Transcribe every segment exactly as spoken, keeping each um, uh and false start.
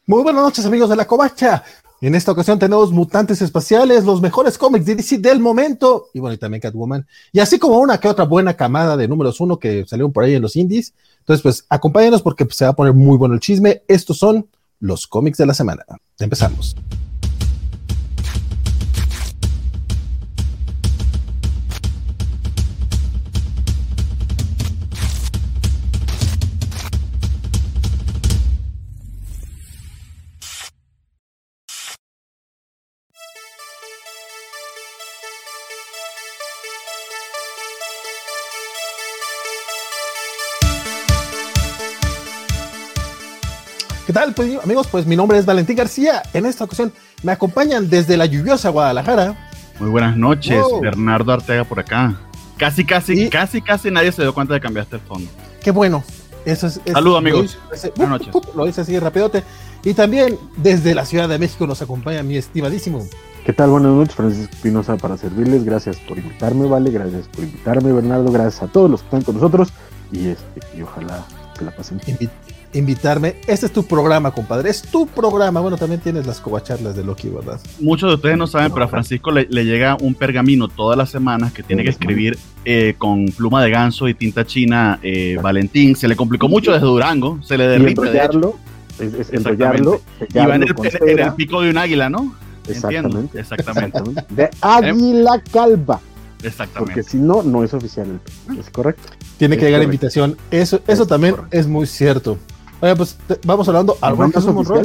Muy buenas noches, amigos de la Covacha. En esta ocasión tenemos Mutantes Espaciales, los mejores cómics de D C del momento, y bueno, y también Catwoman, y así como una que otra buena camada de números uno que salieron por ahí en los indies. Entonces, pues, acompáñenos porque pues, se va a poner muy bueno el chisme. Estos son los cómics de la semana. Empezamos. ¿Qué tal, pues, amigos? Pues mi nombre es Valentín García. En esta ocasión me acompañan desde la lluviosa Guadalajara. Muy buenas noches, wow. Bernardo Arteaga por acá. Casi, casi, y... casi, casi nadie se dio cuenta de que cambiaste el fondo. Qué bueno. Eso es, es, Saludos, amigos. Lo hice, buenas noches. Lo hice así rapidote. Y también desde la Ciudad de México nos acompaña mi estimadísimo. ¿Qué tal? Buenas noches, Francisco Espinosa para servirles. Gracias por invitarme, Vale. Gracias por invitarme, Bernardo. Gracias a todos los que están con nosotros. Y este, y ojalá se la pasen bien. Invi- invitarme. Este es tu programa, compadre. Es tu programa. Bueno, también tienes las covacharlas de Loki, ¿verdad? Muchos de ustedes no saben, pero a Francisco le, le llega un pergamino todas las semanas que tiene que escribir eh, con pluma de ganso y tinta china. Eh, Valentín, se le complicó mucho desde Durango. Se le derrite, de hecho. Es, es enrollarlo. Y va en el, en el pico de un águila, ¿no? Exactamente. Entiendo, exactamente. Exactamente. De águila calva. Exactamente. Porque si no, no es oficial. ¿Es correcto? Tiene que es llegar correcto. invitación. Eso, eso es también correcto. es muy cierto. Oye, pues te, vamos hablando al buen Jesús Monroy.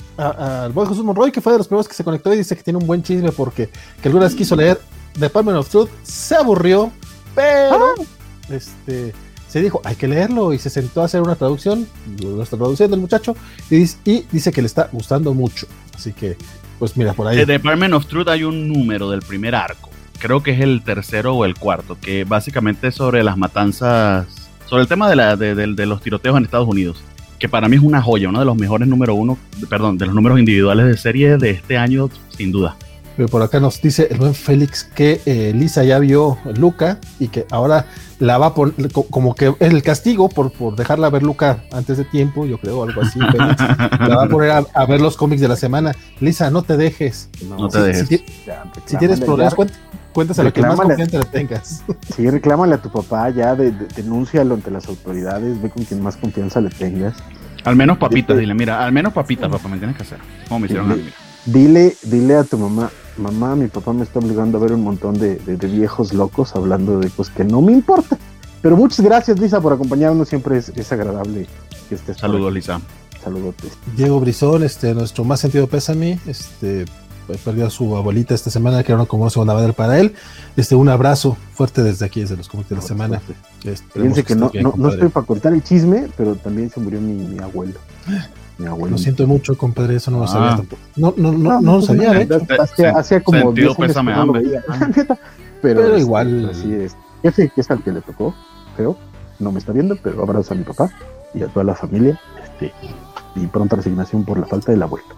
Al buen Jesús Monroy, que fue de los primeros que se conectó y dice que tiene un buen chisme porque que alguna vez quiso leer Department of Truth, se aburrió, pero ah. este, se dijo, hay que leerlo, y se sentó a hacer una traducción, lo está traduciendo el muchacho, y dice, y dice que le está gustando mucho. Así que, pues mira, por ahí. De Department of Truth hay un número del primer arco, creo que es el tercero o el cuarto, que básicamente es sobre las matanzas, sobre el tema de, la, de, de, de los tiroteos en Estados Unidos, que para mí es una joya, uno de los mejores número uno, perdón, de los números individuales de serie de este año, sin duda. Pero por acá nos dice el buen Félix que eh, Lisa ya vio Luca y que ahora la va a poner, como que el castigo por, por dejarla ver Luca antes de tiempo, yo creo, algo así, Félix, la va a poner a, a ver los cómics de la semana. Lisa, no te dejes. No, no si, te dejes. Si, ya, si tienes problemas, cuént, cuéntaselo a lo que más confianza le tengas. Sí, reclámale a tu papá, ya de, de, denúncialo ante las autoridades, ve con quien más confianza le tengas. Al menos papitas, dile, mira, al menos papitas, papá, me tienes que hacer. Como me hicieron a mí. Dile, dile a tu mamá, mamá, mi papá me está obligando a ver un montón de, de, de viejos locos hablando de cosas que no me importa. Pero muchas gracias, Lisa, por acompañarnos, siempre es, es agradable que estés. Saludos, Lisa. Saludos. Diego Brizón, este, nuestro más sentido pésame, este, perdió a su abuelita esta semana, que era como una segunda madre para él. Este, un abrazo fuerte desde aquí, desde los cómics de la semana. Fíjense que, que no, bien, no, no estoy para contar el chisme, pero también se murió mi, mi abuelo. Mi abuelo. Lo siento mucho, compadre, eso no lo ah. sabía tampoco. No, no, no, no, no lo sabía, ¿eh? Hacía, hacía como diez años que no lo veía. Pero, pero igual. Así es. Ese que es al que le tocó, creo. No me está viendo, pero abrazo a mi papá y a toda la familia. Este, y pronta resignación por la falta del abuelo.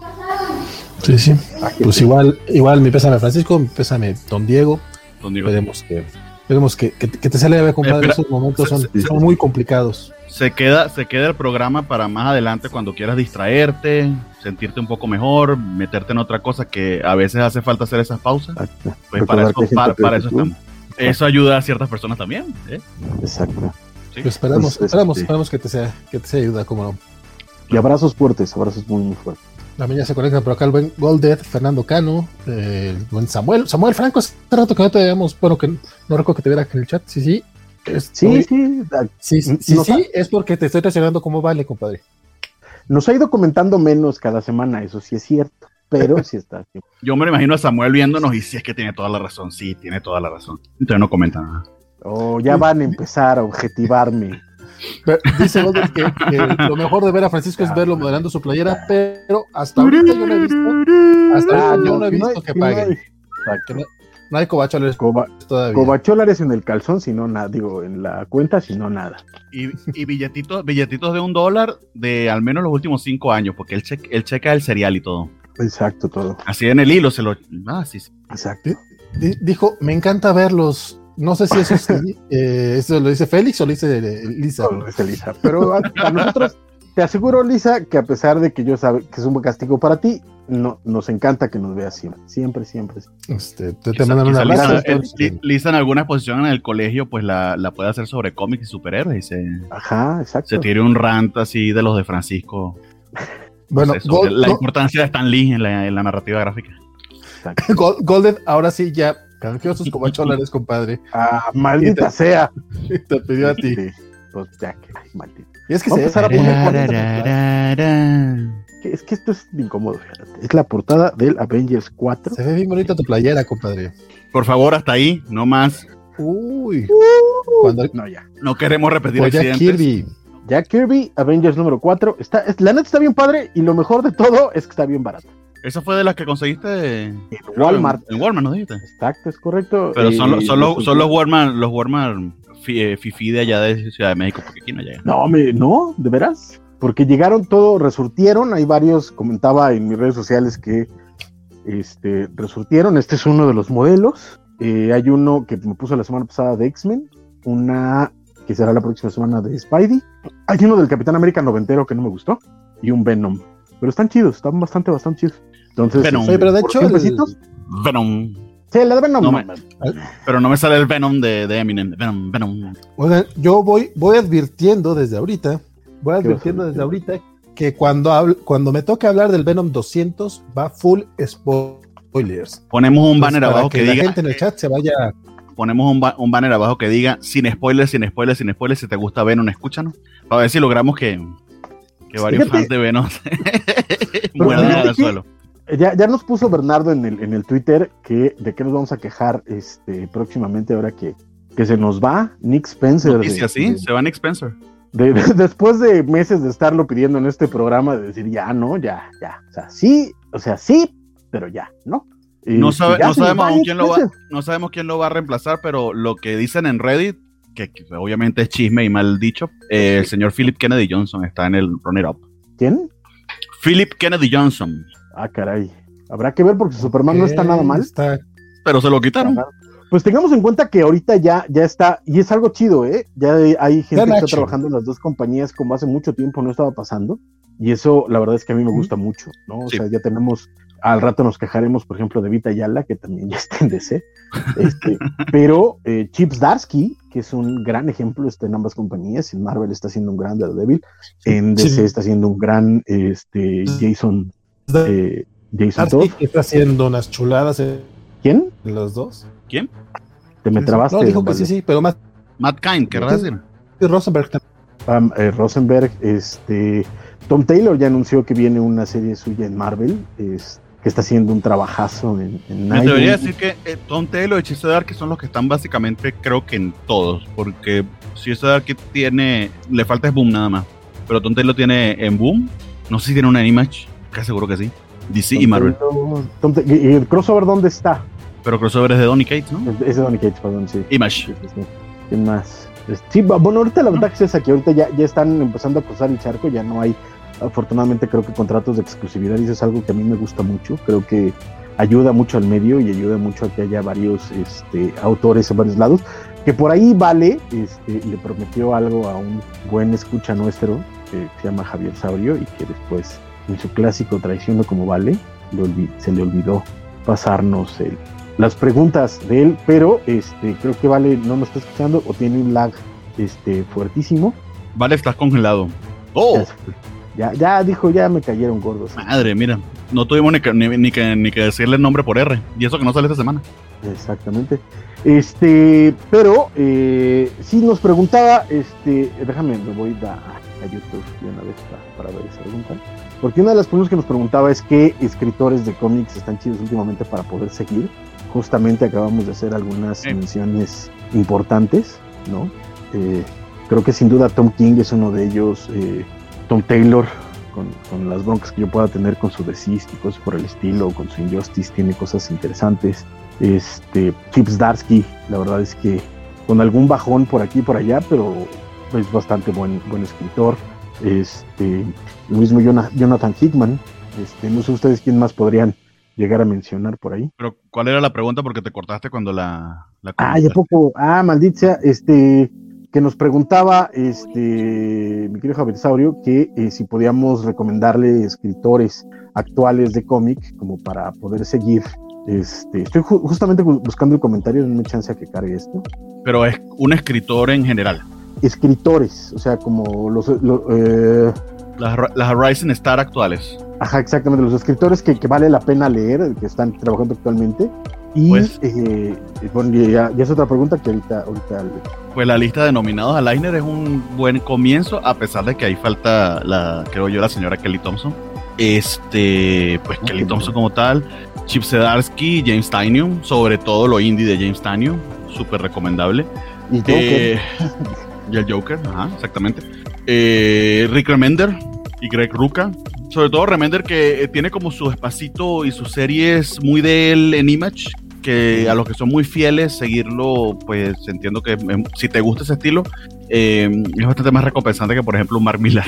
Sí, sí. Pues igual, igual mi pésame Francisco, mi pésame Don Diego. Don Diego. Esperemos que, esperemos que, que, que te sale a ver, compadre. Espera, esos momentos son, se, son muy complicados. Se queda, se queda el programa para más adelante cuando quieras distraerte, sentirte un poco mejor, meterte en otra cosa, que a veces hace falta hacer esas pausas. Exacto. Pues para eso, para, para eso estamos. Eso ayuda a ciertas personas también, ¿eh? Exacto. Sí. Pues esperamos, pues, esperamos, este... esperamos que te sea, que te sea ayuda, como no. Y abrazos fuertes, abrazos muy, muy fuertes. También ya se conecta por acá el buen Goldet, Fernando Cano, eh, el buen Samuel, Samuel Franco, hace rato que no te veíamos, bueno, que no recuerdo que te viera en el chat, sí, sí. Es, sí, muy... sí, sí, sí, sí, sí, es porque te estoy traicionando como vale, compadre. Nos ha ido comentando menos cada semana, eso sí es cierto, pero sí está. Yo me lo imagino a Samuel viéndonos y sí es que tiene toda la razón, sí, tiene toda la razón. Entonces no comenta nada. Oh, ya van a empezar a objetivarme. Pero dice Golden que, que lo mejor de ver a Francisco es verlo moderando su playera, pero hasta ahorita yo no he visto, hasta ahorita yo no he visto no, que paguen. No, no, no hay cobacholares Coba, todavía. Cobacholares en el calzón, si no nada, digo, en la cuenta, si no nada. Y, y billetitos, billetitos de un dólar de al menos los últimos cinco años, porque él, che, él checa el cereal y todo. Exacto, todo. Así en el hilo se lo... Ah, sí, sí. Exacto. D- dijo, me encanta verlos. No sé si eso, es, eh, eso lo dice Félix o lo dice Lisa. No, lo dice Lisa. Pero a, a nosotros te aseguro, Lisa, que a pesar de que yo sabe que es un buen castigo para ti, no, nos encanta que nos veas siempre, siempre, siempre. Este, te, te mandan una Lisa, abrazo. Lisa, el, Lisa en alguna exposición en el colegio, pues la, la puede hacer sobre cómics y superhéroes y se, Ajá, exacto. se tire un rant así de los de Francisco. Bueno, no sé, Gold, la Gold, importancia de Stan Lee en la, en la narrativa gráfica. Gold, Golden, ahora sí ya canjeó sus cobacholares, compadre. Ah, maldita te, sea. Te pidió a ti. Pues ya que, ay, maldito. Y es que Vamos se a poner Es que esto es incómodo, fíjate. Es la portada del Avengers cuatro. Se ve bien bonita tu playera, compadre. Por favor, hasta ahí, no más. Uy. Uh, Cuando... No, ya. No queremos repetir pues accidentes. Jack Kirby. Jack Kirby, Avengers número cuatro. Está, es, la neta está bien padre y lo mejor de todo es que está bien barato. Esa fue de las que conseguiste en Walmart. En Walmart, ¿no dijiste? Exacto, es correcto. Pero son, eh, son, los, son los Walmart, los Walmart Fifi de allá de Ciudad de México, porque aquí no llegan. No, me, no, ¿de veras? Porque llegaron todo, resurtieron, hay varios, comentaba en mis redes sociales que este, resurtieron, este es uno de los modelos, eh, hay uno que me puso la semana pasada de X-Men, una que será la próxima semana de Spidey, hay uno del Capitán América noventero que no me gustó, y un Venom, pero están chidos, están bastante, bastante chidos. Entonces, Venom. Sí, pero de hecho, el... Venom. Sí, la de Venom. No me, pero no me sale el Venom de, de Eminem. Venom, Venom. Oigan, yo voy, voy advirtiendo desde ahorita, voy advirtiendo desde ahorita que cuando, hablo, cuando me toque hablar del Venom doscientos va full spoilers. Ponemos un banner Entonces, abajo que, que diga. La gente en el chat se vaya. Ponemos un, ba un banner abajo que diga sin spoilers, sin spoilers, sin spoilers. Si te gusta Venom, escúchanos. Para ver si logramos que, que varios Fíjate. fans de Venom muerdan al suelo. Ya, ya nos puso Bernardo en el, en el Twitter que de qué nos vamos a quejar este, próximamente ahora que, que se nos va Nick Spencer. Noticia, de, sí, de, se va Nick Spencer. De, de, después de meses de estarlo pidiendo en este programa, de decir ya, no, ya, ya. O sea, sí, o sea, sí, pero ya, ¿no? Y, no, sabe, no, sabemos aún quién lo va, no sabemos quién lo va a reemplazar, pero lo que dicen en Reddit, que, que obviamente es chisme y mal dicho, eh, el señor Philip Kennedy Johnson está en el Runner Up. ¿Quién? Philip Kennedy Johnson. Ah, caray. Habrá que ver porque Superman no está nada mal. Está... Pero se lo quitaron. Pues tengamos en cuenta que ahorita ya, ya está, y es algo chido, ¿eh? Ya hay gente que está trabajando en las dos compañías como hace mucho tiempo no estaba pasando. Y eso, la verdad es que a mí me gusta mucho, ¿no? O sí. sea, ya tenemos, al rato nos quejaremos, por ejemplo, de Vita Ayala, que también ya está en D C. Este, pero eh, Chip Zdarsky, que es un gran ejemplo, está en ambas compañías. En Marvel está haciendo un gran Daredevil. En D C sí. está haciendo un gran este, Jason... Eh, Jason Todd. Está haciendo unas chuladas. Eh. ¿Quién? Los dos. ¿Quién? Te me trabaste. No, dijo que sí, sí, pero más. Matt Kind, querrás decir. Y Rosenberg también. Um, eh, Rosenberg, este. Tom Taylor ya anunció que viene una serie suya en Marvel, es, que está haciendo un trabajazo en, en Me debería decir que eh, Tom Taylor y Chase Dark son los que están básicamente, creo que en todos, porque Chase Dark tiene, le falta es Boom nada más, pero Tom Taylor tiene en Boom, no sé si tiene una Image, casi seguro que sí, D C Tom y Marvel. Taylor, Tom, ¿Y el crossover dónde está? Pero crossover es de Donny Cates, ¿no? Es, es de Donny Cates, perdón, sí. Image. Sí, sí, sí. ¿Quién más? Sí, bueno, ahorita la ventaja es esa, que ahorita ya, ya están empezando a cruzar el charco, ya no hay, afortunadamente creo que contratos de exclusividad, y eso es algo que a mí me gusta mucho, creo que ayuda mucho al medio y ayuda mucho a que haya varios este, autores en varios lados, que por ahí Vale este, le prometió algo a un buen escucha nuestro, que se llama Javier Saurio, y que después en su clásico Traiciono como Vale, le olvid- se le olvidó pasarnos el... las preguntas de él, pero este creo que Vale no nos está escuchando o tiene un lag este fuertísimo. Vale, estás congelado. ¡Oh! Ya, ya dijo, ya me cayeron gordos. Madre, mira, no tuvimos ni que, ni, ni que, ni que decirle el nombre por R, y eso que no sale esta semana. Exactamente. Este, pero eh, sí nos preguntaba, este, déjame, me voy a, a YouTube de una vez para, para ver esa pregunta. Porque una de las preguntas que nos preguntaba es qué escritores de cómics están chidos últimamente para poder seguir. Justamente acabamos de hacer algunas eh. menciones importantes, ¿no? Eh, creo que sin duda Tom King es uno de ellos, eh, Tom Taylor, con, con las broncas que yo pueda tener con su Deceased y cosas por el estilo, con su Injustice, tiene cosas interesantes. Este, Chip Zdarsky, la verdad es que con algún bajón por aquí y por allá, pero es bastante buen, buen escritor. Este, lo mismo Jonathan Hickman, este, no sé ustedes quién más podrían llegar a mencionar por ahí. Pero, ¿cuál era la pregunta? Porque te cortaste cuando la... la ah, ya poco, ah, maldita sea, este, que nos preguntaba, este, mi querido Javier Saurio, que eh, si podíamos recomendarle escritores actuales de cómic como para poder seguir. Este, estoy ju- justamente buscando el comentario, denme chance a que cargue esto. Pero es un escritor en general. Escritores, o sea, como los... los eh... Las, las Rising Star actuales. Ajá, exactamente, los escritores que, que vale la pena leer, que están trabajando actualmente. Y pues, eh, bueno, ya, ya es otra pregunta que ahorita, ahorita... Pues la lista de nominados a Eisner es un buen comienzo, a pesar de que ahí falta, la creo yo, la señora Kelly Thompson. Este, pues okay, Kelly Thompson como tal, Chip Zdarsky, James Tynion, sobre todo lo indie de James Tynion, súper recomendable. Y Joker. Eh, y el Joker, ajá, exactamente. Eh, Rick Remender y Greg Rucka. Sobre todo Remender, que tiene como su espacito y sus series muy de él en Image, que a los que son muy fieles, seguirlo, pues entiendo que eh, si te gusta ese estilo, eh, es bastante más recompensante que, por ejemplo, un Mark Millar.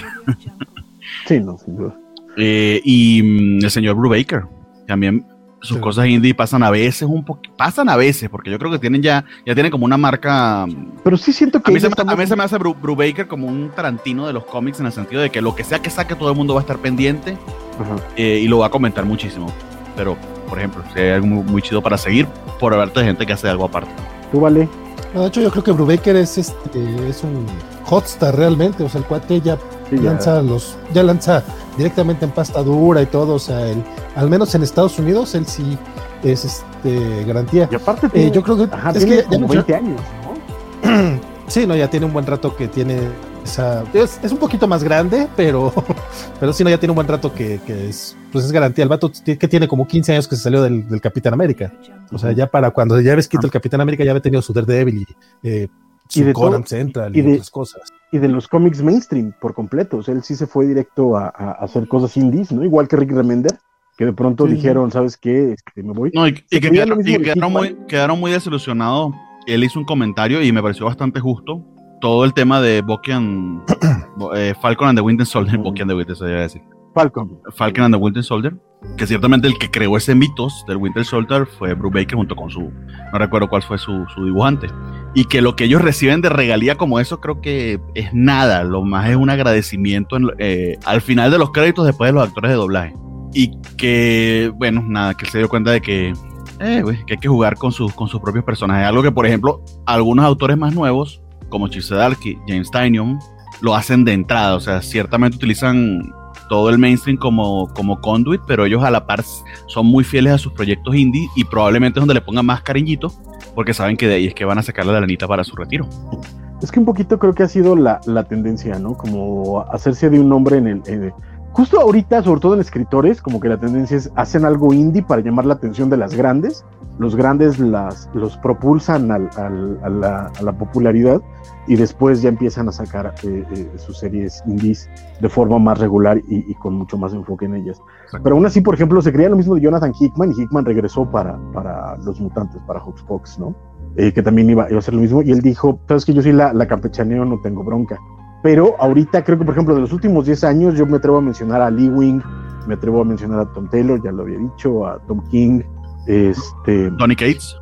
Sí, no, sin duda. Eh, y mm, el señor Brubaker, también sus sí. cosas indie pasan a veces un poquito, pasan a veces, porque yo creo que tienen ya, ya tienen como una marca. Pero sí siento que a mí, se me, a mí se me hace Bru, Brubaker como un Tarantino de los cómics, en el sentido de que lo que sea que saque todo el mundo va a estar pendiente eh, y lo va a comentar muchísimo. Pero, por ejemplo, si hay algo muy, muy chido para seguir, por haberte de gente que hace algo aparte. Tú, vale. No, de hecho, yo creo que Brubaker es este, es un hotstar realmente, o sea, el cuate ya sí, lanza ya. los, ya lanza directamente en pasta dura y todo, o sea, el, al menos en Estados Unidos él sí es este garantía. Y aparte tiene, eh, yo creo que ajá, es tiene que como ya veinte años, ¿no? Sí, no, ya tiene un buen rato que tiene esa, es, es un poquito más grande, pero pero sí, no, ya tiene un buen rato que, que es, pues es garantía. El vato que tiene como quince años que se salió del, del Capitán América. O sea, ya para cuando ya ves quito el Capitán América, ya había tenido su Daredevil y eh, su y de Conan Central y, y de, otras cosas. Y de los cómics mainstream por completo. O sea, él sí se fue directo a, a hacer cosas indies, ¿no? Igual que Rick Remender, que de pronto sí. dijeron, ¿sabes qué? Este, me voy. No, y, y que quedaron, y quedaron, muy, quedaron muy desilusionados. Él hizo un comentario y me pareció bastante justo. Todo el tema de Bucky and, eh, Falcon and the Winter Soldier, mm. Bucky and the Winter Soldier, iba a decir. Falcon. Falcon and the Winter Soldier, que ciertamente el que creó ese mitos del Winter Soldier fue Brubaker junto con su, no recuerdo cuál fue su, su dibujante, y que lo que ellos reciben de regalía como eso creo que es nada, lo más es un agradecimiento en, eh, al final de los créditos después de los actores de doblaje, y que, bueno, nada, que él se dio cuenta de que, eh, que hay que jugar con sus, con sus propios personajes, algo que por ejemplo algunos autores más nuevos como Chip Zdarsky, James Tynion, lo hacen de entrada, o sea, ciertamente utilizan todo el mainstream como, como conduit, pero ellos a la par son muy fieles a sus proyectos indie y probablemente es donde le pongan más cariñito, porque saben que de ahí es que van a sacarle la lanita para su retiro. Es que un poquito creo que ha sido la, la tendencia, ¿no? Como hacerse de un nombre en el... En el justo ahorita, sobre todo en escritores, como que la tendencia es hacen algo indie para llamar la atención de las grandes, los grandes las, los propulsan al, al, a, la, a la popularidad y después ya empiezan a sacar eh, eh, sus series indies de forma más regular y, y con mucho más enfoque en ellas. Exacto. Pero aún así, por ejemplo, se creía lo mismo de Jonathan Hickman y Hickman regresó para, para Los Mutantes, para Hoxpox, ¿no? Eh, que también iba, iba a ser lo mismo y él dijo, sabes que yo sí la, la campechaneo, no tengo bronca. Pero ahorita creo que, por ejemplo, de los últimos diez años yo me atrevo a mencionar a Lee Wing, me atrevo a mencionar a Tom Taylor, ya lo había dicho, a Tom King, este... Donny Cates.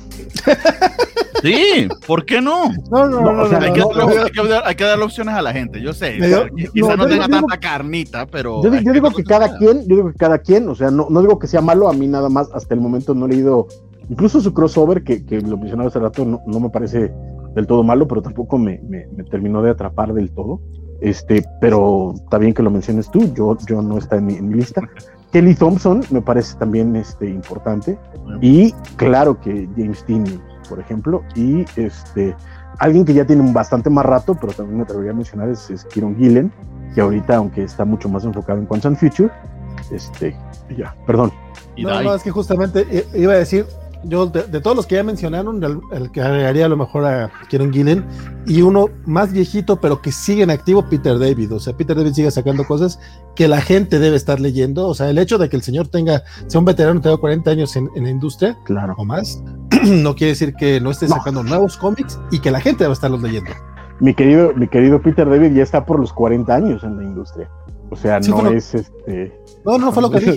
Sí, ¿por qué no? No, no, no, no, o sea, no, hay, no, que no, darle, no, hay, que dar, hay que darle opciones a la gente, yo sé. Dio, quizás no, no tenga digo, tanta carnita, pero... Yo, yo digo que cada quien, yo digo que cada quien, o sea, no, no digo que sea malo, a mí nada más, hasta el momento no he leído, incluso su crossover, que, que lo mencionaba hace rato, no, no me parece del todo malo, pero tampoco me, me, me terminó de atrapar del todo. Este, pero está bien que lo menciones tú, yo, yo no está en mi, en mi lista. Kelly Thompson me parece también este, importante, y claro que James Tynion, por ejemplo, y este, alguien que ya tiene un bastante más rato, pero también me atrevería a mencionar es, es Kieron Gillen, que ahorita, aunque está mucho más enfocado en Quantum Future, este, ya, perdón. No, no, es que justamente iba a decir, yo de, de todos los que ya mencionaron, el, el que agregaría a lo mejor a Kieron Gillen, y uno más viejito, pero que sigue en activo, Peter David. O sea, Peter David sigue sacando cosas que la gente debe estar leyendo. O sea, el hecho de que el señor tenga, sea un veterano, tenga cuarenta años en, en la industria, claro, o más, no quiere decir que no esté sacando no. nuevos cómics y que la gente debe estarlos leyendo. Mi querido, mi querido Peter David ya está por los cuarenta años en la industria. O sea, sí, no bueno, es este... No, no fue lo que dije.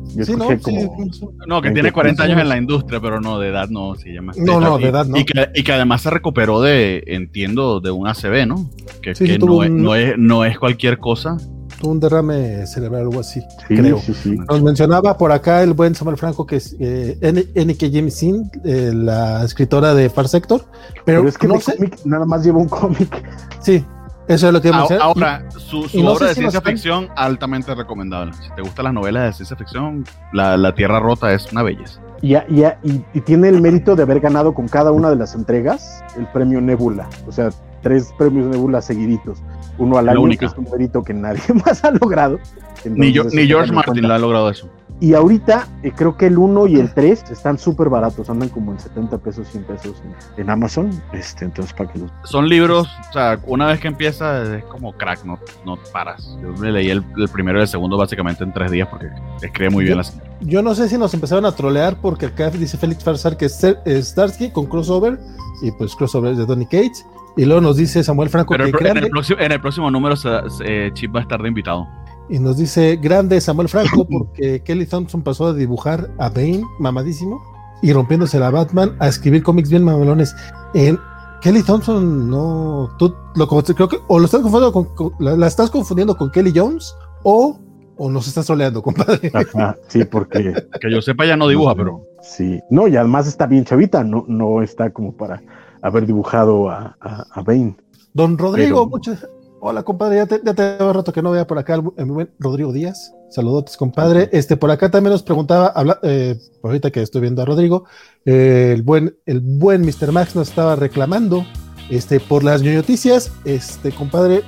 Yo sí, no, como... sí, no, que tiene cuarenta años en la industria, pero no, de edad no, se llama. No, no, de edad no. Y que, y que además se recuperó de, entiendo, de un A C V, ¿no? Que, sí, que sí, no, un... es, no, es, no es cualquier cosa. Tuvo un derrame cerebral, algo así, sí, creo. Sí, sí. Nos mencionaba por acá el buen Samuel Franco, que es eh, N K Jemisin, eh, la escritora de Far Sector. Pero, pero es que no de sé... cómic nada más lleva un cómic. Sí, eso es lo que hemos mencionar. Ahora, y, su, su no obra de si ciencia están... ficción, altamente recomendable. Si te gustan las novelas de ciencia ficción, La, la Tierra Rota es una belleza. Y, y, y, y tiene el mérito de haber ganado con cada una de las entregas el premio Nebula. O sea, tres premios Nebula seguiditos. Uno al año, que es un mérito que nadie más ha logrado. Entonces, ni yo, ni George Martin lo ha logrado eso. Y ahorita eh, creo que el uno y el tres están súper baratos, andan como en setenta pesos, cien pesos en, en Amazon. Este, entonces, para que los... Son libros, o sea, una vez que empieza es como crack, no, no paras. Yo me leí el, el primero y el segundo básicamente en tres días porque escribe muy bien yo, la señora. Yo no sé si nos empezaron a trolear porque acá dice Félix Farsar que es, es Starsky con crossover, y pues crossover de Donny Cates. Y luego nos dice Samuel Franco Pero que el, grande, en, el próximo, en el próximo número se, se, Chip va a estar de invitado. Y nos dice grande Samuel Franco porque Kelly Thompson pasó de dibujar a Bane, mamadísimo, y rompiéndose la Batman, a escribir cómics bien mamalones. En Kelly Thompson, no, tú lo creo que o lo estás confundiendo con, con la, la estás confundiendo con Kelly Jones o, o nos estás troleando, compadre. Ajá, sí, porque que yo sepa ya no dibuja, no, pero sí, no, y además está bien chavita, no, no está como para haber dibujado a, a, a Bane. Don Rodrigo, pero... muchas hola, compadre, ya te, ya te había rato que no vea por acá el, el buen Rodrigo Díaz. Saludotes, compadre. Este, por acá también nos preguntaba, habla, eh, ahorita que estoy viendo a Rodrigo, eh, el buen, el buen mister Max nos estaba reclamando, este, por las noticias, este, compadre,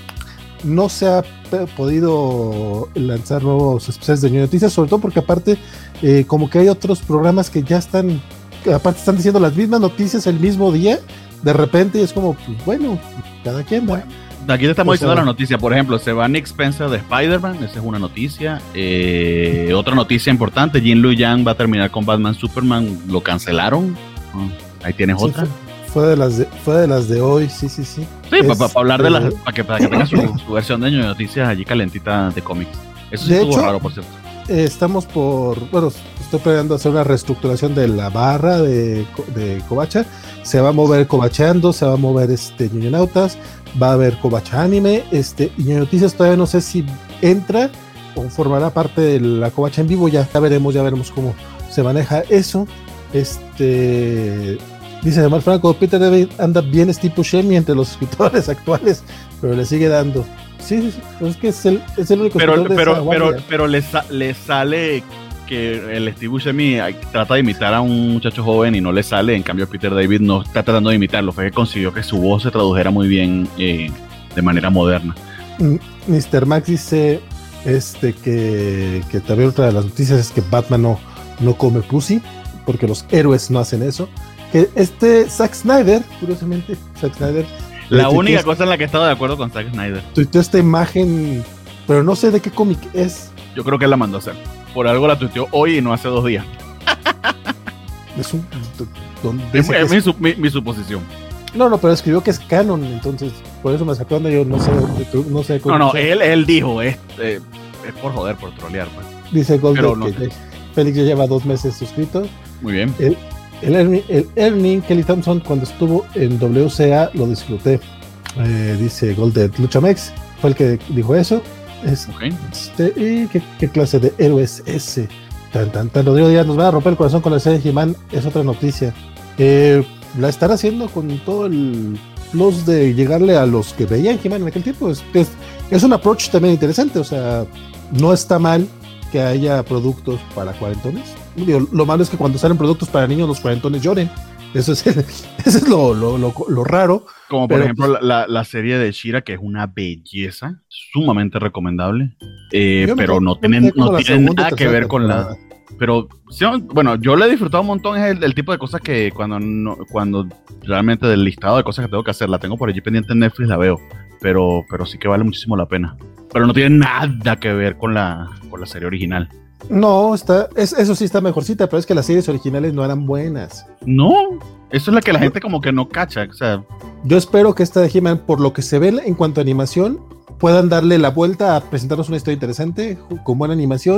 no se ha p- podido lanzar nuevos especiales de noticias, sobre todo porque aparte, eh, como que hay otros programas que ya están, que aparte están diciendo las mismas noticias el mismo día, de repente, y es como, pues bueno, cada quien va. Aquí te estamos o diciendo sea, las noticias. Por ejemplo, se va Nick Spencer de Spider-Man, esa es una noticia. Eh, otra noticia importante, Jin-Lu Yang va a terminar con Batman Superman, lo cancelaron. Oh, ahí tienes sí, otra. Fue, fue, de las de, fue de las de hoy, sí, sí, sí. Sí, para pa, pa hablar de las, eh, para que, para que tenga su, su versión de noticias allí calentita de cómics. Eso sí de estuvo hecho, raro, por cierto. Eh, estamos por, bueno, estoy planeando hacer una reestructuración de la barra de, de Kobacha. Se va a mover Kobacheando, se va a mover este Ñoñonautas, va a haber Kobacha Anime, este, y Noticias todavía no sé si entra o formará parte de la Kobacha en vivo, ya, ya veremos, ya veremos cómo se maneja eso. Este dice Samuel Franco, Peter David anda bien Steve Buscemi entre los escritores actuales, pero le sigue dando. Sí, sí, sí, pero es que es el, es el único pero, escritor pero, de esa pero, guardia. pero le, sa le sale que el Steve Buscemi trata de imitar a un muchacho joven y no le sale, en cambio Peter David no está tratando de imitarlo, fue que consiguió que su voz se tradujera muy bien eh, de manera moderna. mister Max dice este que, que también otra de las noticias es que Batman no, no come pussy, porque los héroes no hacen eso. Que este Zack Snyder, curiosamente, Zack Snyder. La única cosa en la que he estado de acuerdo con Zack Snyder. Tuiteó esta imagen, pero no sé de qué cómic es. Yo creo que él la mandó a hacer. Por algo la tuiteó hoy y no hace dos días. Es un. Es, es, mi, su, mi, mi suposición. No, no, pero escribió que es canon, entonces por eso me sacó onda. Yo no sé. No, sé no, no, él, él dijo, es, eh, es por joder, por trolear. Pues. Dice Goldberg no que sé. Félix ya lleva dos meses suscrito. Muy bien. El, el, el Ernie Kelly Thompson, cuando estuvo en W C A, lo disfruté. Eh, dice Goldberg Luchamex, fue el que dijo eso. Es, okay. este, ¿y qué, qué clase de héroe es ese? Tan, tan, tan. Rodrigo Díaz nos va a romper el corazón con la serie de He-Man, es otra noticia. Eh, la están haciendo con todo el plus de llegarle a los que veían He-Man en aquel tiempo. Es, es, es un approach también interesante, o sea, no está mal que haya productos para cuarentones. Digo, lo malo es que cuando salen productos para niños, los cuarentones lloren. Eso es, eso es lo, lo, lo, lo raro. Como por pero, ejemplo la, la, la serie de She-Ra, que es una belleza, sumamente recomendable, eh, pero no tiene, no tiene nada que ver con la... Pero, bueno, yo le he disfrutado un montón, es el, el tipo de cosas que cuando, no, cuando realmente del listado de cosas que tengo que hacer, la tengo por allí pendiente en Netflix, la veo, pero, pero sí que vale muchísimo la pena. Pero no tiene nada que ver con la, con la serie original. No, está, es, eso sí está mejorcita, pero es que las series originales no eran buenas. No, eso es la que la gente como que no cacha, o sea. Yo espero que esta de He-Man, por lo que se ve en cuanto a animación, puedan darle la vuelta a presentarnos una historia interesante, con buena animación,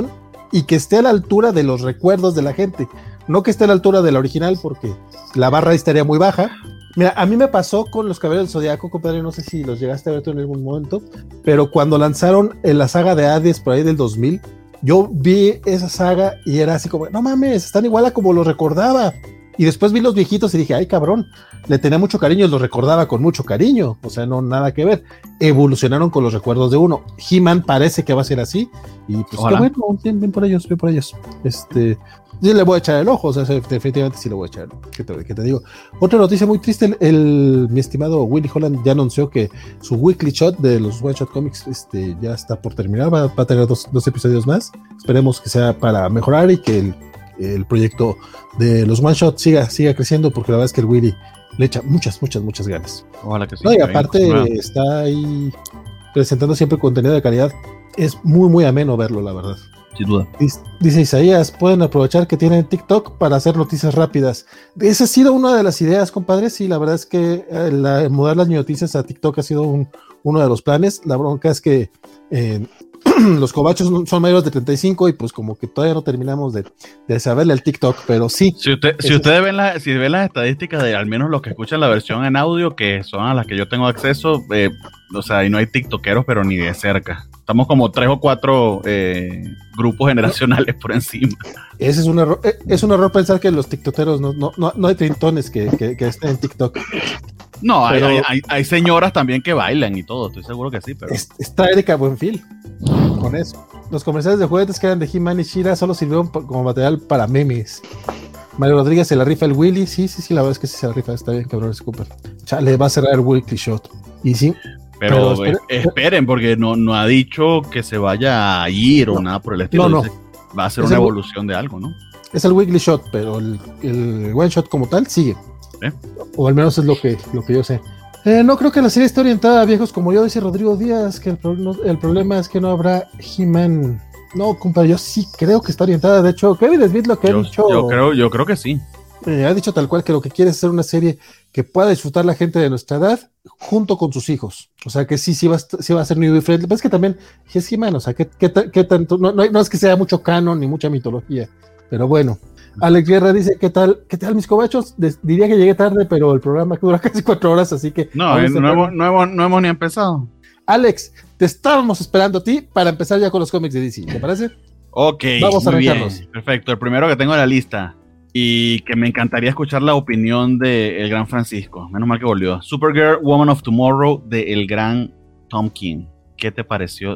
y que esté a la altura de los recuerdos de la gente, no que esté a la altura de la original, porque la barra estaría muy baja. Mira, a mí me pasó con los Caballeros del Zodiaco, compadre, no sé si los llegaste a ver tú en algún momento, pero cuando lanzaron en la saga de Hades por ahí del dos mil, yo vi esa saga y era así como, no mames, están igual a como los recordaba. Y después vi los viejitos y dije, ay cabrón, le tenía mucho cariño y los recordaba con mucho cariño, o sea, no nada que ver. Evolucionaron con los recuerdos de uno. He-Man parece que va a ser así, y pues qué bueno, bien, bien por ellos, bien por ellos. Este, yo le voy a echar el ojo, o sea, definitivamente sí le voy a echar. ¿Qué te, qué te digo? Otra noticia muy triste, el, el mi estimado Willy Holland ya anunció que su weekly shot de los One Shot Comics este, ya está por terminar, va, va a tener dos, dos episodios más. Esperemos que sea para mejorar y que el el proyecto de los one shot siga, siga creciendo, porque la verdad es que el Willy le echa muchas, muchas, muchas ganas. Ojalá que sí. No, y aparte bien, está ahí presentando siempre contenido de calidad. Es muy, muy ameno verlo, la verdad. Sin duda. Dice, dice Isaías, pueden aprovechar que tienen TikTok para hacer noticias rápidas. Esa ha sido una de las ideas, compadre. Sí, la verdad es que la, mudar las noticias a TikTok ha sido un, uno de los planes. La bronca es que eh, los cobachos son mayores de treinta y cinco y pues como que todavía no terminamos de, de saberle al TikTok, pero sí. Si, usted, si ustedes ven, la, si ven las estadísticas de al menos los que escuchan la versión en audio, que son a las que yo tengo acceso, eh, o sea, ahí no hay tiktokeros, pero ni de cerca. Estamos como tres o cuatro eh, grupos generacionales por encima. Ese es un error, es un error pensar que los tiktokeros no, no, no, no hay trintones que, que, que estén en TikTok. No, pero hay, hay, hay señoras también que bailan y todo, estoy seguro que sí, pero... Está Erika Buenfil con eso. Los comerciales de juguetes que eran de He-Man y She-Ra solo sirvieron como material para memes. Mario Rodríguez se la rifa el Willy. Sí, sí, sí, la verdad es que sí se la rifa. Está bien, cabrón, es Cooper. Chale, va a cerrar el weekly shot. Y sí. Pero, pero esperen, esperen, porque no, no ha dicho que se vaya a ir no, o nada por el estilo. No, no. Va a ser es una el, evolución de algo, ¿no? Es el weekly shot, pero el, el one shot como tal sigue. ¿Eh? O al menos es lo que, lo que yo sé. Eh, no creo que la serie esté orientada a viejos como yo, dice Rodrigo Díaz, que el, pro, no, el problema es que no habrá He-Man. No, compadre, yo sí creo que está orientada. De hecho, Kevin Smith lo que yo, ha dicho... Yo creo, yo creo que sí. Eh, ha dicho tal cual que lo que quiere es hacer una serie que pueda disfrutar la gente de nuestra edad junto con sus hijos. O sea, que sí, sí va a, sí va a ser new friendly. Pero es que también es He-Man, o sea, que, que, que tanto... No, no, no es que sea mucho canon ni mucha mitología, pero bueno... Alex Guerra dice, ¿qué tal? ¿Qué tal mis cobachos? Des, diría que llegué tarde, pero el programa dura casi cuatro horas, así que... No, eh, no, hemos, no, hemos, no hemos ni empezado. Alex, te estábamos esperando a ti para empezar ya con los cómics de D C, ¿te parece? Ok, vamos a arrancarnos. Bien, perfecto, el primero que tengo en la lista y que me encantaría escuchar la opinión de el gran Francisco, menos mal que volvió. Supergirl, Woman of Tomorrow, de el gran Tom King. ¿Qué te pareció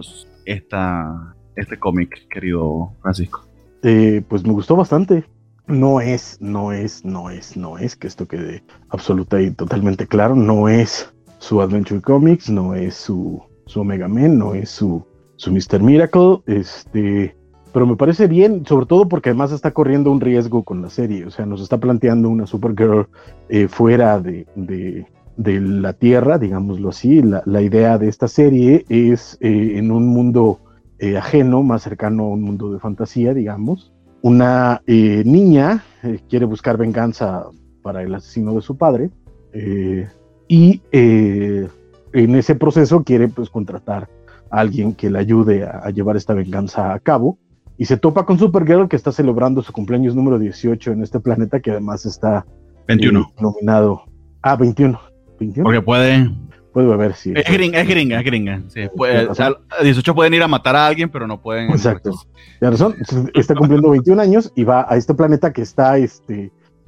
esta, este cómic, querido Francisco? Eh, pues me gustó bastante. No es, no es, no es, no es, que esto quede absoluta y totalmente claro, no es su Adventure Comics, no es su, su Omega Men, no es su, su mister Miracle, este, pero me parece bien, sobre todo porque además está corriendo un riesgo con la serie, o sea, nos está planteando una Supergirl eh, fuera de, de, de la Tierra, digámoslo así. La, la idea de esta serie es eh, en un mundo eh, ajeno, más cercano a un mundo de fantasía, digamos. Una eh, niña eh, quiere buscar venganza para el asesino de su padre eh, y eh, en ese proceso quiere pues contratar a alguien que le ayude a, a llevar esta venganza a cabo, y se topa con Supergirl, que está celebrando su cumpleaños número dieciocho en este planeta, que además está veintiuno eh, nominado a ah, veintiuno. ¿veintiuno? Porque puede... Puede beber, sí. Es gringa, es gringa, es gringa. Sí, puede, o sea, a dieciocho pueden ir a matar a alguien, pero no pueden... Exacto. Tienes razón. Está cumpliendo veintiún años y va a este planeta que está este,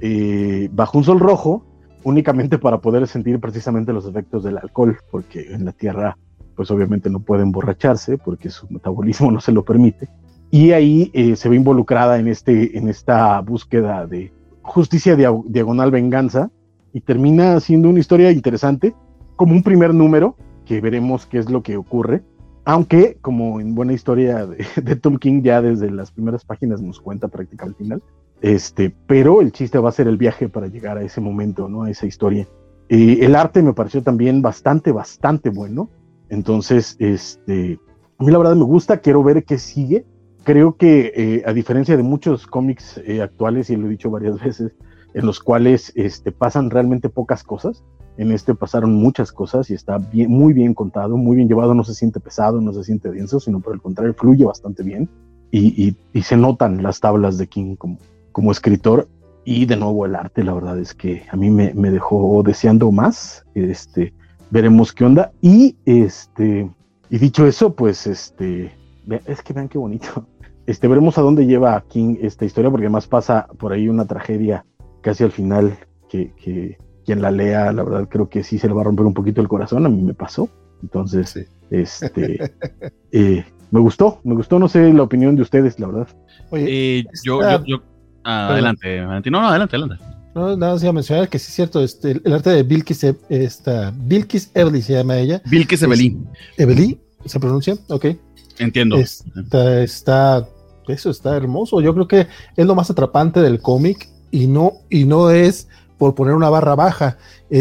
eh, bajo un sol rojo, únicamente para poder sentir precisamente los efectos del alcohol, porque en la Tierra, pues obviamente no puede emborracharse, porque su metabolismo no se lo permite. Y ahí eh, se ve involucrada en, este, en esta búsqueda de justicia diagonal venganza, y termina siendo una historia interesante, como un primer número, que veremos qué es lo que ocurre, aunque como en buena historia de, de Tom King, ya desde las primeras páginas nos cuenta prácticamente al final, este, pero el chiste va a ser el viaje para llegar a ese momento, ¿no? A esa historia. Eh, el arte me pareció también bastante, bastante bueno, entonces, este, a mí la verdad me gusta, quiero ver qué sigue. Creo que eh, a diferencia de muchos cómics eh, actuales, y lo he dicho varias veces, en los cuales este, pasan realmente pocas cosas, en este pasaron muchas cosas y está bien, muy bien contado, muy bien llevado, no se siente pesado, no se siente denso, sino por el contrario, fluye bastante bien. y, y, y se notan las tablas de King como, como escritor. Y de nuevo el arte, la verdad es que a mí me, me dejó deseando más. Este, veremos qué onda. Y este, y dicho eso, pues este, es que vean qué bonito. Este, veremos a dónde lleva King esta historia, porque además pasa por ahí una tragedia casi al final que, que quien la lea, la verdad creo que sí se le va a romper un poquito el corazón. A mí me pasó. Entonces, sí. este, eh, me gustó, me gustó. No sé la opinión de ustedes, la verdad. Oye, eh, yo, yo, yo Ah, adelante, Valentino. No, no, adelante, adelante. No, nada más iba a mencionar que sí es cierto, este, el arte de Bilquis, esta, Bilquis Evely se llama ella. Bilquis Evely. Evely, ¿se pronuncia? Ok. Entiendo. Está, está, eso está hermoso. Yo creo que es lo más atrapante del cómic y no, y no es por poner una barra baja.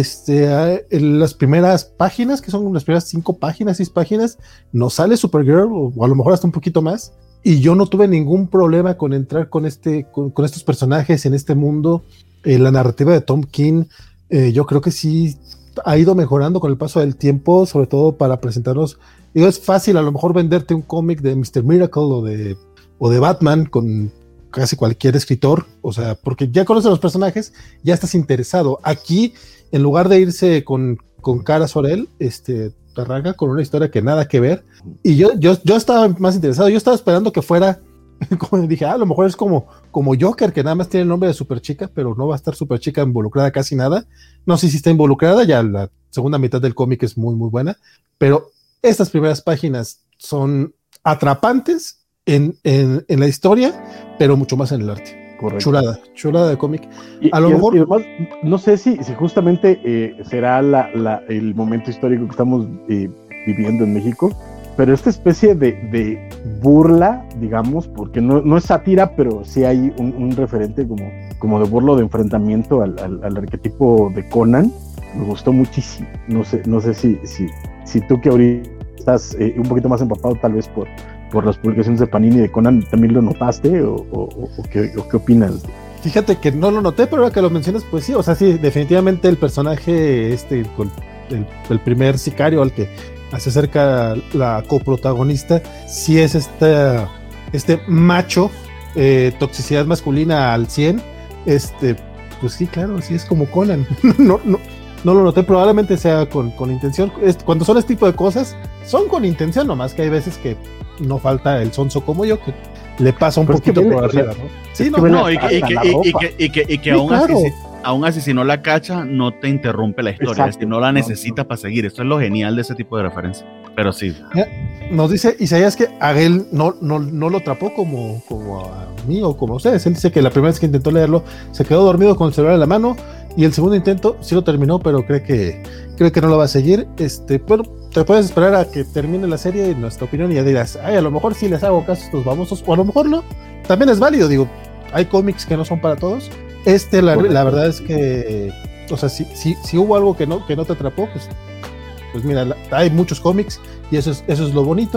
Este, en las primeras páginas, que son las primeras cinco páginas, seis páginas, nos sale Supergirl, o, o a lo mejor hasta un poquito más. Y yo no tuve ningún problema con entrar con, este, con, con estos personajes en este mundo. Eh, la narrativa de Tom King, eh, yo creo que sí ha ido mejorando con el paso del tiempo, sobre todo para presentarnos. Digo, es fácil a lo mejor venderte un cómic de mister Miracle o de, o de Batman con casi cualquier escritor, o sea, porque ya conoces a los personajes, ya estás interesado. Aquí, en lugar de irse con, con Kara Zor-El, este... arranca con una historia que nada que ver, y yo, yo, yo estaba más interesado, yo estaba esperando que fuera, como dije, ah, a lo mejor es como, como Joker, que nada más tiene el nombre de Superchica, pero no va a estar Superchica involucrada casi nada, no sé si está involucrada, ya la segunda mitad del cómic es muy muy buena, pero estas primeras páginas son atrapantes en, en, en la historia, pero mucho más en el arte. Correcto. Chulada, chulada de cómic. A lo y, mejor. Y además, no sé si, si justamente eh, será la, la, el momento histórico que estamos eh, viviendo en México, pero esta especie de, de burla, digamos, porque no, no es sátira, pero sí hay un, un referente como, como de burla, de enfrentamiento al, al, al arquetipo de Conan. Me gustó muchísimo. No sé, no sé si, si, si tú que ahorita estás eh, un poquito más empapado, tal vez por. por las publicaciones de Panini de Conan, ¿también lo notaste o, o, o, qué, o qué opinas? Fíjate que no lo noté, pero ahora que lo mencionas, pues sí, o sea, sí, definitivamente el personaje, este, el, el primer sicario al que se acerca la coprotagonista, sí es este, este macho, eh, toxicidad masculina al cien, este, pues sí, claro, sí es como Conan, no, no, no lo noté, probablemente sea con, con intención, es, cuando son este tipo de cosas, son con intención, nomás que hay veces que no falta el sonso como yo, que le pasa un pero poquito es que por arriba, ¿no? Sí, no, no, y que, y que, y que, y que, y que sí, aún, claro. así, aún así, si no la cacha, no te interrumpe la historia, exacto, si no la necesitas no. para seguir. Eso es lo genial de ese tipo de referencia. Pero sí. Nos dice Isaías que a él no, no, no lo atrapó como, como a mí o como a ustedes. Él dice que la primera vez que intentó leerlo se quedó dormido con el celular en la mano, y el segundo intento sí lo terminó, pero cree que, cree que no lo va a seguir. Este, bueno, te puedes esperar a que termine la serie y nuestra opinión y ya dirás, ay, a lo mejor sí les hago caso a estos famosos, o a lo mejor no. También es válido, digo, hay cómics que no son para todos. Este, la, la verdad es que, o sea, si, si, si hubo algo que no, que no te atrapó, pues, pues mira, la, hay muchos cómics y eso es, eso es lo bonito.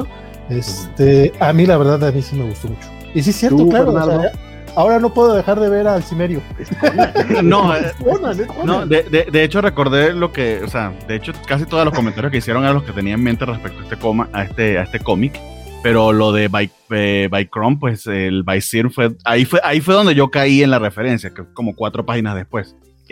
Este, a mí la verdad, a mí sí me gustó mucho. Y sí es cierto, ¿tú, claro, o sea, ahora no puedo dejar de ver al Cimerio. No, eh, no de, de, de hecho recordé lo que, o sea, de hecho casi todos los comentarios que hicieron eran los que tenía en mente respecto a este coma, a este, a este cómic. Pero lo de By, eh, By Chrome, pues el By Seer fue ahí, fue, ahí fue donde yo caí en la referencia, que como cuatro páginas después.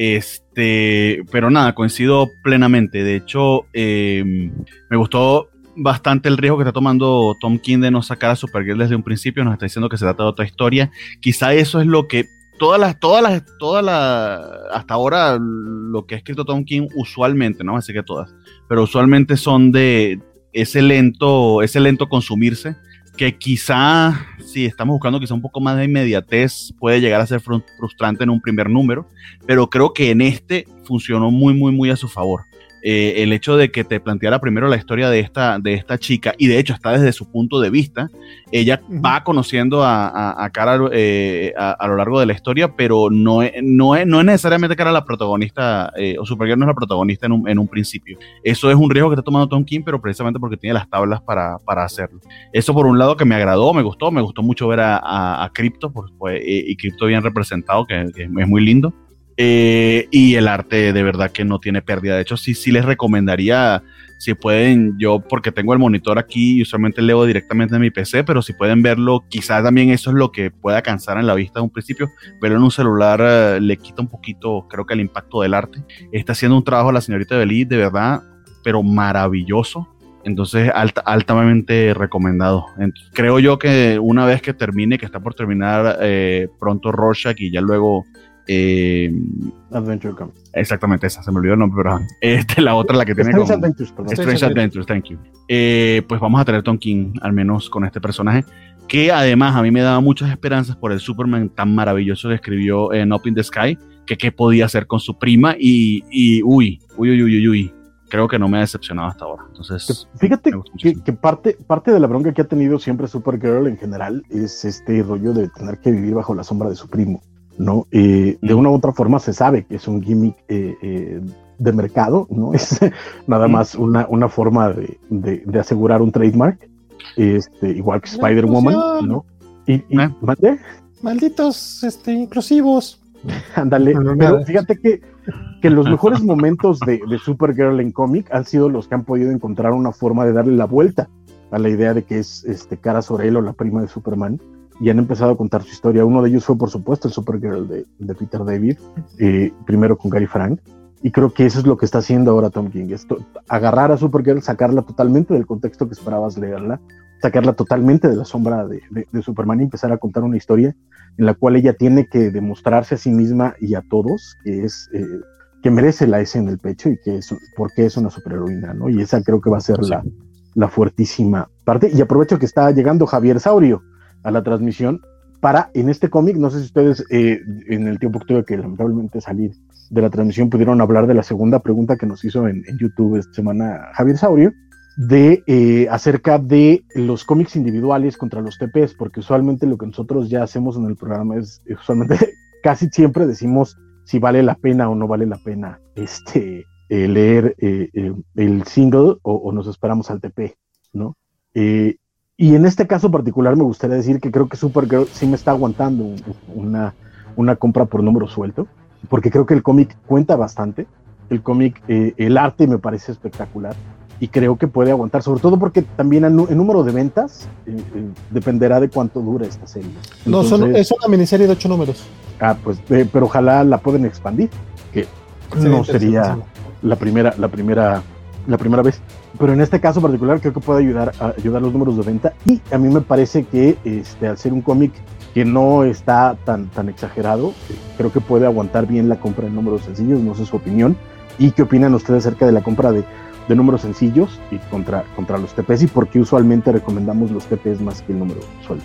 Este, pero nada, coincido plenamente. De hecho, eh, me gustó bastante el riesgo que está tomando Tom King de no sacar a Supergirl desde un principio. Nos está diciendo que se trata de otra historia. Quizá eso es lo que todas las, todas las, todas las, hasta ahora lo que ha escrito Tom King usualmente, no así que todas, pero usualmente son de ese lento, ese lento consumirse, que quizá, si estamos buscando quizá un poco más de inmediatez, puede llegar a ser frustrante en un primer número, pero creo que en este funcionó muy, muy, muy a su favor. Eh, el hecho de que te planteara primero la historia de esta, de esta chica, y de hecho está desde su punto de vista, ella uh-huh. va conociendo a, a, a Kara eh, a, a lo largo de la historia, pero no es, no es, no es necesariamente Kara la protagonista, eh, o Supergirl no es la protagonista en un, en un principio. Eso es un riesgo que está tomando Tom King, pero precisamente porque tiene las tablas para, para hacerlo. Eso por un lado que me agradó, me gustó, me gustó mucho ver a, a, a Crypto, pues, pues, y Crypto bien representado, que, que es muy lindo. Eh, y el arte de verdad que no tiene pérdida. De hecho, sí, sí les recomendaría, si pueden, yo porque tengo el monitor aquí y usualmente leo directamente en mi P C, pero si pueden verlo, quizás también eso es lo que pueda cansar en la vista de un principio, verlo en un celular uh, le quita un poquito, creo que el impacto del arte. Está haciendo un trabajo la señorita Beli, de verdad, pero maravilloso. Entonces, alta, altamente recomendado. Entonces, creo yo que una vez que termine, que está por terminar eh, pronto Rorschach y ya luego Eh, Adventure Comics. Exactamente, esa, se me olvidó el nombre, pero este, la otra, la que tiene Strange con Adventures, perdón. Strange, Strange Adventures, thank you. Eh, pues vamos a tener Tom King, al menos con este personaje, que además a mí me daba muchas esperanzas por el Superman tan maravilloso que escribió en Up in the Sky, que qué podía hacer con su prima, y, y uy, uy, uy, uy, uy, uy, creo que no me ha decepcionado hasta ahora. Entonces, fíjate que, que parte, parte de la bronca que ha tenido siempre Supergirl en general es este rollo de tener que vivir bajo la sombra de su primo, ¿no? Eh, de una u otra forma se sabe que es un gimmick eh, eh, de mercado, ¿no? Es nada más una, una forma de, de, de asegurar un trademark, este, igual que Spider-Woman, ¿no? Y, y ¿Eh? ¿mande? Malditos este, inclusivos. Ándale, no, no, pero nada. fíjate que, que los mejores momentos de, de Supergirl en cómic han sido los que han podido encontrar una forma de darle la vuelta a la idea de que es este, Kara Zor-El o la prima de Superman, y han empezado a contar su historia. Uno de ellos fue, por supuesto, el Supergirl de, de Peter David, eh, primero con Gary Frank, y creo que eso es lo que está haciendo ahora Tom King, esto, agarrar a Supergirl, sacarla totalmente del contexto que esperabas leerla, sacarla totalmente de la sombra de, de, de Superman y empezar a contar una historia en la cual ella tiene que demostrarse a sí misma y a todos que es eh, que merece la S en el pecho y que es, porque es una superheroína, ¿no? Y esa creo que va a ser sí. la, la fuertísima parte. Y aprovecho que está llegando Javier Saurio a la transmisión para, en este cómic, no sé si ustedes eh, en el tiempo que tuve que lamentablemente salir de la transmisión pudieron hablar de la segunda pregunta que nos hizo en, en YouTube esta semana Javier Saurio, de eh, acerca de los cómics individuales contra los T Ps, porque usualmente lo que nosotros ya hacemos en el programa es, usualmente casi siempre decimos si vale la pena o no vale la pena este, eh, leer eh, eh, el single o, o nos esperamos al T P, ¿no? Eh, y en este caso particular me gustaría decir que creo que Supergirl sí me está aguantando un, una, una compra por número suelto, porque creo que el cómic cuenta bastante, el cómic, eh, el arte me parece espectacular, y creo que puede aguantar, sobre todo porque también el, el número de ventas eh, eh, dependerá de cuánto dura esta serie. Entonces, no, son, es una miniserie de ocho números. Ah, pues, eh, pero ojalá la pueden expandir, que sí, no sería la primera, la primera, la primera vez. Pero en este caso particular creo que puede ayudar a ayudar los números de venta, y a mí me parece que este, al ser un cómic que no está tan, tan exagerado, eh, creo que puede aguantar bien la compra de números sencillos. No sé su opinión, y qué opinan ustedes acerca de la compra de de números sencillos y contra, contra los T Ps, y por qué usualmente recomendamos los T Ps más que el número suelto.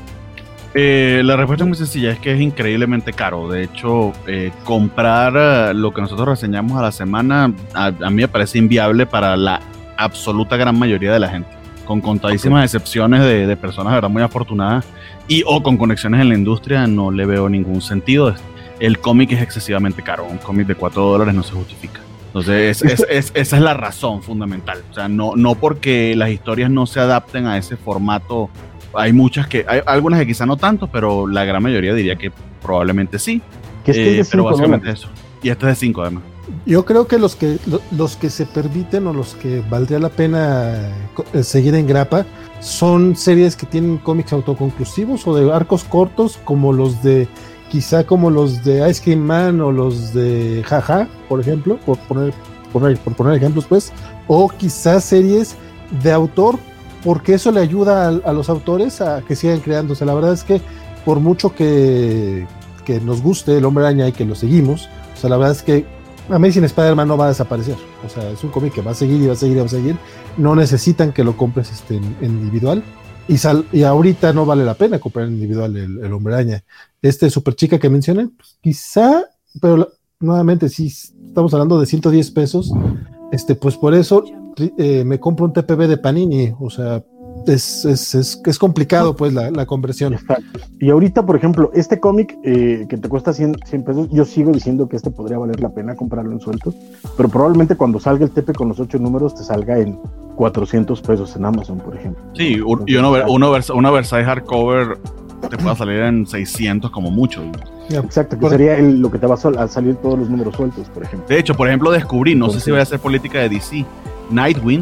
Eh, la respuesta es muy sencilla, es que es increíblemente caro. De hecho, eh, comprar uh, lo que nosotros reseñamos a la semana a, a mí me parece inviable para la absoluta gran mayoría de la gente, con contadísimas okay. excepciones de, de personas, verdad, muy afortunadas y o con conexiones en la industria. No le veo ningún sentido. El cómic es excesivamente caro, un cómic de cuatro dólares no se justifica. Entonces, es, es, es, esa es la razón fundamental. O sea, no, no porque las historias no se adapten a ese formato. Hay muchas que, hay algunas que quizá no tanto, pero la gran mayoría diría que probablemente sí. Que este eh, pero básicamente dólares. Eso. Y este es de cinco además. Yo creo que los que los que se permiten o los que valdría la pena seguir en grapa son series que tienen cómics autoconclusivos o de arcos cortos, como los de quizá como los de Ice Cream Man o los de Jaja, por ejemplo, por poner, poner, por poner ejemplos, pues, o quizás series de autor, porque eso le ayuda a, a los autores a que sigan creándose. La verdad es que por mucho que, que nos guste el Hombre Araña y que lo seguimos, o sea, la verdad es que Amazing Spider-Man no va a desaparecer. O sea, es un cómic que va a seguir y va a seguir y va a seguir. No necesitan que lo compres este, en, en individual. Y, sal, y ahorita no vale la pena comprar en individual el, el Hombre Araña. Este Super Chica que mencioné, pues, quizá, pero la, nuevamente, si estamos hablando de ciento diez pesos, este, pues por eso eh, me compro un T P B de Panini. O sea, es, es, es, es complicado pues la, la conversión. Exacto. Y ahorita, por ejemplo, este cómic eh, que te cuesta cien, cien pesos, yo sigo diciendo que este podría valer la pena comprarlo en suelto, pero probablemente cuando salga el T P con los ocho números te salga en cuatrocientos pesos en Amazon, por ejemplo. Sí, un, y uno, uno, una Versailles hardcover te puede salir en seiscientos como mucho. Exacto, que sería el, lo que te va a salir todos los números sueltos, por ejemplo. De hecho, por ejemplo, descubrí, no Entonces, sé si voy a hacer política de D C, Nightwing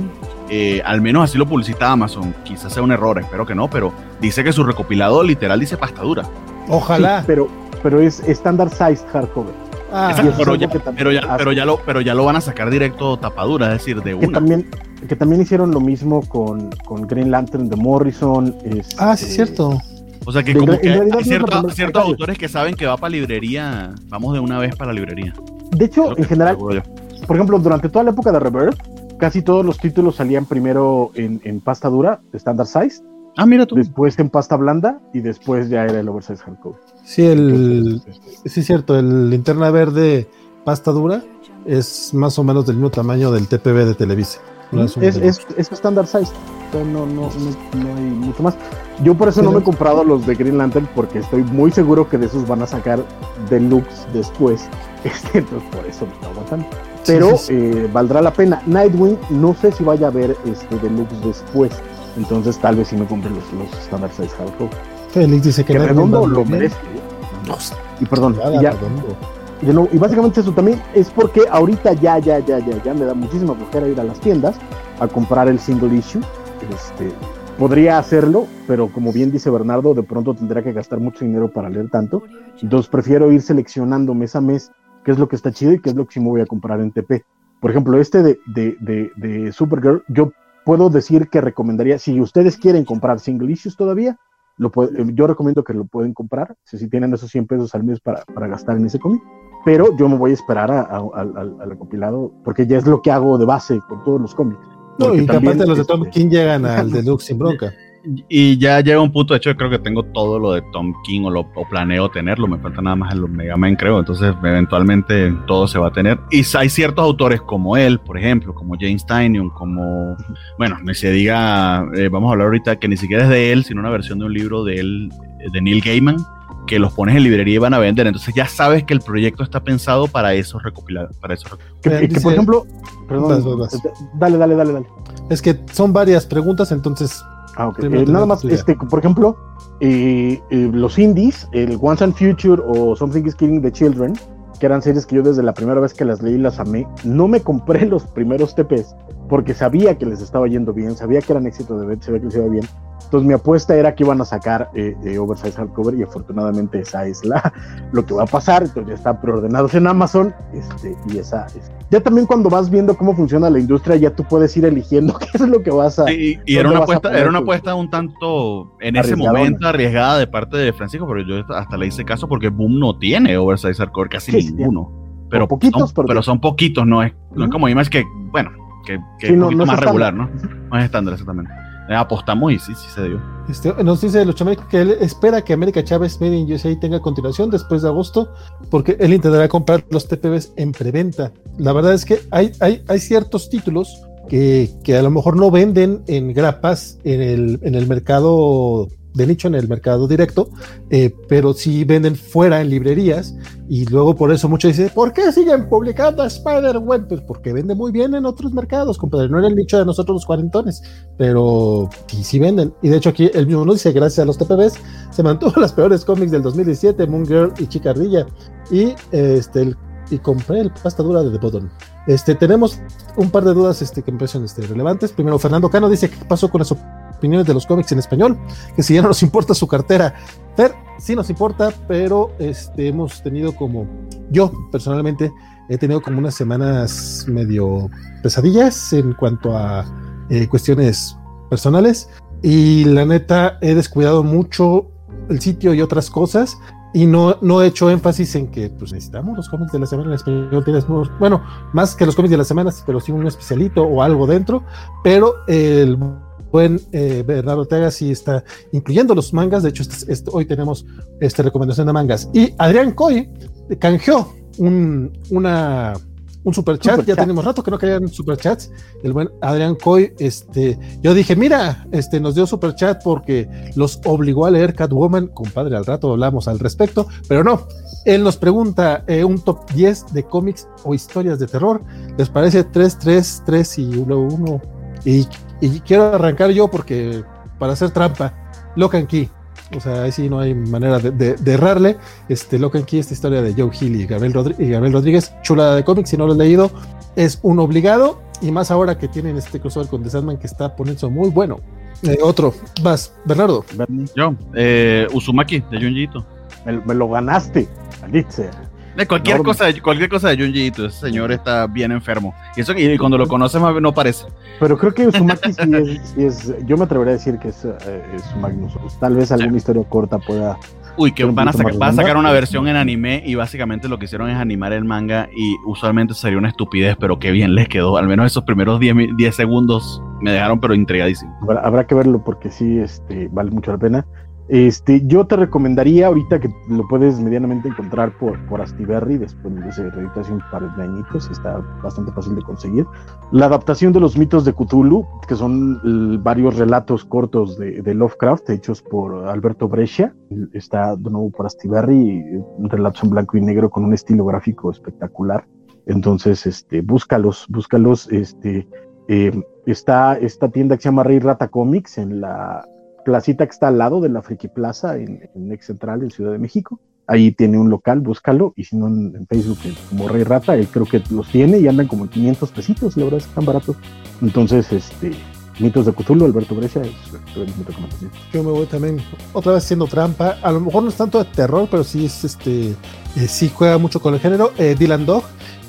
eh, al menos así lo publicita Amazon, quizás sea un error, espero que no, pero dice que su recopilado literal dice pasta dura. Ojalá. Sí, pero, pero es standard sized hardcover. Ah, Exacto, pero, ya, pero, ya, pero, ya lo, pero ya lo van a sacar directo tapadura, es decir, de una. Que también, que también hicieron lo mismo con, con Green Lantern de Morrison. Este, ah, sí, es cierto. O sea que de, como que hay no cierto, ciertos autores que saben que va para librería, vamos de una vez para la librería. De hecho, en general, por ejemplo, durante toda la época de Rebirth, casi todos los títulos salían primero en, en pasta dura, standard size. Ah, mira tú. Después en pasta blanda y después ya era el oversize hardcover. Sí, el, sí es cierto, el Linterna Verde pasta dura es más o menos del mismo tamaño del T P B de Televisa. No es, es, es, es standard size, no, no, no, no hay mucho más. Yo por eso sí, no me he comprado los de Green Lantern porque estoy muy seguro que de esos van a sacar deluxe después. Este, entonces por eso me está aguantando. Pero sí, sí, sí. Eh, valdrá la pena. Nightwing no sé si vaya a haber este deluxe después. Entonces tal vez sí me compre los, los standard size hardcover. Félix dice que, que Redondo lo merece. No, y perdón, y, ya, y, no, y básicamente eso también es porque ahorita ya, ya, ya, ya, ya me da muchísima flojera ir a las tiendas a comprar el single issue. Este, podría hacerlo, pero como bien dice Bernardo, de pronto tendría que gastar mucho dinero para leer tanto. Entonces prefiero ir seleccionando mes a mes qué es lo que está chido y qué es lo que sí me voy a comprar en T P. Por ejemplo, este de, de, de, de Supergirl, yo puedo decir que recomendaría, si ustedes quieren comprar single issues todavía, lo puede, yo recomiendo que lo pueden comprar, si, si tienen esos cien pesos al mes para, para gastar en ese cómic, pero yo me voy a esperar a, a, a, al recopilado, porque ya es lo que hago de base con todos los cómics. No, y que aparte los de Tom este... King llegan al deluxe sin bronca. Y ya llega un punto, de hecho creo que tengo todo lo de Tom King o, lo, o planeo tenerlo, me falta nada más en los Mega Man creo, entonces eventualmente todo se va a tener. Y hay ciertos autores como él, por ejemplo, como James Tynion, como, bueno, ni se diga, eh, vamos a hablar ahorita que ni siquiera es de él, sino una versión de un libro de él, de Neil Gaiman, que los pones en librería y van a vender, entonces ya sabes que el proyecto está pensado para esos recopilados, para esos recopilados. Que, que por ejemplo, perdón, vas, vas, vas. dale, dale, dale, dale. Es que son varias preguntas, entonces... Ah, okay. eh, nada más, este, por ejemplo, eh, eh, los indies, el Once and Future o Something is Killing the Children, que eran series que yo desde la primera vez que las leí las amé, no me compré los primeros T Ps porque sabía que les estaba yendo bien, sabía que eran éxito de ver, sabía que les iba bien. Entonces mi apuesta era que iban a sacar eh, eh, Oversize Hardcover y afortunadamente esa es la lo que va a pasar. Entonces ya están preordenados en Amazon este, y esa es. Ya también cuando vas viendo cómo funciona la industria ya tú puedes ir eligiendo qué es lo que vas a sí, y era una apuesta era una apuesta un tanto en ese momento arriesgada de parte de Francisco, pero yo hasta le hice caso porque Boom no tiene Oversize Hardcover casi sí, ninguno sí. pero poquitos son, pero son poquitos, no es, no es como Image que bueno que, que sí, es no, un poquito no más regular, ¿no? No es estándar exactamente. Apostamos y sí, sí se dio. Este, nos dice Luchamex que él espera que América Chávez Made in U S A tenga continuación después de agosto, porque él intentará comprar los T P Bs en preventa. La verdad es que hay, hay, hay ciertos títulos que, que a lo mejor no venden en grapas en el, en el mercado de nicho, en el mercado directo, eh, pero sí venden fuera en librerías, y luego por eso muchos dicen, ¿por qué siguen publicando a Spider-Man? Pues porque vende muy bien en otros mercados, compadre, no en el nicho de nosotros los cuarentones, pero sí, sí venden, y de hecho aquí el mismo nos dice, gracias a los T P Bs, se mantuvo las peores cómics del dos mil diecisiete, Moon Girl y Chica Ardilla, y este, el, y compré el pasta dura de The Bottom. Este, tenemos un par de dudas este, que me parecen este, relevantes. Primero, Fernando Cano dice, ¿qué pasó con las opiniones de los cómics en español? Que si ya no nos importa su cartera. Fer, sí nos importa, pero este, hemos tenido como, yo personalmente he tenido como unas semanas medio pesadillas en cuanto a eh, cuestiones personales, y la neta he descuidado mucho el sitio y otras cosas, y no, no he hecho énfasis en que pues necesitamos los cómics de la semana en español. Tienes, bueno, más que los cómics de la semana, pero sí un especialito o algo dentro, pero el buen eh, Bernardo Ortega sí está incluyendo los mangas. De hecho, este, este, hoy tenemos esta recomendación de mangas, y Adrián Coy canjeó un, una, un superchat, super ya chat. Tenemos rato que no caían superchats. El buen Adrián Coy, este, yo dije, mira, este, nos dio superchat porque los obligó a leer Catwoman, compadre, al rato hablamos al respecto, pero no, él nos pregunta eh, un top diez de cómics o historias de terror. ¿Les parece tres, tres, tres y uno, uno? Y, y quiero arrancar yo porque para hacer trampa, Lock and Key. O sea, ahí sí no hay manera de, de, de errarle. Este, Lock and Key, esta historia de Joe Hill y Gabriel, Rodri- y Gabriel Rodríguez, chulada de cómics, si no lo has leído, es un obligado. y más ahora que tienen este crossover con The Sandman que está poniéndose muy bueno. Eh, otro, vas, Bernardo. Yo, eh, Uzumaki de Junji Ito. Me, me lo ganaste, Alicia. De cualquier cosa, de, cualquier cosa de Junji Ito, ese señor está bien enfermo. Y eso y cuando lo conoces no parece. Pero creo que Uzumaki sí es, sí es, yo me atrevería a decir que es, eh, es su Magnus. Tal vez alguna sí. historia corta pueda. Uy, que van a, saca, van a sacar una versión en anime y básicamente lo que hicieron es animar el manga y usualmente sería una estupidez, pero qué bien les quedó. Al menos esos primeros diez segundos me dejaron pero intrigadísimo. Habrá, habrá que verlo porque sí, este, vale mucho la pena. Este, yo te recomendaría ahorita que lo puedes medianamente encontrar por, por Astiberri, después de esa reeditación para de añitos, está bastante fácil de conseguir. La adaptación de los mitos de Cthulhu, que son l- varios relatos cortos de, de Lovecraft, hechos por Alberto Brescia, está de nuevo por Astiberri, relatos en blanco y negro con un estilo gráfico espectacular. Entonces, este, búscalos, búscalos, este, eh, está esta tienda que se llama Rey Rata Comics en la placita que está al lado de la Friki Plaza en, en Ex Central en Ciudad de México. Ahí tiene un local, búscalo, y si no en, en Facebook como Rey Rata, él creo que los tiene y andan como en quinientos pesitos, la verdad es que están baratos. Entonces, este, Mitos de Cthulhu, Alberto Brescia, es, es mi recomendación. Yo me voy también, otra vez haciendo trampa, a lo mejor no es tanto de terror, pero sí es este, eh, sí juega mucho con el género. eh, Dylan Dog,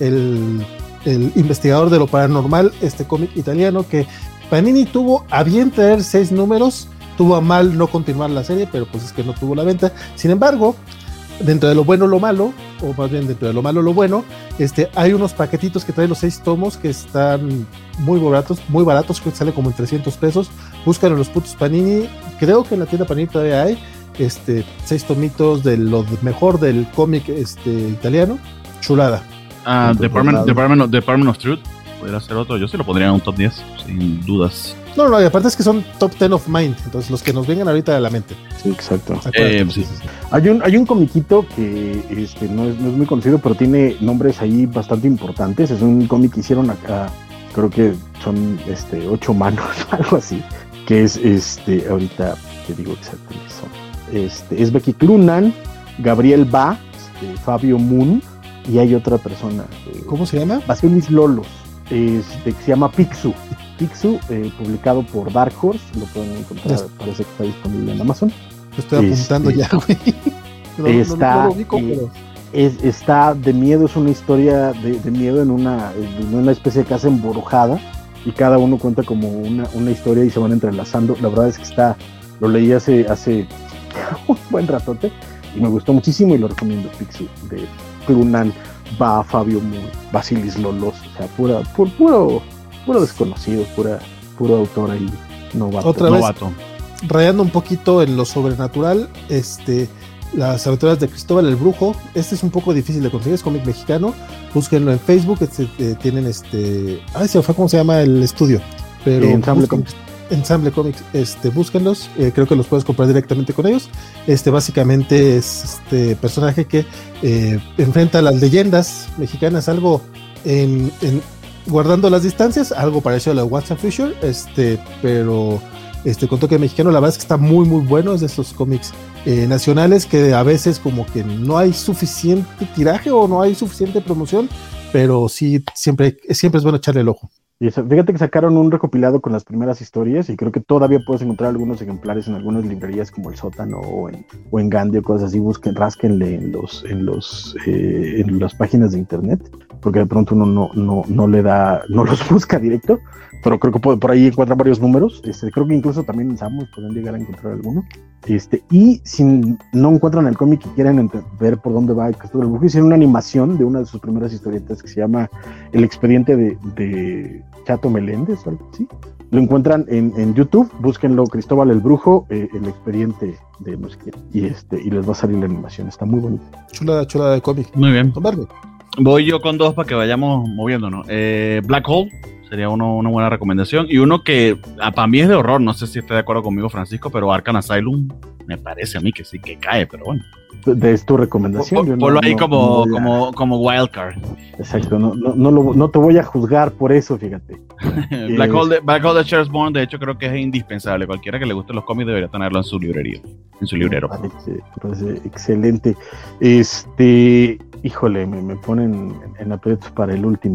el, el investigador de lo paranormal, este cómic italiano que Panini tuvo a bien traer seis números, tuvo a mal no continuar la serie, pero pues es que no tuvo la venta. Sin embargo, dentro de lo bueno lo malo, o más bien dentro de lo malo lo bueno, este, hay unos paquetitos que traen los seis tomos que están muy baratos, muy baratos, creo que sale como en trescientos pesos. Búscalo en los putos Panini, creo que en la tienda Panini todavía hay, este, seis tomitos de lo mejor del cómic este, italiano, chulada. Ah, uh, Department, Department, of, Department of Truth, podría ser otro, yo sí lo pondría en un top diez, sin dudas. No, no, y aparte es que son top ten of mind, entonces los que nos vengan ahorita a la mente. Sí, exacto. Eh, sí, sí, sí. Hay un hay un comiquito que este, no, es, no es muy conocido, pero tiene nombres ahí bastante importantes. Es un cómic que hicieron acá, creo que son este, ocho manos, algo así, que es, este ahorita te digo exactamente son. Este, es Becky Clunan, Gabriel Ba, este, Fabio Moon, y hay otra persona. Eh, ¿Cómo se llama? Basilis Lolos, este, que se llama Pixu. Pixu, eh, publicado por Dark Horse, lo pueden encontrar, yes. Parece que está disponible en Amazon. Lo estoy apuntando este, ya, güey. No, está, no, no lo ubico, eh, pero... es, está de miedo, es una historia de, de miedo en una, en una especie de casa embrujada, y cada uno cuenta como una, una historia y se van entrelazando. La verdad es que está, lo leí hace, hace un buen ratote, y me gustó muchísimo y lo recomiendo. Pixu, de Clunan, Ba, Fabio Moon, Basilis Lolos, o sea, pura, puro, puro puro desconocido, pura, puro autor ahí novato. Otra vez, novato. Rayando un poquito en lo sobrenatural, este, las aventuras de Cristóbal el Brujo. Este es un poco difícil de conseguir, es cómic mexicano. Búsquenlo en Facebook, este, eh, tienen este, ay, se me fue cómo se llama el estudio, pero eh, Ensamble Comics. Ensamble Comics, este, búsquenlos, eh, creo que los puedes comprar directamente con ellos. Este, básicamente es este personaje que eh, enfrenta las leyendas mexicanas, algo en, en guardando las distancias, algo parecido a lo de Once and Future, este, pero este, con toque mexicano. La verdad es que está muy muy bueno, es de estos cómics eh, nacionales que a veces como que no hay suficiente tiraje o no hay suficiente promoción, pero sí, siempre, siempre es bueno echarle el ojo. Y eso, fíjate que sacaron un recopilado con las primeras historias y creo que todavía puedes encontrar algunos ejemplares en algunas librerías como El Sótano o en, o en Gandhi o cosas así. Busquen, rásquenle en los en los eh, en las páginas de internet, porque de pronto uno no, no, no le da, no los busca directo, pero creo que por, por ahí encuentran varios números. Este, creo que incluso también en Samus pueden llegar a encontrar alguno. Este, y si no encuentran el cómic y quieren ent- ver por dónde va Cristóbal el Brujo, hicieron una animación de una de sus primeras historietas que se llama El expediente de, de Chato Meléndez o algo así. Lo encuentran en, en YouTube, búsquenlo, Cristóbal el Brujo, eh, el expediente de no sé quién, y, este, y les va a salir la animación, está muy bonito. Chulada, chulada de cómic. Muy bien. Tomarlo. Voy yo con dos para que vayamos moviéndonos. Eh, Black Hole sería uno, una buena recomendación. Y uno que ah, para mí es de horror, no sé si está de acuerdo conmigo, Francisco, pero Arkham Asylum me parece a mí que sí que cae, pero bueno. De, es tu recomendación. Por, ponlo no, ahí no, como, no a... como, como wildcard. Exacto, no, no, no, lo, no te voy a juzgar por eso, fíjate. Black, Hole de, Black Hole de Charles Bourne, de hecho, creo que es indispensable. Cualquiera que le guste los cómics debería tenerlo en su librería, en su librero. Me parece, me parece excelente. Este, híjole, me, me ponen en, en aprietos para el último.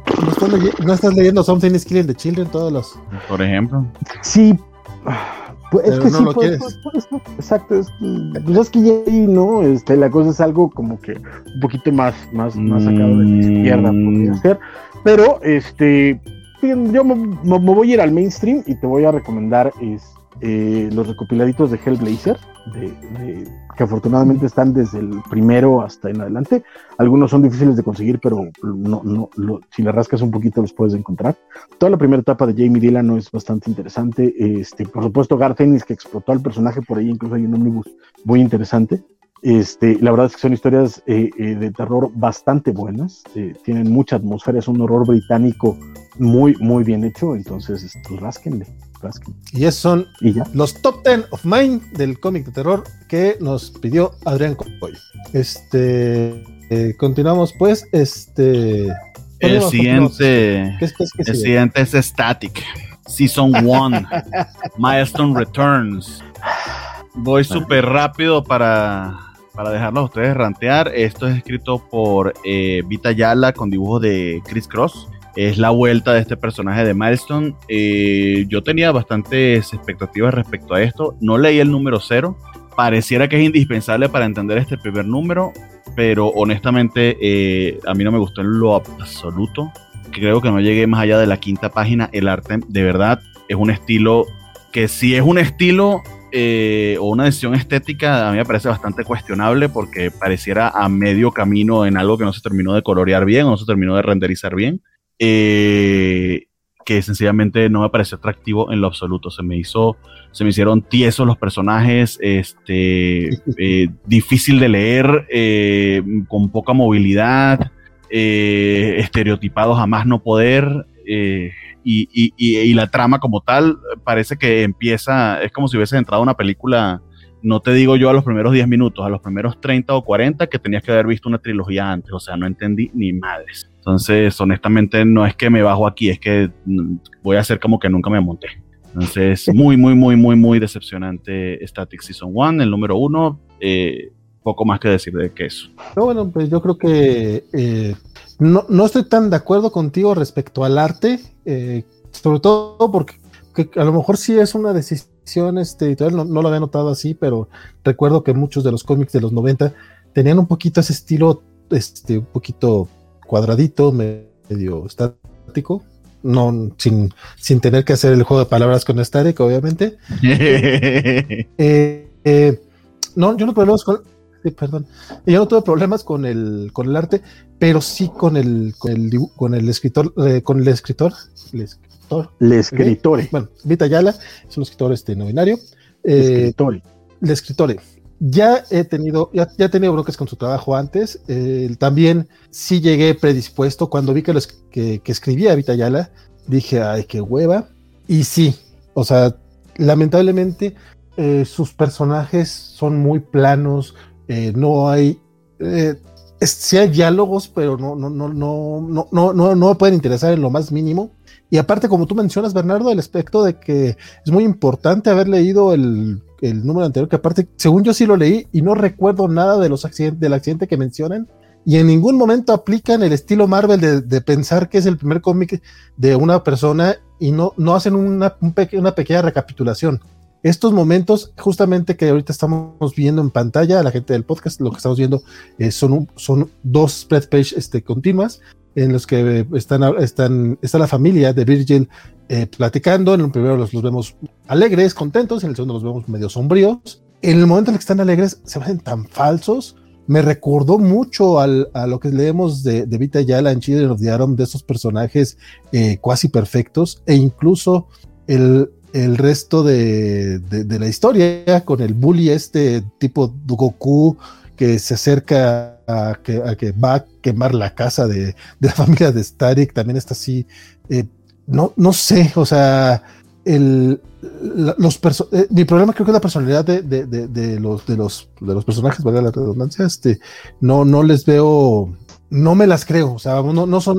¿No estás, ley- ¿No estás leyendo Something is Killing the Children todos los? Por ejemplo. Sí, pues es Pero que no sí, lo pues, quieres. pues, pues, pues, exacto, es, pues es que ya ahí, ¿no? Este, la cosa es algo como que un poquito más, más, más sacado de la izquierda, podría ser, pero este, fíjense, yo me, me- me voy a ir al mainstream y te voy a recomendar es, eh, los recopiladitos de Hellblazer, de, de- que afortunadamente están desde el primero hasta en adelante. Algunos son difíciles de conseguir, pero no, no, lo- si le rascas un poquito los puedes encontrar. Toda la primera etapa de Jamie Dillon es bastante interesante. Este, por supuesto, Garth Ennis, que explotó al personaje por ahí, incluso hay un ómnibus muy interesante. Este, la verdad es que son historias eh, eh, de terror bastante buenas, eh, tienen mucha atmósfera, es un horror británico muy, muy bien hecho, entonces pues, rásquenle, rásquenle. Y esos son Y ya. los top ten of mine del cómic de terror que nos pidió Adrián Coy. Este, eh, continuamos pues, este... El continuamos, siguiente, ¿Qué es- qué es- qué el sigue? siguiente es Static, Season uno, Milestone Returns. Voy súper rápido para, para dejarlos a ustedes rantear. Esto es escrito por eh, Vita Yala con dibujos de Chris Cross. Es la vuelta de este personaje de Milestone. Eh, yo tenía bastantes expectativas respecto a esto. No leí el número cero. Pareciera que es indispensable para entender este primer número, pero honestamente eh, a mí no me gustó en lo absoluto. Creo que no llegué más allá de la quinta página. El arte de verdad es un estilo que si es un estilo eh, o una decisión estética, a mí me parece bastante cuestionable porque pareciera a medio camino en algo que no se terminó de colorear bien o no se terminó de renderizar bien. Eh, que sencillamente no me pareció atractivo en lo absoluto. Se me hizo, se me hicieron tiesos los personajes, este, eh, difícil de leer, eh, con poca movilidad, eh, estereotipados a más no poder, eh, y, y, y, y la trama como tal parece que empieza, es como si hubiese entrado a una película, no te digo yo a los primeros diez minutos, a los primeros treinta o cuarenta que tenías que haber visto una trilogía antes, o sea, no entendí ni madres. Entonces, honestamente, no es que me bajo aquí, es que voy a hacer como que nunca me monté. Entonces, muy, muy, muy, muy, muy decepcionante Static Season uno, el número uno, eh, poco más que decir de que eso. No, bueno, pues yo creo que eh, no, no estoy tan de acuerdo contigo respecto al arte, eh, sobre todo porque que a lo mejor sí es una decisión este, editorial, no, no lo había notado así, pero recuerdo que muchos de los cómics de los noventa tenían un poquito ese estilo, este, un poquito cuadradito, medio estático, no, sin, sin tener que hacer el juego de palabras con static, obviamente. eh, eh, no, yo no tuve problemas con, eh, perdón, yo no tuve problemas con el, con el arte, pero sí con el, con el, dibu- con el escritor, eh, con el escritor, el escritor, Le escritore. ¿okay? Bueno, Vita Yala es un escritor este, no binario. Eh, Escritore. el escritor. Ya he tenido, ya, ya he tenido broncas con su trabajo antes. Eh, también sí llegué predispuesto cuando vi que, los, que, que escribía Vita Yala. Dije, ay, qué hueva. Y sí, o sea, lamentablemente eh, sus personajes son muy planos. Eh, no hay, eh, es, sí hay diálogos, pero no, no, no, no, no, no, no, no me pueden interesar en lo más mínimo. Y aparte, como tú mencionas, Bernardo, el aspecto de que es muy importante haber leído el, el número anterior, que aparte, según yo sí lo leí y no recuerdo nada de los accidentes, del accidente que mencionan, y en ningún momento aplican el estilo Marvel de, de pensar que es el primer cómic de una persona y no, no hacen una, un peque, una pequeña recapitulación. Estos momentos, justamente que ahorita estamos viendo en pantalla, la gente del podcast, lo que estamos viendo eh, son, un, son dos spread page este, continuas, en los que están, están, está la familia de Virgil eh, platicando. En el primero los, los vemos alegres, contentos, en el segundo los vemos medio sombríos. En el momento en el que están alegres se ven tan falsos. Me recordó mucho al, a lo que leemos de, de Vita Yala en Children of the Atom, de estos personajes eh, cuasi perfectos, e incluso el, el resto de, de, de la historia con el bully este tipo Goku que se acerca a que, a que va a quemar la casa de, de la familia de Static, también está así, eh, no, no sé, o sea, el, la, los perso- eh, mi problema creo que es la personalidad de, de, de, de, los, de, los, de los personajes, valga la redundancia, este, no, no les veo, no me las creo, o sea, no, no son,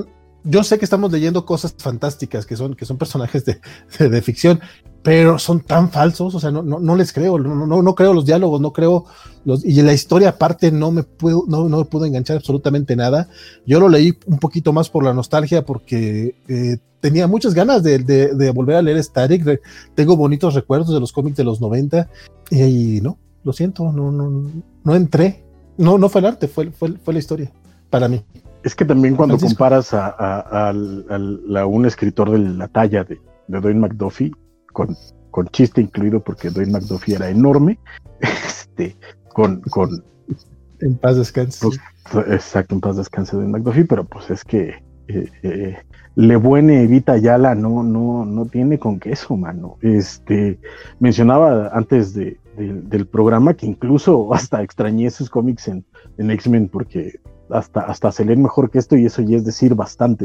yo sé que estamos leyendo cosas fantásticas, que son, que son personajes de, de, de ficción, pero son tan falsos, o sea, no, no, no les creo, no, no, no creo los diálogos, no creo los, y la historia aparte no me puedo, no, no me pudo enganchar absolutamente nada. Yo lo leí un poquito más por la nostalgia, porque eh, tenía muchas ganas de, de, de volver a leer Static. Re, tengo bonitos recuerdos de los cómics de los noventa, y ahí no, lo siento, no, no, no entré, no, no fue el arte, fue, fue, fue la historia, para mí. Es que también cuando Francisco. comparas a, a, a, a, a un escritor de la talla de, de Dwayne McDuffie, Con, con chiste incluido, porque Dwayne McDuffie era enorme, este, con, con en paz descanse. Pues, exacto, en paz descanse Dwayne McDuffie, pero pues es que eh, eh, Le Buene Evita Ayala no, no, no tiene con queso, mano. Este, mencionaba antes de, de, del programa que incluso hasta extrañé sus cómics en, en X-Men, porque hasta, hasta se leen mejor que esto, y eso ya es decir bastante.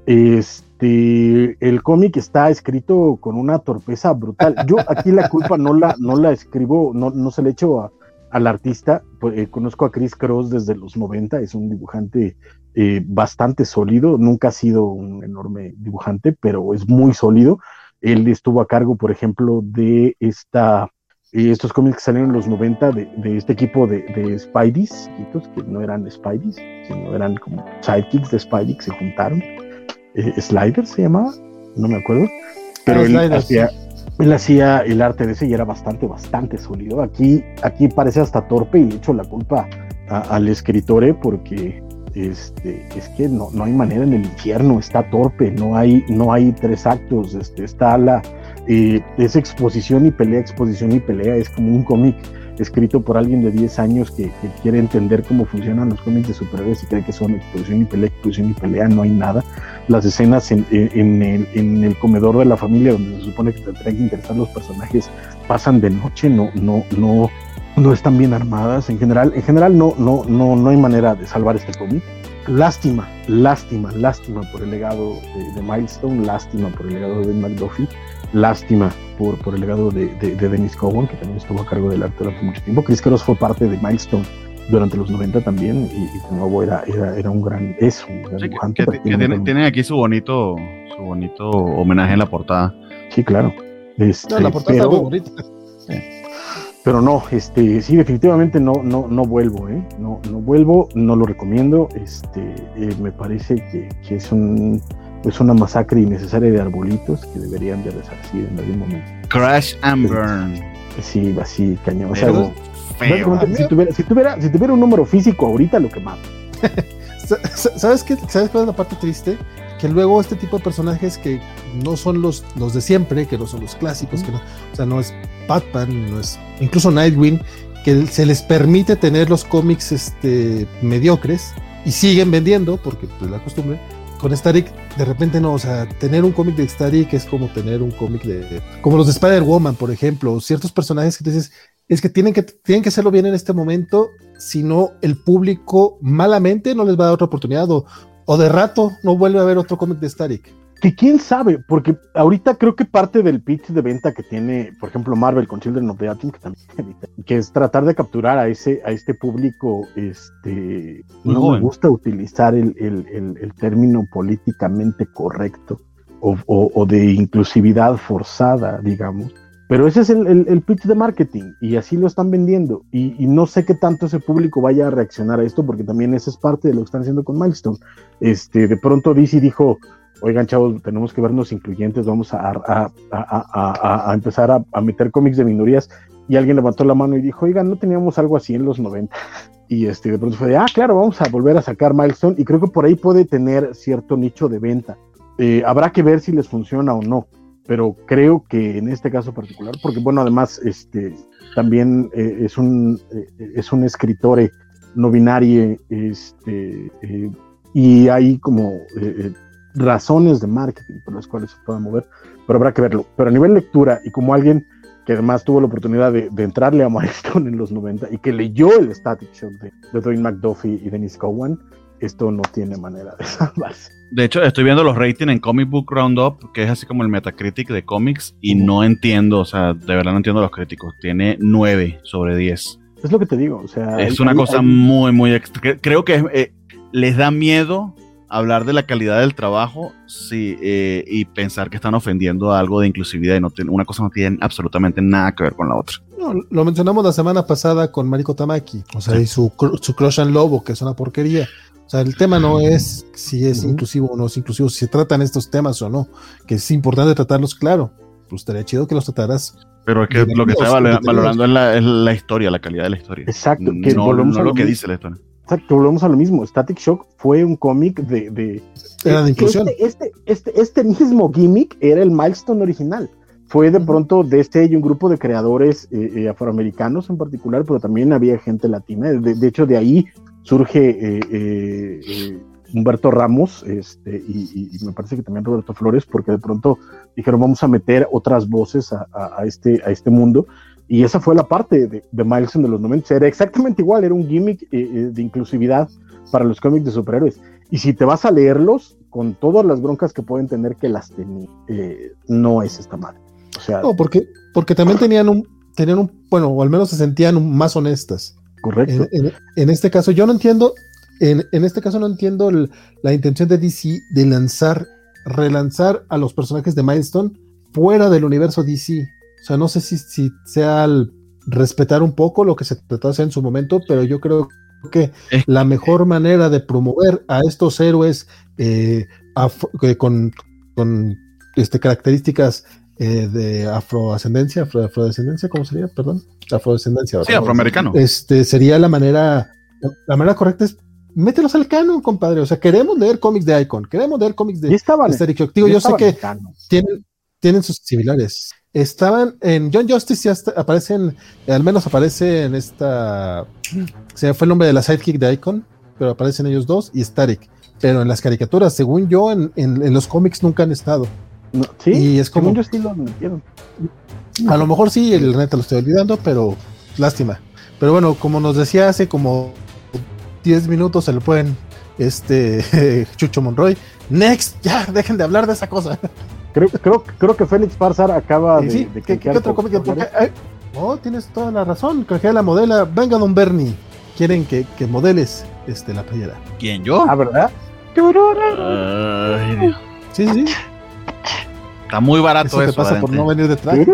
Este, el cómic está escrito con una torpeza brutal. Yo aquí la culpa no la, no la escribo, no, no se le echo a, al artista. Pues, eh, conozco a Chris Cross desde los noventa, es un dibujante eh, bastante sólido, nunca ha sido un enorme dibujante, pero es muy sólido. Él estuvo a cargo, por ejemplo, de esta, eh, estos cómics que salieron en los noventa, de, de este equipo de, de Spideys, que no eran Spideys, sino eran como sidekicks de Spidey que se juntaron. Eh, Sliders se llamaba, no me acuerdo, pero él hacía, él hacía el arte de ese y era bastante, bastante sólido. Aquí, aquí parece hasta torpe, y le echo la culpa a, al escritor, eh, porque este, es que no, no hay manera en el infierno, está torpe, no hay, no hay tres actos, este, está la, eh, es exposición y pelea, exposición y pelea, es como un cómic escrito por alguien de diez años que, que quiere entender cómo funcionan los cómics de superhéroes y cree que son exposición y pelea, exposición y pelea, no hay nada. Las escenas en, en, el, en el comedor de la familia, donde se supone que te tendrían que interesar los personajes, pasan de noche, no, no, no, no están bien armadas. En general, en general no, no, no, no hay manera de salvar este cómic. Lástima, lástima, lástima por el legado de, de Milestone, lástima por el legado de Ben McDuffie, lástima por, por el legado de, de, de Dennis Cowan, que también estuvo a cargo del arte durante mucho tiempo. Chris Cross fue parte de Milestone durante los noventa también, y, y de nuevo era, era, era un gran, es un gran sí, dibujante. Que, que tiene, tiene aquí su bonito, su bonito homenaje en la portada. Sí, claro. Este, no, la portada pero, está muy bonita. Sí. Pero no, este, sí, definitivamente no, no, no vuelvo, ¿eh? No, no vuelvo, no lo recomiendo. Este, eh, me parece que, que es un, es una masacre innecesaria de arbolitos que deberían de resarcir en algún momento. Crash and Burn. Sí, así cañón. O sea, Pero feo. Si tuviera, si tuviera, si tuviera un número físico ahorita, lo quemaba. ¿Sabes qué? ¿Sabes cuál es la parte triste? Que luego este tipo de personajes que no son los, los de siempre, que no son los clásicos, que no, o sea, no es Batman, no es incluso Nightwing, que se les permite tener los cómics este, mediocres y siguen vendiendo, porque pues la costumbre. Con Static, de repente no, o sea, tener un cómic de Static es como tener un cómic de, de, como los de Spider-Woman, por ejemplo, ciertos personajes que te dices, es que tienen que, tienen que hacerlo bien en este momento, si no el público malamente no les va a dar otra oportunidad, o, o de rato no vuelve a haber otro cómic de Static. Que quién sabe, porque ahorita creo que parte del pitch de venta que tiene, por ejemplo, Marvel con Children of the Atom, que también que es tratar de capturar a ese, a este público, este, Muy no joven. Me gusta utilizar el, el, el, el término políticamente correcto o, o, o de inclusividad forzada, digamos. Pero ese es el, el, el pitch de marketing, y así lo están vendiendo, y, y no sé qué tanto ese público vaya a reaccionar a esto, porque también esa es parte de lo que están haciendo con Milestone. Este, de pronto D C dijo, oigan chavos, tenemos que vernos incluyentes, vamos a, a, a, a, a empezar a, a meter cómics de minorías, y alguien levantó la mano y dijo, oigan, ¿no teníamos algo así en los noventa? Y este, de pronto fue de, ah, claro, vamos a volver a sacar Milestone, y creo que por ahí puede tener cierto nicho de venta. Eh, habrá que ver si les funciona o no, pero creo que en este caso particular, porque bueno, además este, también eh, es, un, eh, es un escritor eh, no binario, este, eh, y hay como eh, razones de marketing por las cuales se pueda mover, pero habrá que verlo. Pero a nivel lectura, y como alguien que además tuvo la oportunidad de, de entrarle a Milestone en los noventa y que leyó el Static Shock de, de Dwayne McDuffie y Dennis Cowan, esto no tiene manera de salvarse. De hecho, estoy viendo los ratings en Comic Book Roundup, que es así como el Metacritic de cómics, y no entiendo, o sea, de verdad no entiendo los críticos. Tiene nueve sobre diez. Es lo que te digo, o sea... Es hay, una hay, cosa hay... muy, muy... Extra. Creo que eh, les da miedo hablar de la calidad del trabajo sí, eh, y pensar que están ofendiendo a algo de inclusividad y no tiene, una cosa no tiene absolutamente nada que ver con la otra. No, lo mencionamos la semana pasada con Mariko Tamaki, o sea, sí. y su, su Crush and Lobo, que es una porquería. O sea, el tema no es si es uh-huh. inclusivo o no es inclusivo, si se tratan estos temas o no, que es importante tratarlos, claro. Pues estaría chido que los trataras. Pero es que lo que está valor, valorando es la, es la historia, la calidad de la historia. Exacto. Que no no lo, lo que dice la historia. Exacto, volvemos a lo mismo. Static Shock fue un cómic de... de era de inclusión. Este, este, este, este mismo gimmick era el Milestone original. Fue de pronto D C y un grupo de creadores eh, eh, afroamericanos en particular, pero también había gente latina. De, de hecho, de ahí surge eh, eh, eh, Humberto Ramos este, y, y me parece que también Roberto Flores, porque de pronto dijeron vamos a meter otras voces a, a, a, este, a este mundo. Y esa fue la parte de, de Milestone de los noventa. Era exactamente igual, era un gimmick eh, eh, de inclusividad para los cómics de superhéroes. Y si te vas a leerlos, con todas las broncas que pueden tener que las tenía, eh, no es esta madre. O sea, no, porque, porque también tenían un, tenían un, bueno, o al menos se sentían más honestas. Correcto. En, en, en este caso, yo no entiendo, en, en este caso no entiendo el, la intención de D C de lanzar, relanzar a los personajes de Milestone fuera del universo D C. O sea, no sé si, si sea al respetar un poco lo que se trató de hacer en su momento, pero yo creo que eh. la mejor manera de promover a estos héroes eh, afro, eh, con, con este, características eh, de afroascendencia, afro, afrodescendencia, ¿cómo sería? Perdón, afrodescendencia. Sí, afroamericano. Este, sería la manera, la manera correcta es mételos al canon, compadre. O sea, queremos leer cómics de Icon, queremos leer cómics de Static Shock. Digo, yo sé que tienen, tienen sus similares. Estaban en John Justice, ya está, aparecen, al menos aparece en esta, se fue el nombre de la sidekick de Icon, pero aparecen ellos dos y Static. Pero en las caricaturas, según yo, en, en, en los cómics nunca han estado. No, sí, y es como, según yo sí lo metieron. A lo mejor sí, el neta lo estoy olvidando, pero lástima. Pero bueno, como nos decía hace como diez minutos el buen este, Chucho Monroy, next, ya, dejen de hablar de esa cosa. Creo, creo, creo que Félix Farsar acaba de... Sí, de ¿qué, ¿qué otro cómic? Porque, ay, no, tienes toda la razón, canjea la modela. Venga, don Bernie, quieren que, que modeles este, la playera. ¿Quién, yo? Ah, ¿verdad? Ay, Dios. Sí, sí. Está muy barato eso. Eso te pasa por no venir de traje.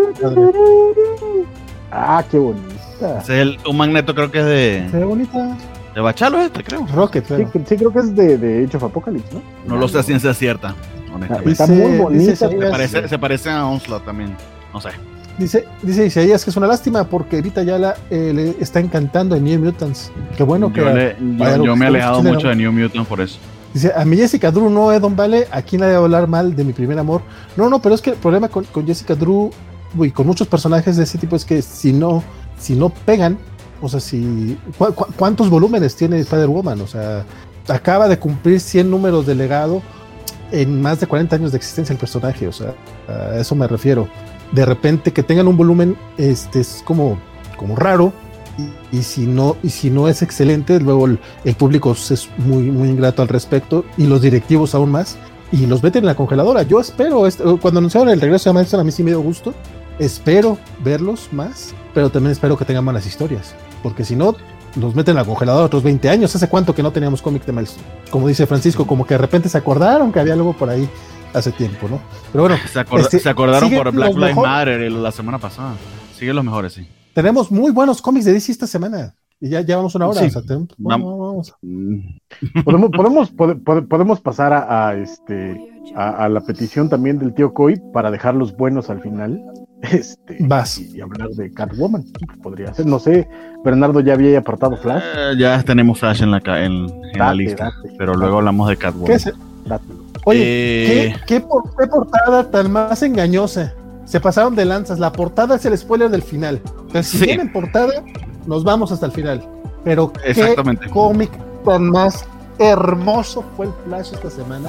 Ah, qué bonita. Ese es el, un magneto, creo que es de... Se ve bonita. De Bachalo este, creo. Rocket, sí, sí, creo que es de, de Age of Apocalypse, ¿no? No lo sé a ciencia cierta, honestamente. Está muy bonita. Dice, se, parece, se parece a Onslaught también, no sé. Dice, dice Isaías que es una lástima porque Vita Ayala eh, le está encantando en New Mutants. Qué bueno yo que... Le, yo, yo me he alejado mucho de New Mutants por eso. Dice, a mi Jessica Drew no, eh, Don Vale, aquí nadie va a hablar mal de mi primer amor. No, no, pero es que el problema con, con Jessica Drew y con muchos personajes de ese tipo es que si no, si no pegan, o sea, si cu- cu- ¿cuántos volúmenes tiene Spider-Woman? O sea, acaba de cumplir cien números de legado en más de cuarenta años de existencia el personaje, o sea, a eso me refiero. De repente que tengan un volumen este es como, como raro. Y, y si no y si no es excelente, luego el, el público es muy muy ingrato al respecto y los directivos aún más y los meten en la congeladora. Yo espero este, cuando anunciaron el regreso de Milestone, a mí sí me dio gusto, espero verlos más, pero también espero que tengan buenas historias, porque si no los meten en la congeladora otros veinte años. ¿Hace cuánto que no teníamos cómic de Milestone? Como dice Francisco, como que de repente se acordaron que había algo por ahí hace tiempo, ¿no? Pero bueno, se, acorda- este, se acordaron por Black Lives Matter la semana pasada. Siguen los mejores, sí. Tenemos muy buenos cómics de D C esta semana. Y ya llevamos una hora. Sí. O sea, tenemos, vamos, vamos. Podemos, podemos, pode, podemos pasar a, a este a, a la petición también del tío Coy para dejar los buenos al final. Este, Vas. Y, y hablar de Catwoman. Podría ser. No sé, Bernardo ya había apartado Flash. Eh, ya tenemos Flash en la, en, en date, la lista. Date, pero date. Luego hablamos de Catwoman. ¿Qué es? Oye, eh... ¿qué, qué, por, ¿qué portada tan más engañosa? Se pasaron de lanzas. La portada es el spoiler del final. Entonces, si sí. tienen portada, nos vamos hasta el final. Pero qué cómic tan más hermoso fue el Flash esta semana.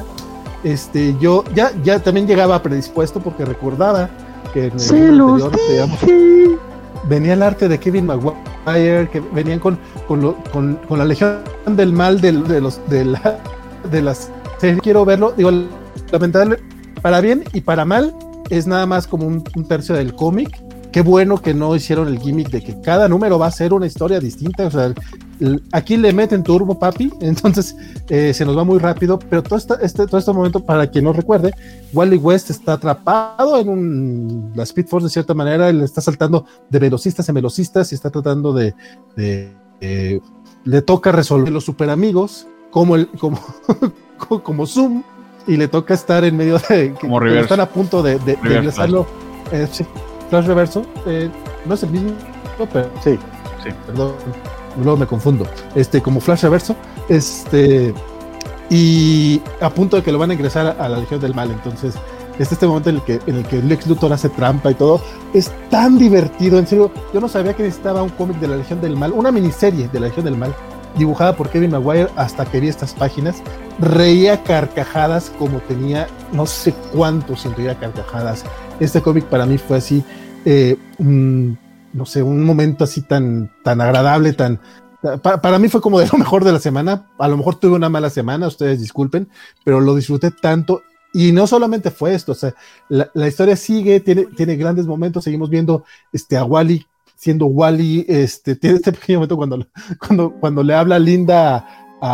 Este, yo ya, ya también llegaba predispuesto porque recordaba que en el sí, anterior, digamos, venía el arte de Kevin Maguire, que venían con, con, lo, con, con la Legión del Mal de, de los de la de las series. Quiero verlo, digo, lamentable, para bien y para mal. Es nada más como un, un tercio del cómic. Qué bueno que no hicieron el gimmick de que cada número va a ser una historia distinta. O sea, aquí le meten turbo, papi, entonces eh, se nos va muy rápido, pero todo este, este, todo este momento, para quien no recuerde, Wally West está atrapado en un, la Speed Force de cierta manera, le está saltando de velocistas en velocistas y está tratando de, de eh, le toca resolver los super amigos, como, el, como, como Zoom, y le toca estar en medio de, como que, que están a punto de, de, de regresarlo, eh, sí, Flash Reverso, eh, no es el mismo, pero sí, sí, perdón. Luego me confundo, este, como Flash Reverso, este, y a punto de que lo van a ingresar a, a la Legión del Mal. Entonces, es este momento en el que, en el que Lex Luthor hace trampa y todo, es tan divertido, en serio, yo no sabía que necesitaba un cómic de la Legión del Mal, una miniserie de la Legión del Mal, dibujada por Kevin Maguire, hasta que vi estas páginas, reía carcajadas como tenía, no sé cuánto sin reír carcajadas. Este cómic para mí fue así, eh, un no sé, un momento así tan, tan agradable, tan, pa, para mí fue como de lo mejor de la semana. A lo mejor tuve una mala semana, ustedes disculpen, pero lo disfruté tanto. Y no solamente fue esto, o sea, la, la historia sigue, tiene, tiene grandes momentos, seguimos viendo este, a Wally siendo Wally, este, tiene este pequeño momento cuando, cuando, cuando le habla Linda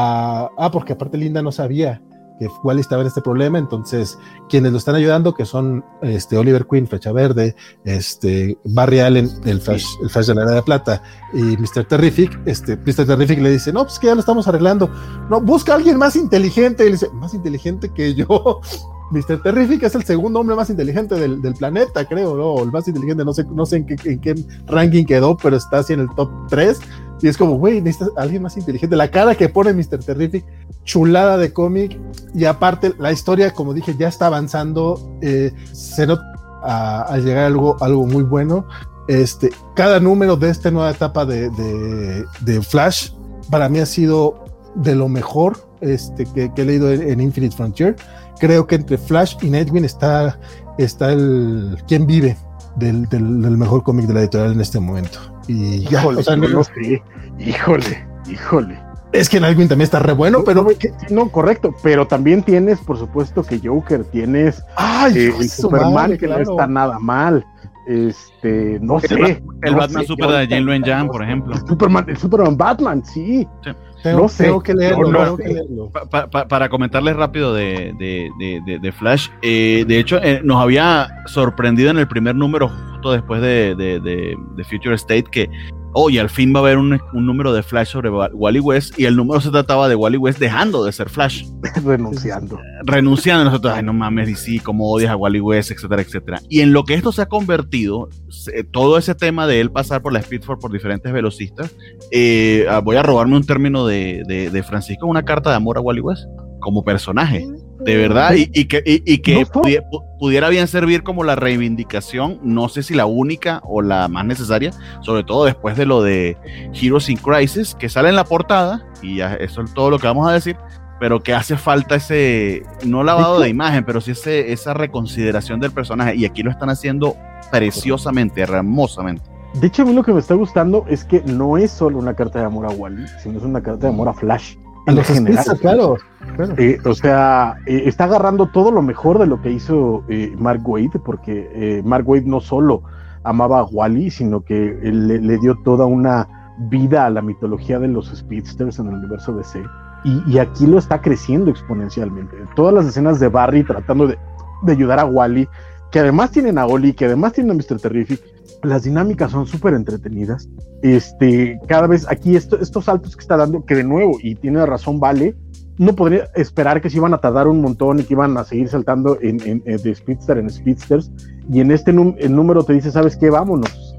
a, ah, porque aparte Linda no sabía que Wally estaba en este problema, entonces quienes lo están ayudando, que son este, Oliver Queen, Flecha Verde, este, Barry Allen, el Flash, el Flash de la Era de Plata, y mister Terrific, este, mister Terrific le dice, no, pues que ya lo estamos arreglando, no, busca a alguien más inteligente, y le dice, más inteligente que yo. mister Terrific es el segundo hombre más inteligente del, del planeta, creo, ¿no? El más inteligente, no sé, no sé en qué, en qué ranking quedó, pero está así en el top tres, y es como, güey, necesitas a alguien más inteligente. La cara que pone mister Terrific, chulada de cómic, y aparte la historia, como dije, ya está avanzando, eh, se nota a, a llegar a algo, algo muy bueno. Este, cada número de esta nueva etapa de, de, de Flash, para mí ha sido de lo mejor este, que, que he leído en, en Infinite Frontier. Creo que entre Flash y Nightwing está, está el quien vive del, del, del mejor cómic de la editorial en este momento. Y ya, híjole, o sea, no, no sé, híjole, híjole. Es que Nightwing también está re bueno, no, pero... No, que, no, correcto, pero también tienes, por supuesto, que Joker, tienes Ay, eh, el Superman, madre, que claro. no está nada mal. Este, no el sé. Ba- el no Batman sé, Super de Jane Luen Yang, por ejemplo. El Superman, el Superman Batman, sí. Sí. Tengo, no sé. tengo que leerlo, No, no tengo sé. que leerlo. Pa- pa- pa- para comentarles rápido de, de, de, de, de Flash, eh, de hecho eh, nos había sorprendido en el primer número, justo después de, de, de, de Future State, que hoy oh, al fin va a haber un, un número de Flash sobre Wally West, y el número se trataba de Wally West dejando de ser Flash, Renunciando. renunciando. Nosotros, ay no mames, D C, cómo odias a Wally West, etcétera, etcétera. Y en lo que esto se ha convertido, se, todo ese tema de él pasar por la Speed Force por diferentes velocistas, eh, voy a robarme un término de, de, de Francisco, una carta de amor a Wally West como personaje, de verdad, y, y que, y, y que no, no. pudi- pudiera bien servir como la reivindicación, no sé si la única o la más necesaria, sobre todo después de lo de Heroes in Crisis, que sale en la portada, y ya eso es todo lo que vamos a decir, pero que hace falta ese, no lavado de imagen, pero sí ese, esa reconsideración del personaje, y aquí lo están haciendo preciosamente, hermosamente. De hecho, a mí lo que me está gustando es que no es solo una carta de amor a Wally, sino es una carta de amor a Flash. A los Speedsters, claro. claro. Eh, o sea, eh, está agarrando todo lo mejor de lo que hizo eh, Mark Waid, porque eh, Mark Waid no solo amaba a Wally, sino que él le, le dio toda una vida a la mitología de los Speedsters en el universo D C. Y, y aquí lo está creciendo exponencialmente. Todas las escenas de Barry tratando de, de ayudar a Wally, que además tienen a Oli, que además tienen a mister Terrific, las dinámicas son súper entretenidas. Este, cada vez aquí esto, estos saltos que está dando, que de nuevo, y tiene razón Vale, no podría esperar que se iban a tardar un montón y que iban a seguir saltando en, en, en de Speedster en Speedsters, y en este num- el número te dice, ¿sabes qué? Vámonos.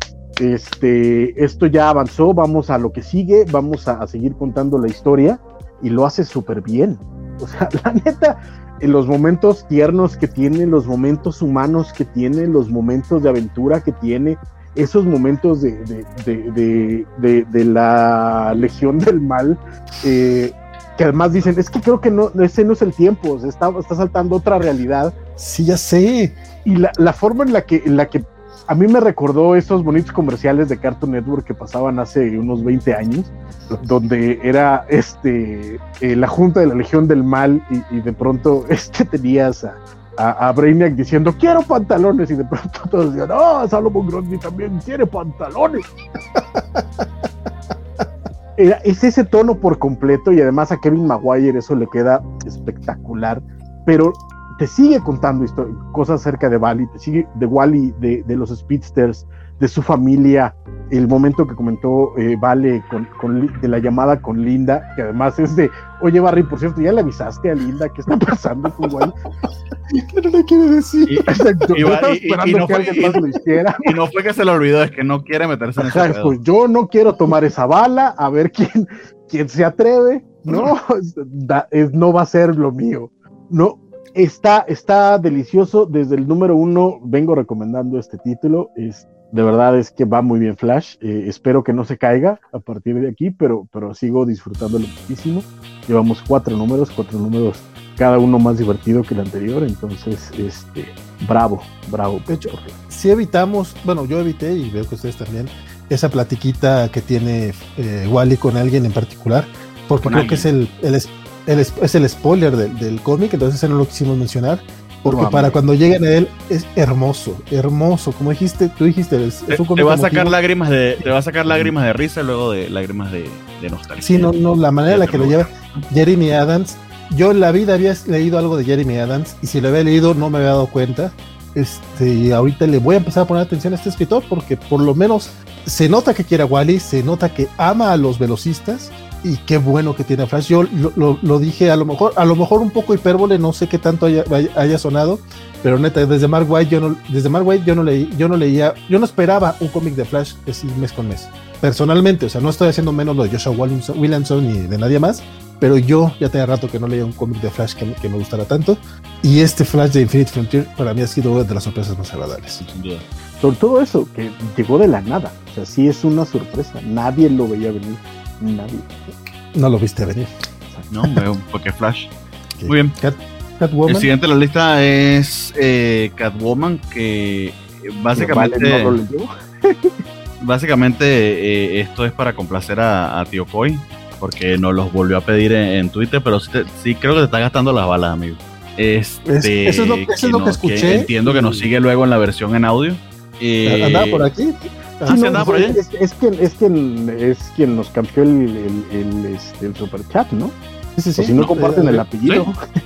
Este, esto ya avanzó, vamos a lo que sigue, vamos a, a seguir contando la historia, y lo hace súper bien. O sea, la neta, en los momentos tiernos que tiene, los momentos humanos que tiene, los momentos de aventura que tiene, esos momentos de, de, de, de, de, de la Legión del Mal, eh, que además dicen, es que creo que no, ese no es el tiempo, o sea, está, está saltando otra realidad. Sí, ya sé. Y la, la forma en la que, en la que a mí me recordó esos bonitos comerciales de Cartoon Network que pasaban hace unos veinte años, donde era este eh, la Junta de la Legión del Mal, y, y de pronto este tenías a, a, a Brainiac diciendo, quiero pantalones, y de pronto todos decían, oh, Solomon Grundy también quiere pantalones. es ese tono por completo, y además a Kevin Maguire eso le queda espectacular, pero te sigue contando histori- cosas acerca de Wally, te sigue de Wally, de, de los Speedsters, de su familia, el momento que comentó eh, Vale con, con, de la llamada con Linda, que además es de, oye Barry, por cierto, ¿ya le avisaste a Linda qué está pasando con Wally? Pero no quiere decir. Y, Exacto, y, yo va- estaba y- y- esperando y no que fue- alguien más lo hiciera. Y no fue que se le olvidó, es que no quiere meterse en ese Ajá, pedo. pues yo no quiero tomar esa bala, a ver quién, quién se atreve, no, da- es, no va a ser lo mío, no, está, está delicioso, desde el número uno vengo recomendando este título, es, de verdad es que va muy bien Flash, eh, espero que no se caiga a partir de aquí, pero, pero sigo disfrutándolo muchísimo, llevamos cuatro números, cuatro números, cada uno más divertido que el anterior, entonces, este, bravo, bravo. De hecho, si evitamos, bueno, yo evité y veo que ustedes también, esa platiquita que tiene eh, Wally con alguien en particular, porque Con creo alguien. que es el, el, es, el, es es el spoiler del, del cómic, entonces ese no lo quisimos mencionar, porque Vamos. para cuando lleguen a él es hermoso, hermoso, como dijiste, tú dijiste, es, Te, es un te cómic va a sacar emotivo. lágrimas de, te va a sacar lágrimas de risa y luego de lágrimas de, de nostalgia. Sí, no, no, la manera en la que lo lleva Jeremy Adams. Yo en la vida había leído algo de Jeremy Adams y si lo había leído no me había dado cuenta. Este, y ahorita le voy a empezar a poner atención a este escritor porque por lo menos se nota que quiere a Wally, se nota que ama a los velocistas y qué bueno que tiene a Flash. Yo lo, lo, lo dije a lo mejor, a lo mejor un poco hipérbole, no sé qué tanto haya, haya sonado, pero neta, desde Mark Waid yo no, desde Mark Waid yo no leí, yo no leía, yo no esperaba un cómic de Flash así mes con mes. Personalmente, o sea, no estoy haciendo menos lo de Joshua Williamson, Williamson ni de nadie más, pero yo ya tenía rato que no leía un cómic de Flash que, que me gustara tanto, y este Flash de Infinite Frontier para mí ha sido una de las sorpresas más agradables. Sin duda. Sobre todo eso, que llegó de la nada, o sea, sí es una sorpresa, nadie lo veía venir, nadie. No lo viste venir. No, veo, porque Flash. Okay. Muy bien. Cat, Catwoman. El siguiente en la lista es eh, Catwoman, que básicamente, Vale, no lo leyó. básicamente eh, esto es para complacer a, a Tío Coy, porque nos los volvió a pedir en, en Twitter, pero sí, te- sí creo que te está gastando las balas, amigo. Este, Es- eso es lo- eso es lo que nos- escuché. entiendo que nos sigue luego en la versión en audio. Eh, ¿Andaba por aquí? Ah, Sí, ¿sí no, andaba pues, por allá? Es, es, quien, es, quien, es quien nos cambió el, el, el, este, el superchat, ¿no? Sí, sí, sí. O si no Eh, comparten el Adrián- apellido.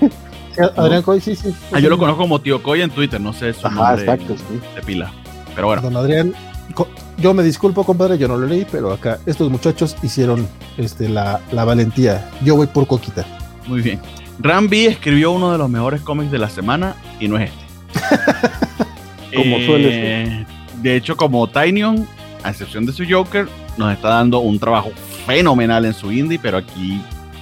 Adrián Coy, sí, sí. Ah, yo lo conozco como Tío Coy en Twitter, no sé su Ajá, nombre exacto, sí. de pila. Pero bueno, Don Adrián, co- yo me disculpo, compadre, yo no lo leí, pero acá estos muchachos hicieron este, la, la valentía. Yo voy por Coquita. muy bien. Ram V escribió uno de los mejores cómics de la semana y no es este. Como suele ser. De hecho, como Tinyon, a excepción de su Joker, nos está dando un trabajo fenomenal en su indie, pero aquí,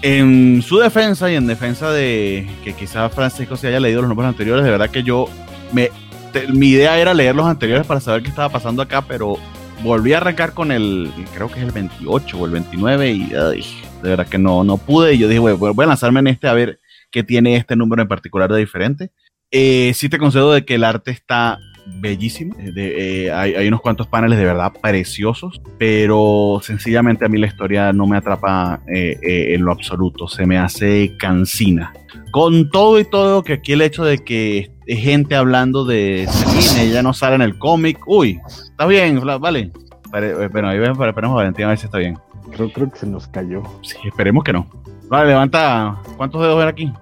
en su defensa y en defensa de que quizás Francisco se haya leído los números anteriores, de verdad que yo, me, te- mi idea era leer los anteriores para saber qué estaba pasando acá, pero volví a arrancar con el, creo que es el veintiocho o el veintinueve y ay, de verdad que no, no pude y yo dije, bueno, voy a lanzarme en este a ver qué tiene este número en particular de diferente. Eh, sí te concedo de que el arte está bellísimo, eh, de, eh, hay, hay unos cuantos paneles de verdad preciosos, pero sencillamente a mí la historia no me atrapa eh, eh, en lo absoluto, se me hace cansina. Con todo y todo, que aquí el hecho de que es gente hablando de Selina, ella no sale en el cómic, uy, está bien, vale. Pare- Bueno, ahí ven, esperemos a Valentín a ver si está bien. Creo, creo que se nos cayó. Sí, esperemos que no. Vale, levanta, ¿cuántos dedos ven aquí?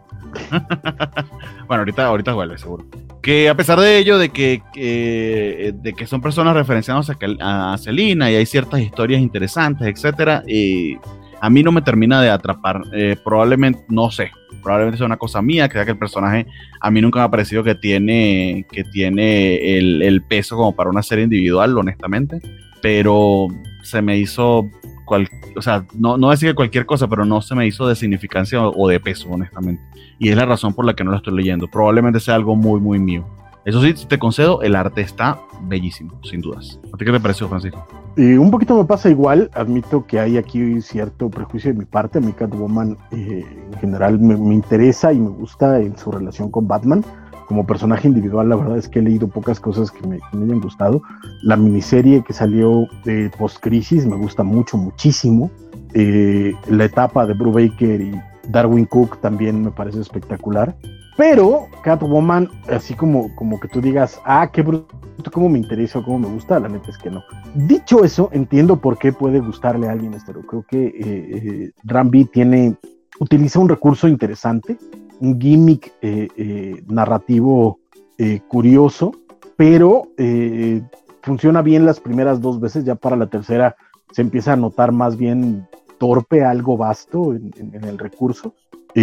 Bueno, ahorita, ahorita vuelve, seguro. Que a pesar de ello, de que, que- de que son personas referenciadas a, Cal- a Selina y hay ciertas historias interesantes, etcétera, eh, a mí no me termina de atrapar. Eh, probablemente, no sé, probablemente sea una cosa mía, que sea que el personaje a mí nunca me ha parecido que tiene, que tiene el, el peso como para una serie individual, honestamente, pero se me hizo, cual, o sea, no, no decir que cualquier cosa, pero no se me hizo de significancia o, o de peso, honestamente. Y es la razón por la que no lo estoy leyendo. Probablemente sea algo muy, muy mío. Eso sí, te concedo, el arte está bellísimo, sin dudas. ¿A ti qué te pareció, Francisco? Y un poquito me pasa igual, admito que hay aquí cierto prejuicio de mi parte, a mí Catwoman eh, en general me, me interesa y me gusta en su relación con Batman. Como personaje individual, la verdad es que he leído pocas cosas que me, que me hayan gustado. La miniserie que salió de post-crisis me gusta mucho, muchísimo. Eh, la etapa de Brubaker y Darwin Cook también me parece espectacular. Pero Catwoman, así como, como que tú digas, ah, qué cómo me interesa o cómo me gusta, la neta es que no. Dicho eso, entiendo por qué puede gustarle a alguien esto. Creo que eh, eh, Rambi tiene, utiliza un recurso interesante, un gimmick eh, eh, narrativo eh, curioso, pero eh, funciona bien las primeras dos veces, ya para la tercera se empieza a notar más bien torpe, algo vasto en, en, en el recurso.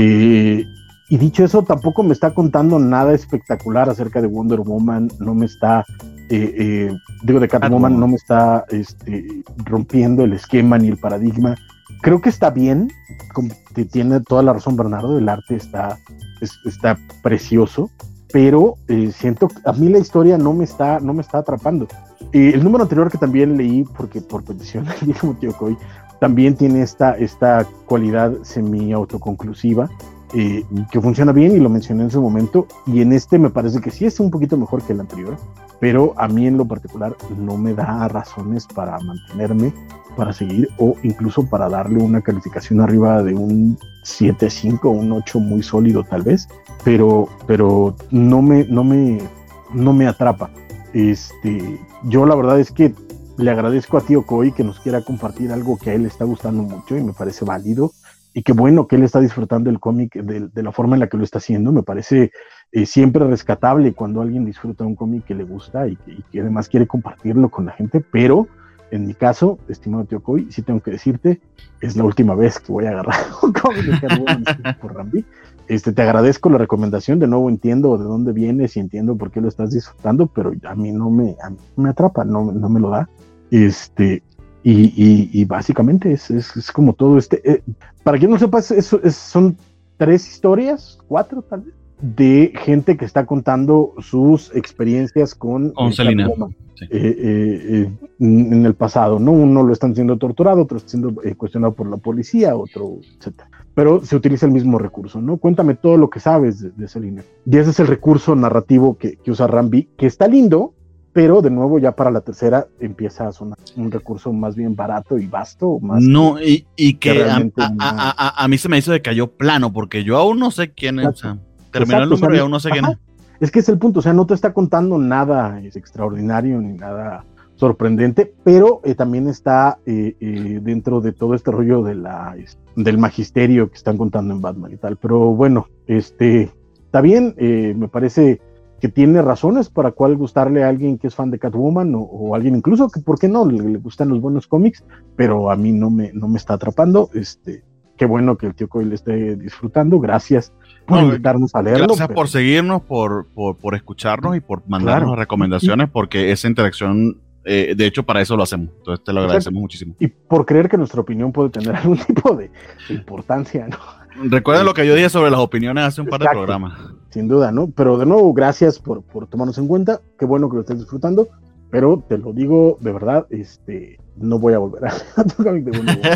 Eh, y dicho eso, tampoco me está contando nada espectacular acerca de Wonder Woman, no me está, eh, eh, digo, de Catwoman, Catwoman, no me está este, rompiendo el esquema ni el paradigma. Creo que está bien, como te tiene toda la razón Bernardo, el arte está, es, está precioso, pero eh, siento que a mí la historia no me está, no me está atrapando. Eh, el número anterior que también leí, porque por petición del mismo Tío Coy, también tiene esta, esta cualidad semi-autoconclusiva, eh, que funciona bien, y lo mencioné en su momento, y en este me parece que sí es un poquito mejor que el anterior, pero a mí en lo particular no me da razones para mantenerme, para seguir, o incluso para darle una calificación arriba de un siete cinco, un ocho muy sólido tal vez, pero, pero no me, no me, no me atrapa. Este, yo la verdad es que le agradezco a Tío Coy que nos quiera compartir algo que a él le está gustando mucho y me parece válido, y qué bueno que él está disfrutando el cómic de, de la forma en la que lo está haciendo. Me parece eh, siempre rescatable cuando alguien disfruta un cómic que le gusta y que, y que además quiere compartirlo con la gente, pero en mi caso, estimado Tío Coy, sí tengo que decirte, es la última vez que voy a agarrar un cómic de Catwoman por Rambi. Este, te agradezco la recomendación, de nuevo entiendo de dónde vienes y entiendo por qué lo estás disfrutando, pero a mí no me, a mí me atrapa, no, no me lo da. Este, y, y, y básicamente es, es, es como todo este, eh, para quien no sepa, es, es, es, son tres historias, cuatro tal vez, de gente que está contando sus experiencias con, con Selina, sí. eh, eh, eh, en el pasado, ¿no? Uno lo están siendo torturado, otro está siendo eh, cuestionado por la policía, otro, etcétera. Pero se utiliza el mismo recurso, ¿no? Cuéntame todo lo que sabes de, de Selina. Y ese es el recurso narrativo que, que usa Rambi, que está lindo, pero de nuevo ya para la tercera empieza a sonar un recurso más bien barato y vasto. Más no, que, y, y que, que a, una... a, a, a mí se me hizo de cayó plano, porque yo aún no sé quién es. O sea, terminó el número, o sea, y aún no sé, ajá, quién es. Es que es el punto, o sea, no te está contando nada es extraordinario ni nada sorprendente, pero eh, también está eh, eh, dentro de todo este rollo de la, del magisterio que están contando en Batman y tal. Pero bueno, este está bien, eh, me parece que tiene razones para cuál gustarle a alguien que es fan de Catwoman, o, o alguien incluso que, ¿por qué no?, le, le gustan los buenos cómics, pero a mí no me, no me está atrapando. Este, qué bueno que el Tío Coy le esté disfrutando, gracias por no, invitarnos a leerlo. Gracias pero... por seguirnos, por, por, por escucharnos y por mandarnos claro. recomendaciones, porque esa interacción, eh, de hecho, para eso lo hacemos, entonces te lo agradecemos Exacto. muchísimo. Y por creer que nuestra opinión puede tener algún tipo de, de importancia, ¿no? Recuerden lo que yo dije sobre las opiniones hace un par Exacto. de programas. Sin duda, ¿no? Pero de nuevo, gracias por, por tomarnos en cuenta. Qué bueno que lo estés disfrutando. Pero te lo digo de verdad, este, no voy a volver a tocar de,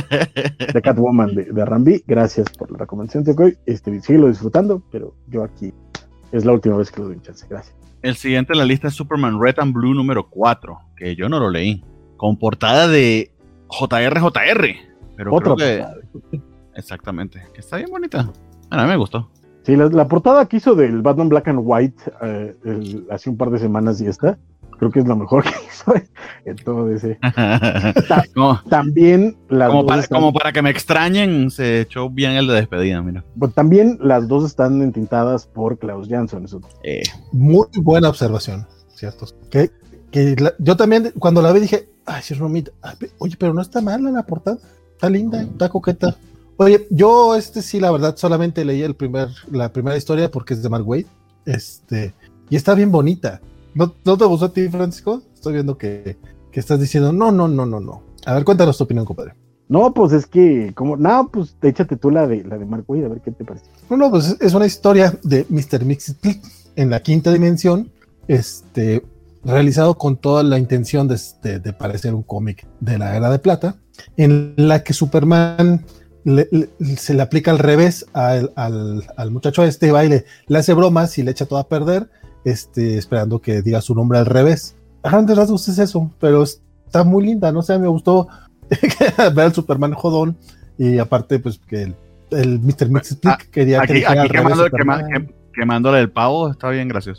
de Catwoman de, de Rambi. Gracias por la recomendación, Tío Coy. Este, síguelo disfrutando, pero yo aquí es la última vez que lo doy chance. Gracias. El siguiente en la lista es Superman Red and Blue número cuatro, que yo no lo leí. Con portada de J R J R. Pero Otra creo que... Exactamente, que está bien bonita. Bueno, a mí me gustó. Sí, la, la portada que hizo del Batman Black and White eh, el, hace un par de semanas y esta, creo que es la mejor que hizo en todo ese. Ta, como, también las como, dos para, están, como para que me extrañen, se echó bien el de despedida, mira. Pues también las dos están entintadas por Klaus Jansson. Eso. Eh. Muy buena observación, ¿cierto? Que, que la, yo también cuando la vi dije, ay, sí, Romita, oye, pero no está mala la portada, está linda, está coqueta. Oye, yo este sí, la verdad, solamente leí el primer, la primera historia porque es de Mark Waid, este, y está bien bonita. ¿No, ¿No te gustó a ti, Francisco? Estoy viendo que, que estás diciendo, no, no, no, no, no. A ver, cuéntanos tu opinión, compadre. No, pues es que, como, no, pues échate tú la de, la de Mark Waid, a ver qué te parece. No, no, pues es una historia de mister Mxyzptlk en la quinta dimensión, este, realizado con toda la intención de, de, de parecer un cómic de la Era de Plata, en la que Superman... Le, le, se le aplica al revés al, al, al muchacho este, va y le, le hace bromas y le echa todo a perder, este, esperando que diga su nombre al revés. A grandes rasgos es eso, pero está muy linda, no sé, me gustó ver al Superman jodón, y aparte pues que el, el mister Mxyzptlk quería aquí, que aquí quemando, quema, quem, quemándole el pavo, está bien gracioso.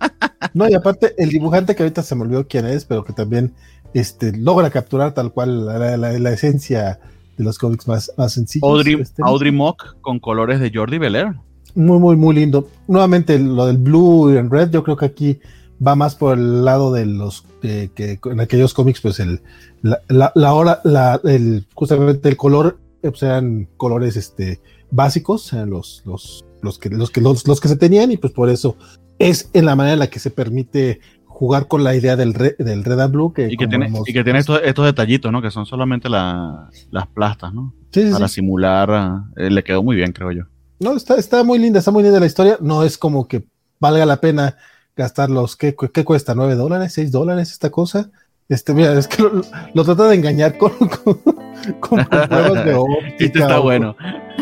No, y aparte, el dibujante que ahorita se me olvidó quién es, pero que también este, logra capturar tal cual la, la, la esencia de los cómics más, más sencillos. Audrey, este, Audrey Mock con colores de Jordi Belair. Muy, muy, muy lindo. Nuevamente, lo del blue y en red, yo creo que aquí va más por el lado de los eh, que en aquellos cómics, pues el la, la, la hora, la, el, justamente el color, pues eran colores este, básicos, eran los, los, los, que, los, que, los, los que se tenían, y pues por eso es en la manera en la que se permite jugar con la idea del, re, del red and blue. Que y, que tiene, hemos, y que tiene estos, estos detallitos, ¿no? Que son solamente la, las plastas, ¿no? Sí, sí, Para sí. simular, eh, le quedó muy bien, creo yo. No, está, está muy linda, está muy linda la historia. No es como que valga la pena gastar los, ¿qué, qué cuesta? ¿nueve dólares? ¿seis dólares esta cosa? Este, mira, es que lo, lo trata de engañar con, con, con, con pruebas de óptica. Este está o, bueno.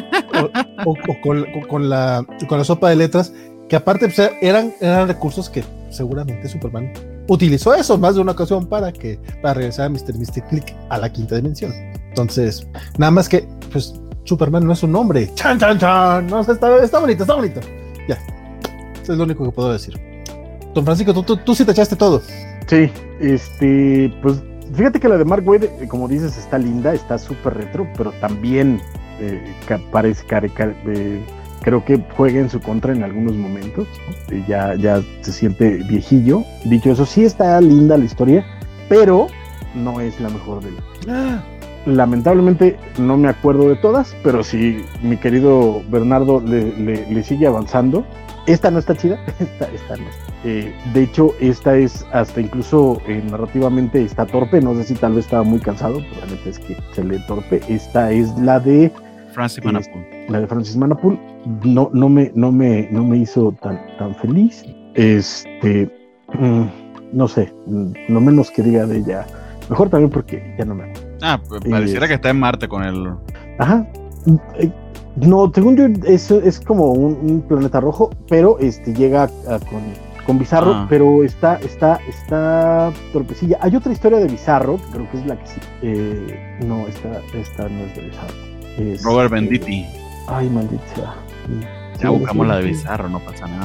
O, o, o con, con, con, la, con la sopa de letras, que aparte pues, eran, eran recursos que seguramente Superman utilizó eso más de una ocasión para, que, para regresar a mister Mystic Click a la quinta dimensión. Entonces, nada más que, pues, Superman no es un nombre. ¡Chan, chan, chan! No, está, está bonito, está bonito. Ya. Eso es lo único que puedo decir. Don Francisco, tú, tú, tú sí te echaste todo. Sí, este, pues fíjate que la de Mark Waid, como dices, está linda, está súper retro, pero también eh, parece, care, care, eh, creo que juega en su contra en algunos momentos, ¿no? ya, ya se siente viejillo. Dicho eso, sí está linda la historia, pero no es la mejor de la... Lamentablemente no me acuerdo de todas, pero si mi querido Bernardo le, le, le sigue avanzando, esta no está chida, esta, esta no está. Eh, de hecho, esta es hasta incluso eh, narrativamente está torpe, no sé si tal vez estaba muy cansado, pero la neta es que se lee torpe. Esta es la de Francis Manapul. Eh, la de Francis Manapul, no, no, me, no, me, no me hizo tan, tan feliz. Este, mmm, no sé, no menos que diga de ella. Mejor también porque ya no me acuerdo. Ah, pareciera es... que está en Marte con el... Ajá. No, según yo, es, es como un, un planeta rojo, pero este llega a, a, con, con Bizarro, ah. pero está, está, está torpecilla. Hay otra historia de Bizarro, creo que es la que sí. Eh, no, esta, esta no es de Bizarro. Es, Robert Venditti. Eh, ay, maldita. Ya sí, buscamos sí, la de Bizarro, no pasa nada.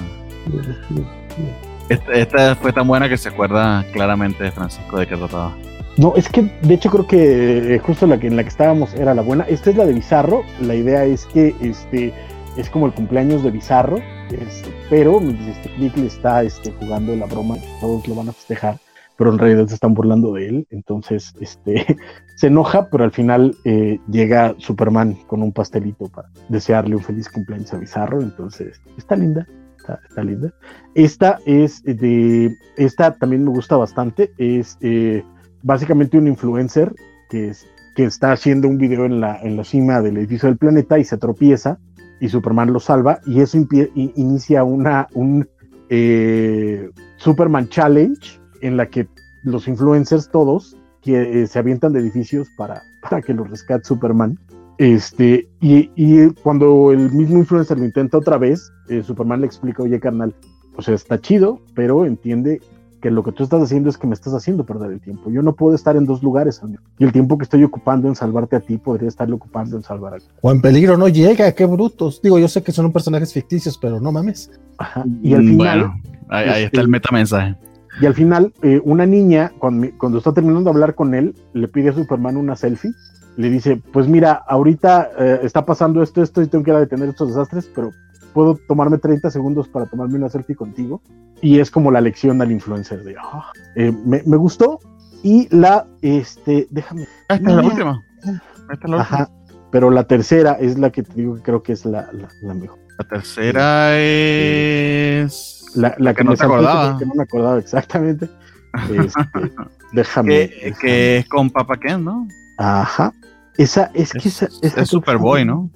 Esta, esta fue tan buena que se acuerda claramente de Francisco de qué trataba. No, es que de hecho creo que justo la que en la que estábamos era la buena. Esta es la de Bizarro. La idea es que este es como el cumpleaños de Bizarro, este, pero este Click le está este, jugando la broma, todos lo van a festejar, pero en realidad se están burlando de él. Entonces este se enoja, pero al final eh, llega Superman con un pastelito para desearle un feliz cumpleaños a Bizarro. Entonces está linda. Está, está linda. Esta es de esta también me gusta bastante. Es eh, básicamente un influencer que, es, que está haciendo un video en la, en la cima del edificio del planeta y se tropieza y Superman lo salva y eso impie, in, inicia una un eh, Superman Challenge en la que los influencers todos que eh, se avientan de edificios para, para que los rescate Superman. Este, y, y cuando el mismo influencer lo intenta otra vez, eh, Superman le explica, oye carnal, o sea, está chido, pero entiende que lo que tú estás haciendo es que me estás haciendo perder el tiempo. Yo no puedo estar en dos lugares, amigo. Y el tiempo que estoy ocupando en salvarte a ti, podría estarlo ocupando en salvar a ti. O en peligro no llega, qué brutos. Digo, yo sé que son personajes ficticios, pero no mames. Ajá. Y al final... Bueno, ahí, ahí está el metamensaje. Y al final, eh, una niña, cuando, cuando está terminando de hablar con él, le pide a Superman una selfie. Le dice, pues mira, ahorita eh, está pasando esto, esto, y tengo que ir a detener estos desastres, pero puedo tomarme treinta segundos para tomarme una selfie contigo. Y es como la lección al influencer de, oh, eh, me, me gustó. Y la, este, déjame. Esta es la última. Esta es la Ajá, última. Pero la tercera es la que te digo que creo que es la, la, la mejor. La tercera eh, es... La, la que, que no me te acordaba. Que no me acordaba exactamente. Este, déjame. Que, déjame. que es con Papa Ken, ¿no? Ajá. Esa, es que esa, esa es Superboy, ¿no?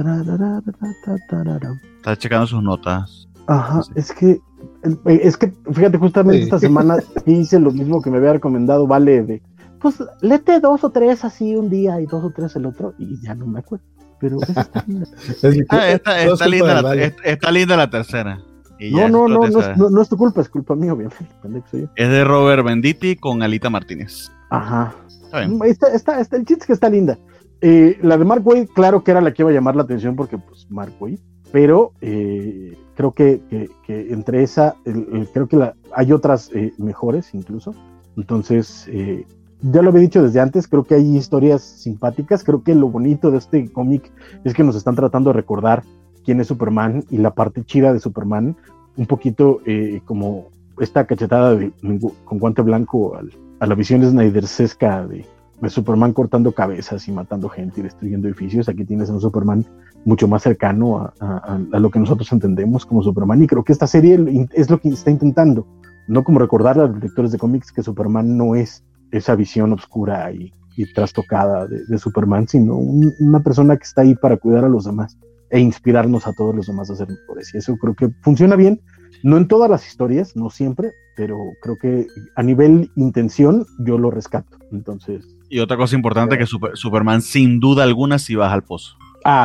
Está checando sus notas. Ajá, sí. es que es que fíjate, justamente sí. esta semana hice lo mismo que me había recomendado Vale, de pues léete dos o tres así un día y dos o tres el otro, y ya no me acuerdo. Pero está linda. ah, está, está, linda la, vale. está, está linda la tercera. Y no, no, no, no es, no, no es tu culpa, es culpa mía, obviamente. Soy yo. Es de Robert Venditti con Alita Martínez. Ajá. Está, está, está, el chiste es que está linda. Eh, la de Mark Waid, claro que era la que iba a llamar la atención porque, pues, Mark Waid, pero eh, creo que, que, que entre esa, el, el, creo que la, hay otras eh, mejores incluso. Entonces, eh, ya lo había dicho desde antes, creo que hay historias simpáticas. Creo que lo bonito de este cómic es que nos están tratando de recordar quién es Superman y la parte chida de Superman, un poquito eh, como esta cachetada de, con guante blanco al, a la visión snydersesca de, de Superman cortando cabezas y matando gente y destruyendo edificios. Aquí tienes a un Superman mucho más cercano a, a, a lo que nosotros entendemos como Superman, y creo que esta serie es lo que está intentando, no como recordarle a los lectores de cómics que Superman no es esa visión oscura y, y trastocada de, de Superman, sino un, una persona que está ahí para cuidar a los demás e inspirarnos a todos los demás a ser mejores, y eso creo que funciona bien, no en todas las historias, no siempre, pero creo que a nivel intención yo lo rescato. Entonces, y otra cosa importante, que Super, Superman sin duda alguna sí baja al pozo. Ah,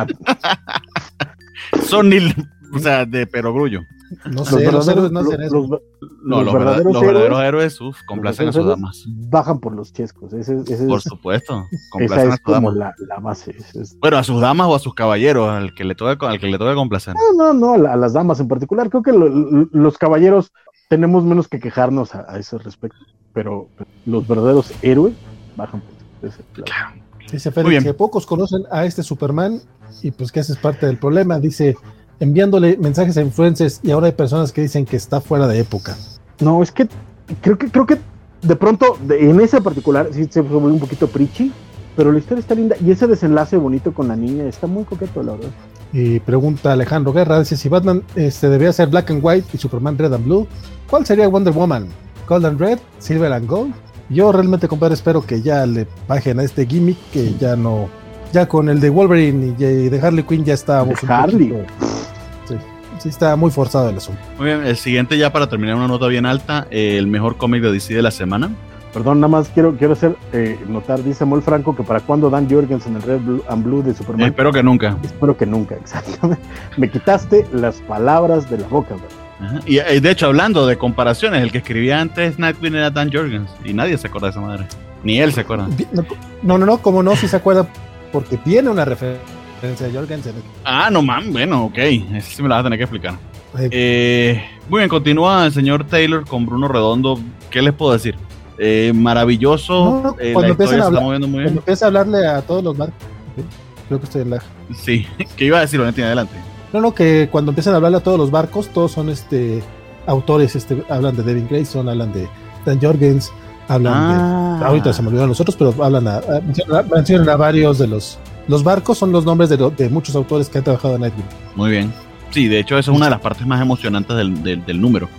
son ni, o sea, de perogrullo. No sé, los héroes no hacen eso. Los, no, los, los, verdaderos, los verdaderos héroes, héroes uf, complacen a sus damas. Bajan por los chescos. Ese, ese por es, supuesto, complacen esa es a sus como damas. La, la base. Es, bueno, a sus damas o a sus caballeros, al que le toque, al que le toque complacer. No, no, no, a, la, a las damas en particular. Creo que lo, lo, los caballeros tenemos menos que quejarnos a, a ese respecto, pero, pero los verdaderos héroes bajan por ese lado. Claro. Dice Félix que pocos conocen a este Superman y pues que ese es parte del problema. Dice, enviándole mensajes a influencers y ahora hay personas que dicen que está fuera de época. No, es que creo que creo que de pronto de, en ese particular sí se volvió un poquito preachy, pero la historia está linda y ese desenlace bonito con la niña está muy coqueto, la verdad. Y pregunta Alejandro Guerra, dice, si Batman este, debía ser Black and White y Superman Red and Blue, ¿cuál sería Wonder Woman? ¿Gold and Red? ¿Silver and Gold? Yo realmente, compadre, espero que ya le bajen a este gimmick, que ya no, ya con el de Wolverine y de Harley Quinn ya estábamos un Harley. Poquito, sí, sí está muy forzado el asunto. Muy bien, el siguiente ya para terminar una nota bien alta, eh, el mejor cómic de D C de la semana. Perdón, nada más quiero, quiero hacer eh, notar, dice Samuel Franco, que para cuando Dan Jorgensen el Red Blue and Blue de Superman. Eh, espero que nunca. Espero que nunca, exactamente. Me quitaste las palabras de la boca, güey. Ajá. Y, y de hecho, hablando de comparaciones, el que escribía antes Nightwing era Dan Jorgens y nadie se acuerda de esa madre, ni él se acuerda. No, no, no, como no, si se acuerda, porque tiene una referencia a Jorgensen. Ah, no man, bueno, ok, eso sí me la vas a tener que explicar. Sí. Eh, muy bien, continúa el señor Taylor con Bruno Redondo. ¿Qué les puedo decir? Eh, maravilloso. No, eh, cuando, empiezan a hablar, muy bien. cuando empieza a hablarle a todos los barcos, ¿sí? Creo que estoy en la. Sí, ¿qué iba a decir, Valentín? Adelante. No, no, que cuando empiezan a hablarle a todos los barcos, todos son este autores, este hablan de Devin Grayson, hablan de Dan Jorgens, hablan ah. de, ahorita se me olvidaron los otros, pero hablan a, a, mencionan, a, mencionan a varios de los, los barcos, son los nombres de, de muchos autores que han trabajado en Nightwing. Muy bien, sí, de hecho esa es una de las partes más emocionantes del, del, del número.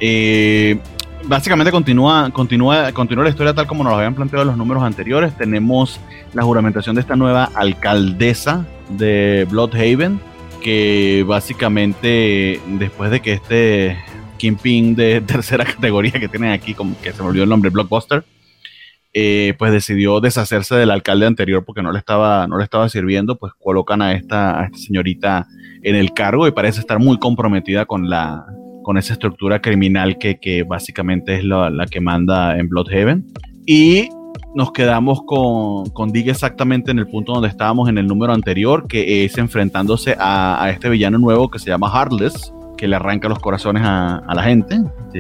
Eh, básicamente continúa, continúa, continúa la historia tal como nos lo habían planteado en los números anteriores. Tenemos la juramentación de esta nueva alcaldesa de Bloodhaven, que básicamente después de que este Kingpin de tercera categoría que tienen aquí, como que se me olvidó el nombre, Blockbuster, eh, pues decidió deshacerse del alcalde anterior porque no le estaba, no le estaba sirviendo, pues colocan a esta, a esta señorita en el cargo y parece estar muy comprometida con la con esa estructura criminal que, que básicamente es la, la que manda en Bloodhaven. Y nos quedamos con, con Dig exactamente en el punto donde estábamos en el número anterior, que es enfrentándose a, a este villano nuevo que se llama Heartless, que le arranca los corazones a, a la gente,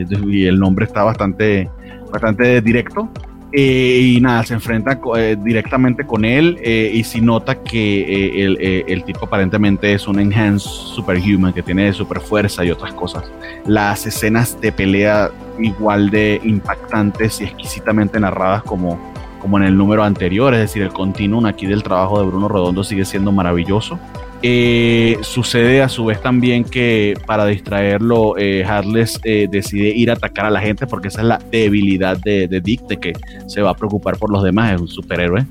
y el nombre está bastante, bastante directo. Eh, y nada, se enfrenta eh, directamente con él eh, y si nota que eh, el, eh, el tipo aparentemente es un enhanced superhuman que tiene super fuerza y otras cosas. Las escenas de pelea igual de impactantes y exquisitamente narradas como, como en el número anterior, es decir, el continuum aquí del trabajo de Bruno Redondo sigue siendo maravilloso. Eh, sucede a su vez también que para distraerlo eh, Heartless eh, decide ir a atacar a la gente porque esa es la debilidad de, de Dick, de que se va a preocupar por los demás, es un superhéroe.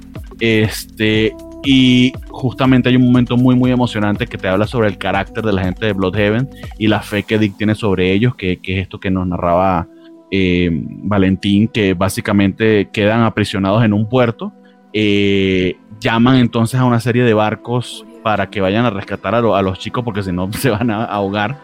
Este, y justamente hay un momento muy muy emocionante que te habla sobre el carácter de la gente de Bloodhaven y la fe que Dick tiene sobre ellos, que, que es esto que nos narraba eh, Valentín, que básicamente quedan aprisionados en un puerto. Eh, llaman entonces a una serie de barcos para que vayan a rescatar a, lo, a los chicos porque si no se van a ahogar,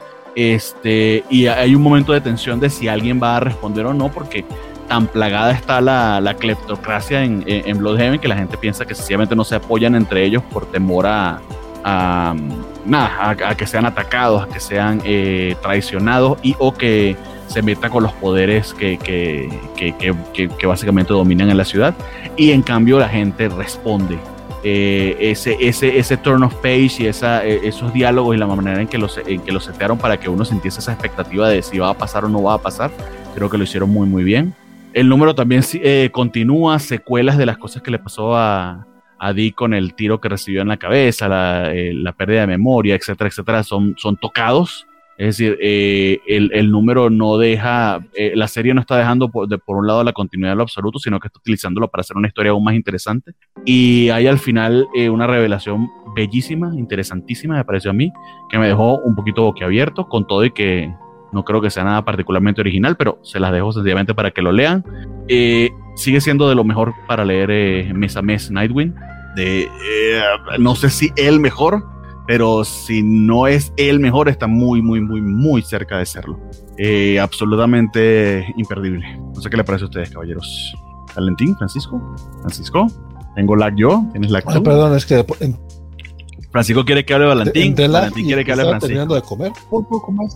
este, y hay un momento de tensión de si alguien va a responder o no, porque tan plagada está la, la cleptocracia en, en, en Bloodhaven que la gente piensa que sencillamente no se apoyan entre ellos por temor a, a nada, a, a que sean atacados, a que sean eh, traicionados y o que se meta con los poderes que, que, que, que, que, que básicamente dominan en la ciudad, y en cambio la gente responde. Eh, ese, ese, ese turn of page y esa, eh, esos diálogos y la manera en que los, en que los setearon para que uno sintiese esa expectativa de si va a pasar o no va a pasar, creo que lo hicieron muy muy bien. El número también eh, continúa secuelas de las cosas que le pasó a, a Dee con el tiro que recibió en la cabeza, la, eh, la pérdida de memoria, etcétera, etcétera, son, son tocados. Es decir, eh, el, el número no deja, eh, la serie no está dejando por, de, por un lado la continuidad en lo absoluto, sino que está utilizándolo para hacer una historia aún más interesante. Y hay al final eh, una revelación bellísima, interesantísima, me pareció a mí, que me dejó un poquito boquiabierto, con todo y que no creo que sea nada particularmente original, pero se las dejo sencillamente para que lo lean. Eh, sigue siendo de lo mejor para leer eh, mes a mes Nightwing. De, eh, no sé si el mejor, pero si no es el mejor, está muy, muy, muy, muy cerca de serlo. Eh, absolutamente imperdible. No sé qué le parece a ustedes, caballeros. Valentín, Francisco, Francisco, tengo lag yo, tienes lag tú. Ay, perdón, es que en, Francisco quiere que hable Valentín, de, Valentín quiere que hable Francisco. Terminando de comer, un poco más.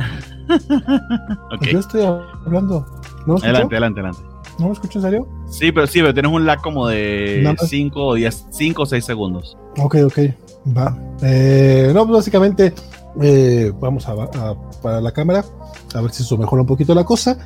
Okay. Yo estoy hablando. ¿No me adelante, adelante, adelante. ¿No me escuchas en serio? Sí, pero sí, pero tienes un lag como de cinco o diez, cinco o seis segundos. Ok, ok, va. Eh, no, pues básicamente eh, vamos a, a para la cámara a ver si eso mejora un poquito la cosa.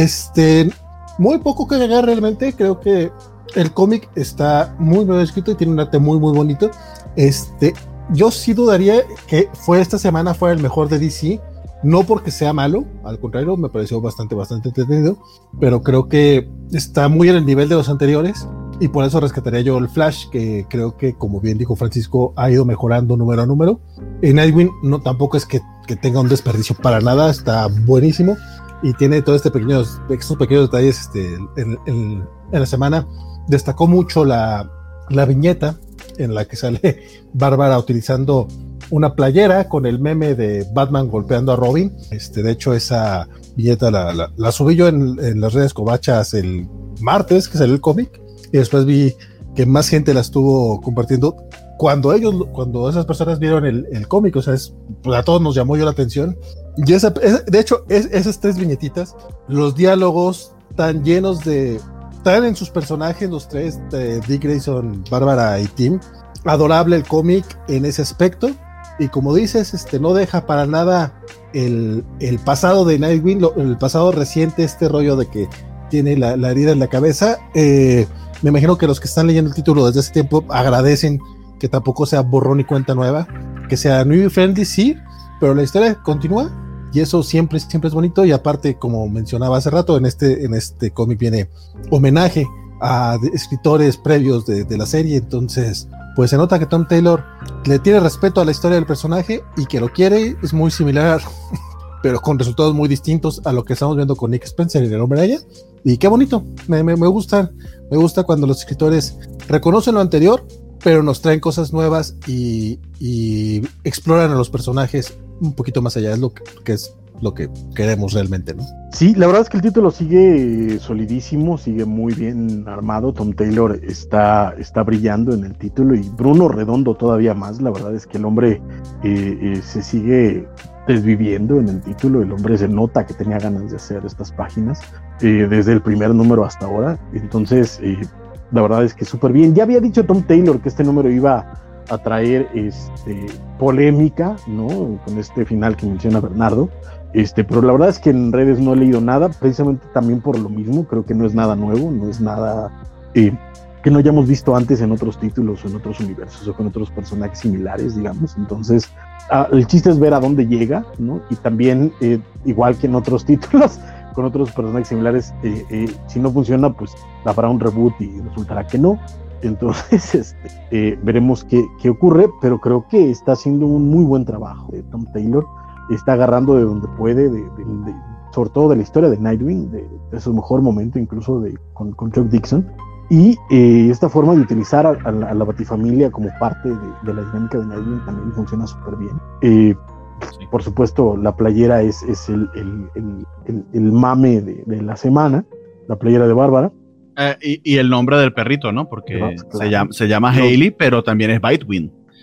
Este, muy poco que agregar realmente. Creo que el cómic está muy bien escrito y tiene un arte muy muy bonito. Este, yo sí dudaría que fue esta semana fuera el mejor de D C. No porque sea malo, al contrario, me pareció bastante, bastante entretenido, pero creo que está muy en el nivel de los anteriores y por eso rescataría yo el Flash, que creo que, como bien dijo Francisco, ha ido mejorando número a número. En Nightwing no, tampoco es que, que tenga un desperdicio para nada, está buenísimo y tiene todos este pequeños, estos pequeños detalles. Este, en, en, en la semana destacó mucho la, la viñeta en la que sale Bárbara utilizando una playera con el meme de Batman golpeando a Robin. Este, de hecho, esa viñeta la, la, la subí yo en, en las redes covachas el martes, que salió el cómic, y después vi que más gente la estuvo compartiendo cuando ellos, cuando esas personas vieron el, el cómic. O sea, es, pues a todos nos llamó yo la atención. Y esa, es, de hecho, es, esas tres viñetitas, los diálogos tan llenos de, tan en sus personajes, los tres, de Dick Grayson, Bárbara y Tim, adorable el cómic en ese aspecto. Y como dices, este, no deja para nada el, el pasado de Nightwing, lo, el pasado reciente, este rollo de que tiene la, la herida en la cabeza. Eh, me imagino que los que están leyendo el título desde ese tiempo agradecen que tampoco sea borrón y cuenta nueva, que sea new friendly, sí, pero la historia continúa y eso siempre, siempre es bonito. Y aparte, como mencionaba hace rato, en este, en este cómic viene homenaje a escritores previos de, de la serie, entonces pues se nota que Tom Taylor le tiene respeto a la historia del personaje y que lo quiere. Es muy similar, pero con resultados muy distintos a lo que estamos viendo con Nick Spencer y el Hombre Araña. Y qué bonito, me, me, me gusta, me gusta cuando los escritores reconocen lo anterior, pero nos traen cosas nuevas y, y exploran a los personajes un poquito más allá. Es lo que, que es lo que queremos realmente, ¿no? Sí, la verdad es que el título sigue solidísimo, sigue muy bien armado. Tom Taylor está, está brillando en el título y Bruno Redondo todavía más. La verdad es que el hombre eh, eh, se sigue desviviendo en el título. El hombre se nota que tenía ganas de hacer estas páginas eh, desde el primer número hasta ahora. Entonces, eh, la verdad es que súper bien. Ya había dicho Tom Taylor que este número iba a traer este, polémica, ¿no? Con este final que menciona Bernardo. Este, pero la verdad es que en redes no he leído nada, precisamente también por lo mismo. Creo que no es nada nuevo, no es nada eh, que no hayamos visto antes en otros títulos o en otros universos o con otros personajes similares, digamos. Entonces, ah, el chiste es ver a dónde llega, ¿no? Y también, eh, igual que en otros títulos, con otros personajes similares, eh, eh, si no funciona, pues habrá un reboot y resultará que no. Entonces, este, eh, veremos qué, qué ocurre, pero creo que está haciendo un muy buen trabajo de Tom Taylor. Está agarrando de donde puede, de, de, de, sobre todo de la historia de Nightwing, de, de su mejor momento incluso de, con, con Chuck Dixon, y eh, esta forma de utilizar a, a, la, a la Batifamilia como parte de, de la dinámica de Nightwing también funciona súper bien. Eh, sí. Por supuesto, la playera es, es el, el, el, el, el mame de, de la semana, la playera de Bárbara. Eh, y, y el nombre del perrito, ¿no? Porque claro, se llama, se llama Hailey, pero también es Bitewing.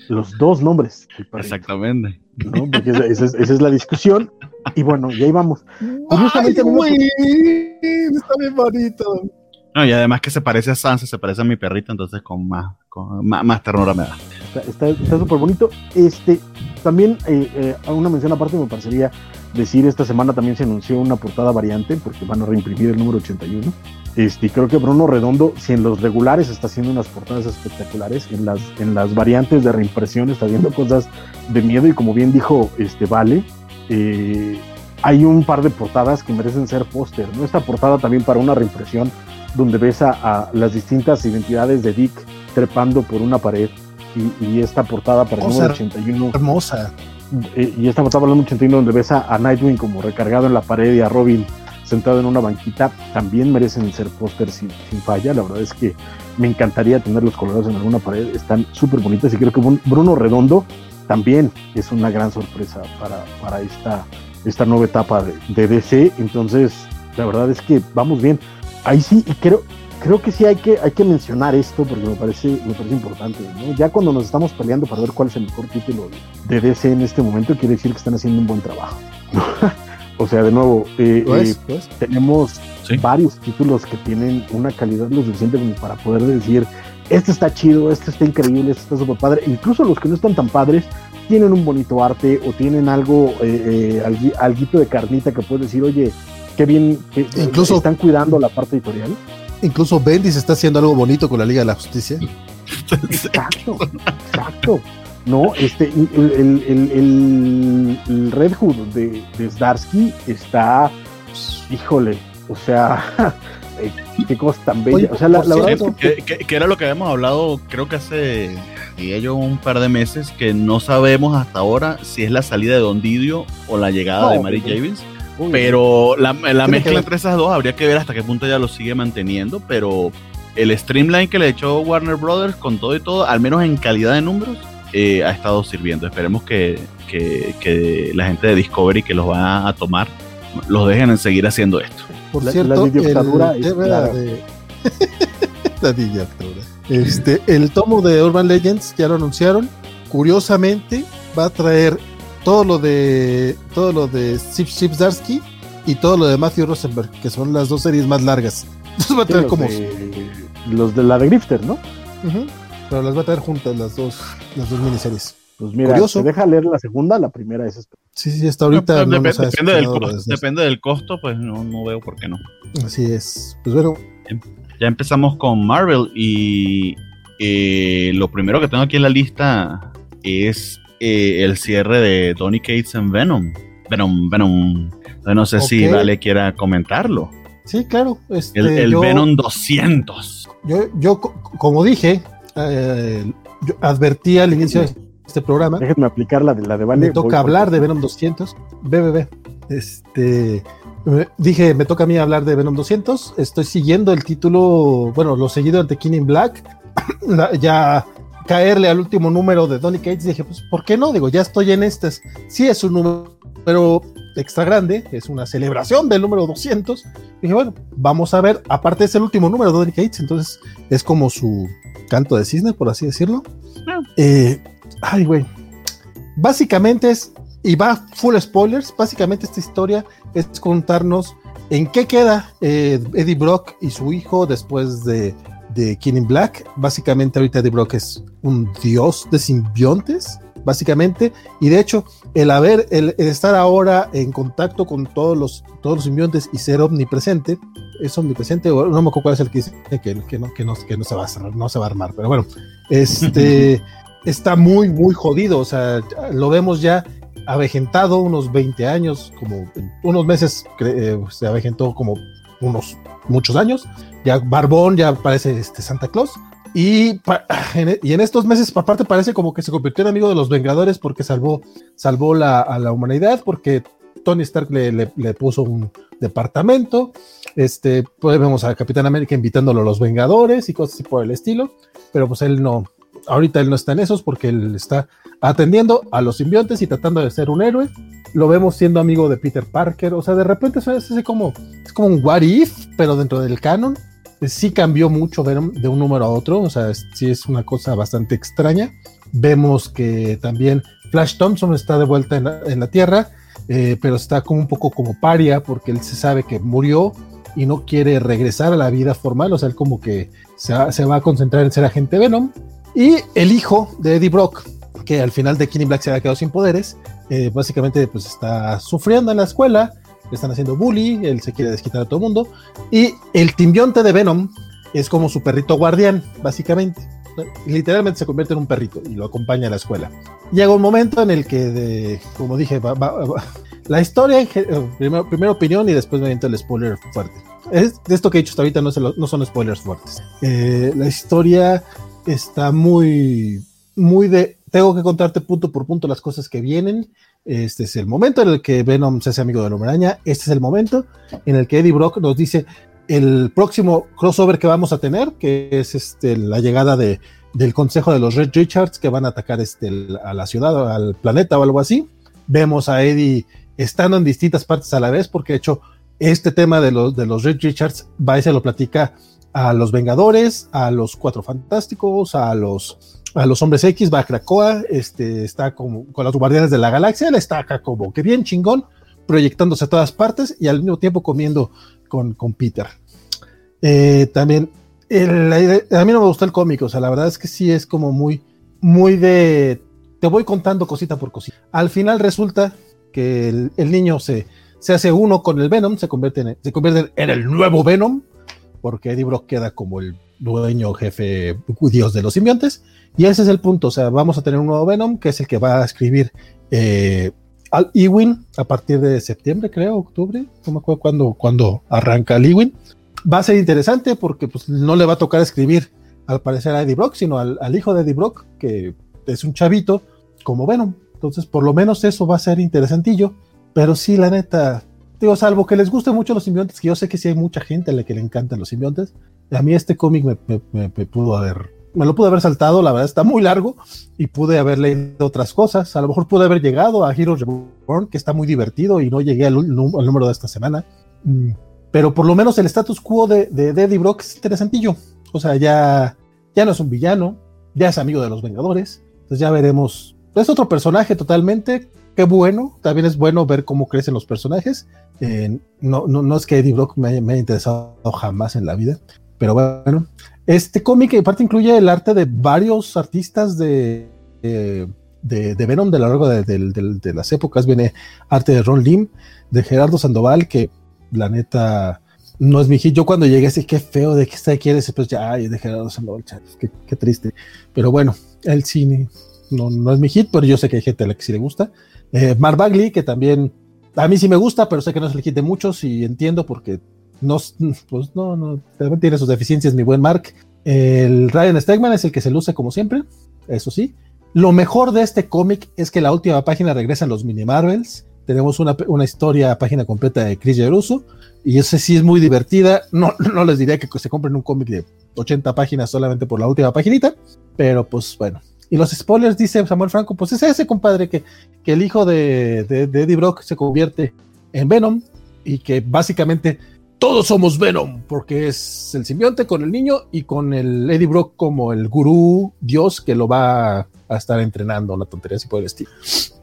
los dos nombres. Exactamente. ¿No? Porque esa, esa, es, esa es la discusión. Y bueno, y ahí vamos. Curiosamente, ¡ay, güey! Está bien bonito. No, y además que se parece a Sansa, se parece a mi perrito, entonces con más, con más, más ternura me da. Está súper bonito. Este, también, eh, eh, a una mención aparte me parecería decir, esta semana también se anunció una portada variante, porque van a reimprimir el número ochenta y uno. Este, creo que Bruno Redondo, si en los regulares está haciendo unas portadas espectaculares, en las, en las variantes de reimpresión está viendo cosas de miedo, y como bien dijo este Vale, eh, hay un par de portadas que merecen ser póster, ¿no? Esta portada también para una reimpresión, donde ves a, a las distintas identidades de Dick trepando por una pared, y, y esta portada para el número ochenta y uno. Hermosa. Eh, y esta portada para el número ochenta y uno, donde ves a, a Nightwing como recargado en la pared y a Robin sentado en una banquita, también merecen ser póster sin, sin falla. La verdad es que me encantaría tenerlos colgados en alguna pared, están súper bonitas, y creo que Bruno Redondo también es una gran sorpresa para, para esta, esta nueva etapa de, de D C. Entonces, la verdad es que vamos bien. Ahí sí, y creo, creo que sí hay que, hay que mencionar esto, porque me parece, me parece importante, ¿no? Ya cuando nos estamos peleando para ver cuál es el mejor título de D C en este momento, quiere decir que están haciendo un buen trabajo. O sea, de nuevo, eh, pues, eh, pues. tenemos ¿sí? varios títulos que tienen una calidad lo suficiente como para poder decir, este está chido, este está increíble, este está súper padre. Incluso los que no están tan padres tienen un bonito arte, o tienen algo, eh, eh, alguito de carnita que puedes decir, oye, qué bien, que incluso están cuidando la parte editorial. Incluso Bendis está haciendo algo bonito con la Liga de la Justicia. Exacto, exacto. No, este, el, el, el, el, el Red Hood de, de Zdarsky está, híjole, o sea, qué cosa tan bella. Oye, o sea, la, la verdad que, que, que era lo que habíamos hablado, creo que hace, diría yo, un par de meses, que no sabemos hasta ahora si es la salida de Don Didio o la llegada no, de Mary Javins. Uy, pero la, la mezcla entre esas dos habría que ver hasta qué punto ella lo sigue manteniendo, pero el streamline que le echó Warner Brothers con todo y todo, al menos en calidad de números, eh, ha estado sirviendo. Esperemos que, que, que la gente de Discovery que los va a tomar los dejen en seguir haciendo esto. Por la, cierto, la dictadura es la de... la dictadura. Este, el tomo de Urban Legends ya lo anunciaron. Curiosamente va a traer todo lo de todo lo de Chip Zdarsky y todo lo de Matthew Rosenberg, que son las dos series más largas. Entonces va a traer sí, como de, los de la de Grifter, ¿no? Uh-huh. Pero las va a traer juntas las dos las dos miniseries. Pues mira, curioso. ¿Te deja leer la segunda? La primera es esta. Sí, sí, hasta ahorita no, no dep- depende, del costo, depende del costo, pues no, no veo por qué no. Así es. Pues bueno. Ya empezamos con Marvel y eh, lo primero que tengo aquí en la lista es eh, el cierre de Donny Cates en Venom. Venom, Venom. No sé okay. si Vale quiera comentarlo. Sí, claro. Este, el el yo, Venom doscientos. Yo, yo como dije, eh, yo advertí al inicio de este programa. Déjenme aplicar la de la de Vale. Me toca hablar de Venom doscientos. B B B. Este, dije, me toca a mí hablar de Venom doscientos. Estoy siguiendo el título, bueno, lo seguido de King in Black. Ya caerle al último número de Donny Cates, dije, pues, ¿por qué no? Digo, ya estoy en estas. Sí, es un número extra grande, es una celebración del número doscientos. Dije, bueno, vamos a ver. Aparte, es el último número de Donny Cates, entonces es como su canto de cisne, por así decirlo. No. Eh, ay, güey. Básicamente es, y va full spoilers, básicamente esta historia es contarnos en qué queda eh, Eddie Brock y su hijo después de, de King in Black. Básicamente ahorita Eddie Brock es un dios de simbiontes, básicamente, y de hecho el haber, el, el estar ahora en contacto con todos los, todos los simbiontes y ser omnipresente, es omnipresente, no me acuerdo cuál es el que dice que, que, no, que, no, que no se va a cerrar, no se va a armar, pero bueno, este está muy, muy jodido, o sea, lo vemos ya avejentado unos veinte años, como unos meses eh, se avejentó como unos muchos años, ya barbón, ya parece este Santa Claus, y, pa, en, y en estos meses aparte parece como que se convirtió en amigo de los Vengadores porque salvó, salvó la, a la humanidad, porque Tony Stark le, le, le puso un departamento, este, pues vemos a Capitán América invitándolo a los Vengadores y cosas así por el estilo, pero pues él no, ahorita él no está en esos porque él está atendiendo a los simbiontes y tratando de ser un héroe. Lo vemos siendo amigo de Peter Parker, o sea, de repente es, es, como, es como un what if, pero dentro del canon. Sí cambió mucho Venom de un número a otro, o sea, es, sí es una cosa bastante extraña. Vemos que también Flash Thompson está de vuelta en la, en la Tierra, eh, pero está como un poco como paria porque él se sabe que murió y no quiere regresar a la vida formal, o sea, él como que se va, se va a concentrar en ser agente Venom. Y el hijo de Eddie Brock, que al final de King in Black se había quedado sin poderes, eh, básicamente pues está sufriendo en la escuela, le están haciendo bully, él se quiere desquitar a todo el mundo, y el simbionte de Venom es como su perrito guardián, básicamente. Literalmente se convierte en un perrito y lo acompaña a la escuela. Llega un momento en el que, de, como dije, va, va, va, la historia, primero, primera opinión y después me aviento el spoiler fuerte. Es, de esto que he dicho hasta ahorita no, se lo, no son spoilers fuertes. Eh, la historia está muy, muy de, tengo que contarte punto por punto las cosas que vienen. Este es el momento en el que Venom se hace amigo de la Hombre Araña. Este es el momento en el que Eddie Brock nos dice el próximo crossover que vamos a tener, que es este, la llegada de, del consejo de los Red Richards que van a atacar este, a la ciudad, al planeta o algo así. Vemos a Eddie estando en distintas partes a la vez, porque de hecho este tema de los, de los Red Richards va y se lo platica a los Vengadores, a los Cuatro Fantásticos, a los, a los Hombres X, va a Krakoa, este, está como, con los Guardianes de la Galaxia, él está acá como que bien chingón, proyectándose a todas partes y al mismo tiempo comiendo con, con Peter. Eh, también, el, la, a mí no me gustó el cómic, o sea, la verdad es que sí es como muy, muy de, te voy contando cosita por cosita. Al final resulta que el, el niño se, se hace uno con el Venom, se convierte, en, se convierte en el nuevo Venom, porque Eddie Brock queda como el dueño, jefe, dios de los simbiontes, y ese es el punto, o sea, vamos a tener un nuevo Venom, que es el que va a escribir eh, Al Ewing a partir de septiembre, creo, octubre, no me acuerdo cuándo, cuándo arranca Al Ewing. Va a ser interesante porque pues, no le va a tocar escribir, al parecer, a Eddie Brock, sino al, al hijo de Eddie Brock, que es un chavito como Venom. Entonces, por lo menos eso va a ser interesantillo, pero sí, la neta, digo, salvo que les guste mucho los simbiontes, que yo sé que sí hay mucha gente a la que le encantan los simbiontes, a mí este cómic me, me, me, me pudo haber, me lo pude haber saltado, la verdad está muy largo, y pude haber leído otras cosas, a lo mejor pude haber llegado a Heroes Reborn, que está muy divertido, y no llegué al, al número de esta semana, pero por lo menos el status quo de, de, de Eddie Brock es interesantillo, o sea, ya, ya no es un villano, ya es amigo de los Vengadores, entonces ya veremos, es otro personaje totalmente. Qué bueno, también es bueno ver cómo crecen los personajes. Eh, no, no, no es que Eddie Brock me, me haya interesado jamás en la vida, pero bueno, este cómic aparte incluye el arte de varios artistas de, de, de, de Venom de lo largo de, de, de, de las épocas. Viene arte de Ron Lim, de Gerardo Sandoval, que la neta no es mi hit. Yo cuando llegué así, qué feo, de que está quieres, pues ya, ay, de Gerardo Sandoval, qué, qué triste. Pero bueno, el cine no, no es mi hit, pero yo sé que hay gente a la que sí le gusta. Eh, Mark Bagley, que también a mí sí me gusta, pero sé que no es el hit de muchos y entiendo porque no, pues no, no, también tiene sus deficiencias mi buen Mark. El Ryan Stegman es el que se luce como siempre, eso sí. Lo mejor de este cómic es que la última página regresan los mini Marvels. Tenemos una, una historia, página completa de Chris Jeruso, y ese sí es muy divertida. No, no les diría que se compren un cómic de ochenta páginas solamente por la última paginita, pero pues bueno. Y los spoilers, dice Samuel Franco, pues es ese, compadre, que, que el hijo de, de, de Eddie Brock se convierte en Venom y que básicamente todos somos Venom, porque es el simbionte con el niño y con el Eddie Brock como el gurú dios que lo va a estar entrenando, una tontería así por el estilo.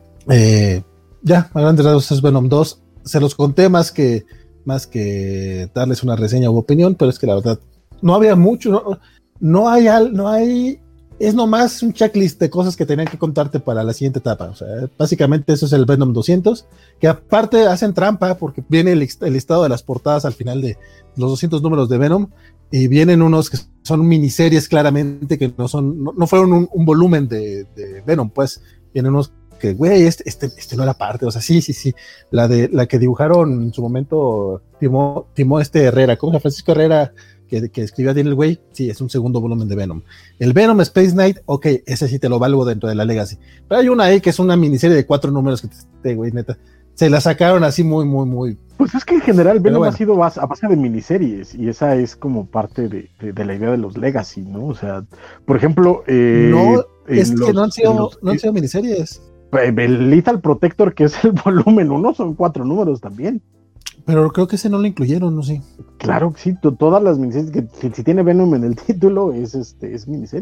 Eh, ya, a grandes rasgos es Venom dos. Se los conté más que, más que darles una reseña u opinión, pero es que la verdad no había mucho, no, no hay, no hay es nomás un checklist de cosas que tenían que contarte para la siguiente etapa. O sea, básicamente eso es el Venom doscientos, que aparte hacen trampa porque viene el, el listado de las portadas al final de los doscientos números de Venom, y vienen unos que son miniseries claramente, que no son, no, no fueron un, un volumen de, de Venom, pues vienen unos que, güey, este, este, este no era parte, o sea, sí, sí, sí, la de la que dibujaron en su momento Timó, Timó este Herrera, ¿cómo se llama? Francisco Herrera, Que, que escribió Daniel Way, sí, es un segundo volumen de Venom. El Venom Space Knight, ok, ese sí te lo valgo dentro de la Legacy. Pero hay una ahí que es una miniserie de cuatro números que te, güey, neta, se la sacaron así muy, muy, muy. Pues es que en general Venom bueno. ha sido a base de miniseries, y esa es como parte de, de, de la idea de los Legacy, ¿no? O sea, por ejemplo, eh, no, es los, que no han sido, los, no han sido miniseries. El Lethal Protector, que es el volumen uno, son cuatro números también. Pero creo que ese no lo incluyeron, ¿no? Sí. Claro que sí, todas las miniseries que, que si tiene Venom en el título es este es miniserie.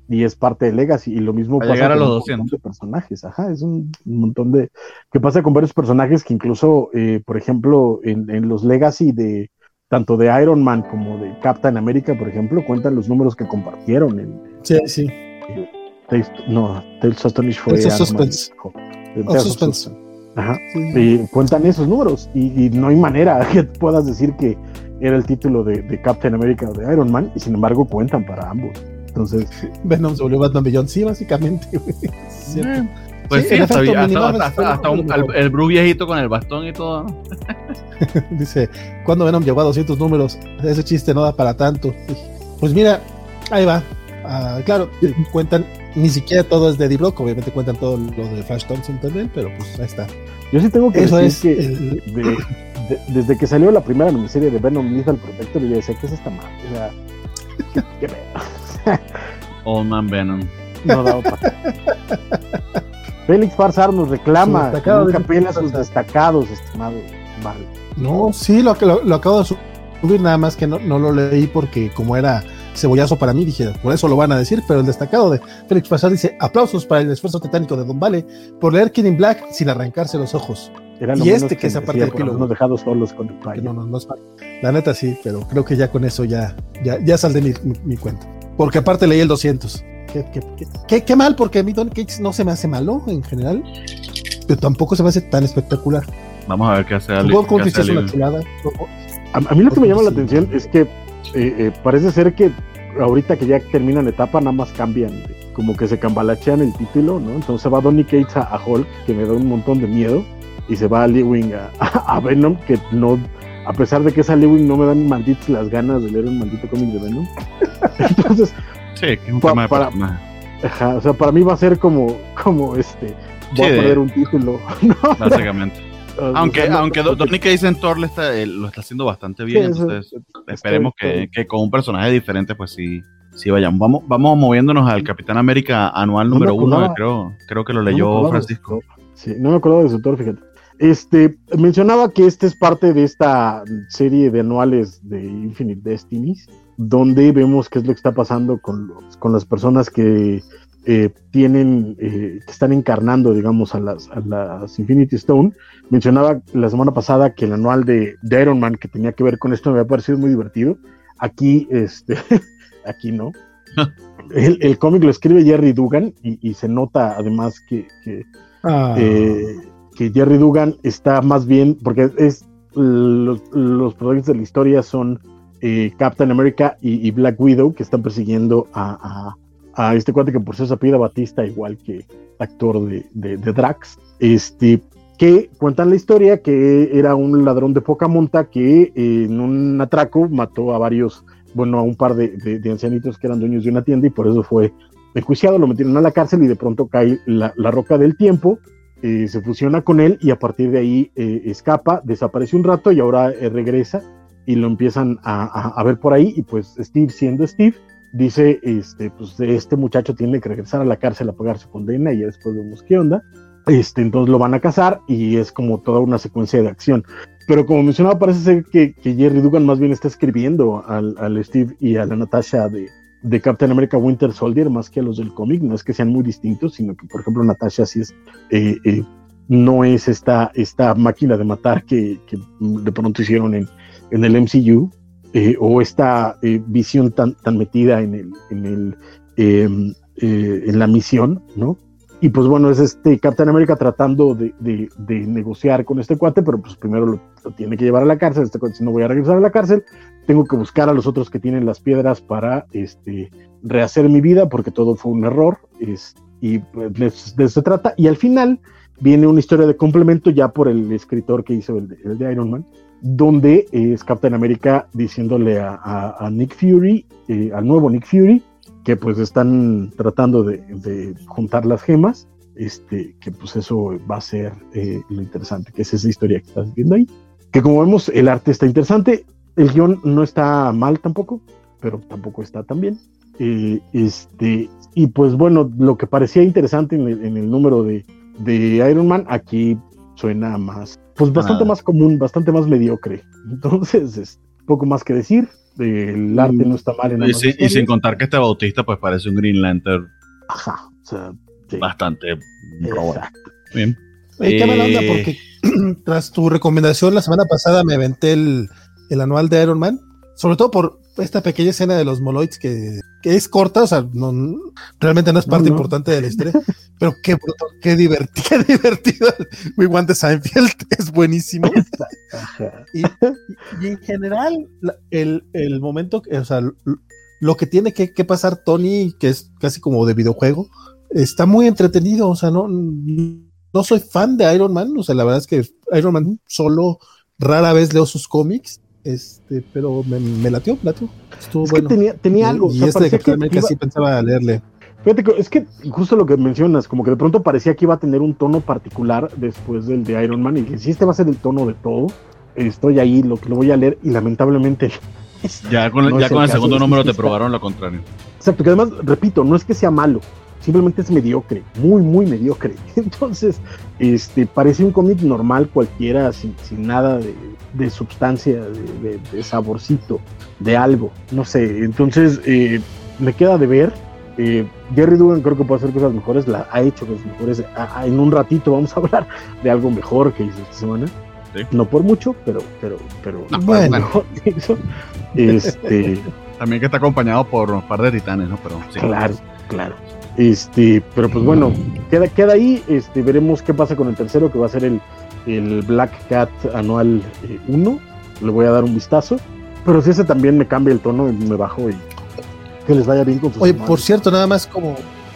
y es parte de Legacy, y lo mismo a pasa llegar a con los un doscientos montón de personajes, ajá, es un, un montón de, que pasa con varios personajes que incluso, eh, por ejemplo, en, en los Legacy de, tanto de Iron Man como de Captain America, por ejemplo, cuentan los números que compartieron en, sí, sí. Eh, Tales, no, Tales of Astonish fue Tales of Ant-Man, Suspense. oh, Of Tales of Suspense. Suspense. Ajá. Sí. Y cuentan esos números y, y no hay manera que puedas decir que era el título de, de Captain America o de Iron Man, y sin embargo cuentan para ambos. Entonces, Venom se volvió Batman Beyond, sí, básicamente. Sí, Eh, pues sí, sí, en hasta, efecto, hasta, Minimax hasta, fue hasta, hasta un- lo el, mejor. el Bruce viejito con el bastón y todo, ¿no? Dice, cuando Venom llegó a doscientos números, ese chiste no da para tanto. Pues mira, ahí va. Ah, claro, cuentan, ni siquiera todo es de Eddie Brock, obviamente cuentan todo lo de Flash Thompson también, pero pues ahí está. yo sí tengo que Eso decir es que el- de- de- desde que salió la primera miniserie de Venom Lethal Protector, yo decía, ¿qué es esta madre? O sea, ¿qué, qué pedo? Old Man Venom. No daba para. Félix Farsar nos reclama Su que destacado nunca de- pela sus destacados, estimado. Vale. No, sí, lo, lo, lo acabo de subir, nada más que no, no lo leí porque como era cebollazo para mí, dije, por eso lo van a decir, pero el destacado de Félix Farsar dice, aplausos para el esfuerzo titánico de Don Vale por leer King in Black sin arrancarse los ojos. Era lo Y menos este que esa decía, parte del por epílogo. habernos dejado solos con el Que payo. no, no, no es parte. La neta sí, pero creo que ya con eso ya, ya, ya saldré mi, mi, mi cuenta. Porque aparte leí el doscientos. Qué, qué, qué, qué, qué mal, porque a mí Donny Cates no se me hace malo en general, pero tampoco se me hace tan espectacular. Vamos a ver qué hace Ali. World qué Country hace es una Ali. chulada. A, a mí lo que me llama la Sí. atención es que eh, eh, parece ser que ahorita que ya terminan etapa, nada más cambian, de- como que se cambalachean el título, ¿no? Entonces se va Donny Cates a, a Hulk, que me da un montón de miedo, y se va a Lee Wing a, a, a Venom, que no, a pesar de que es a Lee Wing, no me dan malditas las ganas de leer un maldito cómic de Venom. Entonces, Sí, que es un Pa- tema de para- personaje, ajá, o sea, para mí va a ser como, como este, voy Sí, a de- perder un título, ¿no? básicamente. O Aunque, sea, no- aunque Do- Donny Cates en Thor le está, eh, lo está haciendo bastante bien, Sí, eso- entonces estoy- esperemos estoy- que, que con un personaje diferente, pues sí, sí vayamos. Vamos, vamos moviéndonos al Capitán América anual No me número uno, acordaba. que creo, creo que lo No me leyó acordaba de Francisco. su autor. Sí, no me acuerdo de su autor, fíjate. Este, mencionaba que este es parte de esta serie de anuales de Infinite Destinies, donde vemos qué es lo que está pasando con, los, con las personas que eh, tienen, eh, que están encarnando, digamos, a las, a las Infinity Stone. Mencionaba la semana pasada que el anual de, de Iron Man, que tenía que ver con esto, me había parecido muy divertido. Aquí, este, aquí no. El, el cómic lo escribe Jerry Dugan y, y se nota además que, que Ah, eh, que Jerry Dugan está más bien, porque es los, los protagonistas de la historia son eh, Captain America y, y Black Widow, que están persiguiendo a, a, a este cuate que por cierto se apellida Batista, igual que actor de, de, de Drax, este, que cuentan la historia que era un ladrón de poca monta que eh, en un atraco mató a varios, bueno, a un par de, de, de ancianitos que eran dueños de una tienda, y por eso fue enjuiciado, lo metieron a la cárcel y de pronto cae la, la roca del tiempo, eh, se fusiona con él y a partir de ahí eh, escapa, desaparece un rato y ahora eh, regresa y lo empiezan a, a, a ver por ahí, y pues Steve, siendo Steve, dice, este, pues este muchacho tiene que regresar a la cárcel a pagar su condena, y ya después vemos qué onda. Este, entonces lo van a cazar y es como toda una secuencia de acción. Pero como mencionaba, parece ser que, que Jerry Dugan más bien está escribiendo al, al Steve y a la Natasha de, de Captain America Winter Soldier más que a los del cómic. No es que sean muy distintos, sino que, por ejemplo, Natasha sí es, eh, eh, no es esta, esta máquina de matar que, que de pronto hicieron en, en el M C U, eh, o esta eh, visión tan, tan metida en, el, en, el, eh, eh, en la misión, ¿no? Y pues bueno, es este Captain America tratando de, de, de negociar con este cuate, pero pues primero lo, lo tiene que llevar a la cárcel. Este cuate, si no voy a regresar a la cárcel, tengo que buscar a los otros que tienen las piedras para este, rehacer mi vida, porque todo fue un error, es, y pues, de, de eso se trata. Y al final viene una historia de complemento ya por el escritor que hizo el de, el de Iron Man, donde es Captain America diciéndole a, a, a Nick Fury, eh, al nuevo Nick Fury, que pues están tratando de, de juntar las gemas, este, que pues eso va a ser eh, lo interesante, que es esa historia que estás viendo ahí, que como vemos el arte está interesante, el guión no está mal tampoco, pero tampoco está tan bien, eh, este, y pues bueno, lo que parecía interesante en el, en el número de, de Iron Man, aquí suena más, pues bastante Ah. más común, bastante más mediocre, entonces, este, poco más que decir. El arte no está mal en y, sin, y sin contar que este Bautista pues parece un Green Lantern. Ajá, o sea, sí. Bastante robot. Bien. Oye, qué mala onda, porque tras tu recomendación la semana pasada me aventé el, el anual de Iron Man, sobre todo por esta pequeña escena de los Moloids que, que es corta, o sea, no, realmente no es parte no, no. importante de la historia, pero qué bruto, qué divertido, qué divertido. We Want the Seinfeld es buenísimo. y, y en general, el, el momento, o sea, lo que tiene que, que pasar Tony, que es casi como de videojuego, está muy entretenido, o sea, no, no soy fan de Iron Man, o sea, la verdad es que Iron Man solo rara vez leo sus cómics, este, pero me, me latió, latió. Estuvo es bueno. que tenía, tenía algo. Y, y o sea, este de Capitán América sí pensaba leerle. Fíjate que es que justo lo que mencionas, como que de pronto parecía que iba a tener un tono particular después del de Iron Man, y que si este va a ser el tono de todo, estoy ahí, lo que lo voy a leer, y lamentablemente ya con, no ya con el, el segundo número te probaron lo contrario. Exacto, que además, repito, no es que sea malo, simplemente es mediocre, muy, muy mediocre. Entonces, este, parece un cómic normal cualquiera, sin, sin nada de, de sustancia, de, de, de saborcito, de algo, no sé. Entonces, eh, me queda de ver. Eh, Jerry Dugan creo que puede hacer cosas mejores, la ha hecho cosas mejores. A, a, en un ratito vamos a hablar de algo mejor que hizo esta semana. Sí. No por mucho, pero, pero, pero no, bueno. mejor que hizo. Este, también que está acompañado por un par de titanes, ¿no? Pero sí. Claro, claro. Este, pero pues bueno, queda, queda ahí, este, veremos qué pasa con el tercero, que va a ser el, el Black Cat anual uno, eh, le voy a dar un vistazo, pero si ese también me cambia el tono y me bajo y que les vaya bien con sus Oye, hermanos. Por cierto, nada más como,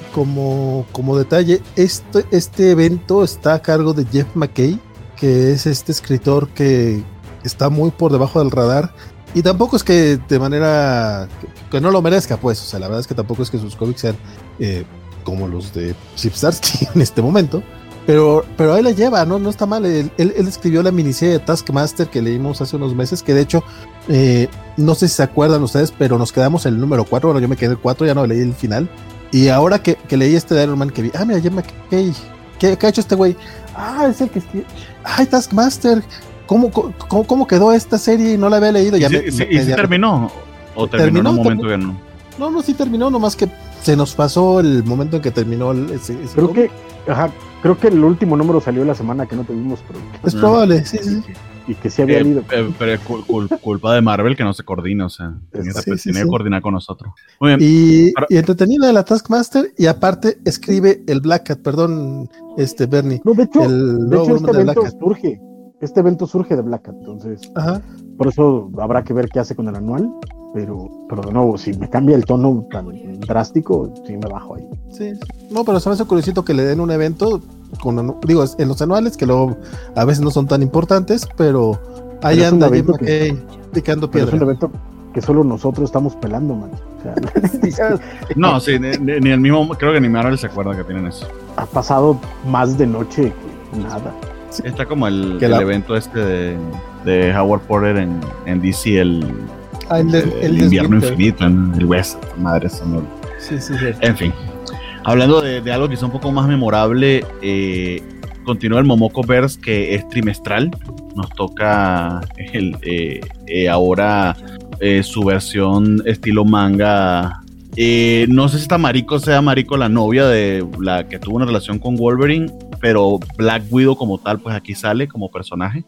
como, como detalle, este, este evento está a cargo de Jeff McKay, que es este escritor que está muy por debajo del radar, y tampoco es que de manera que, que no lo merezca, pues, o sea, la verdad es que tampoco es que sus cómics sean eh, como los de Chip Zdarsky en este momento, pero, pero ahí la lleva, ¿no? No está mal. Él, él, él escribió la miniserie de Taskmaster que leímos hace unos meses, que de hecho, eh, no sé si se acuerdan ustedes, pero nos quedamos en el número cuatro, bueno, yo me quedé en el cuatro, ya no leí el final, y ahora que, que leí este de Iron Man que vi, ah, mira, ya me ¿qué, ¿qué, qué ha hecho este güey? Ah, es el que escribió, ay, Taskmaster, ¿cómo, cómo, cómo quedó esta serie y no la había leído? Ya ¿Y, me, sí, me, ¿y si terminó? ¿O terminó, terminó en un momento que no? No, no, sí terminó, nomás que se nos pasó el momento en que terminó el, ese, ese creo cómic. que, ajá, creo que el último número salió la semana que no tuvimos, pero es probable, sí, sí. Y que se había eh, ido. Eh, pero es cul- cul- culpa de Marvel que no se coordina, o sea, tiene, sí, sí, sí, que sí. coordinar con nosotros. Muy bien. Y, pero, y entretenida la Taskmaster, y aparte escribe el Black Cat, perdón, este Bernie. No, de hecho, el de hecho este evento surge, este evento surge de Black Cat, entonces, ajá. Por eso habrá que ver qué hace con el anual. Pero, pero de nuevo, si me cambia el tono tan drástico, sí me bajo ahí. Sí, no, pero se me hace curiosito que le den un evento, con, digo, en los anuales, que luego a veces no son tan importantes, pero ahí pero anda Jim McKay picando piedra. Es un evento que solo nosotros estamos pelando, man. O sea, no, sí, ni, ni el mismo, creo que ni Marvel se acuerda que tienen eso. Ha pasado más de noche que nada. Sí. Está como el, el la... evento este de, de Howard Porter en, en D C, el... Ah, el, el, el, el invierno infinito en el West, madre sonora. Sí, sí, sí. En fin, hablando de, de algo quizá un poco más memorable, eh, continúa el Momoko Verse, que es trimestral. Nos toca el, eh, eh, ahora eh, su versión estilo manga. Eh, no sé si esta Mariko sea Mariko la novia de la que tuvo una relación con Wolverine, pero Black Widow como tal, pues aquí sale como personaje.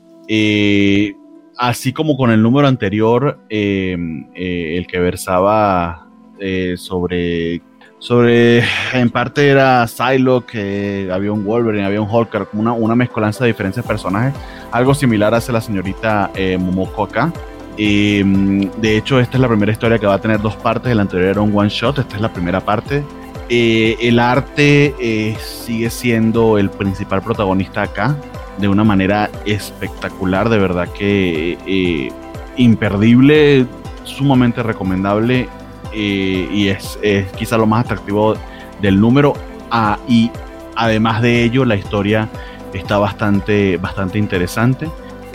Eh, Así como con el número anterior, eh, eh, el que versaba eh, sobre, sobre, en parte era Psylocke, eh, había un Wolverine, había un Hulk, como una, una mezcolanza de diferentes personajes, algo similar hace la señorita eh, Momoko acá. Eh, de hecho, esta es la primera historia que va a tener dos partes, el anterior era un one shot, esta es la primera parte. Eh, el arte eh, sigue siendo el principal protagonista acá, de una manera espectacular, de verdad que eh, imperdible, sumamente recomendable, eh, y es, es quizá lo más atractivo del número. Ah, y además de ello, la historia está bastante, bastante interesante.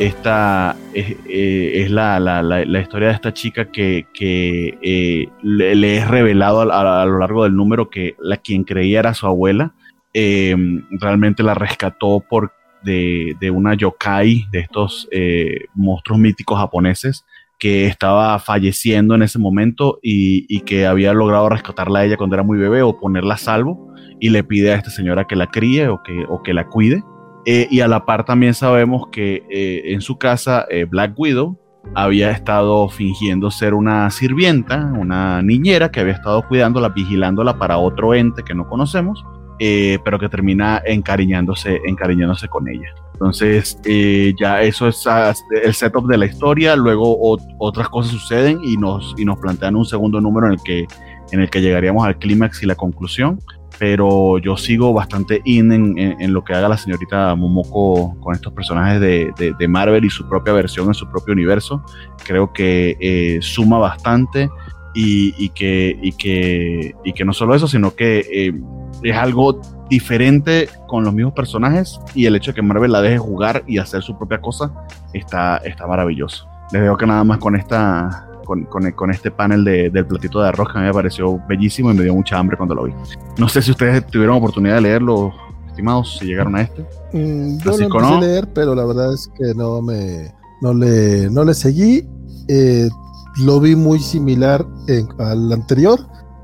Esta es, eh, es la, la, la, la historia de esta chica que, que eh, le, le es revelado a, a, a lo largo del número que la quien creía era su abuela, eh, realmente la rescató por De, de una yokai, de estos eh, monstruos míticos japoneses, que estaba falleciendo en ese momento y, y que había logrado rescatarla a ella cuando era muy bebé o ponerla a salvo, y le pide a esta señora que la críe o que, o que la cuide. Eh, y a la par también sabemos que eh, en su casa eh, Black Widow había estado fingiendo ser una sirvienta, una niñera que había estado cuidándola, vigilándola para otro ente que no conocemos, eh, pero que termina encariñándose, encariñándose con ella. Entonces eh, ya eso es uh, el setup de la historia. Luego o, otras cosas suceden y nos, y nos plantean un segundo número en el que, en el que llegaríamos al clímax y la conclusión. Pero yo sigo bastante in en, en, en lo que haga la señorita Momoko con estos personajes de, de, de Marvel y su propia versión en su propio universo. Creo que eh, suma bastante y, y, que, y, que, y que no solo eso, sino que eh, es algo diferente con los mismos personajes, y el hecho de que Marvel la deje jugar y hacer su propia cosa está, está maravilloso. Les dejo que nada más con esta... Con, con, con este panel de, del platito de arroz, que a mí me pareció bellísimo y me dio mucha hambre cuando lo vi. No sé si ustedes tuvieron oportunidad de leerlo, estimados, si llegaron a este. Mm, yo Así lo empecé no. a leer, pero la verdad es que no me no le, no le seguí. Eh, lo vi muy similar en, al anterior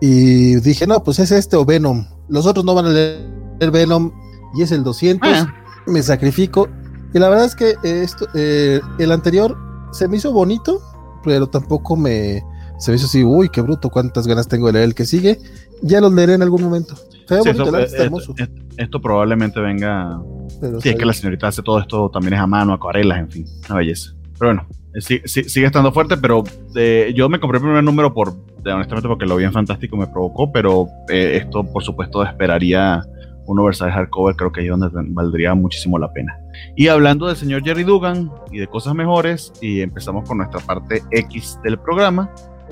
y dije, no, pues es este o Venom. Los otros no van a leer Venom y es el doscientos. Ah. Me sacrifico. Y la verdad es que esto, eh, el anterior se me hizo bonito, pero tampoco me se me hizo así, uy, qué bruto, cuántas ganas tengo de leer el que sigue. Ya los leeré en algún momento. Feo, sí, bonito, esto, está hermoso. Esto, esto probablemente venga... Pero sí, es que la señorita hace todo esto, también es a mano, acuarelas, en fin, una belleza. Pero bueno, sí, sí, sigue estando fuerte, pero eh, yo me compré el primer número por, de, honestamente porque lo vi en Fantástico, me provocó, pero eh, esto por supuesto esperaría un oversize hardcover, creo que ahí es donde valdría muchísimo la pena. Y hablando del señor Jerry Duggan y de cosas mejores, y empezamos con nuestra parte X del programa,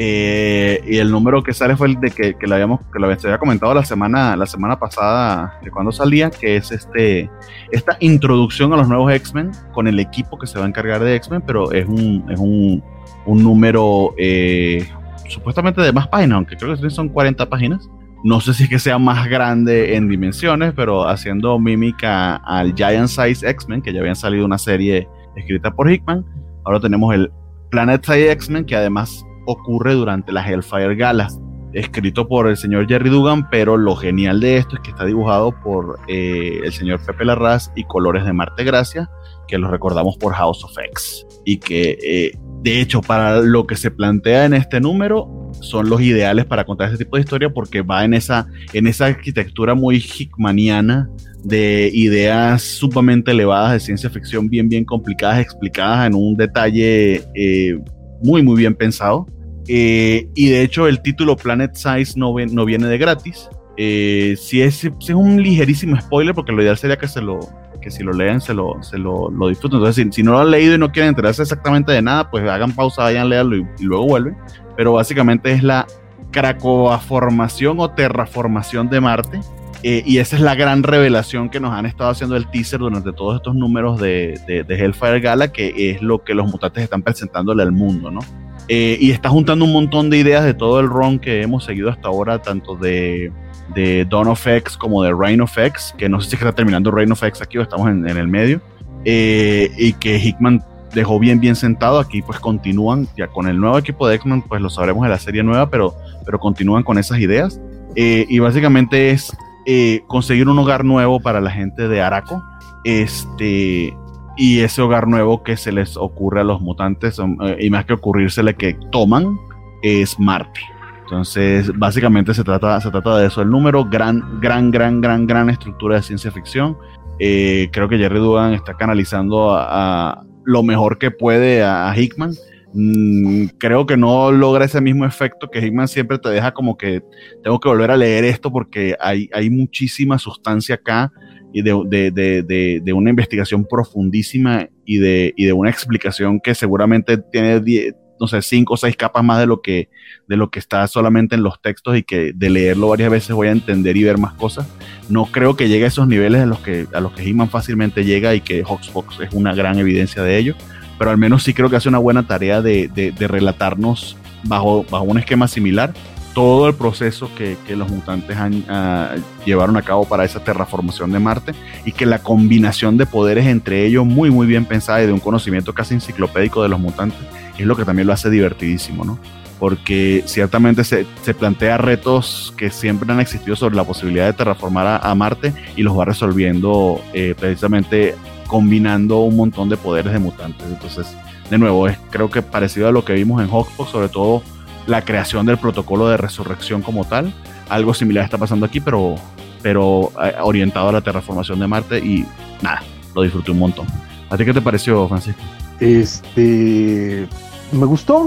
eh, y el número que sale fue el de que, que, le habíamos, que lo había comentado la semana, la semana pasada, de cuando salía, que es este, esta introducción a los nuevos X-Men con el equipo que se va a encargar de X-Men, pero es un, es un, un número eh, supuestamente de más páginas, aunque creo que son cuarenta páginas. No sé si es que sea más grande en dimensiones, pero haciendo mímica al Giant Size X-Men, que ya habían salido una serie escrita por Hickman. Ahora tenemos el Planet Size X-Men, que además ocurre durante la Hellfire Gala, escrito por el señor Jerry Duggan, pero lo genial de esto es que está dibujado por eh, el señor Pepe Larraz y colores de Marte Gracia, que los recordamos por House of X, y que eh, de hecho para lo que se plantea en este número son los ideales para contar este tipo de historia, porque va en esa, en esa arquitectura muy hickmaniana de ideas sumamente elevadas de ciencia ficción, bien bien complicadas, explicadas en un detalle eh, muy muy bien pensado. Eh, y de hecho el título Planet Size no, ven, no viene de gratis. Eh, si, es, si es un ligerísimo spoiler, porque lo ideal sería que se lo que si lo lean se lo, se lo, lo disfruten. Entonces si, si no lo han leído y no quieren enterarse exactamente de nada, pues hagan pausa, vayan a leerlo y, y luego vuelven. Pero básicamente es la cracoaformación o terraformación de Marte, eh, y esa es la gran revelación que nos han estado haciendo el teaser durante todos estos números de, de, de Hellfire Gala, que es lo que los mutantes están presentándole al mundo, ¿no? Eh, y está juntando un montón de ideas de todo el run que hemos seguido hasta ahora, tanto de, de Dawn of X como de Reign of X, que no sé si está terminando Reign of X aquí o estamos en, en el medio, eh, y que Hickman dejó bien bien sentado. Aquí pues continúan ya con el nuevo equipo de X-Men, pues lo sabremos de la serie nueva, pero, pero continúan con esas ideas, eh, y básicamente es eh, conseguir un hogar nuevo para la gente de Araco, este, y ese hogar nuevo que se les ocurre a los mutantes, eh, y más que ocurrírsele que toman, es Marte. Entonces básicamente se trata, se trata de eso, el número, gran, gran, gran, gran, gran estructura de ciencia ficción. Eh, creo que Jerry Duggan está canalizando a, a lo mejor que puede a, a Hickman. Mm, creo que no logra ese mismo efecto que Hickman siempre te deja como que tengo que volver a leer esto porque hay, hay muchísima sustancia acá y de, de, de, de, de una investigación profundísima y de, y de una explicación que seguramente tiene diez, no sé, cinco o seis capas más de lo que de lo que está solamente en los textos, y que de leerlo varias veces voy a entender y ver más cosas. No creo que llegue a esos niveles a los que, a los que Hickman fácilmente llega, y que Hoxpox es una gran evidencia de ello, pero al menos sí creo que hace una buena tarea de, de, de relatarnos bajo, bajo un esquema similar todo el proceso que, que los mutantes han, uh, llevaron a cabo para esa terraformación de Marte, y que la combinación de poderes entre ellos, muy muy bien pensada y de un conocimiento casi enciclopédico de los mutantes, es lo que también lo hace divertidísimo, ¿no? Porque ciertamente se, se plantea retos que siempre han existido sobre la posibilidad de terraformar a, a Marte, y los va resolviendo eh, precisamente combinando un montón de poderes de mutantes. Entonces, de nuevo, es creo que parecido a lo que vimos en Hawkbox, sobre todo la creación del protocolo de resurrección como tal. Algo similar está pasando aquí, pero, pero eh, orientado a la terraformación de Marte, y nada, lo disfruté un montón. ¿A ti qué te pareció, Francisco? Este, me gustó.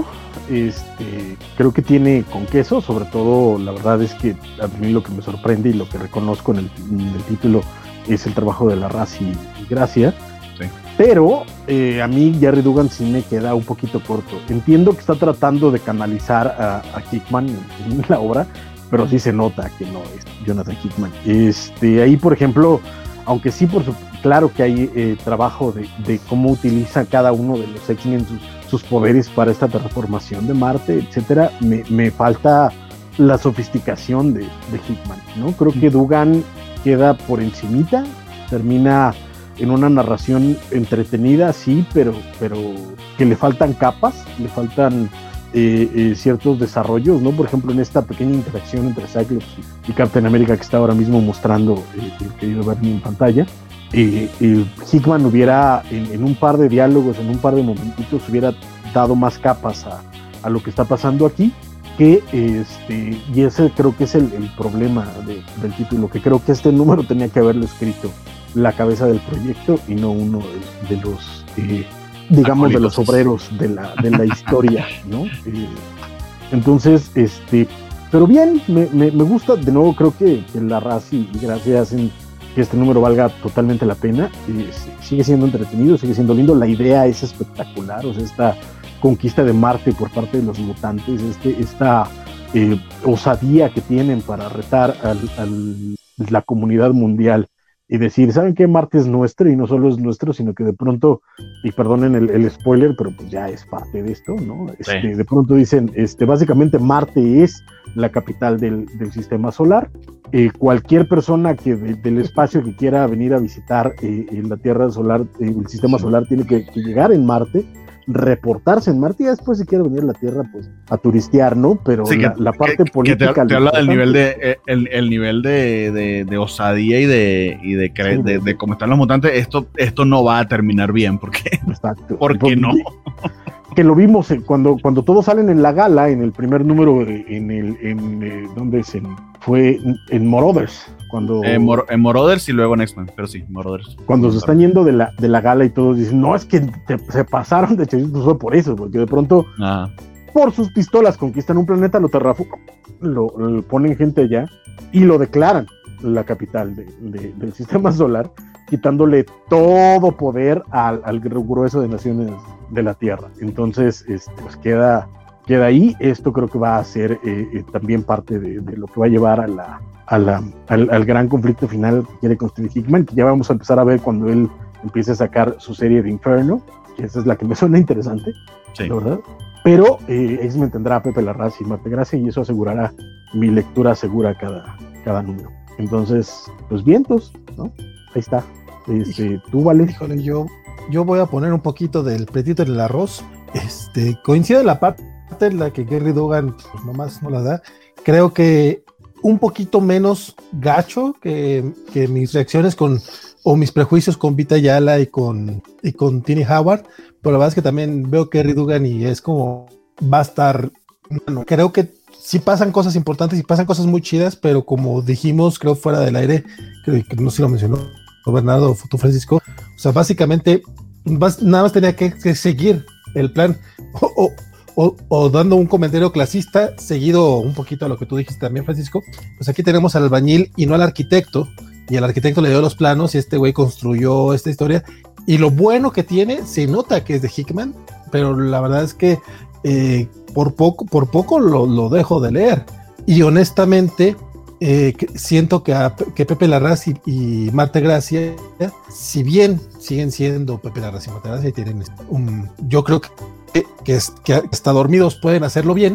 Este, creo que tiene con queso, sobre todo la verdad es que a mí lo que me sorprende y lo que reconozco en el, en el título es el trabajo de Larraz y, y Gracia. Sí. Pero eh, a mí Gerry Duggan sí me queda un poquito corto. Entiendo que está tratando de canalizar a, a Hickman en, en la obra, pero sí se nota que no es Jonathan Hickman. Este, ahí, por ejemplo, aunque sí, por su, claro que hay eh, trabajo de, de cómo utiliza cada uno de los X-Men sus, sus poderes para esta terraformación de Marte, etcétera, me, me falta la sofisticación de, de Hickman, ¿no? Creo que Duggan queda por encimita, termina en una narración entretenida, sí, pero, pero que le faltan capas, le faltan eh, eh, ciertos desarrollos, ¿no? Por ejemplo, en esta pequeña interacción entre Cyclops y Captain America que está ahora mismo mostrando eh, el querido Bernie en pantalla, eh, eh, Hickman hubiera, en, en un par de diálogos, en un par de momentitos, hubiera dado más capas a, a lo que está pasando aquí, que este, y ese creo que es el, el problema de, del título, que creo que este número tenía que haberlo escrito la cabeza del proyecto y no uno de, de los eh, digamos de los obreros de la, de la historia, ¿no? Eh, entonces, este, pero bien, me, me, me gusta, de nuevo creo que, que Larraz y, y Gracia hacen que este número valga totalmente la pena, eh, sigue siendo entretenido, sigue siendo lindo, la idea es espectacular, o sea, esta conquista de Marte por parte de los mutantes, este, esta eh, osadía que tienen para retar al, al, la comunidad mundial y decir, ¿saben qué? Marte es nuestro, y no solo es nuestro, sino que de pronto, y perdonen el, el spoiler, pero pues ya es parte de esto, ¿no? Este, sí. De pronto dicen, este, básicamente Marte es la capital del, del sistema solar. Eh, cualquier persona que de, del espacio que quiera venir a visitar eh, la Tierra solar, eh, el sistema sí. solar, tiene que, que llegar en Marte, reportarse en Marte, y después si quiere venir a la Tierra pues a turistear, ¿no? Pero sí, la, que, la parte que, política que te, te habla del nivel de el, el nivel de, de, de osadía y de y de, cre- sí, de, de cómo están los mutantes. Esto esto no va a terminar bien, porque exacto. ¿por qué no? Que lo vimos cuando cuando todos salen en la gala, en el primer número, en el en eh, ¿dónde es? En, fue en, en Marauders, cuando en, Mor- en Marauders y luego en X-Men, pero sí, Marauders. Cuando se están yendo de la, de la gala y todos dicen, no, es que te, se pasaron de hecho, fue por eso, porque de pronto ah. por sus pistolas conquistan un planeta, lo terraforman, lo, lo ponen gente allá y lo declaran la capital de, de, del sistema solar, quitándole todo poder al, al grueso de naciones de la Tierra. Entonces, este, pues queda, queda ahí. Esto creo que va a ser eh, eh, también parte de, de lo que va a llevar a la, a la, al, al gran conflicto final que quiere construir Hickman, que ya vamos a empezar a ver cuando él empiece a sacar su serie de Inferno, que esa es la que me suena interesante, sí. La verdad. Pero eh, X-Men tendrá a Pepe Larraz y Marte Gracia, y eso asegurará mi lectura segura cada, cada número. Entonces, pues vientos, ¿no? Ahí está. Este, tú, Vale. Híjole, yo, yo voy a poner un poquito del pretito en el arroz. Este, coincide la parte en la que Gerry Duggan pues, nomás no la da. Creo que un poquito menos gacho que, que mis reacciones con, o mis prejuicios con Vita Ayala y con, y con Tini Howard, pero la verdad es que también veo que Gerry Duggan y es como, va a estar, bueno, creo que sí pasan cosas importantes y pasan cosas muy chidas, pero como dijimos, creo fuera del aire, creo que no sé si lo mencionó Bernardo o tú, Francisco, o sea, básicamente vas, nada más tenía que, que seguir el plan, o, o, o, o dando un comentario clasista, seguido un poquito a lo que tú dijiste también, Francisco, pues aquí tenemos al albañil y no al arquitecto, y el arquitecto le dio los planos y este güey construyó esta historia, y lo bueno que tiene, se nota que es de Hickman, pero la verdad es que eh, por poco, por poco lo, lo dejo de leer, y honestamente eh, que siento que, a, que Pepe Larraz y, y Marte Gracia, si bien siguen siendo Pepe Larraz y Marte Gracia y tienen un, yo creo que, que, que, que hasta dormidos pueden hacerlo bien,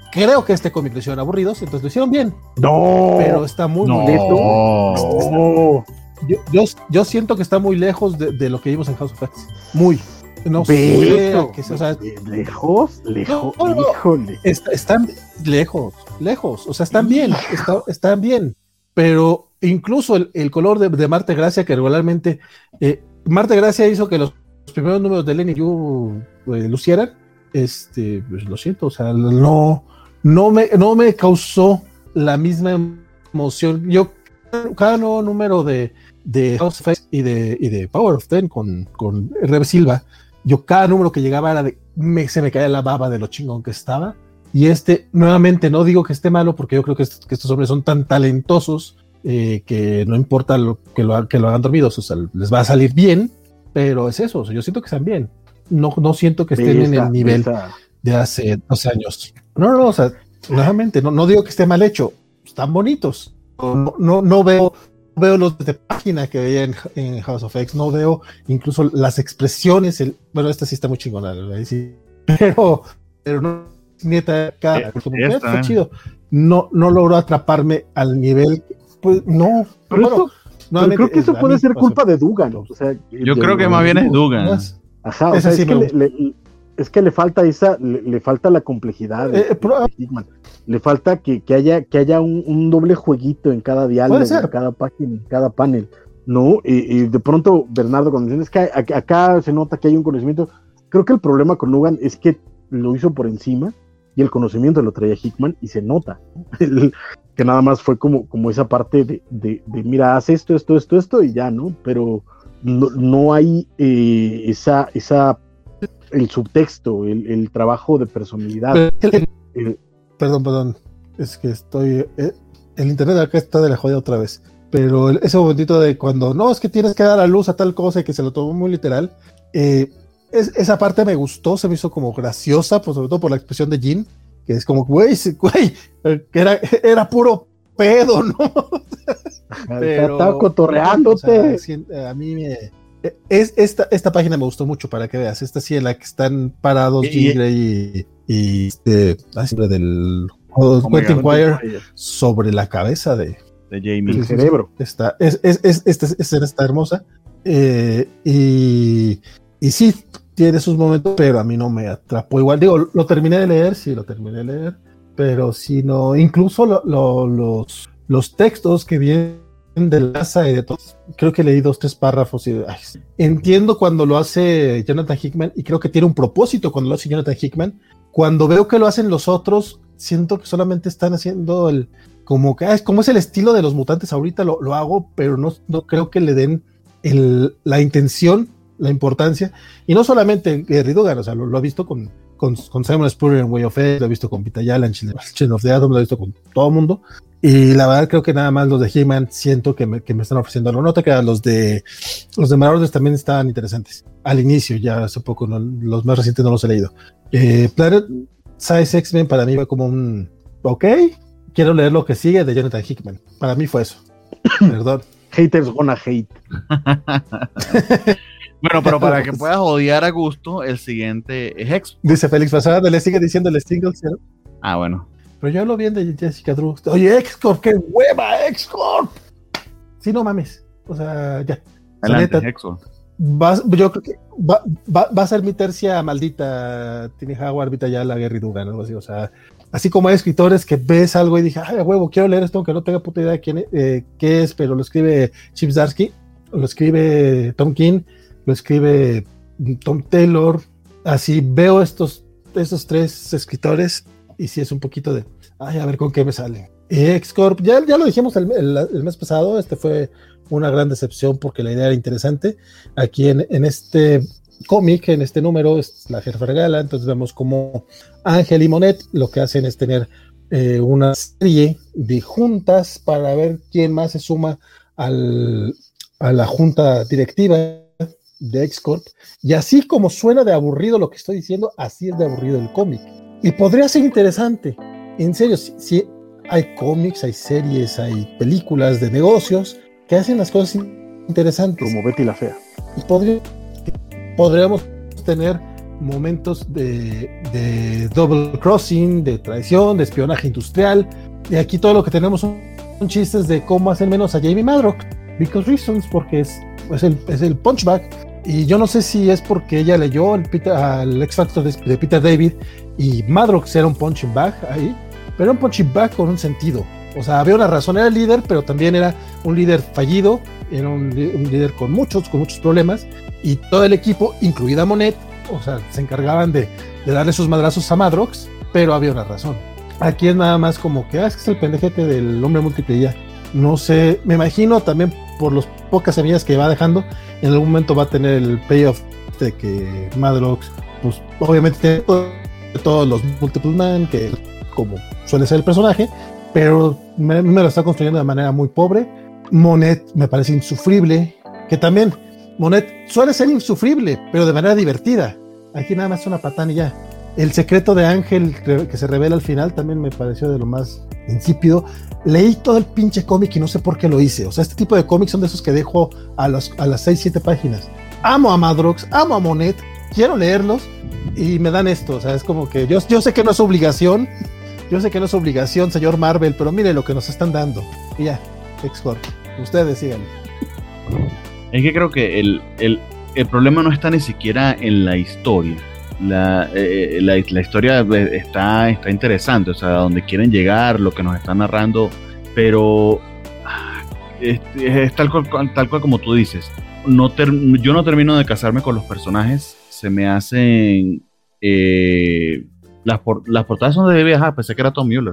creo que este cómic lo hicieron aburridos, entonces lo hicieron bien. No, pero está muy, no. muy lejos. No. Yo, yo, yo siento que está muy lejos de, de lo que vimos en House of X. Muy. No sé, que, o sea, lejos, lejos, no, no, híjole. Está, están lejos, lejos, o sea, están bien, está, están bien, pero incluso el, el color de, de Marte Gracia, que regularmente eh, Marte Gracia hizo que los primeros números de Lenny Yu eh, lucieran, este, pues lo siento, o sea, no, no me, no me causó la misma emoción. Yo, cada nuevo número de, de House of X y de, y de Power of Ten con, con Rebe Silva, yo cada número que llegaba era de, me, se me caía la baba de lo chingón que estaba. Y este, nuevamente, no digo que esté malo, porque yo creo que, est- que estos hombres son tan talentosos eh, que no importa lo, que, lo, que lo hagan dormidos, o sea, les va a salir bien, pero es eso, o sea, yo siento que están bien. No, no siento que estén Esa, en el nivel esa. de hace doce años. No, no, no, o sea, nuevamente, no, no digo que esté mal hecho, están bonitos. No, no, no veo veo los de página que veía en, en House of X, no veo incluso las expresiones, el, bueno, esta sí está muy chingona, ahí sí, pero, pero no, neta, acá, Eh, como esta, que está eh. chido, no, no logró atraparme al nivel, pues no, Pero, bueno, eso, pero creo que eso a puede mí, ser o sea, culpa de Dugan, o sea, Yo de- creo que de- más bien es no Dugan. es- Ajá, o Esa sea, sí es, que me le, gusta. le- es que le falta esa, le, le falta la complejidad de, Eh, eh, pero- de Hickman. Le falta que, que haya, que haya un, un doble jueguito en cada diálogo, Puede ser. en cada página, en cada panel, ¿no? Y, y de pronto, Bernardo, cuando dices que a- acá se nota que hay un conocimiento, creo que el problema con Dugan es que lo hizo por encima y el conocimiento lo traía Hickman y se nota, ¿no? El- que nada más fue como, como esa parte de, de, de, mira, haz esto, esto, esto, esto y ya, ¿no? Pero no, no hay eh, esa, esa, el subtexto, el, el trabajo de personalidad. pero- El- Perdón, perdón. Es que estoy. Eh, el internet acá está de la joya otra vez. Pero el- ese momentito de cuando no, es que tienes que dar a luz a tal cosa y que se lo tomó muy literal. Eh, es, esa parte me gustó, se me hizo como graciosa, pues sobre todo por la expresión de Jean, que es como, güey, sí, güey, eh, que era, era puro pedo, ¿no? Estaba cotorreándote. O sea, sí, a mí me. Es, esta, esta página me gustó mucho para que veas. Esta sí en la que están parados Y- Jean Grey y, y este, ah, siempre del oh, my Quentin God. Quire sobre la cabeza de De Jamie. El cerebro. esta. Es, es, es, esta escena está hermosa. Eh, y, y sí, tiene sus momentos, pero a mí no me atrapó igual. Digo, lo terminé de leer, sí, lo terminé de leer, pero si no, incluso lo, lo, los, los textos que vienen de la casa y de todos, creo que leí dos, tres párrafos y ay, entiendo cuando lo hace Jonathan Hickman y creo que tiene un propósito cuando lo hace Jonathan Hickman. Cuando veo que lo hacen los otros, siento que solamente están haciendo el, como que, ah, es como es el estilo de los mutantes ahorita, lo, lo hago, pero no, no creo que le den el, la intención, la importancia, y no solamente Gary Dugan, o sea, lo, lo he visto con, con, con Simon Spurrier en Way of X, lo he visto con Vita Yala en Children of the Atom, lo he visto con todo el mundo, y la verdad creo que nada más los de He-Man siento que me, que me están ofreciendo algo. Nota que los de los de Marauders también estaban interesantes al inicio, ya hace poco, no, los más recientes no los he leído. eh, Planet Size X-Men para mí fue como un ok, quiero leer lo que sigue de Jonathan Hickman, para mí fue eso. Perdón. Haters gonna hate. Bueno, pero para que puedas odiar a gusto, el siguiente es X. Dice Félix Fasada, le sigue diciendo el singles, ¿no? Ah, bueno. Pero yo hablo bien de Jessica Drew. Oye, X-Corp, qué hueva, X-Corp. Sí, no mames. O sea, ya. Adelante, neta, Hexo. vas- yo creo que va, va, va a ser mi tercia maldita. Tini Howard, Vita Yala, Gary Dugan, algo así. O sea, así como hay escritores que ves algo y dije, ay, a huevo, quiero leer esto, aunque no tenga puta idea de quién, eh, qué es, pero lo escribe Chip Zdarsky, lo escribe Tom King, lo escribe Tom Taylor. Así veo estos, estos tres escritores y sí es un poquito de, ay, a ver con qué me sale. X-Corp, ya, ya lo dijimos el, el, el mes pasado, este fue una gran decepción porque la idea era interesante. Aquí en, en este cómic, en este número, es la jefa regala, entonces vemos como Ángel y Monet lo que hacen es tener eh, una serie de juntas para ver quién más se suma al, a la junta directiva de X-Corp, y así como suena de aburrido lo que estoy diciendo, así es de aburrido el cómic. Y podría ser interesante, en serio, si, si hay cómics, hay series, hay películas de negocios que hacen las cosas interesantes. Como Betty la Fea. Y podría, podríamos tener momentos de, de double crossing, de traición, de espionaje industrial. Y aquí todo lo que tenemos son, son chistes de cómo hacer menos a Jamie Madrox, because reasons, porque es, es, el, es el punchback. Y yo no sé si es porque ella leyó el Peter, al X Factor de, de Peter David y Madrox era un punching bag ahí, pero un punching bag con un sentido. O sea, había una razón, era el líder, pero también era un líder fallido, era un, un líder con muchos, con muchos problemas, y todo el equipo, incluida Monet, o sea, se encargaban de, de darle sus madrazos a Madrox, pero había una razón. Aquí es nada más como que, ah, es que es el pendejete del hombre múltiple ya. No sé, me imagino también por las pocas semillas que va dejando, en algún momento va a tener el payoff de que Madrox, pues obviamente tiene todo, todos los Multiple Man, que como suele ser el personaje, pero me, me lo está construyendo de manera muy pobre. Monet me parece insufrible, que también Monet suele ser insufrible, pero de manera divertida. Aquí nada más es una patán y ya. El secreto de Ángel que se revela al final también me pareció de lo más insípido. Leí todo el pinche cómic y no sé por qué lo hice. O sea, este tipo de cómics son de esos que dejo a, los, a las seis, siete páginas. Amo a Madrox, amo a Monet, quiero leerlos y me dan esto. O sea, es como que yo, yo sé que no es obligación, yo sé que no es obligación, señor Marvel, pero mire lo que nos están dando. Y ya, X-Corp, ustedes sigan. Es que creo que el, el, el problema no está ni siquiera en la historia. La, eh, la, la historia está, está interesante, o sea, a donde quieren llegar, lo que nos están narrando, pero es, es tal, cual, tal cual como tú dices. No ter, yo no termino de casarme con los personajes, se me hacen... Eh, las, por, las portadas son de David Aja, pensé que era Tom Muller.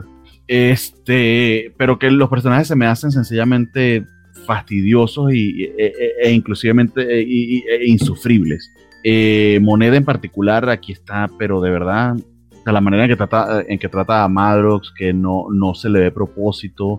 Este, pero que los personajes se me hacen sencillamente fastidiosos y, e, e, e inclusivamente e, e, e insufribles. Eh, Moneda en particular aquí está, pero de verdad, de la manera en que trata, en que trata a Madrox, que no, no se le ve propósito,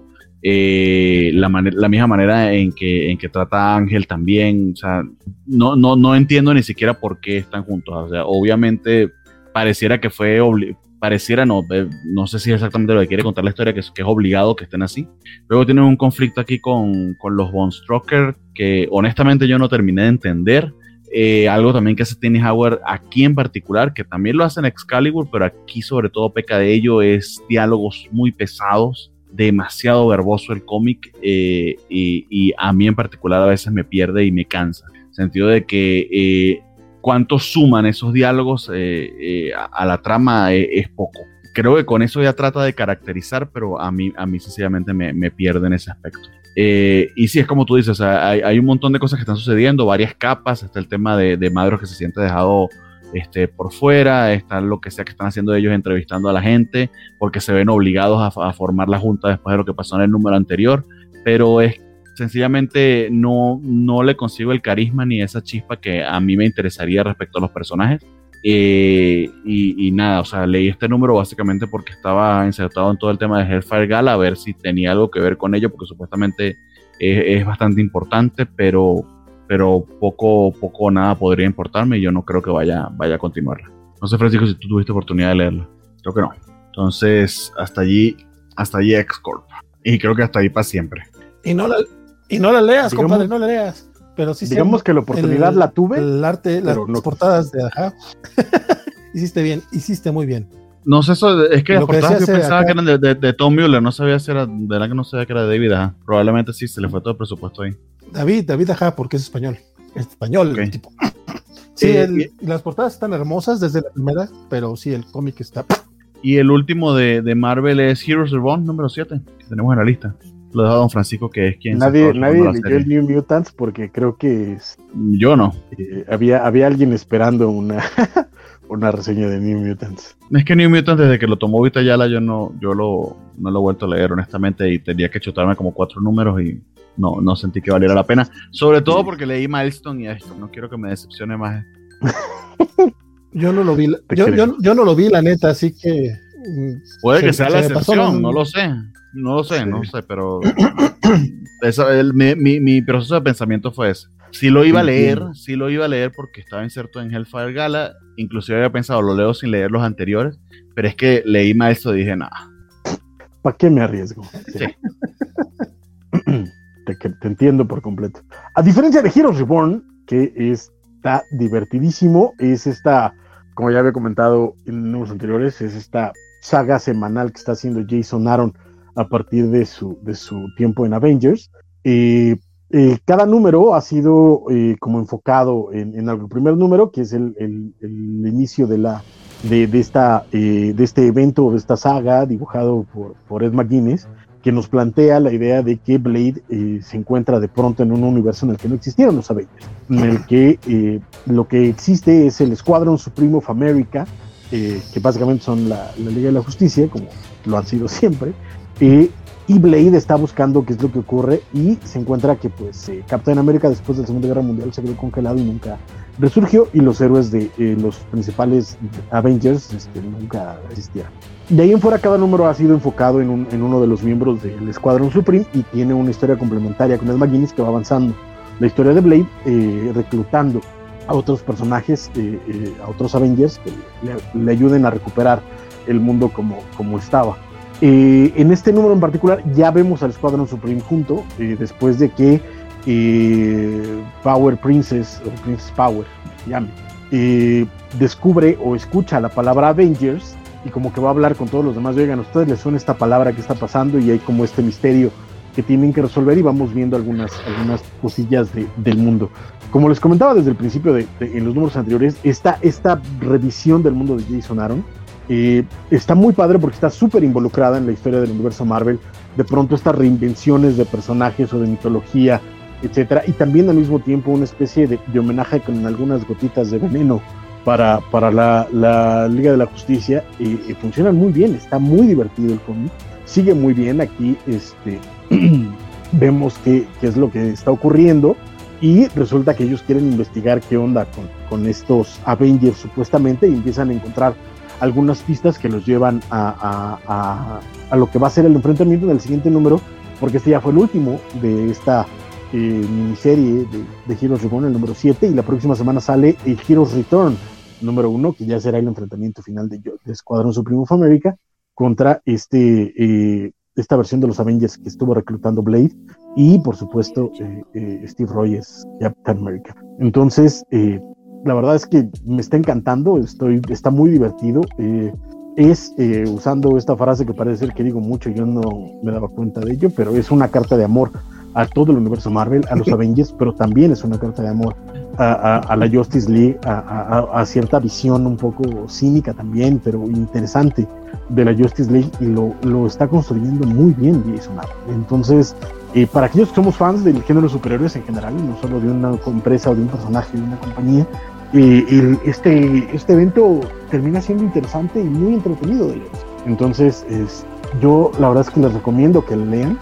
eh, la, man- la misma manera en que, en que trata a Ángel también, o sea, no, no, no entiendo ni siquiera por qué están juntos. O sea, obviamente pareciera que fue obli- pareciera no, eh, no sé si es exactamente lo que quiere contar la historia, que es, que es obligado que estén así. Luego tienen un conflicto aquí con, con los Von Strucker que honestamente yo no terminé de entender. Eh, algo también que hace Tiny Howard aquí en particular, que también lo hace en Excalibur, pero aquí sobre todo peca de ello, es diálogos muy pesados, demasiado verboso el cómic, eh, y, y a mí en particular a veces me pierde y me cansa, en el sentido de que eh, cuánto suman esos diálogos eh, eh, a, a la trama eh, es poco. Creo que con eso ya trata de caracterizar, pero a mí, a mí sencillamente me, me pierde en ese aspecto. Eh, y sí, es como tú dices, o sea, hay, hay un montón de cosas que están sucediendo, varias capas, está el tema de, de Madrox que se siente dejado este, por fuera, está lo que sea que están haciendo ellos entrevistando a la gente, porque se ven obligados a, a formar la junta después de lo que pasó en el número anterior, pero es sencillamente no, no le consigo el carisma ni esa chispa que a mí me interesaría respecto a los personajes. Eh, y, y nada, o sea, leí este número básicamente porque estaba insertado en todo el tema de Hellfire Gala, a ver si tenía algo que ver con ello, porque supuestamente es, es bastante importante, pero, pero poco, poco o nada podría importarme y yo no creo que vaya, vaya a continuarla. No sé, Francisco, si tú tuviste oportunidad de leerla. Creo que no. Entonces, hasta allí, hasta allí X-Corp. Y creo que hasta ahí para siempre. Y no la, y no la leas, digamos, compadre, no la leas. Pero sí, digamos que la oportunidad el, la tuve. El arte, las no. portadas de Ajá. Hiciste bien, hiciste muy bien. No sé, eso es que Lo las que portadas yo pensaba acá, que eran de, de, de Tom Muller, no sabía si era, de verdad que no sabía que era de David Aja. Probablemente sí, se le fue todo el presupuesto ahí. David, David Aja, porque es español. Es español, okay. El tipo. Sí, eh, el, y, las portadas están hermosas desde la primera, pero sí, el cómic está... Y el último de, de Marvel es Heroes Reborn, número siete, que tenemos en la lista. Lo deja Don Francisco, que es quien... Nadie, nadie leyó el New Mutants porque creo que... Es, yo no. Eh, había, había alguien esperando una, una reseña de New Mutants. Es que New Mutants, desde que lo tomó Vita Yala, yo no yo lo, no lo he vuelto a leer, honestamente, y tenía que chutarme como cuatro números y no, no sentí que valiera la pena. Sobre todo porque leí Milestone y esto. No quiero que me decepcione más. Yo no lo vi, yo, yo, yo no lo vi, la neta, así que... Puede que sea la excepción, pasó, no, no lo sé. No lo sé, sí. no sé, pero eso, el, mi, mi, mi proceso de pensamiento fue ese. Sí lo iba a leer, sí lo iba a leer porque estaba inserto en Hellfire Gala, inclusive había pensado, lo leo sin leer los anteriores, pero es que leí más esto y dije, nada. ¿Para qué me arriesgo? Sí. te, te entiendo por completo. A diferencia de Heroes Reborn, que está divertidísimo, es esta como ya había comentado en números anteriores, es esta saga semanal que está haciendo Jason Aaron a partir de su, de su tiempo en Avengers. Eh, eh, cada número ha sido eh, como enfocado en, en el primer número, que es el, el, el inicio de, la, de, de, esta, eh, de este evento, de esta saga, dibujado por, por Ed McGuinness, que nos plantea la idea de que Blade eh, se encuentra de pronto en un universo en el que no existieron los Avengers, en el que eh, lo que existe es el Escuadrón Supreme of America, eh, que básicamente son la, la Liga de la Justicia, como lo han sido siempre, eh, y Blade está buscando qué es lo que ocurre y se encuentra que pues eh, Capitán América después de la Segunda Guerra Mundial se quedó congelado y nunca resurgió, y los héroes de eh, los principales Avengers este, nunca existieron. De ahí en fuera cada número ha sido enfocado en, un, en uno de los miembros del Escuadrón Supreme y tiene una historia complementaria con Ed McGuinness que va avanzando la historia de Blade, eh, reclutando a otros personajes, eh, eh, a otros Avengers que le, le ayuden a recuperar el mundo como, como estaba. Eh, en este número en particular ya vemos al Escuadrón Supreme junto, eh, después de que eh, Power Princess, o Princess Power, se llame, eh, descubre o escucha la palabra Avengers y como que va a hablar con todos los demás. Oigan, ¿a ustedes les suena esta palabra que está pasando? Y hay como este misterio que tienen que resolver y vamos viendo algunas, algunas cosillas de, del mundo. Como les comentaba desde el principio de, de, en los números anteriores, esta, esta revisión del mundo de Jason Aaron eh, está muy padre porque está súper involucrada en la historia del universo Marvel. De pronto estas reinvenciones de personajes o de mitología, etcétera, y también al mismo tiempo una especie de, de homenaje con algunas gotitas de veneno para, para la, la Liga de la Justicia, y, y funcionan muy bien, está muy divertido el cómic, sigue muy bien. Aquí este, vemos qué, qué es lo que está ocurriendo y resulta que ellos quieren investigar qué onda con, con estos Avengers supuestamente, y empiezan a encontrar algunas pistas que los llevan a, a, a, a lo que va a ser el enfrentamiento en el siguiente número, porque este ya fue el último de esta eh, miniserie de, de Heroes Reborn, el número siete, y la próxima semana sale el Heroes Return número uno, que ya será el enfrentamiento final de, de Escuadrón Supreme of America contra este, eh, esta versión de los Avengers que estuvo reclutando Blade, y por supuesto eh, eh, Steve Rogers, Captain America. Entonces eh, la verdad es que me está encantando, estoy, está muy divertido. Eh, es, eh, usando esta frase que parece ser que digo mucho, yo no me daba cuenta de ello, pero es una carta de amor a todo el universo Marvel, a los Avengers, pero también es una carta de amor a, a, a la Justice League, a, a, a cierta visión un poco cínica también, pero interesante de la Justice League, y lo, lo está construyendo muy bien Jason Aaron. Entonces, eh, para aquellos que somos fans del género de superhéroes en general, no solo de una empresa o de un personaje, de una compañía, eh, el, este, este evento termina siendo interesante y muy entretenido de leer. Entonces, es, yo la verdad es que les recomiendo que lo lean.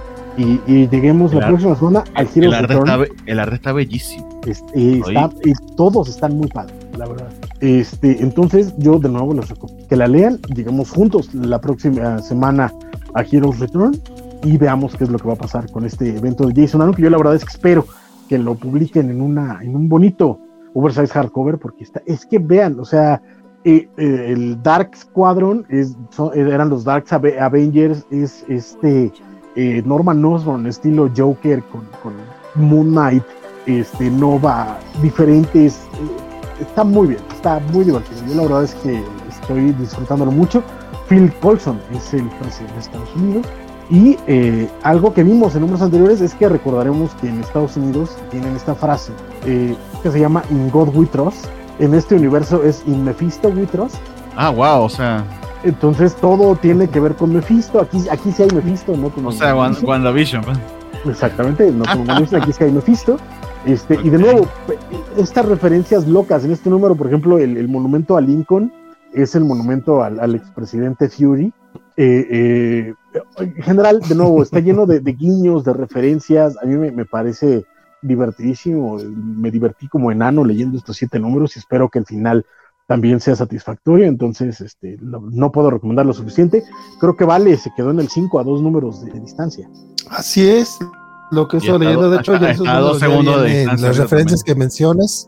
Y, y lleguemos el la arte, próxima semana al Heroes el arte Return. Está, el arte está bellísimo. Este, está, y todos están muy padres, la verdad. Este, entonces, yo de nuevo les recomiendo que la lean. Llegamos juntos la próxima semana a Heroes Return y veamos qué es lo que va a pasar con este evento de Jason Aaron, que yo la verdad es que espero que lo publiquen en, una, en un bonito oversize hardcover, porque está, es que vean, o sea, eh, eh, el Dark Squadron es, son, eran los Dark Avengers, es este. Eh, Norman Osborn estilo Joker con, con Moon Knight, este, Nova, diferentes, eh, está muy bien, está muy divertido. Yo la verdad es que estoy disfrutándolo mucho. Phil Coulson es el presidente de Estados Unidos, y eh, algo que vimos en números anteriores es que recordaremos que en Estados Unidos tienen esta frase eh, que se llama In God We Trust. En este universo es In Mephisto We Trust. Ah, wow, o sea... Entonces todo tiene que ver con Mephisto. Aquí, aquí sí hay Mephisto, ¿no? Como o sea, WandaVision. Exactamente, no como WandaVision, aquí sí hay Mephisto. Este, okay. Y de nuevo, estas referencias locas en este número, por ejemplo, el, el monumento a Lincoln es el monumento al, al expresidente Fury. Eh, eh, en general, de nuevo, está lleno de, de guiños, de referencias. A mí me, me parece divertidísimo. Me divertí como enano leyendo estos siete números y espero que el final también sea satisfactorio. Entonces este, lo, no puedo recomendar lo suficiente. Creo que Vale se quedó en el cinco a dos números de, de distancia. Así es, lo que estoy leyendo, de hecho, hasta, ya esos a dos segundos de distancia. Las referencias que mencionas,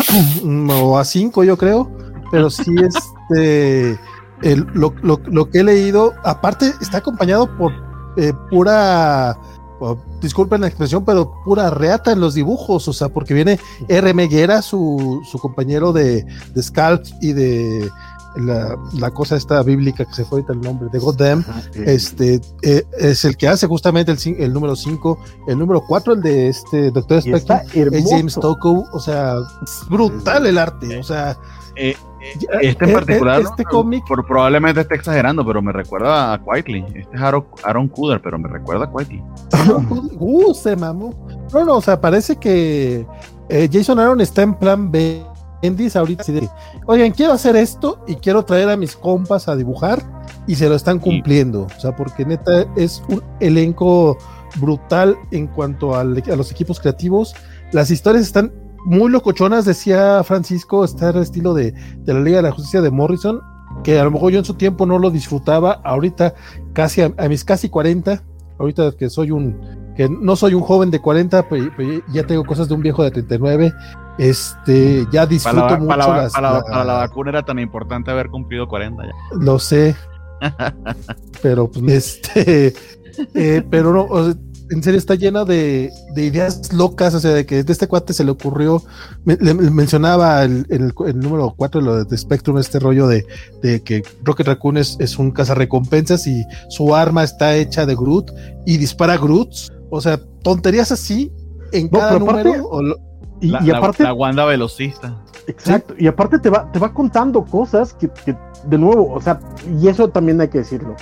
o a cinco yo creo, pero sí este, el, lo, lo, lo que he leído, aparte está acompañado por eh, pura, por, disculpen la expresión, pero pura reata en los dibujos, o sea, porque viene R. Meguera, su, su compañero de, de Scalp y de la, la cosa esta bíblica que se fue ahorita el nombre, de Goddamn, este, eh, es el que hace justamente el, el número cinco, el número cuatro, el de este Doctor Spectrum, es James Tocco, o sea, es brutal el arte, o sea... Eh, Este en particular, este cómic, por, probablemente esté exagerando, pero me recuerda a Quietly. Este es Aaron, Aaron Kuder, pero me recuerda a Quietly. uh, se mamó. No, no, o sea, parece que eh, Jason Aaron está en plan B. Bendis ahorita, así de, oigan, quiero hacer esto y quiero traer a mis compas a dibujar y se lo están cumpliendo. O sea, porque neta es un elenco brutal en cuanto al, a los equipos creativos. Las historias están muy locochonas, decía Francisco, está el estilo de, de la Liga de la Justicia de Morrison, que a lo mejor yo en su tiempo no lo disfrutaba, ahorita casi a, a mis casi cuarenta, ahorita que soy un, que no soy un joven de cuarenta, pero, pero ya tengo cosas de un viejo de treinta y nueve, este, ya disfruto para la, mucho para la, las, para, la, la, para la vacuna era tan importante haber cumplido cuarenta ya. Lo sé, pero pues este, eh, pero no, o sea, en serio está llena de, de ideas locas, o sea, de que de este cuate se le ocurrió, me, le, mencionaba el, el, el número cuatro lo de, de Spectrum, este rollo de, de que Rocket Raccoon es, es un cazarrecompensas y su arma está hecha de Groot y dispara Groots, o sea, tonterías así en no, cada número. Aparte, o lo, y, la, y aparte la, la Wanda velocista. Exacto, ¿sí? Y aparte te va, te va contando cosas que, que, de nuevo, o sea, y eso también hay que decirlo,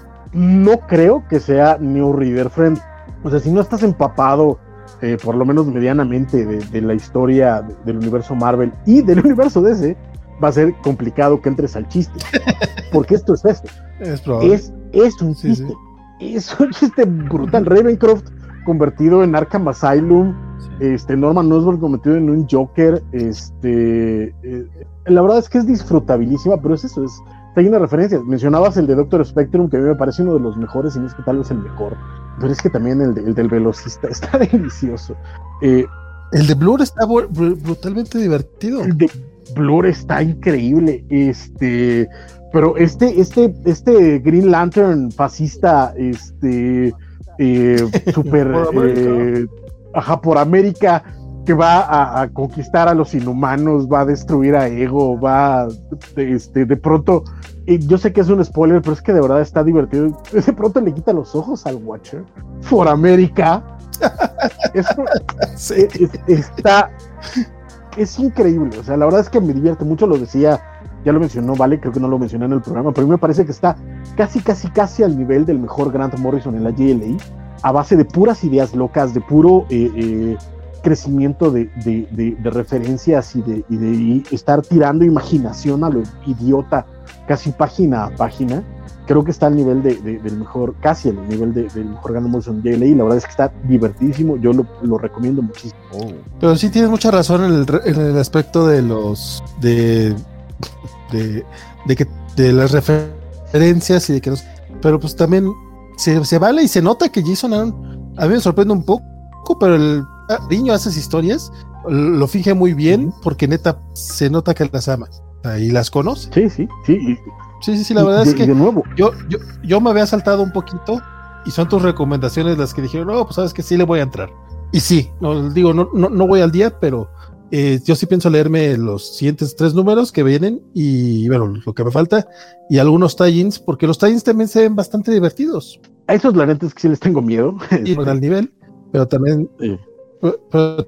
no creo que sea New Reader Friend. O sea, si no estás empapado, eh, por lo menos medianamente, de, de la historia de, del universo Marvel y del universo D C, va a ser complicado que entres al chiste. Porque esto es esto. Es probable. Es, es un chiste. Sí, sí. Es un chiste brutal. Ravencroft convertido en Arkham Asylum. Sí. Este, Norman Osborn convertido en un Joker. Este, eh, la verdad es que es disfrutabilísima, pero es eso, es, está llena de referencias. Mencionabas el de Doctor Spectrum, que a mí me parece uno de los mejores, y no es que tal vez el mejor. Pero es que también el, de, el del velocista está delicioso. Eh, el de Blur está br- br- brutalmente divertido. El de Blur está increíble. Este, pero este, este, este Green Lantern fascista, este, eh, super, eh, ajá, por América, que va a, a conquistar a los inhumanos, va a destruir a Ego, va, de, este, de pronto. Yo sé que es un spoiler, pero es que de verdad está divertido. De pronto le quita los ojos al Watcher. For America. Eso sí. es, está. Es increíble. O sea, la verdad es que me divierte mucho. Lo decía, ya lo mencionó, vale, creo que no lo mencioné en el programa, pero a mí me parece que está casi, casi, casi al nivel del mejor Grant Morrison en la J L A, a base de puras ideas locas, de puro eh, eh, crecimiento de, de, de, de referencias y de, y de estar tirando imaginación a lo idiota, casi página a página. Creo que está al nivel de, de, del mejor, casi al nivel de, del mejor Grant Morrison J L A, y la verdad es que está divertidísimo. Yo lo, lo recomiendo muchísimo. Oh. Pero sí tienes mucha razón en el, en el aspecto de los de de, de que de las referencias y de que nos, pero pues también se, se vale y se nota que Jason Aaron, a mí me sorprende un poco, pero el niño hace esas historias, lo finge muy bien, uh-huh. porque neta se nota que las ama y las conoce. Sí, sí, sí. Sí, sí, sí, la verdad de, es que de nuevo. Yo, yo, yo me había saltado un poquito y son tus recomendaciones las que dijeron, no, pues sabes que sí le voy a entrar. Y sí, no, digo, no, no, no voy al día, pero eh, yo sí pienso leerme los siguientes tres números que vienen y, bueno, lo que me falta y algunos tie-ins, porque los tie-ins también se ven bastante divertidos. A esos la neta es que sí les tengo miedo. Y por el nivel, pero también... Sí. Pero, pero,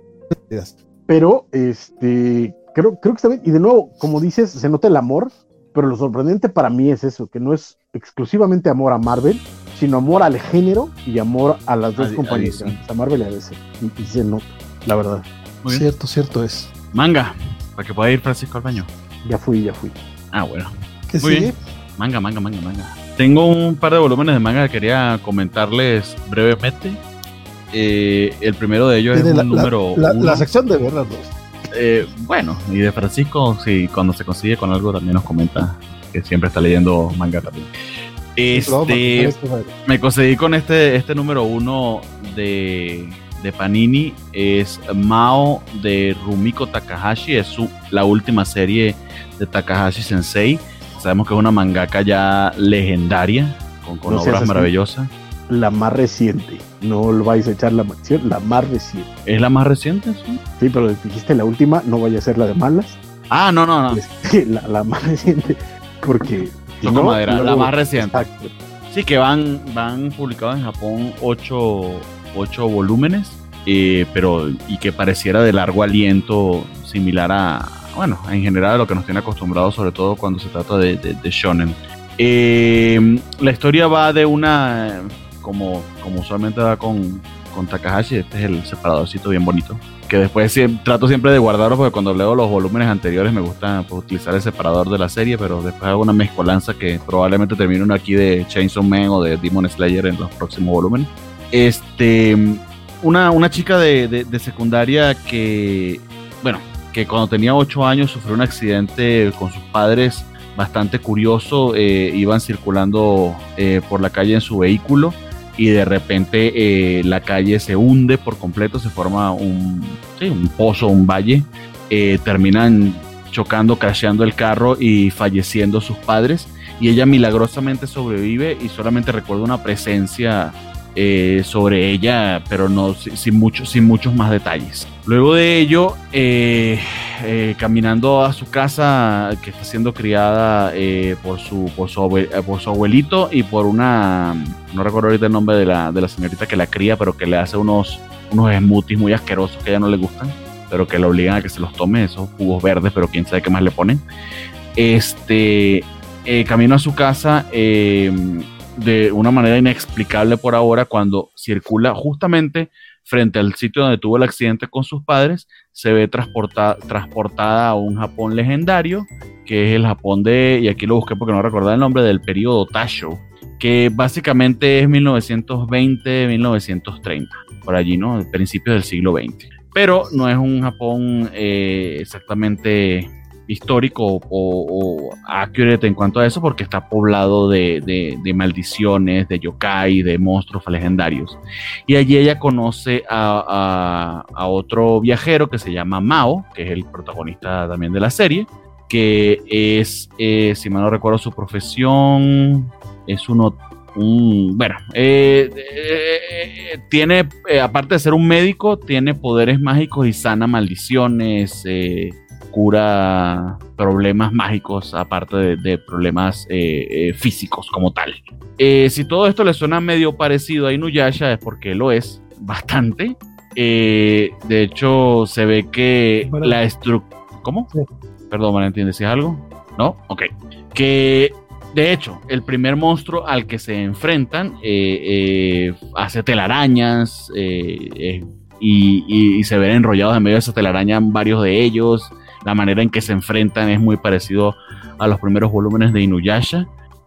pero, este, creo, creo que está bien. Y de nuevo, como dices, se nota el amor. Pero lo sorprendente para mí es eso, que no es exclusivamente amor a Marvel, sino amor al género y amor a las dos a, compañías, a, sí. a Marvel y a D C. Y, y se nota, la verdad. Muy cierto, bien. Cierto es. Manga, para que pueda ir Francisco al baño. Ya fui, ya fui. Ah, bueno. ¿Qué Muy sigue? Bien. Manga, manga, manga, manga. Tengo un par de volúmenes de manga que quería comentarles brevemente. Eh, el primero de ellos es un la, número la, uno. La sección de verdad, ¿no? Eh, bueno, y de Francisco, sí, cuando se consigue con algo también nos comenta que siempre está leyendo manga también. Este, me conseguí con este, este número uno de, de Panini, es Mao de Rumiko Takahashi, es su, la última serie de Takahashi Sensei. Sabemos que es una mangaka ya legendaria, con, con no obras maravillosas. la más reciente. No lo vais a echar la mansión, la más reciente. ¿Es la más reciente? Sí, sí, pero dijiste la última, no vaya a ser la de malas. Ah, no, no, no. Este, la, la más reciente, porque... Si no, madera, luego, la más reciente. Exacto. Sí, que van, van publicados en Japón ocho, ocho volúmenes, eh, pero y que pareciera de largo aliento, similar a, bueno, en general a lo que nos tiene acostumbrados, sobre todo cuando se trata de, de, de shonen. Eh, la historia va de una, como, como usualmente va con, con Takahashi, este es el separadorcito bien bonito, que después siempre, trato siempre de guardarlo porque cuando leo los volúmenes anteriores me gusta pues, utilizar el separador de la serie, pero después hago una mezcolanza que probablemente termine uno aquí de Chainsaw Man o de Demon Slayer en los próximos volúmenes. Este, una, una chica de, de, de secundaria que, bueno, que cuando tenía ocho años sufrió un accidente con sus padres bastante curioso, eh, iban circulando eh, por la calle en su vehículo y de repente eh, la calle se hunde por completo, se forma un, sí, un pozo, un valle, eh, terminan chocando, crasheando el carro y falleciendo sus padres, y ella milagrosamente sobrevive y solamente recuerda una presencia eh, sobre ella, pero no sin, mucho, sin muchos más detalles. Luego de ello, eh, eh, caminando a su casa, que está siendo criada eh, por, su, por, su abue, por su abuelito y por una, no recuerdo ahorita el nombre de la, de la señorita que la cría, pero que le hace unos, unos smoothies muy asquerosos que a ella no le gustan, pero que la obligan a que se los tome, esos jugos verdes, pero quién sabe qué más le ponen. Este, eh, camino a su casa eh, de una manera inexplicable por ahora, cuando circula justamente frente al sitio donde tuvo el accidente con sus padres, se ve transportada, transportada a un Japón legendario, que es el Japón de, y aquí lo busqué porque no recordaba el nombre, del periodo Taisho, que básicamente es mil novecientos veinte a mil novecientos treinta, por allí, ¿no? Principios del siglo veinte. Pero no es un Japón eh, exactamente histórico o, o accurate en cuanto a eso, porque está poblado de, de, de maldiciones, de yokai, de monstruos legendarios. Y allí ella conoce a, a, a otro viajero que se llama Mao, que es el protagonista también de la serie, que es, eh, si mal no recuerdo su profesión, es uno, un, bueno, eh, eh, tiene, eh, aparte de ser un médico, tiene poderes mágicos y sana maldiciones, eh, cura problemas mágicos, aparte de, de problemas eh, eh, físicos como tal. Eh, si todo esto le suena medio parecido a Inuyasha, es porque lo es bastante. Eh, de hecho, se ve que bueno, la estructura... ¿Cómo? Sí. Perdón, Valentín, ¿decías algo? ¿No? Ok. Que, de hecho, el primer monstruo al que se enfrentan eh, eh, hace telarañas eh, eh, y, y, y se ven enrollados en medio de esa telaraña varios de ellos. La manera en que se enfrentan es muy parecido a los primeros volúmenes de Inuyasha.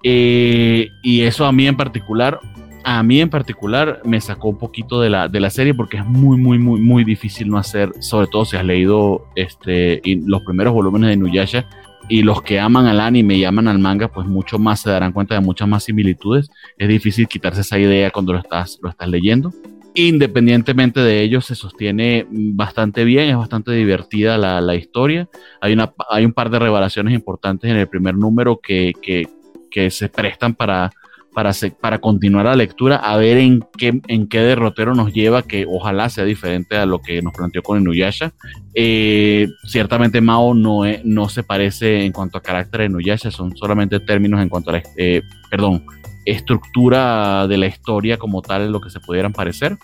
Eh, y eso a mí en particular, a mí en particular me sacó un poquito de la, de la serie, porque es muy, muy, muy, muy difícil no hacer, sobre todo si has leído este, los primeros volúmenes de Inuyasha, y los que aman al anime y aman al manga, pues mucho más se darán cuenta de muchas más similitudes. Es difícil quitarse esa idea cuando lo estás, lo estás leyendo. Independientemente de ello, se sostiene bastante bien, es bastante divertida la, la historia. Hay, una, hay un par de revelaciones importantes en el primer número que, que, que se prestan para, para, se, para continuar la lectura, a ver en qué, en qué derrotero nos lleva, que ojalá sea diferente a lo que nos planteó con Inuyasha. Eh, ciertamente Mao no, es, no se parece en cuanto a carácter a Inuyasha, son solamente términos en cuanto a la... Eh, perdón... estructura de la historia como tal es lo que se pudieran parecer.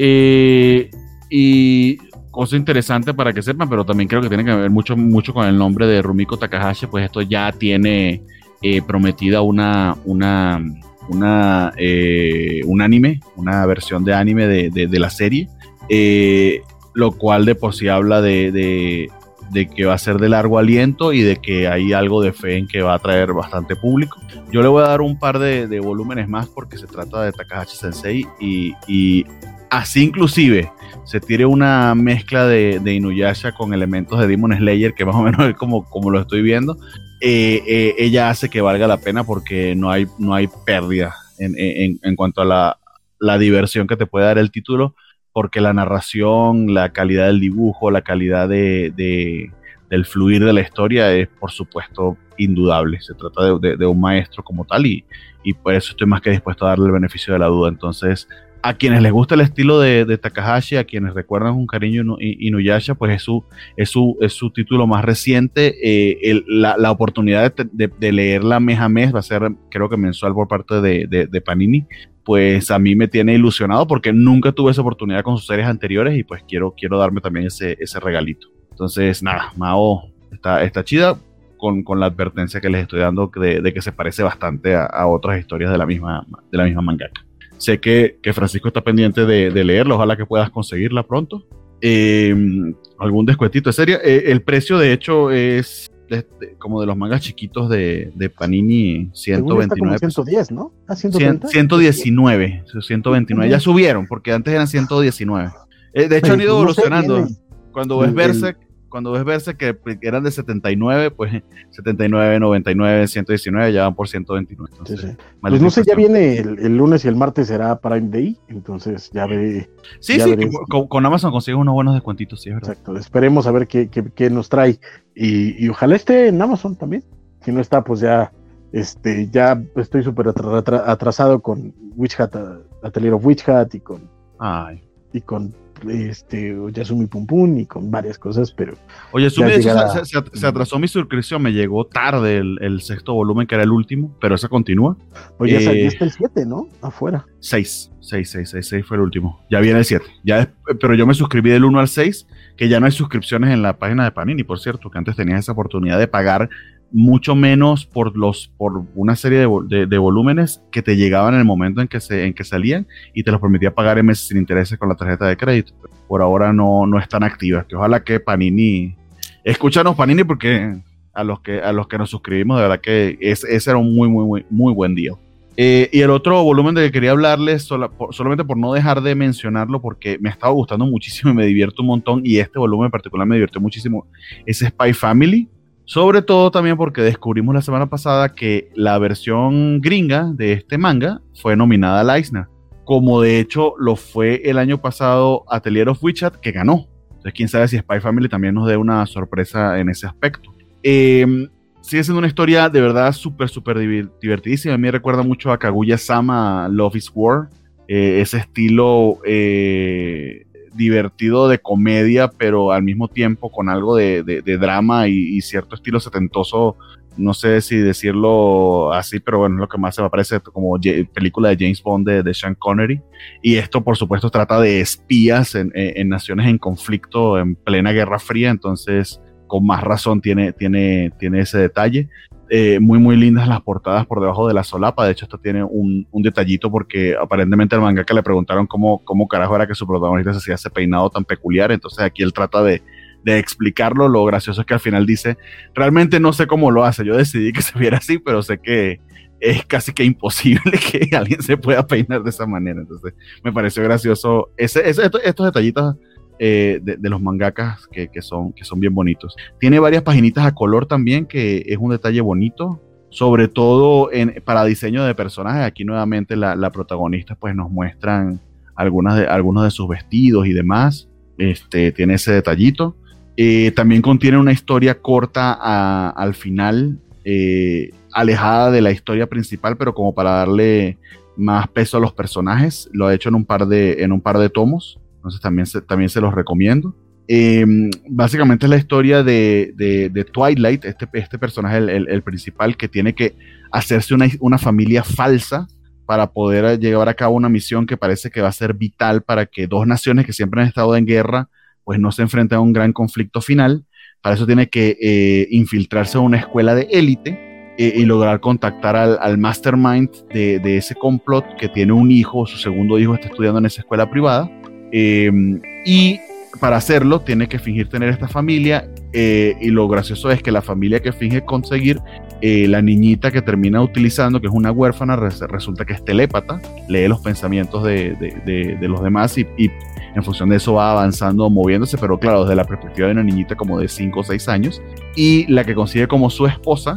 Eh, y cosa interesante para que sepan, pero también creo que tiene que ver mucho, mucho con el nombre de Rumiko Takahashi, pues esto ya tiene eh, prometida una, una, una eh, un anime, una versión de anime de, de, de la serie, eh, lo cual de por sí habla de, de de que va a ser de largo aliento y de que hay algo de fe en que va a atraer bastante público. Yo le voy a dar un par de, de volúmenes más porque se trata de Takahashi Sensei y, y así inclusive se tire una mezcla de, de Inuyasha con elementos de Demon Slayer, que más o menos es como, como lo estoy viendo. Eh, eh, ella hace que valga la pena porque no hay, no hay pérdida en, en, en cuanto a la, la diversión que te puede dar el título, porque la narración, la calidad del dibujo, la calidad de, de, del fluir de la historia es, por supuesto, indudable. Se trata de, de, de un maestro como tal y, y por eso estoy más que dispuesto a darle el beneficio de la duda. Entonces, a quienes les gusta el estilo de, de Takahashi, a quienes recuerdan con cariño Inuyasha, pues es su, es su, es su título más reciente. Eh, el, la, la oportunidad de, de, de leerla mes a mes va a ser, creo que mensual por parte de, de, de Panini. Pues a mí me tiene ilusionado porque nunca tuve esa oportunidad con sus series anteriores y pues quiero, quiero darme también ese, ese regalito. Entonces, nada, Mao está, está chida con, con la advertencia que les estoy dando de, de que se parece bastante a, a otras historias de la misma, de la misma mangaka. Sé que, que Francisco está pendiente de, de leerla, ojalá que puedas conseguirla pronto. Eh, algún descuentito de serie. Eh, el precio, de hecho, es de, de, como de los mangas chiquitos de, de Panini, ciento veintinueve. Como ciento diez, ¿no? ¿Ah, ciento treinta? ciento diecinueve, ciento veintinueve. Ya subieron, porque antes eran ciento diecinueve. Eh, de hecho, han ido evolucionando. Cuando ves Berserk, cuando ves Berserk que eran de setenta y nueve, pues setenta y nueve, noventa y nueve, ciento diecinueve, ya van por ciento veintinueve. Entonces, sí, sí. Pues no sé, ya viene el, el lunes y el martes será Prime Day, entonces ya ve. Sí, ya sí, con, con Amazon consigues unos buenos descuentitos, sí, es verdad. Exacto, esperemos a ver qué, qué, qué nos trae. Y, y ojalá esté en Amazon también. Si no está, pues ya, este, ya estoy súper atrasado con Witch Hat, Atelier of Witch Hat y con. Ay. Y con. Este, Yasumi Pum Pum y con varias cosas, pero oye, Yasumi, de hecho, se, se, se atrasó mi suscripción, me llegó tarde el, el sexto volumen, que era el último, pero esa continúa. Oye, eh, ya está el siete, ¿no? Afuera. seis, seis, seis, seis, seis fue el último. Ya viene el siete. Ya es, pero yo me suscribí del uno al seis, que ya no hay suscripciones en la página de Panini, por cierto, que antes tenías esa oportunidad de pagar mucho menos por los por una serie de, de, de volúmenes que te llegaban en el momento en que se en que salían y te los permitía pagar en meses sin intereses con la tarjeta de crédito. Por ahora no, no están activas, que ojalá que Panini, escúchanos Panini, porque a los que a los que nos suscribimos, de verdad que es, ese era un muy muy muy muy buen día. Eh, y el otro volumen del que quería hablarles, sola, por, solamente por no dejar de mencionarlo, porque me ha estado gustando muchísimo y me divierto un montón, y este volumen en particular me divirtió muchísimo, es Spy Family. Sobre todo también porque descubrimos la semana pasada que la versión gringa de este manga fue nominada al Eisner, como de hecho lo fue el año pasado Atelier of Witch Hat, que ganó. Entonces quién sabe si Spy Family también nos dé una sorpresa en ese aspecto. Eh, sigue siendo una historia de verdad súper, súper divertidísima. A mí me recuerda mucho a Kaguya-sama Love is War, eh, ese estilo eh, divertido de comedia, pero al mismo tiempo con algo de, de, de drama y, y cierto estilo setentoso, no sé si decirlo así, pero bueno, es lo que más se me parece como película de James Bond de, de Sean Connery. Y esto, por supuesto, trata de espías en, en, en naciones en conflicto, en plena Guerra Fría, entonces con más razón tiene, tiene, tiene ese detalle. Eh, muy muy lindas las portadas por debajo de la solapa. De hecho, esto tiene un, un detallito porque aparentemente al mangaka le preguntaron cómo, cómo carajo era que su protagonista se hacía ese peinado tan peculiar. Entonces aquí él trata de, de explicarlo. Lo gracioso es que al final dice, realmente no sé cómo lo hace, yo decidí que se viera así, pero sé que es casi que imposible que alguien se pueda peinar de esa manera. Entonces me pareció gracioso ese, ese, estos, estos detallitos Eh, de, de los mangakas que, que, son, que son bien bonitos. Tiene varias paginitas a color también, que es un detalle bonito, sobre todo en, para diseño de personajes. Aquí nuevamente la, la protagonista pues nos muestran algunas de, algunos de sus vestidos y demás. Este, tiene ese detallito. Eh, también contiene una historia corta a, al final, eh, alejada de la historia principal, pero como para darle más peso a los personajes. Lo ha hecho en un par de, en un par de tomos. Entonces también se, también se los recomiendo. Eh, básicamente es la historia de, de, de Twilight, este, este personaje, el, el, el principal, que tiene que hacerse una, una familia falsa para poder llevar a cabo una misión que parece que va a ser vital para que dos naciones que siempre han estado en guerra pues no se enfrenten a un gran conflicto final. Para eso tiene que eh, infiltrarse en una escuela de élite eh, y lograr contactar al, al mastermind de, de ese complot, que tiene un hijo, su segundo hijo está estudiando en esa escuela privada. Eh, y para hacerlo tiene que fingir tener esta familia, eh, y lo gracioso es que la familia que finge conseguir, eh, la niñita que termina utilizando, que es una huérfana, res, resulta que es telépata, lee los pensamientos de, de, de, de los demás y, y en función de eso va avanzando, moviéndose, pero claro, desde la perspectiva de una niñita como de cinco o seis años. Y la que consigue como su esposa,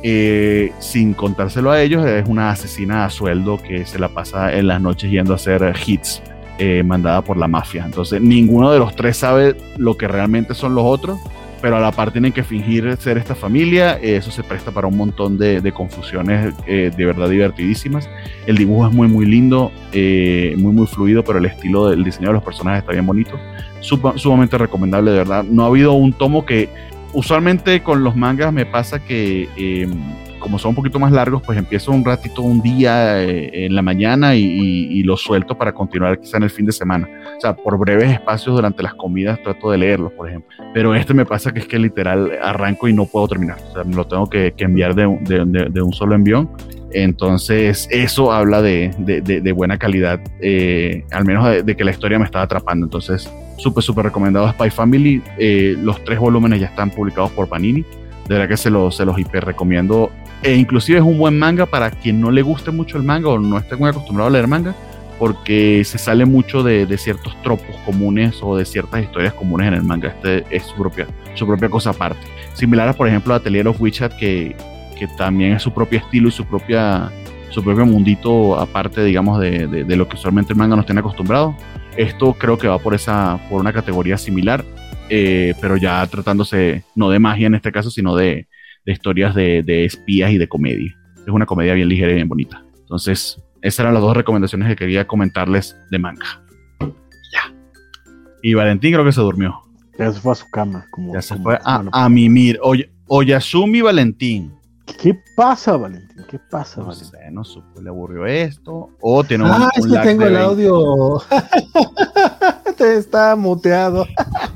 eh, sin contárselo a ellos, es una asesina a sueldo que se la pasa en las noches yendo a hacer hits, Eh, mandada por la mafia. Entonces ninguno de los tres sabe lo que realmente son los otros, pero a la par tienen que fingir ser esta familia. Eh, eso se presta para un montón de, de confusiones eh, de verdad divertidísimas. El dibujo es muy muy lindo, eh, muy muy fluido, pero el estilo del diseño de los personajes está bien bonito. Sum- sumamente recomendable, de verdad. No ha habido un tomo que... Usualmente con los mangas me pasa que eh, como son un poquito más largos, pues empiezo un ratito, un día eh, en la mañana y, y, y lo suelto para continuar quizá en el fin de semana. O sea, por breves espacios durante las comidas trato de leerlos, por ejemplo. Pero este me pasa que es que literal arranco y no puedo terminar. O sea, me lo tengo que, que enviar de, de, de, de un solo envión. Entonces eso habla de, de, de, de buena calidad, eh, al menos de, de que la historia me estaba atrapando. Entonces súper súper recomendado Spy Family. Eh, los tres volúmenes ya están publicados por Panini, de verdad que se los, se los hiper recomiendo, e inclusive es un buen manga para quien no le guste mucho el manga o no esté muy acostumbrado a leer manga, porque se sale mucho de, de ciertos tropos comunes o de ciertas historias comunes en el manga. Este es su propia, su propia cosa aparte, similar a, por ejemplo, Atelier of Witch Hat, que, que también es su propio estilo y su propia su propio mundito aparte, digamos, de, de, de lo que usualmente el manga nos tiene acostumbrados. Esto creo que va por esa por una categoría similar, eh, pero ya tratándose no de magia en este caso, sino de, de historias de, de espías y de comedia. Es una comedia bien ligera y bien bonita. Entonces, esas eran las dos recomendaciones que quería comentarles de manga. Ya. Y Valentín creo que se durmió. Ya se fue a su cama. Como, ya se como, fue a, bueno, a mimir. Oy, Oyasumi Valentín. ¿Qué pasa, Valentín? ¿Qué pasa, No Valentín? sé, no supo, le aburrió esto. O tiene un, Ah, es un que lag tengo de el veinte. audio. Te está muteado.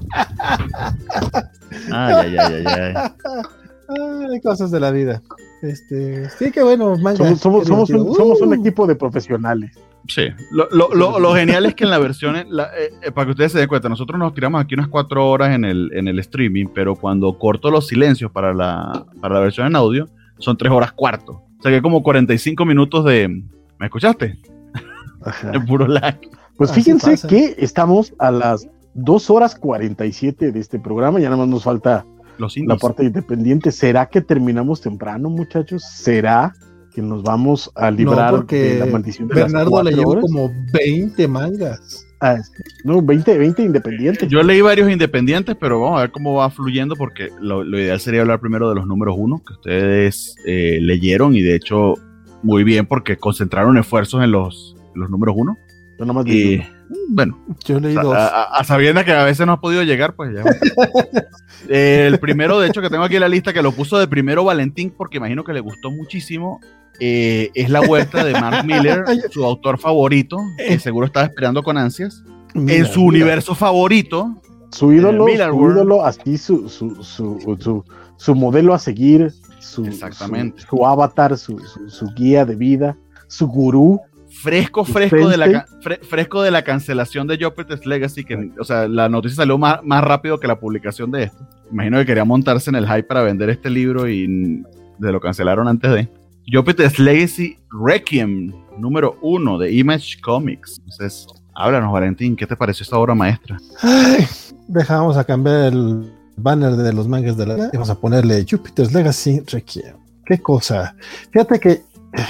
Ay, ay, ay, ay, ay. Ay, cosas de la vida. Este, sí, qué bueno, manga. Somos, somos, Qué somos, un, divertido. somos un Uh. equipo de profesionales. Sí, lo, lo, lo, lo genial es que en la versión, la, eh, eh, para que ustedes se den cuenta, nosotros nos tiramos aquí unas cuatro horas en el, en el streaming, pero cuando corto los silencios para la, para la versión en audio, son tres horas cuarto. O sea que como cuarenta y cinco minutos de... ¿Me escuchaste? Ajá. De puro lag. Pues Así fíjense pasa. que estamos a las dos horas cuarenta y siete de este programa, ya nada más nos falta Los la indies. parte independiente. ¿Será que terminamos temprano, muchachos? ¿Será que nos vamos a librar No, porque de la maldición de las Bernardo cuatro leyó horas? como veinte mangas. Ah, es- no, veinte, veinte independientes. Yo leí varios independientes, pero vamos a ver cómo va fluyendo, porque lo, lo ideal sería hablar primero de los números uno, que ustedes eh, leyeron, y de hecho muy bien, porque concentraron esfuerzos en los, en los números uno. Yo nada más leí Y uno. bueno, Yo leí a, dos. a, a sabiendas que a veces no has podido llegar, pues ya. Eh, el primero, de hecho, que tengo aquí en la lista, que lo puso de primero Valentín, porque imagino que le gustó muchísimo, eh, es La Vuelta de Mark Miller, su autor favorito, que seguro estaba esperando con ansias, Mira, en su mira. universo favorito. Su ídolo, Eh, Miller su World. ídolo, así su, su, su, su, su modelo a seguir, su, Exactamente. su, su avatar, su, su, su guía de vida, su gurú. Fresco, ¿Y fresco de, la, Sensei? ca- fre- fresco de la cancelación de Jupiter's Legacy, que, o sea, la noticia salió más, más rápido que la publicación de esto. Imagino que quería montarse en el hype para vender este libro y mm, de lo cancelaron antes de. Jupiter's Legacy Requiem, número uno de Image Comics. Entonces, háblanos, Valentín, ¿qué te pareció esta obra maestra? Ay, dejamos a cambiar el banner de los mangas de la y vamos a ponerle Jupiter's Legacy Requiem. Qué cosa. Fíjate que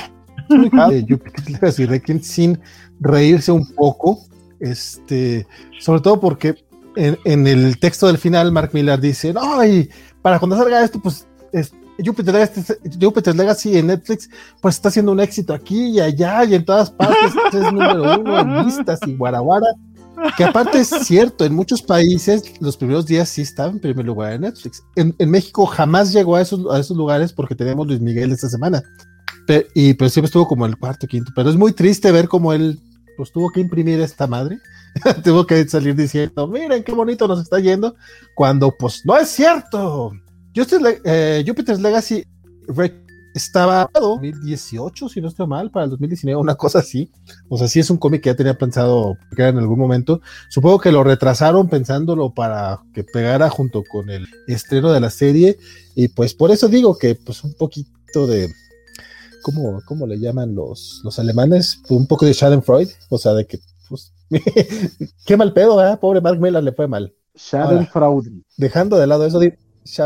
de Jupiter's Legacy Requiem sin reírse un poco, este, sobre todo porque en, en el texto del final Mark Millar dice, no, y para cuando salga esto, pues es, Jupiter Legacy, Jupiter's Legacy en Netflix, pues está haciendo un éxito aquí y allá y en todas partes, es número uno en vistas y guaraguara. Que aparte es cierto, en muchos países los primeros días sí estaba en primer lugar en Netflix. En, en México jamás llegó a esos, a esos lugares porque teníamos Luis Miguel esta semana. Pero, y, pero siempre estuvo como el cuarto, quinto. Pero es muy triste ver cómo él pues tuvo que imprimir esta madre. Tuvo que salir diciendo, miren qué bonito nos está yendo. Cuando pues no es cierto. Jupiter's, eh, Jupiter's Legacy Re- estaba en dos mil dieciocho, si no estoy mal, para el dos mil diecinueve, una cosa así. O sea, sí es un cómic que ya tenía pensado que era en algún momento. Supongo que lo retrasaron pensándolo para que pegara junto con el estreno de la serie. Y pues por eso digo que pues un poquito de... ¿Cómo, cómo le llaman los, los alemanes? Un poco de Schadenfreude. O sea, de que... Pues, qué mal pedo, ¿eh? Pobre Mark Millar le fue mal. Schadenfreude. Dejando de lado eso de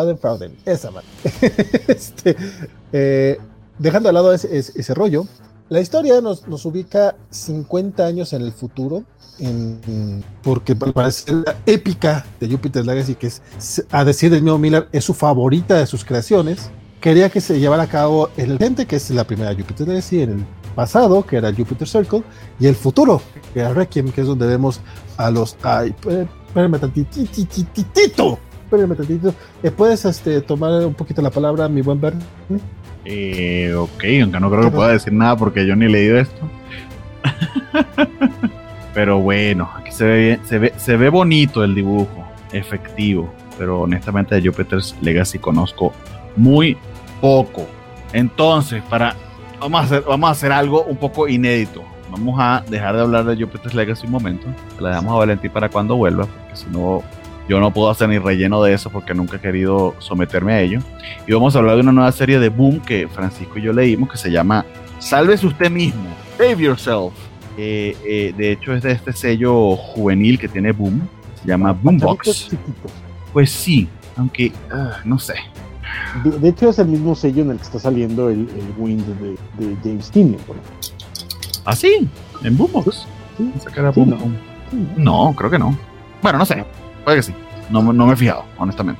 Schadenfreude, esa man. este, eh, dejando de lado ese, ese, ese rollo, La historia nos, nos ubica cincuenta años en el futuro, en, porque parece la épica de Jupiter's Legacy, que es, a decir del mismo Miller, es su favorita de sus creaciones. Quería que se llevara a cabo en el presente, que es la primera Jupiter's Legacy, en el pasado, que era Jupiter Circle, y el futuro, que era Requiem, que es donde vemos a los... Ay, espérame tantitito, espérame tantitito. ¿Puedes este, tomar un poquito la palabra, mi buen Bernie? Eh, ok, aunque no creo que pueda decir nada porque yo ni he leído esto. Pero bueno, aquí se ve bien, se ve, se ve bonito el dibujo, efectivo. Pero honestamente de Jupiter's Legacy conozco muy poco. Entonces, para vamos a hacer, vamos a hacer algo un poco inédito. Vamos a dejar de hablar de Jupiter's Legacy un momento. Le damos a Valentín para cuando vuelva, porque si no, yo no puedo hacer ni relleno de eso porque nunca he querido someterme a ello. Y vamos a hablar de una nueva serie de Boom que Francisco y yo leímos, que se llama Sálvese usted mismo, Save Yourself. Eh, eh, de hecho es de este sello juvenil que tiene Boom, se llama Boombox. Pues sí, aunque uh, no sé. De, de hecho es el mismo sello en el que está saliendo el, el Wind de, de James Tynion. ¿Ah, sí? ¿En Boombox? Sí, sí, sí, Boom, no. Boom. No, creo que no. Bueno, no sé, puede que sí. No, no me he fijado, honestamente.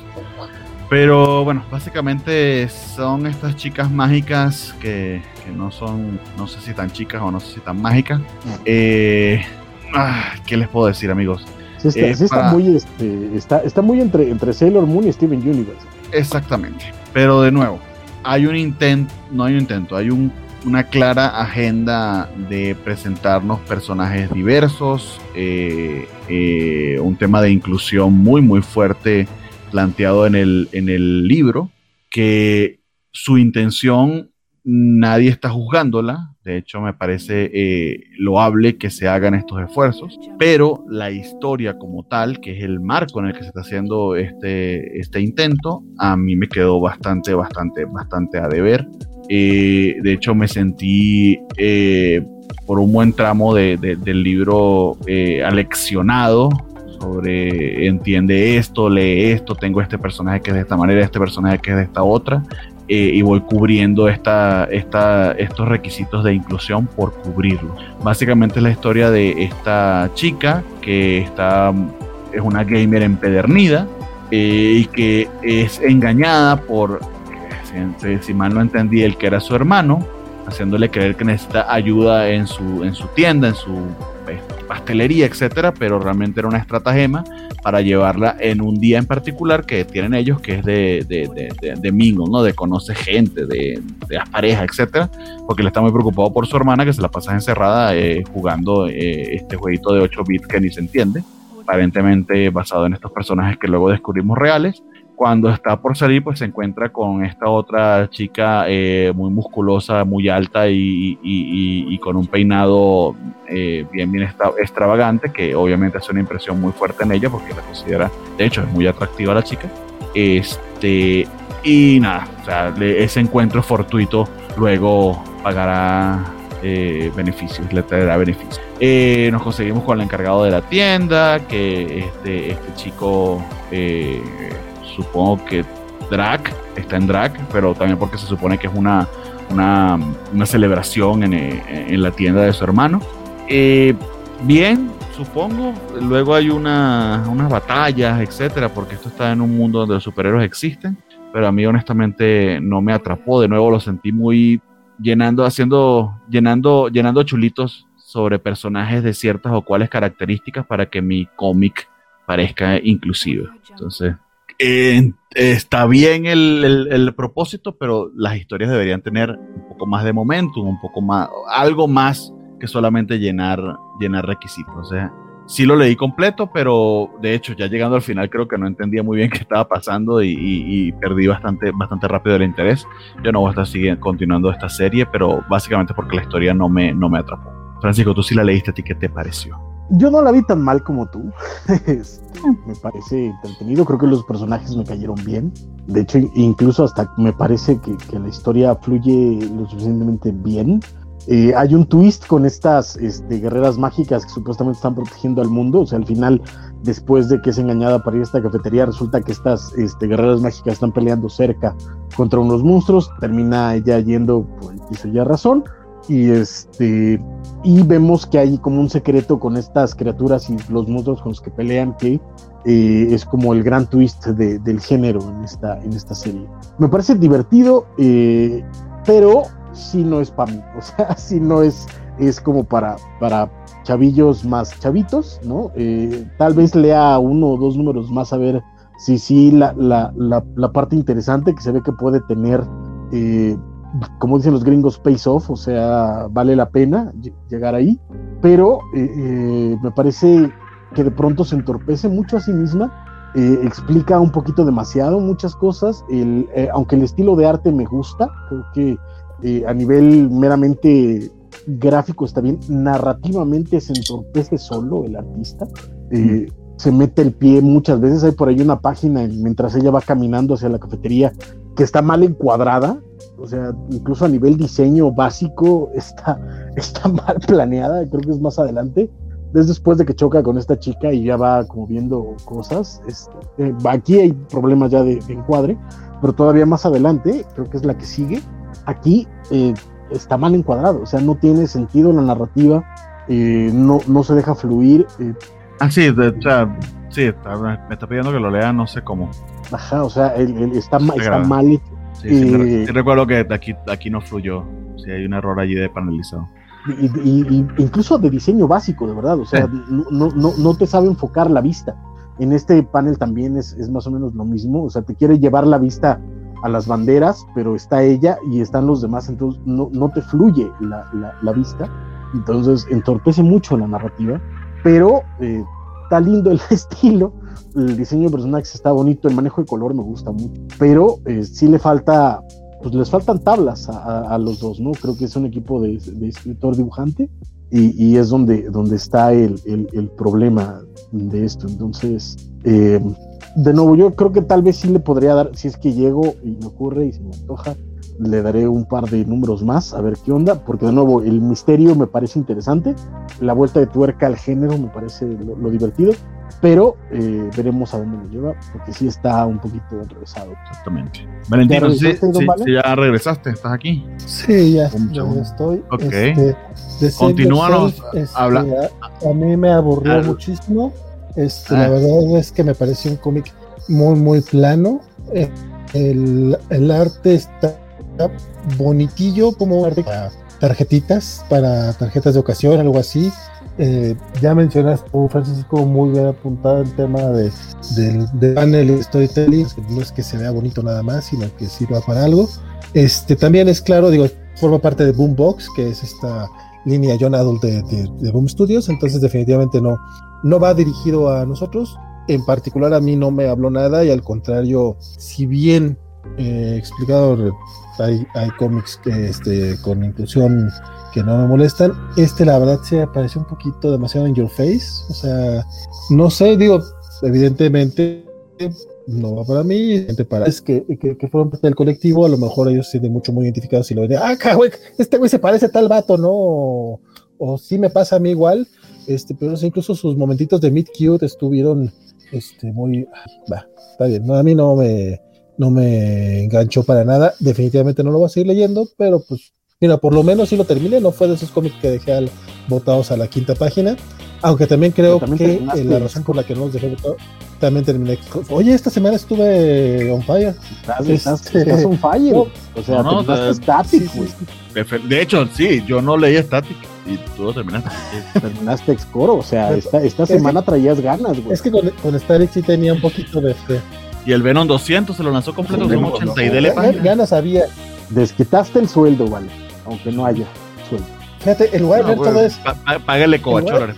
Pero bueno, básicamente son estas chicas mágicas que, que no son, no sé si tan chicas o no sé si tan mágicas. Eh, ah, ¿Qué les puedo decir, amigos? Sí está, eh, sí está para... muy, este, está, está muy entre, entre Sailor Moon y Steven Universe. Exactamente. Pero de nuevo, hay un intento, no hay un intento, hay un, una clara agenda de presentarnos personajes diversos, eh, eh, un tema de inclusión muy, muy fuerte planteado en el, en el libro, que su intención nadie está juzgándola. De hecho me parece eh, loable que se hagan estos esfuerzos, pero la historia como tal, que es el marco en el que se está haciendo este, este intento, a mí me quedó bastante, bastante, bastante a deber. Eh, de hecho me sentí eh, por un buen tramo de, de, del libro eh, aleccionado sobre entiende esto, lee esto, tengo este personaje que es de esta manera, este personaje que es de esta otra, eh, y voy cubriendo esta, esta, estos requisitos de inclusión por cubrirlos. Básicamente es la historia de esta chica que está, es una gamer empedernida eh, y que es engañada por, si, si mal no entendí, el que era su hermano, haciéndole creer que necesita ayuda en su, en su tienda, en su pastelería, etcétera, pero realmente era una estratagema para llevarla en un día en particular que tienen ellos, que es de, de, de, de, de mingle, ¿no? De conocer gente, de, de las parejas, etcétera, porque él está muy preocupado por su hermana que se la pasa encerrada eh, jugando eh, este jueguito de ocho bits que ni se entiende, aparentemente basado en estos personajes que luego descubrimos reales. Cuando está por salir, pues se encuentra con esta otra chica eh, muy musculosa, muy alta y, y, y, y con un peinado eh, bien, bien extravagante, que obviamente hace una impresión muy fuerte en ella porque la considera, de hecho, es muy atractiva la chica. Este, y nada, o sea, le, ese encuentro fortuito luego pagará eh, beneficios, le traerá beneficios. Eh, nos conseguimos con el encargado de la tienda, que este, este chico... Eh, supongo que drag, está en drag, pero también porque se supone que es una, una, una celebración en, en la tienda de su hermano. Eh, bien, supongo. Luego hay una, unas batallas, etcétera, porque esto está en un mundo donde los superhéroes existen, pero a mí honestamente no me atrapó. De nuevo lo sentí muy llenando, haciendo, llenando, llenando chulitos sobre personajes de ciertas o cuales características para que mi cómic parezca inclusivo. Entonces, Eh, está bien el, el, el propósito, pero las historias deberían tener un poco más de momentum, un poco más, algo más que solamente llenar, llenar requisitos. O sea, sí lo leí completo, pero de hecho ya llegando al final creo que no entendía muy bien qué estaba pasando y, y, y perdí bastante, bastante rápido el interés. Yo no voy a estar siguiendo, continuando esta serie, pero básicamente porque la historia no me, no me atrapó. Francisco, tú sí la leíste, ¿a ti qué te pareció? Yo no la vi tan mal como tú. Este, me parece entretenido. Creo que los personajes me cayeron bien. De hecho, incluso hasta me parece que, que la historia fluye lo suficientemente bien. Eh, hay un twist con estas este, guerreras mágicas que supuestamente están protegiendo al mundo. O sea, al final, después de que es engañada para ir a esta cafetería, resulta que estas este, guerreras mágicas están peleando cerca contra unos monstruos. Termina ella yendo por X o Y razón. y este y vemos que hay como un secreto con estas criaturas y los monstruos con los que pelean, que eh, es como el gran twist de, del género en esta, en esta serie. Me parece divertido, eh, pero sí no es para mí, o sea, sí no es, es como para, para chavillos más chavitos, ¿no? Eh, tal vez lea uno o dos números más a ver si sí la, la, la, la parte interesante que se ve que puede tener, eh, como dicen los gringos, pays off, o sea, vale la pena llegar ahí, pero eh, eh, me parece que de pronto se entorpece mucho a sí misma, eh, explica un poquito demasiado muchas cosas, el, eh, aunque el estilo de arte me gusta, creo que eh, a nivel meramente gráfico está bien, narrativamente se entorpece solo el artista, eh, se mete el pie muchas veces, hay por ahí una página mientras ella va caminando hacia la cafetería que está mal encuadrada, o sea, incluso a nivel diseño básico está, está mal planeada, creo que es más adelante, es después de que choca con esta chica y ya va como viendo cosas, es, eh, aquí hay problemas ya de, de encuadre, pero todavía más adelante, creo que es la que sigue, aquí eh, está mal encuadrado, o sea, no tiene sentido la narrativa, eh, no, no se deja fluir. Eh, ah, sí, de, o sea, sí, está, me está pidiendo que lo lea, no sé cómo. Ajá, o sea, el, el, está, está, está mal hecho. Sí, sí, eh, sí, recuerdo que aquí, aquí no fluyó, sí, hay un error allí de panelizado. Y, y, y incluso de diseño básico, de verdad, o sea, sí. no, no, no, no te sabe enfocar la vista. En este panel también es, es más o menos lo mismo, o sea, te quiere llevar la vista a las banderas, pero está ella y están los demás, entonces no, no te fluye la, la, la vista, entonces entorpece mucho la narrativa, pero eh, está lindo el estilo, el diseño de personajes está bonito, el manejo de color me gusta mucho, pero eh, sí le falta, pues les faltan tablas a, a, a los dos, ¿no? Creo que es un equipo de, de escritor dibujante y, y es donde, donde está el, el, el problema de esto, entonces eh, de nuevo, yo creo que tal vez sí le podría dar, si es que llego y me ocurre y se me antoja, le daré un par de números más a ver qué onda, porque de nuevo el misterio me parece interesante, la vuelta de tuerca al género me parece lo, lo divertido, pero eh, veremos a dónde nos lleva, porque sí está un poquito enrevesado. Exactamente. Valentino, sí, sí, sí, ya regresaste, ¿estás aquí? Sí, ya, ya estoy. Ok. Este, Continúanos. Este, habla. A, a mí me aburrió ah. muchísimo. Este, ah. La verdad es que me pareció un cómic muy, muy plano. Eh, el, el arte está bonitillo, como arte para tarjetitas, para tarjetas de ocasión, algo así. Eh, ya mencionaste, Francisco, muy bien apuntado el tema de, de, de panel y storytelling, que no es que se vea bonito nada más, sino que sirva para algo. Este, también es claro, digo, forma parte de Boombox, que es esta línea Young Adult de, de, de Boom Studios, entonces definitivamente no, no va dirigido a nosotros. En particular a mí no me habló nada y al contrario, si bien eh, explicado, hay, hay cómics que, este, con inclusión que no me molestan, este la verdad se pareció un poquito demasiado in your face, o sea, no sé, digo, evidentemente no va para mí, para es que, que, que fueron parte del colectivo, a lo mejor ellos se sienten mucho muy identificados y lo ven, ah, güey, este güey se parece a tal vato, ¿no? O, o sí me pasa a mí igual, este, pero incluso sus momentitos de meet cute estuvieron este, muy, va, está bien, no, a mí no me, no me enganchó para nada, definitivamente no lo voy a seguir leyendo, pero pues mira, por lo menos sí lo terminé, no fue de esos cómics que dejé al, botados a la quinta página, aunque también creo también que eh, la razón por la que no los dejé botados, también terminé. Oye, esta semana estuve on fire. Estás, estás, este, estás on fire. No, o sea, no, no, te Static, sí, sí, sí. De hecho, sí, yo no leí Static y tú lo terminaste. Terminaste Excoro, o sea, esta, esta semana que, traías ganas, güey. Es que con, con Static sí tenía un poquito de fe. Y el Venom doscientos se lo lanzó completo, son ochenta y dele páginas. Ganas había. Desquitaste el sueldo, vale, aunque no haya sueldo. Fíjate, en lugar de leer todo eso. Págale cobacholares.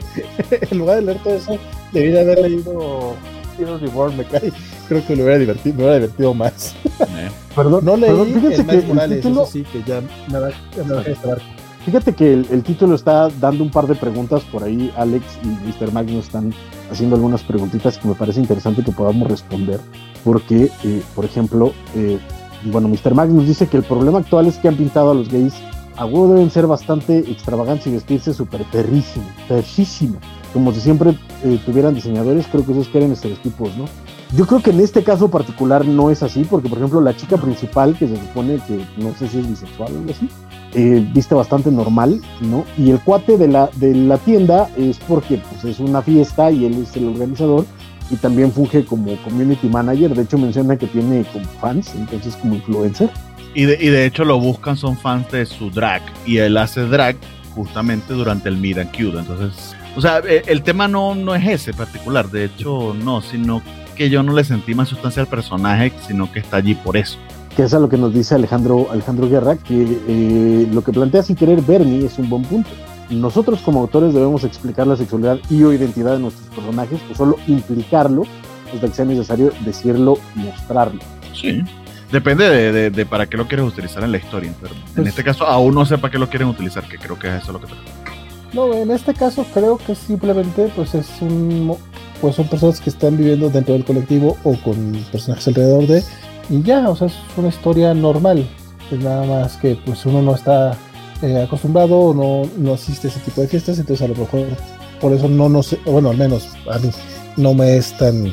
En lugar de leer todo eso, debí de haber leído Heroes Reborn, me cae. Creo que lo hubiera divertido, me hubiera divertido más. Eh. Perdón, no leí perdón, fíjate el que el Morales, título, eso sí, que ya me va a dejar. Fíjate que el, el título está dando un par de preguntas por ahí. Alex y mister Magnus están haciendo algunas preguntitas que me parece interesante que podamos responder. Porque, eh, por ejemplo, eh, bueno, mister Magnus dice que el problema actual es que han pintado a los gays a huevo, deben ser bastante extravagantes y vestirse súper perrísimo, perrísimo, como si siempre eh, tuvieran diseñadores. Creo que esos quieren estereotipos, ¿no? Yo creo que en este caso particular no es así, porque por ejemplo la chica principal, que se supone que no sé si es bisexual o algo así, eh, viste bastante normal, ¿no? Y el cuate de la, de la tienda es porque pues, es una fiesta y él es el organizador y también funge como community manager. De hecho menciona que tiene como fans, entonces como influencer. Y de, y de hecho lo buscan, son fans de su drag, y él hace drag justamente durante el Meet and Cute. Entonces, o sea, el tema no, no es ese particular, de hecho no, sino que yo no le sentí más sustancia al personaje, sino que está allí por eso. Que es a lo que nos dice Alejandro, Alejandro Guerra, que eh, lo que plantea sin querer Bernie es un buen punto. Nosotros como autores debemos explicar la sexualidad y o identidad de nuestros personajes, o solo implicarlo, hasta que sea necesario decirlo, mostrarlo. Sí. Depende de, de, de para qué lo quieres utilizar en la historia, pero pues, en este caso aún no sé para qué lo quieren utilizar, que creo que es eso lo que te... No, en este caso creo que simplemente pues es un pues son personas que están viviendo dentro del colectivo o con personajes alrededor de, y ya, o sea, es una historia normal, es nada más que pues uno no está eh, acostumbrado o no, no asiste a ese tipo de fiestas, entonces a lo mejor por eso no no sé, bueno, al menos a mí no me es tan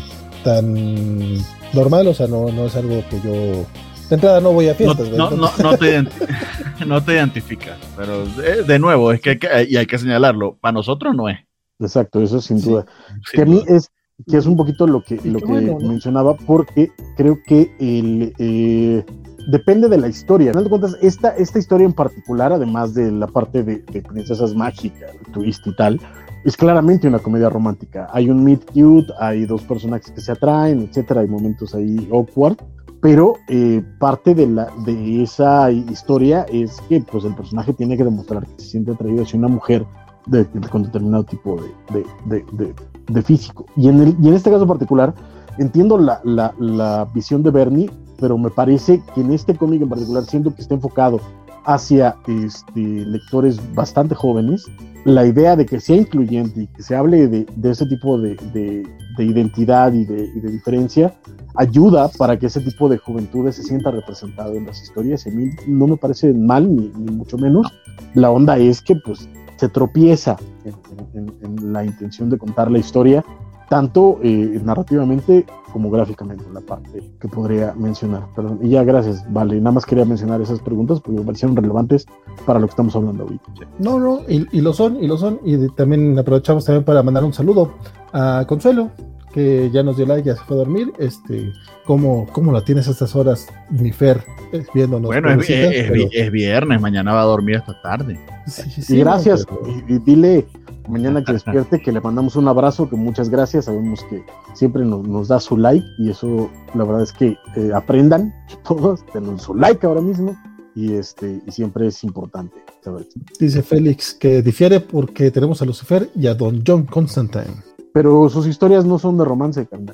tan normal, o sea, no, no es algo que yo de entrada no voy a fiestas. No, no, no, no, te identi- no te identificas, pero de, de nuevo, es que hay que, y hay que señalarlo, para nosotros no es. Exacto, eso sin Sí, duda. sin que a duda. mí es, que es un poquito lo que, lo que bueno, ¿no? mencionaba, porque creo que el, eh, depende de la historia. Al final de cuentas, esta, esta historia en particular, además de la parte de, de princesas mágicas, twist y tal, es claramente una comedia romántica. Hay un meet cute, hay dos personajes que se atraen, etcétera, hay momentos ahí awkward, pero eh, parte de, la, de esa historia es que pues, el personaje tiene que demostrar que se siente atraído hacia una mujer de, de, con determinado tipo de, de, de, de, de físico. Y en, el, y en este caso particular, entiendo la, la, la visión de Bernie, pero me parece que en este cómic en particular, siento que está enfocado hacia este, lectores bastante jóvenes, la idea de que sea incluyente y que se hable de, de ese tipo de, de, de identidad y de, y de diferencia, ayuda para que ese tipo de juventudes se sienta representado en las historias. Y a mí no me parece mal, ni, ni mucho menos. La onda es que pues se tropieza en, en, en la intención de contar la historia, tanto eh, narrativamente como gráficamente, la parte que podría mencionar. Perdón, y ya, gracias, vale, nada más quería mencionar esas preguntas porque me parecieron relevantes para lo que estamos hablando ahorita. No, no, y, y lo son, y lo son, y de, también aprovechamos también para mandar un saludo a Consuelo, que ya nos dio like, ya se fue a dormir. Este, ¿cómo, cómo la tienes a estas horas, mi Fer, viéndonos? Bueno, es, es, pero... es viernes, mañana va a dormir hasta tarde. Sí, sí, sí, y gracias, no, pero... y, y dile mañana que despierte que le mandamos un abrazo, que muchas gracias, sabemos que siempre nos, nos da su like y eso la verdad es que eh, aprendan todos, denos su like ahora mismo y este y siempre es importante saber. Dice Félix que difiere porque tenemos a Lucifer y a Don John Constantine. Pero sus historias no son de romance, carnal.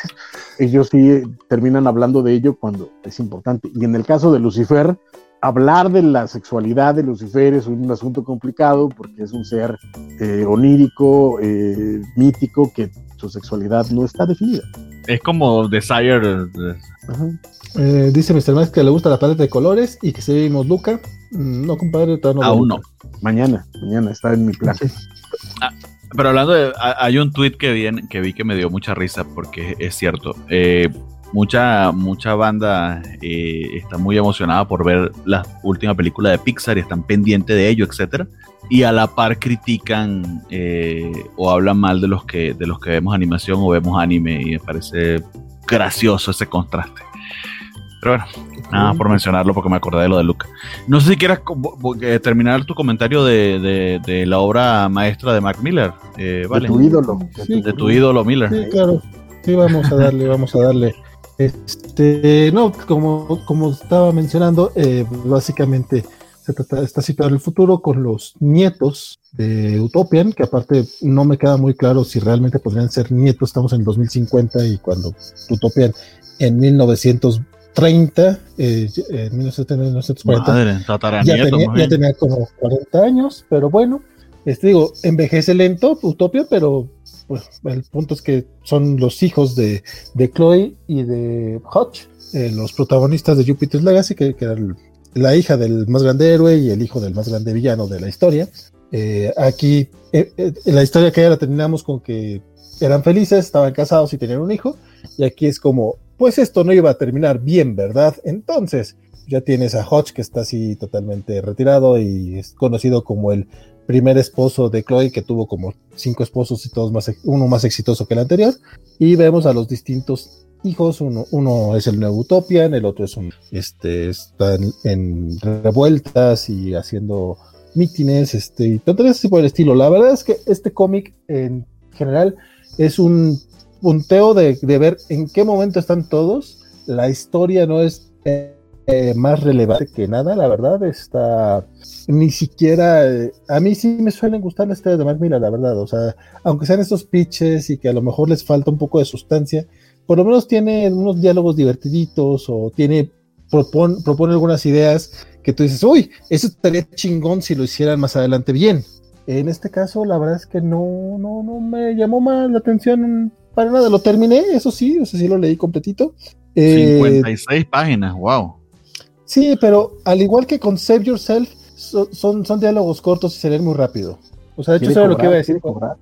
Ellos sí terminan hablando de ello cuando es importante. Y en el caso de Lucifer, hablar de la sexualidad de Lucifer es un asunto complicado porque es un ser eh, onírico, eh, mítico, que su sexualidad no está definida. Es como Desire. Ajá. Eh, dice mister Max que le gusta la paleta de colores y que seguimos Luca. No, compadre, no aún no. Mañana, mañana está en mi plan. Sí. Ah, pero hablando de, hay un tweet que vi, en, que vi que me dio mucha risa porque es cierto. Eh, mucha mucha banda eh, está muy emocionada por ver la última película de Pixar y están pendientes de ello, etcétera. Y a la par critican eh, o hablan mal de los que de los que vemos animación o vemos anime y me parece gracioso ese contraste. Pero bueno, nada por mencionarlo porque me acordé de lo de Luca. No sé si quieras eh, terminar tu comentario de, de, de la obra maestra de Mac Miller. Eh, ¿vale? De tu ídolo. De tu, de tu ídolo Miller. Sí, claro. Sí, vamos a darle, vamos a darle. Este, no, como, como estaba mencionando, eh, básicamente se trata, está situado en el futuro con los nietos de Utopian, que aparte no me queda muy claro si realmente podrían ser nietos. Estamos en el dos mil cincuenta y cuando Utopian en mil novecientos treinta, eh, en mil novecientos cuarenta, Madre, ya, tenía, ya tenía como cuarenta años, pero bueno, este, digo, envejece lento Utopia, pero pues, el punto es que son los hijos de, de Chloe y de Hutch, eh, los protagonistas de Jupiter's Legacy, que, que eran la hija del más grande héroe y el hijo del más grande villano de la historia. Eh, aquí, eh, eh, la historia que ya la terminamos con que eran felices, estaban casados y tenían un hijo, y aquí es como, pues esto no iba a terminar bien, ¿verdad? Entonces, ya tienes a Hutch, que está así totalmente retirado y es conocido como el primer esposo de Chloe, que tuvo como cinco esposos y todos más, uno más exitoso que el anterior, y vemos a los distintos hijos, uno, uno es el nuevo Utopian, el otro es un, este, está en, en revueltas y haciendo mítines, este, y tanto así por el estilo. La verdad es que este cómic en general es un punteo de, de ver en qué momento están todos. La historia no es eh, eh, más relevante que nada, la verdad, está ni siquiera, eh, a mí sí me suelen gustar las historias de Mark Millar, la verdad, o sea, aunque sean estos pitches y que a lo mejor les falta un poco de sustancia, por lo menos tiene unos diálogos divertiditos o tiene, propone, propone algunas ideas que tú dices, uy, eso estaría chingón si lo hicieran más adelante bien. En este caso, la verdad es que no, no, no me llamó más la atención para nada, lo terminé, eso sí, o sea, sí lo leí completito. cincuenta y seis eh, páginas, wow. Sí, pero al igual que con Save Yourself, so, son, son diálogos cortos y se leen muy rápido. O sea, de hecho, eso es lo que iba a decir.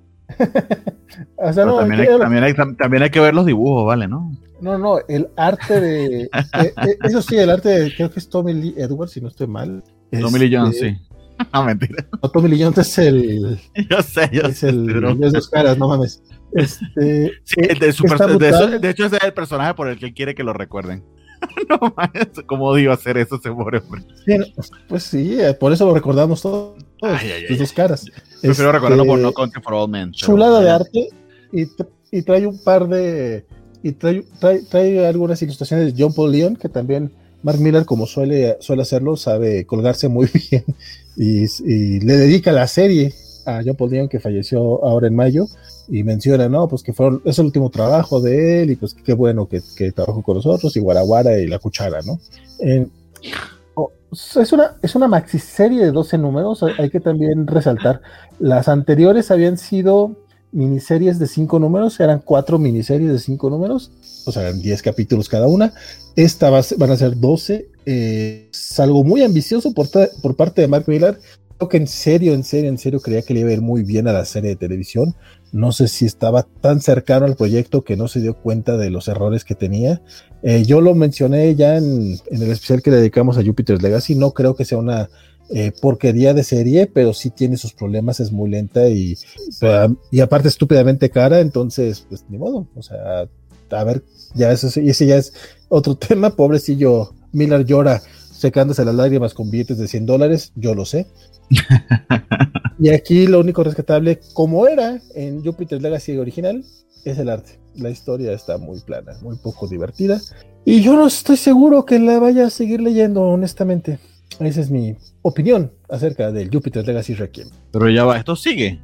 O sea, no, también, hay, hay, también, hay, también hay que ver los dibujos, ¿vale? ¿No? No, no, el arte de... eh, eh, eso sí, el arte de, creo que es Tommy Lee Edwards, si no estoy mal. Tommy Lee Jones, sí. No, mentira. No, Tommy Lee Jones es el... Yo sé, yo es sé. el de dos caras, no mames. Este, sí, de, de, su de, eso, de hecho, ese es el personaje por el que quiere que lo recuerden. No mames, ¿cómo digo hacer eso ese pobre hombre? Sí, pues sí, por eso lo recordamos todos, ay, ay, sus dos caras. Prefiero este, recordarlo por No Country for Old Men. Chulada de arte y, y trae un par de y trae, trae, trae algunas ilustraciones de John Paul Leon, que también Mark Millar, como suele, suele hacerlo, sabe colgarse muy bien y, y le dedica la serie a John Paul Leon, que falleció ahora en mayo, y menciona, no, pues que fue, es el último trabajo de él, y pues qué bueno que, que trabajó con nosotros, y Guaraguara y La Cuchara, ¿no? Eh, oh, es una, es una maxiserie de doce números, hay que también resaltar, las anteriores habían sido miniseries de cinco números, eran cuatro miniseries de cinco números, o sea, eran diez capítulos cada una, esta va, van a ser doce, eh, es algo muy ambicioso por, por parte de Mark Millar. Creo que en serio, en serio, en serio creía que le iba a ir muy bien a la serie de televisión. No sé si estaba tan cercano al proyecto que no se dio cuenta de los errores que tenía. Eh, yo lo mencioné ya en, en el especial que le dedicamos a Jupiter's Legacy. No creo que sea una eh, porquería de serie, pero sí tiene sus problemas, es muy lenta y, y aparte estúpidamente cara, entonces, pues ni modo. O sea, a ver, ya eso, ese ya es otro tema. Pobrecillo Millar llora secándose las lágrimas con billetes de cien dólares, yo lo sé. Y aquí lo único rescatable, como era en Jupiter's Legacy original, es el arte. La historia está muy plana, muy poco divertida, y yo no estoy seguro que la vaya a seguir leyendo, honestamente. Esa es mi opinión acerca del Jupiter's Legacy Requiem. Pero ya va, esto sigue.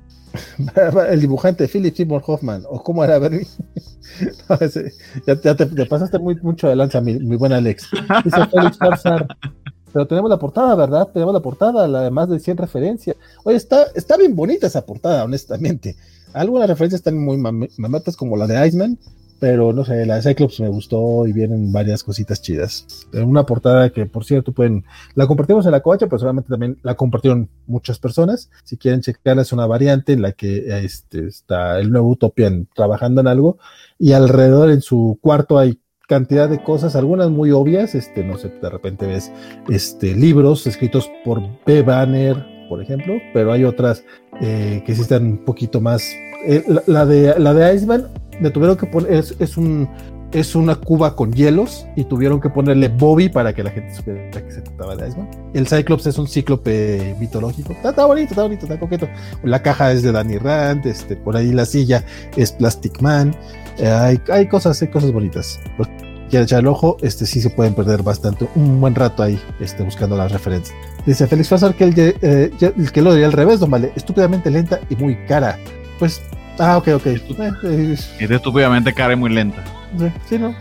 El dibujante Philip Seymour Hoffman, o cómo era, Bernie. No, ese, ya, ya te, te pasaste muy, mucho de lanza, mi, mi buen Alex. Dice Félix Farsar. Pero tenemos la portada, ¿verdad? Tenemos la portada, la de más de cien referencias. Oye, está, está bien bonita esa portada, honestamente. Algunas referencias están muy mam mamatas, como la de Iceman, pero no sé, la de Cyclops me gustó y vienen varias cositas chidas. Una portada que, por cierto, pueden, la compartimos en la covacha, pero solamente también la compartieron muchas personas. Si quieren checarla, es una variante en la que este, está el nuevo Utopian trabajando en algo, y alrededor en su cuarto hay cantidad de cosas, algunas muy obvias, este, no sé, de repente ves este, libros escritos por B. Banner, por ejemplo, pero hay otras eh, que sí están un poquito más, eh, la, la de la de Iceman, le tuvieron que poner, es, es un es una cuba con hielos y tuvieron que ponerle Bobby para que la gente supiera que se trataba de Iceman. El Cyclops es un cíclope mitológico, está, está bonito, está bonito, está coqueto. La caja es de Danny Rand, este, por ahí la silla es Plastic Man. Eh, hay, hay cosas, hay cosas bonitas. Los que quieran echar el ojo, este sí se pueden perder bastante, un buen rato ahí, este, buscando las referencias. Dice Félix Fazar que el, eh, el que lo diría al revés, don Vale, estúpidamente lenta y muy cara. Pues, ah, ok, ok. Eh, eh, es estúpidamente cara y muy lenta. Sí, no,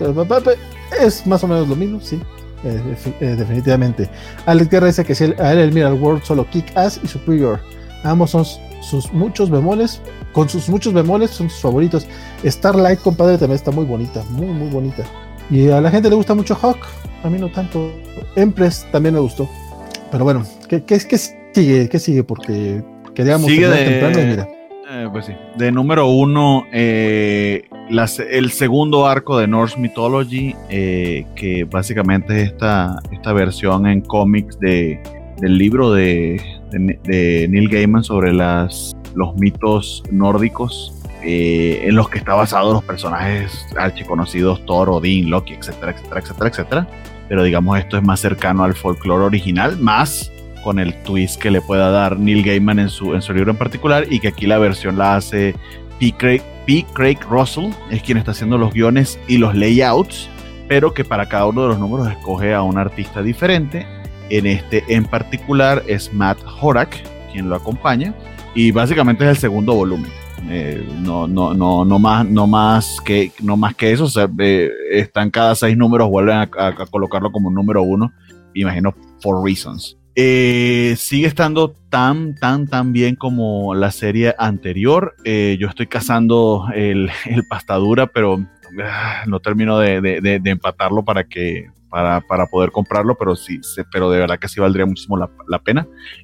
es más o menos lo mismo, sí. Eh, eh, definitivamente. Alex Guerra dice que si él, a él el Mirror World solo Kick-Ass y Superior. Ambos son sus muchos bemoles. Con sus muchos bemoles son sus favoritos. Starlight, compadre, también está muy bonita, muy, muy bonita. Y a la gente le gusta mucho Hawk, a mí no tanto. Empress también me gustó. Pero bueno, ¿qué, qué, qué sigue? ¿Qué sigue? Porque queríamos sigue de, temprano y mira. Eh, pues sí, de número uno, eh, las, el segundo arco de Norse Mythology, eh, que básicamente es esta, esta versión en cómics de, del libro de, de, de Neil Gaiman sobre las, los mitos nórdicos, eh, en los que está basado los personajes archiconocidos Thor, Odín, Loki, etcétera, etcétera, etcétera, etcétera. Pero digamos, esto es más cercano al folclore original, más con el twist que le pueda dar Neil Gaiman en su, en su libro en particular, y que aquí la versión la hace P. Craig, P. Craig Russell, es quien está haciendo los guiones y los layouts, pero que para cada uno de los números escoge a un artista diferente. En este en particular es Matt Horak quien lo acompaña, y básicamente es el segundo volumen. Eh, no, no, no, no más, no más que, no más que eso. O sea, eh, están cada seis números, vuelven a, a, a colocarlo como número uno, imagino for reasons. Eh, sigue estando tan, tan, tan bien como la serie anterior. Eh, yo estoy cazando el, el pastadura, pero uh, no termino de, de, de, de empatarlo para que para, para poder comprarlo, pero sí, pero de verdad que sí valdría muchísimo la, la pena.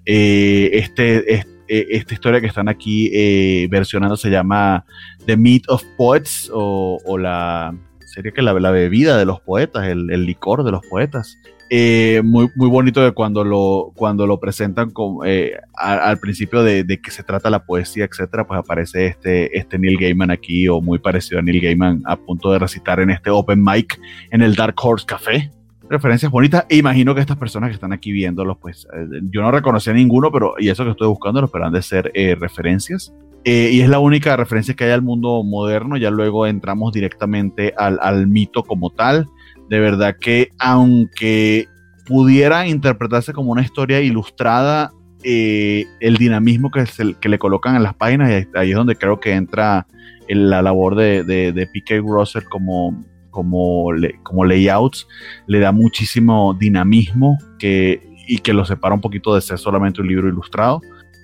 Eh, este, este esta historia que están aquí eh, versionando se llama The Meat of Poets, o, o la sería que la, la bebida de los poetas, el, el licor de los poetas. Eh, muy, muy bonito de cuando lo, cuando lo presentan con, eh, a, al principio de, de qué se trata la poesía, etcétera, pues aparece este, este Neil Gaiman aquí, o muy parecido a Neil Gaiman, a punto de recitar en este open mic en el Dark Horse Café. Referencias bonitas, e imagino que estas personas que están aquí viéndolos, pues eh, yo no reconocía ninguno, pero y eso que estoy buscando, pero han de ser eh, referencias, eh, y es la única referencia que hay al mundo moderno. Ya luego entramos directamente al, al mito como tal. De verdad que aunque pudiera interpretarse como una historia ilustrada, eh, el dinamismo que, se, que le colocan en las páginas, y ahí es donde creo que entra en la labor de, de, de P K Russell como Como, le, como layouts, le da muchísimo dinamismo que, y que lo separa un poquito de ser solamente un libro ilustrado.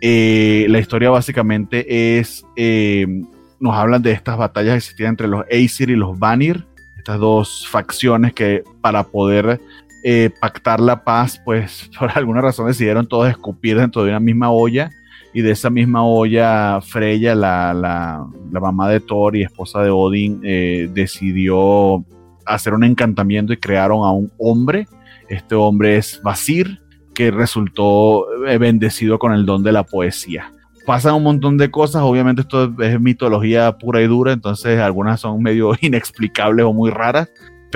Eh, la historia básicamente es, eh, nos hablan de estas batallas que existían entre los Aesir y los Vanir, estas dos facciones que para poder eh, pactar la paz, pues por alguna razón decidieron todos escupir dentro de una misma olla, y de esa misma olla Freya, la, la, la mamá de Thor y esposa de Odín, eh, decidió hacer un encantamiento y crearon a un hombre. Este hombre es Vasir, que resultó bendecido con el don de la poesía. Pasan un montón de cosas, obviamente esto es mitología pura y dura, entonces algunas son medio inexplicables o muy raras,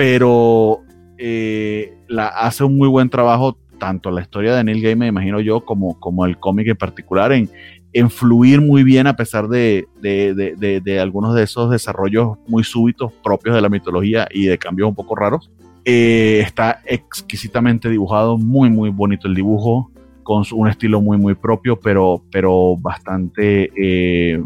pero eh, la, hace un muy buen trabajo tanto la historia de Neil Gaiman, imagino yo, como, como el cómic en particular, en, en fluir muy bien a pesar de, de, de, de, de algunos de esos desarrollos muy súbitos propios de la mitología y de cambios un poco raros. Eh, está exquisitamente dibujado, muy muy bonito el dibujo, con un estilo muy muy propio, pero, pero bastante eh,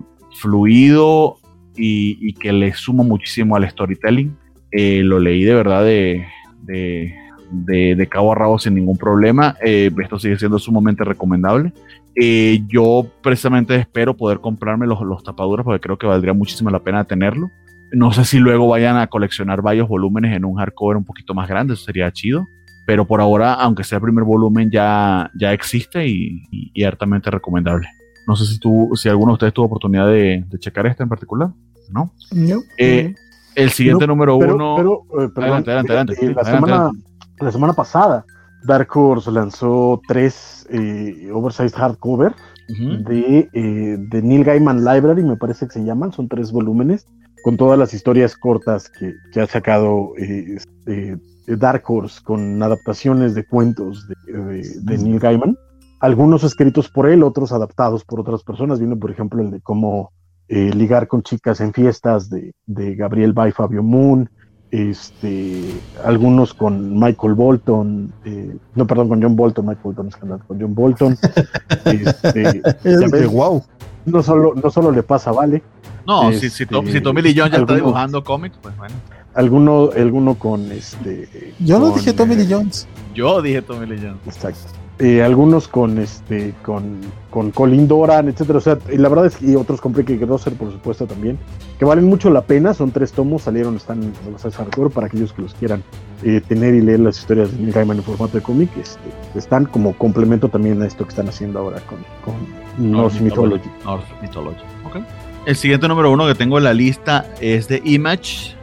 fluido, y, y que le suma muchísimo al storytelling. Eh, lo leí de verdad de... de De, de cabo a rabo sin ningún problema. Eh, esto sigue siendo sumamente recomendable. Eh, yo precisamente espero poder comprarme los, los tapaduras, porque creo que valdría muchísimo la pena tenerlo. No sé si luego vayan a coleccionar varios volúmenes en un hardcover un poquito más grande, eso sería chido, pero por ahora, aunque sea el primer volumen, ya, ya existe y, y, y altamente recomendable. No sé si tú, si alguno de ustedes tuvo oportunidad de, de checar este en particular, ¿no? No. Eh, el siguiente no, número pero, uno... Pero, eh, perdón, adelante, adelante, adelante. Eh, la, adelante, semana, adelante. la semana pasada, Dark Horse lanzó tres eh, oversized hardcover uh-huh. de, eh, de Neil Gaiman Library, me parece que se llaman, son tres volúmenes, con todas las historias cortas que, que ha sacado eh, eh, Dark Horse, con adaptaciones de cuentos de, de, de Neil Gaiman, algunos escritos por él, otros adaptados por otras personas. Vino, por ejemplo, el de cómo eh, ligar con chicas en fiestas de, de Gabriel Bay Fabio Moon, este, algunos con Michael Bolton, eh, no, perdón, con John Bolton, Michael Bolton es cantante, con John Bolton. este, es de wow. No solo, no solo le pasa, vale. No, este, si, si, Tom, si Tommy Lee Jones ya alguno, está dibujando cómics, pues bueno. Alguno, alguno con este. Yo con, no dije Tommy eh, Lee Jones. Yo dije Tommy Lee Jones. Exacto. Eh, algunos con este, con, con Colin Doran, etcétera. O sea, y la verdad es que y otros con Craig Russell, por supuesto, también, que valen mucho la pena. Son tres tomos, salieron, están en los hardcore para aquellos que los quieran eh, tener y leer las historias de Neil Gaiman en formato de cómic. Este, están como complemento también a esto que están haciendo ahora con, con Norse Mythology. Norse Mythology, ok. El siguiente número uno que tengo en la lista es de Image,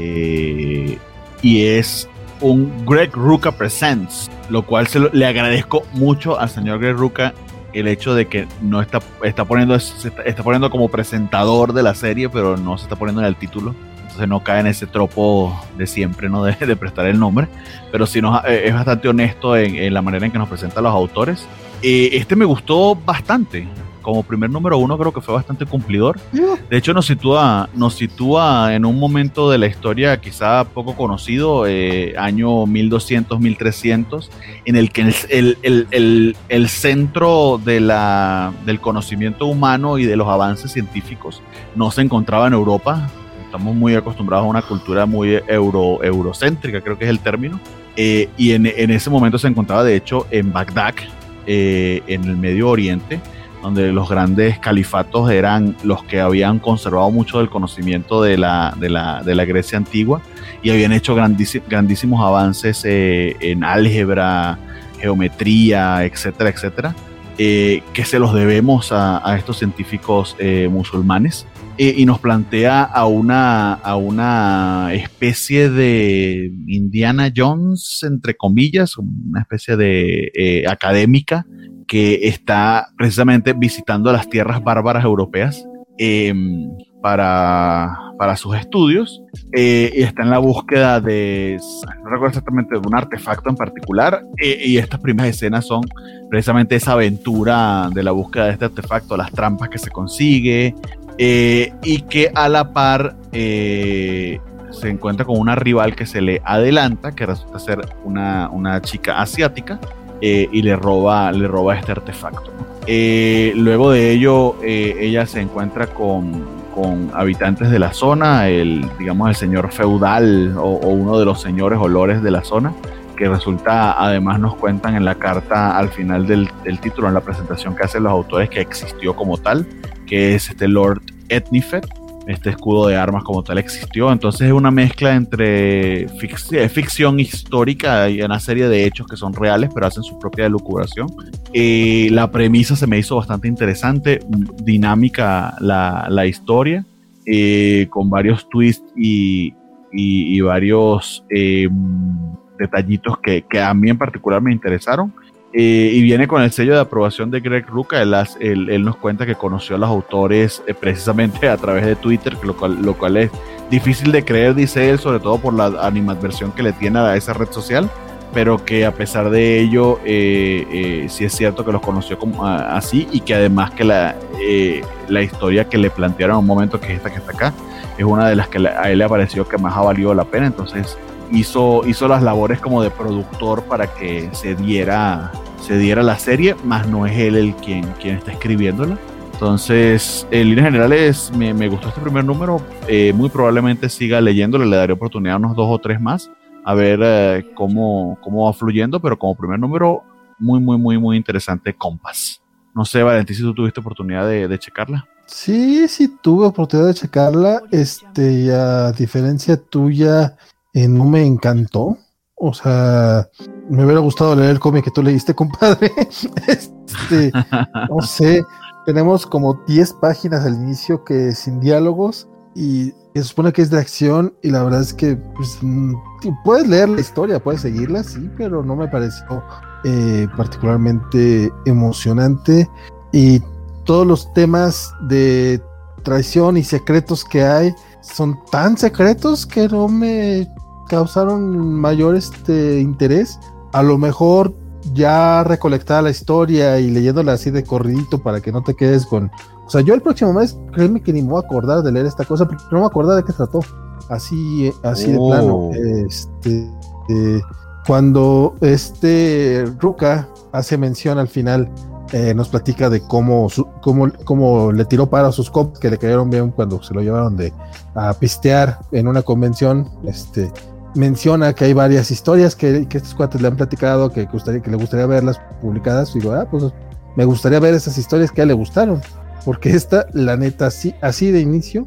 eh, y es un Greg Rucka Presents, lo cual se lo, le agradezco mucho al señor Greg Rucka el hecho de que no está, está poniendo se está, está poniendo como presentador de la serie, pero no se está poniendo en el título, entonces no cae en ese tropo de siempre, ¿no? de, de prestar el nombre, pero sí nos, eh, es bastante honesto en, en la manera en que nos presenta a los autores. Eh, este me gustó bastante. Como primer número uno creo que fue bastante cumplidor. De hecho nos sitúa, nos sitúa en un momento de la historia quizá poco conocido, eh, año mil doscientos, mil trescientos, en el que el, el, el, el, el centro de la, del conocimiento humano y de los avances científicos no se encontraba en Europa. Estamos muy acostumbrados a una cultura muy euro, eurocéntrica, creo que es el término. Eh, y en, en ese momento se encontraba de hecho en Bagdad, eh, en el Medio Oriente, donde los grandes califatos eran los que habían conservado mucho del conocimiento de la, de la, de la Grecia antigua y habían hecho grandísimos, grandísimos avances eh, en álgebra, geometría, etcétera, etcétera, eh, que se los debemos a, a estos científicos eh, musulmanes, eh, y nos plantea a una, a una especie de Indiana Jones, entre comillas, una especie de eh, académica, que está precisamente visitando las tierras bárbaras europeas eh, para, para sus estudios, eh, y está en la búsqueda de, no recuerdo exactamente, de un artefacto en particular, eh, y estas primeras escenas son precisamente esa aventura de la búsqueda de este artefacto, las trampas que se consigue, eh, y que a la par eh, se encuentra con una rival que se le adelanta, que resulta ser una, una chica asiática, Eh, y le roba, le roba este artefacto. Eh, luego de ello, eh, ella se encuentra con, con habitantes de la zona, el, digamos, el señor feudal o, o uno de los señores olores de la zona, que resulta, además nos cuentan en la carta al final del, del título, en la presentación que hacen los autores, que existió como tal, que es este Lord Etnifet. Este escudo de armas como tal existió, entonces es una mezcla entre fic- ficción histórica y una serie de hechos que son reales pero hacen su propia elucubración. Eh, la premisa se me hizo bastante interesante, dinámica la, la historia, eh, con varios twists y, y, y varios eh, detallitos que, que a mí en particular me interesaron. Eh, y viene con el sello de aprobación de Greg Rucka. Él, él, él nos cuenta que conoció a los autores eh, precisamente a través de Twitter, lo cual, lo cual es difícil de creer, dice él, sobre todo por la animadversión que le tiene a esa red social, pero que a pesar de ello eh, eh, sí es cierto que los conoció como, a, así, y que además que la, eh, la historia que le plantearon en un momento, que es esta que está acá, es una de las que a él le ha parecido que más ha valido la pena. Entonces hizo, hizo las labores como de productor para que se diera, se diera la serie, más no es él el quien, quien está escribiéndola. Entonces, en líneas generales, me, me gustó este primer número. Eh, muy probablemente siga leyéndolo, le daré oportunidad a unos dos o tres más, a ver eh, cómo, cómo va fluyendo, pero como primer número, muy, muy, muy, muy interesante, Compass. No sé, Valentín, si tú tuviste oportunidad de, de checarla. Sí, sí tuve oportunidad de checarla, este, y a diferencia tuya, eh, no me encantó. O sea, me hubiera gustado leer el cómic que tú leíste, compadre. Este, no sé, tenemos como diez páginas al inicio que sin diálogos, y se supone que es de acción, y la verdad es que pues, puedes leer la historia, puedes seguirla, sí, pero no me pareció eh, particularmente emocionante, y todos los temas de traición y secretos que hay son tan secretos que no me causaron mayor este interés. A lo mejor ya recolectada la historia y leyéndola así de corridito para que no te quedes con... O sea, yo el próximo mes, créeme que ni me voy a acordar de leer esta cosa, porque no me acordar de qué trató. Así, así oh. de plano. Este, eh, cuando este Rucka hace mención al final, eh, nos platica de cómo, su, cómo, cómo le tiró paro a sus cops, que le cayeron bien cuando se lo llevaron de, a pistear en una convención. Este... menciona que hay varias historias que, que estos cuates le han platicado, que, gustaría, que le gustaría verlas publicadas. Y digo, ah, pues me gustaría ver esas historias que a él le gustaron, porque esta, la neta, así, así de inicio,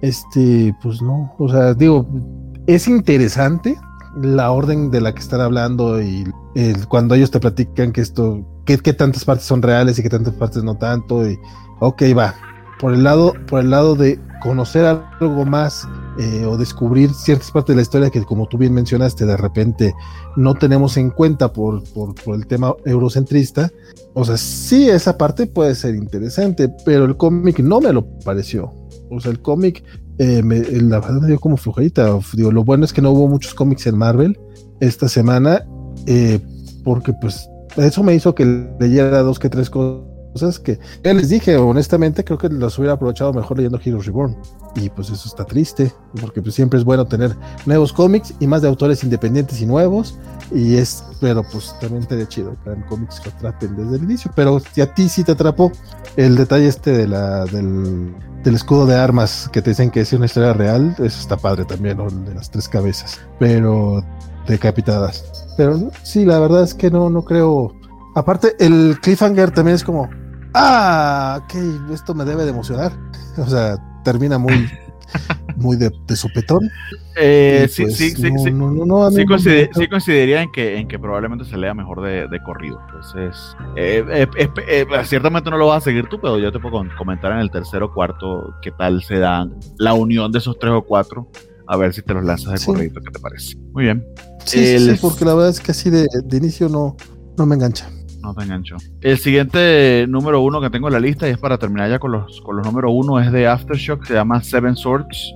este, pues no, o sea, digo, es interesante la orden de la que están hablando, y el, cuando ellos te platican que esto, que, que tantas partes son reales y que tantas partes no tanto, y ok, va, por el lado, por el lado de conocer algo más eh, o descubrir ciertas partes de la historia que, como tú bien mencionaste, de repente no tenemos en cuenta por, por, por el tema eurocentrista. O sea, sí, esa parte puede ser interesante, pero el cómic no me lo pareció. O sea, el cómic, eh, me, la verdad me dio como flojerita. Digo, lo bueno es que no hubo muchos cómics en Marvel esta semana, eh, porque pues eso me hizo que leyera dos que tres cosas que ya les dije, honestamente creo que los hubiera aprovechado mejor leyendo Heroes Reborn, y pues eso está triste, porque pues siempre es bueno tener nuevos cómics y más de autores independientes y nuevos, y es, pero pues también estaría chido que eran cómics que atrapen desde el inicio. Pero si a ti sí te atrapó el detalle este de la del, del escudo de armas que te dicen que es una historia real, eso está padre también, ¿no? De las tres cabezas, pero decapitadas. Pero sí, la verdad es que no, no creo. Aparte, el cliffhanger también es como, ah, ok, esto me debe de emocionar. O sea, termina muy, muy de, de sopetón. Eh, sí, pues, sí, sí, no, sí. No, no, no, sí, no, consider, no, sí consideraría en que, en que probablemente se lea mejor de, de corrido. Entonces, eh, eh, eh, eh, ciertamente no lo vas a seguir tú, pero yo te puedo comentar en el tercero o cuarto qué tal se dan la unión de esos tres o cuatro. A ver si te los lanzas de sí. corrido, ¿qué te parece? Muy bien. Sí, el... sí, sí, porque la verdad es que así de, de inicio no, no me engancha. No te engancho. El siguiente número uno que tengo en la lista, y es para terminar ya con los, con los número uno, es de Aftershock, se llama Seven Swords.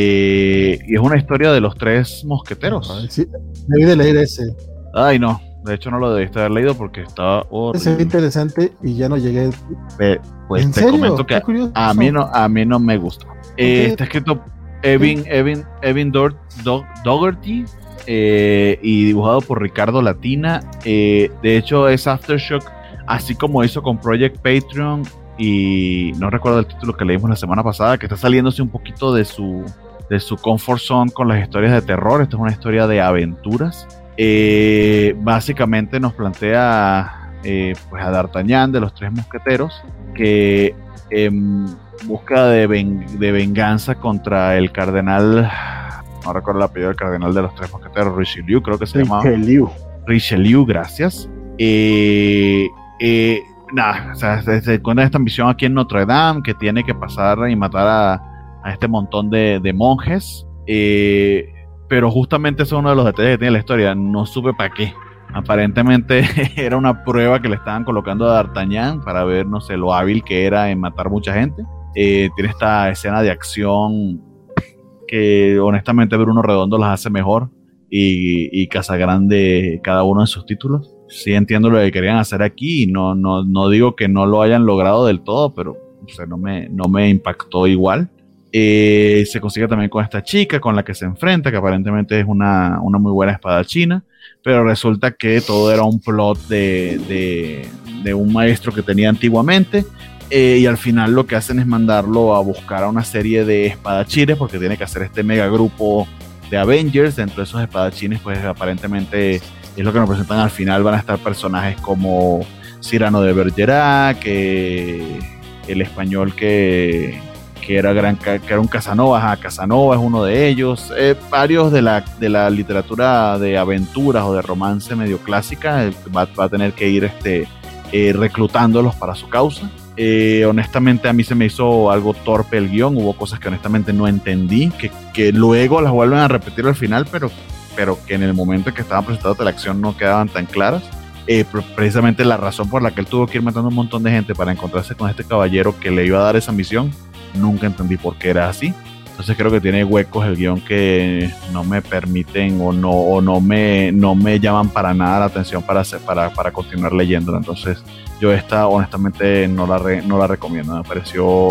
Eh, y es una historia de los tres mosqueteros. Ay, sí, debí de leer ese. Ay, no. De hecho, no lo debiste haber leído porque estaba horrible. Ese es interesante y ya no llegué. Eh, pues ¿En te serio? comento que a mí no, a mí no me gustó. Eh, está escrito Evin, Evin, Evin Dor, Do, Dougherty. Eh, y dibujado por Ricardo Latina. Eh, de hecho es Aftershock, así como hizo con Project Patreon, y no recuerdo el título que leímos la semana pasada, que está saliéndose un poquito de su de su comfort zone con las historias de terror. Esta es una historia de aventuras. Eh, básicamente nos plantea eh, pues a D'Artagnan de los tres mosqueteros, que en busca de, ven, de venganza contra el cardenal, no recuerdo el apellido del cardenal de los tres mosqueteros, Richelieu, creo que se llamaba. Richelieu. Richelieu, gracias. Eh, eh, nada, o sea, se, se cuenta esta misión aquí en Notre Dame, que tiene que pasar y matar a, a este montón de, de monjes. Eh, pero justamente eso es uno de los detalles que tiene la historia. No supe para qué. Aparentemente era una prueba que le estaban colocando a D'Artagnan para ver, no sé, lo hábil que era en matar mucha gente. Eh, tiene esta escena de acción que honestamente Bruno Redondo las hace mejor, y, y Casagrande cada uno en sus títulos. Sí entiendo lo que querían hacer aquí, y no, no, no digo que no lo hayan logrado del todo, pero o sea, no, me, no me impactó igual. Eh, se consigue también con esta chica con la que se enfrenta, que aparentemente es una, una muy buena espadachina, pero resulta que todo era un plot de, de, de un maestro que tenía antiguamente. Eh, y al final lo que hacen es mandarlo a buscar a una serie de espadachines, porque tiene que hacer este mega grupo de Avengers. Dentro de esos espadachines, pues aparentemente es lo que nos presentan al final. Van a estar personajes como Cyrano de Bergerac, que el español que, que, era gran, que era un Casanova, ajá, Casanova es uno de ellos. Eh, varios de la, de la literatura de aventuras o de romance medio clásica, va, va a tener que ir este, eh, reclutándolos para su causa. Eh, honestamente a mí se me hizo algo torpe el guión, hubo cosas que honestamente no entendí, que, que luego las vuelven a repetir al final, pero, pero que en el momento en que estaban presentando la acción no quedaban tan claras. Eh, precisamente la razón por la que él tuvo que ir matando un montón de gente para encontrarse con este caballero que le iba a dar esa misión, nunca entendí por qué era así. Entonces creo que tiene huecos el guión que no me permiten o no, o no, me, no me llaman para nada la atención para, hacer, para, para continuar leyéndola. Entonces yo esta honestamente no la, re, no la recomiendo. Me pareció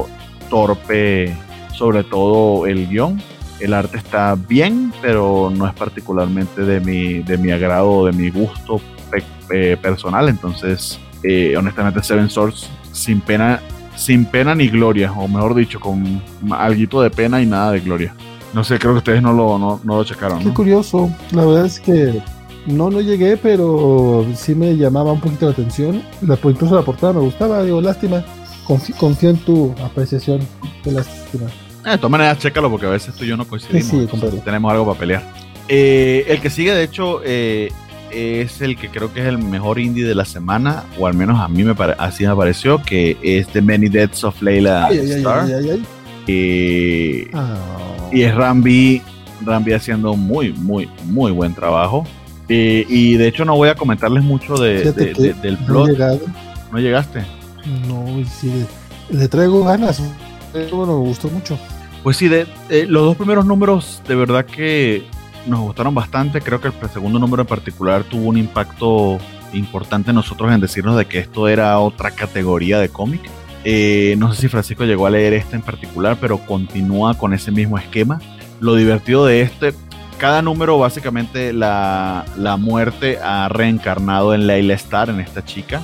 torpe, sobre todo el guión. El arte está bien, pero no es particularmente de mi, de mi agrado o de mi gusto pe, eh, personal. Entonces eh, honestamente Seven Swords sin pena sin pena ni gloria, o mejor dicho, con alguito de pena y nada de gloria. No sé, creo que ustedes no lo, no, no lo checaron, ¿no? Qué curioso, la verdad es que no, no llegué, pero sí me llamaba un poquito la atención. La, incluso la portada me gustaba, digo, lástima. Confío, confío en tu apreciación, qué lástima. Eh, de todas maneras, chécalo, porque a veces tú y yo no coincidimos. Sí, sí, compadre. Tenemos algo para pelear. Eh, el que sigue, de hecho, eh, es el que creo que es el mejor indie de la semana, o al menos a mí me pare- así me pareció, que es The Many Deaths of Layla Ay, ay, ay, Starr. ay, ay, ay. Eh, Oh. y es Rambi, Rambi haciendo muy, muy, muy buen trabajo. Eh, y de hecho no voy a comentarles mucho de, Fíjate de- que de- del no he plot. llegado. ¿No llegaste? No, y sí, le, le traigo ganas. Bueno, me gustó mucho. Pues sí, de, eh, los dos primeros números de verdad que nos gustaron bastante. Creo que el segundo número en particular tuvo un impacto importante en nosotros en decirnos de que esto era otra categoría de cómic. Eh, no sé si Francisco llegó a leer este en particular, pero continúa con ese mismo esquema. Lo divertido de este, cada número básicamente la, la muerte ha reencarnado en Layla Starr, en esta chica,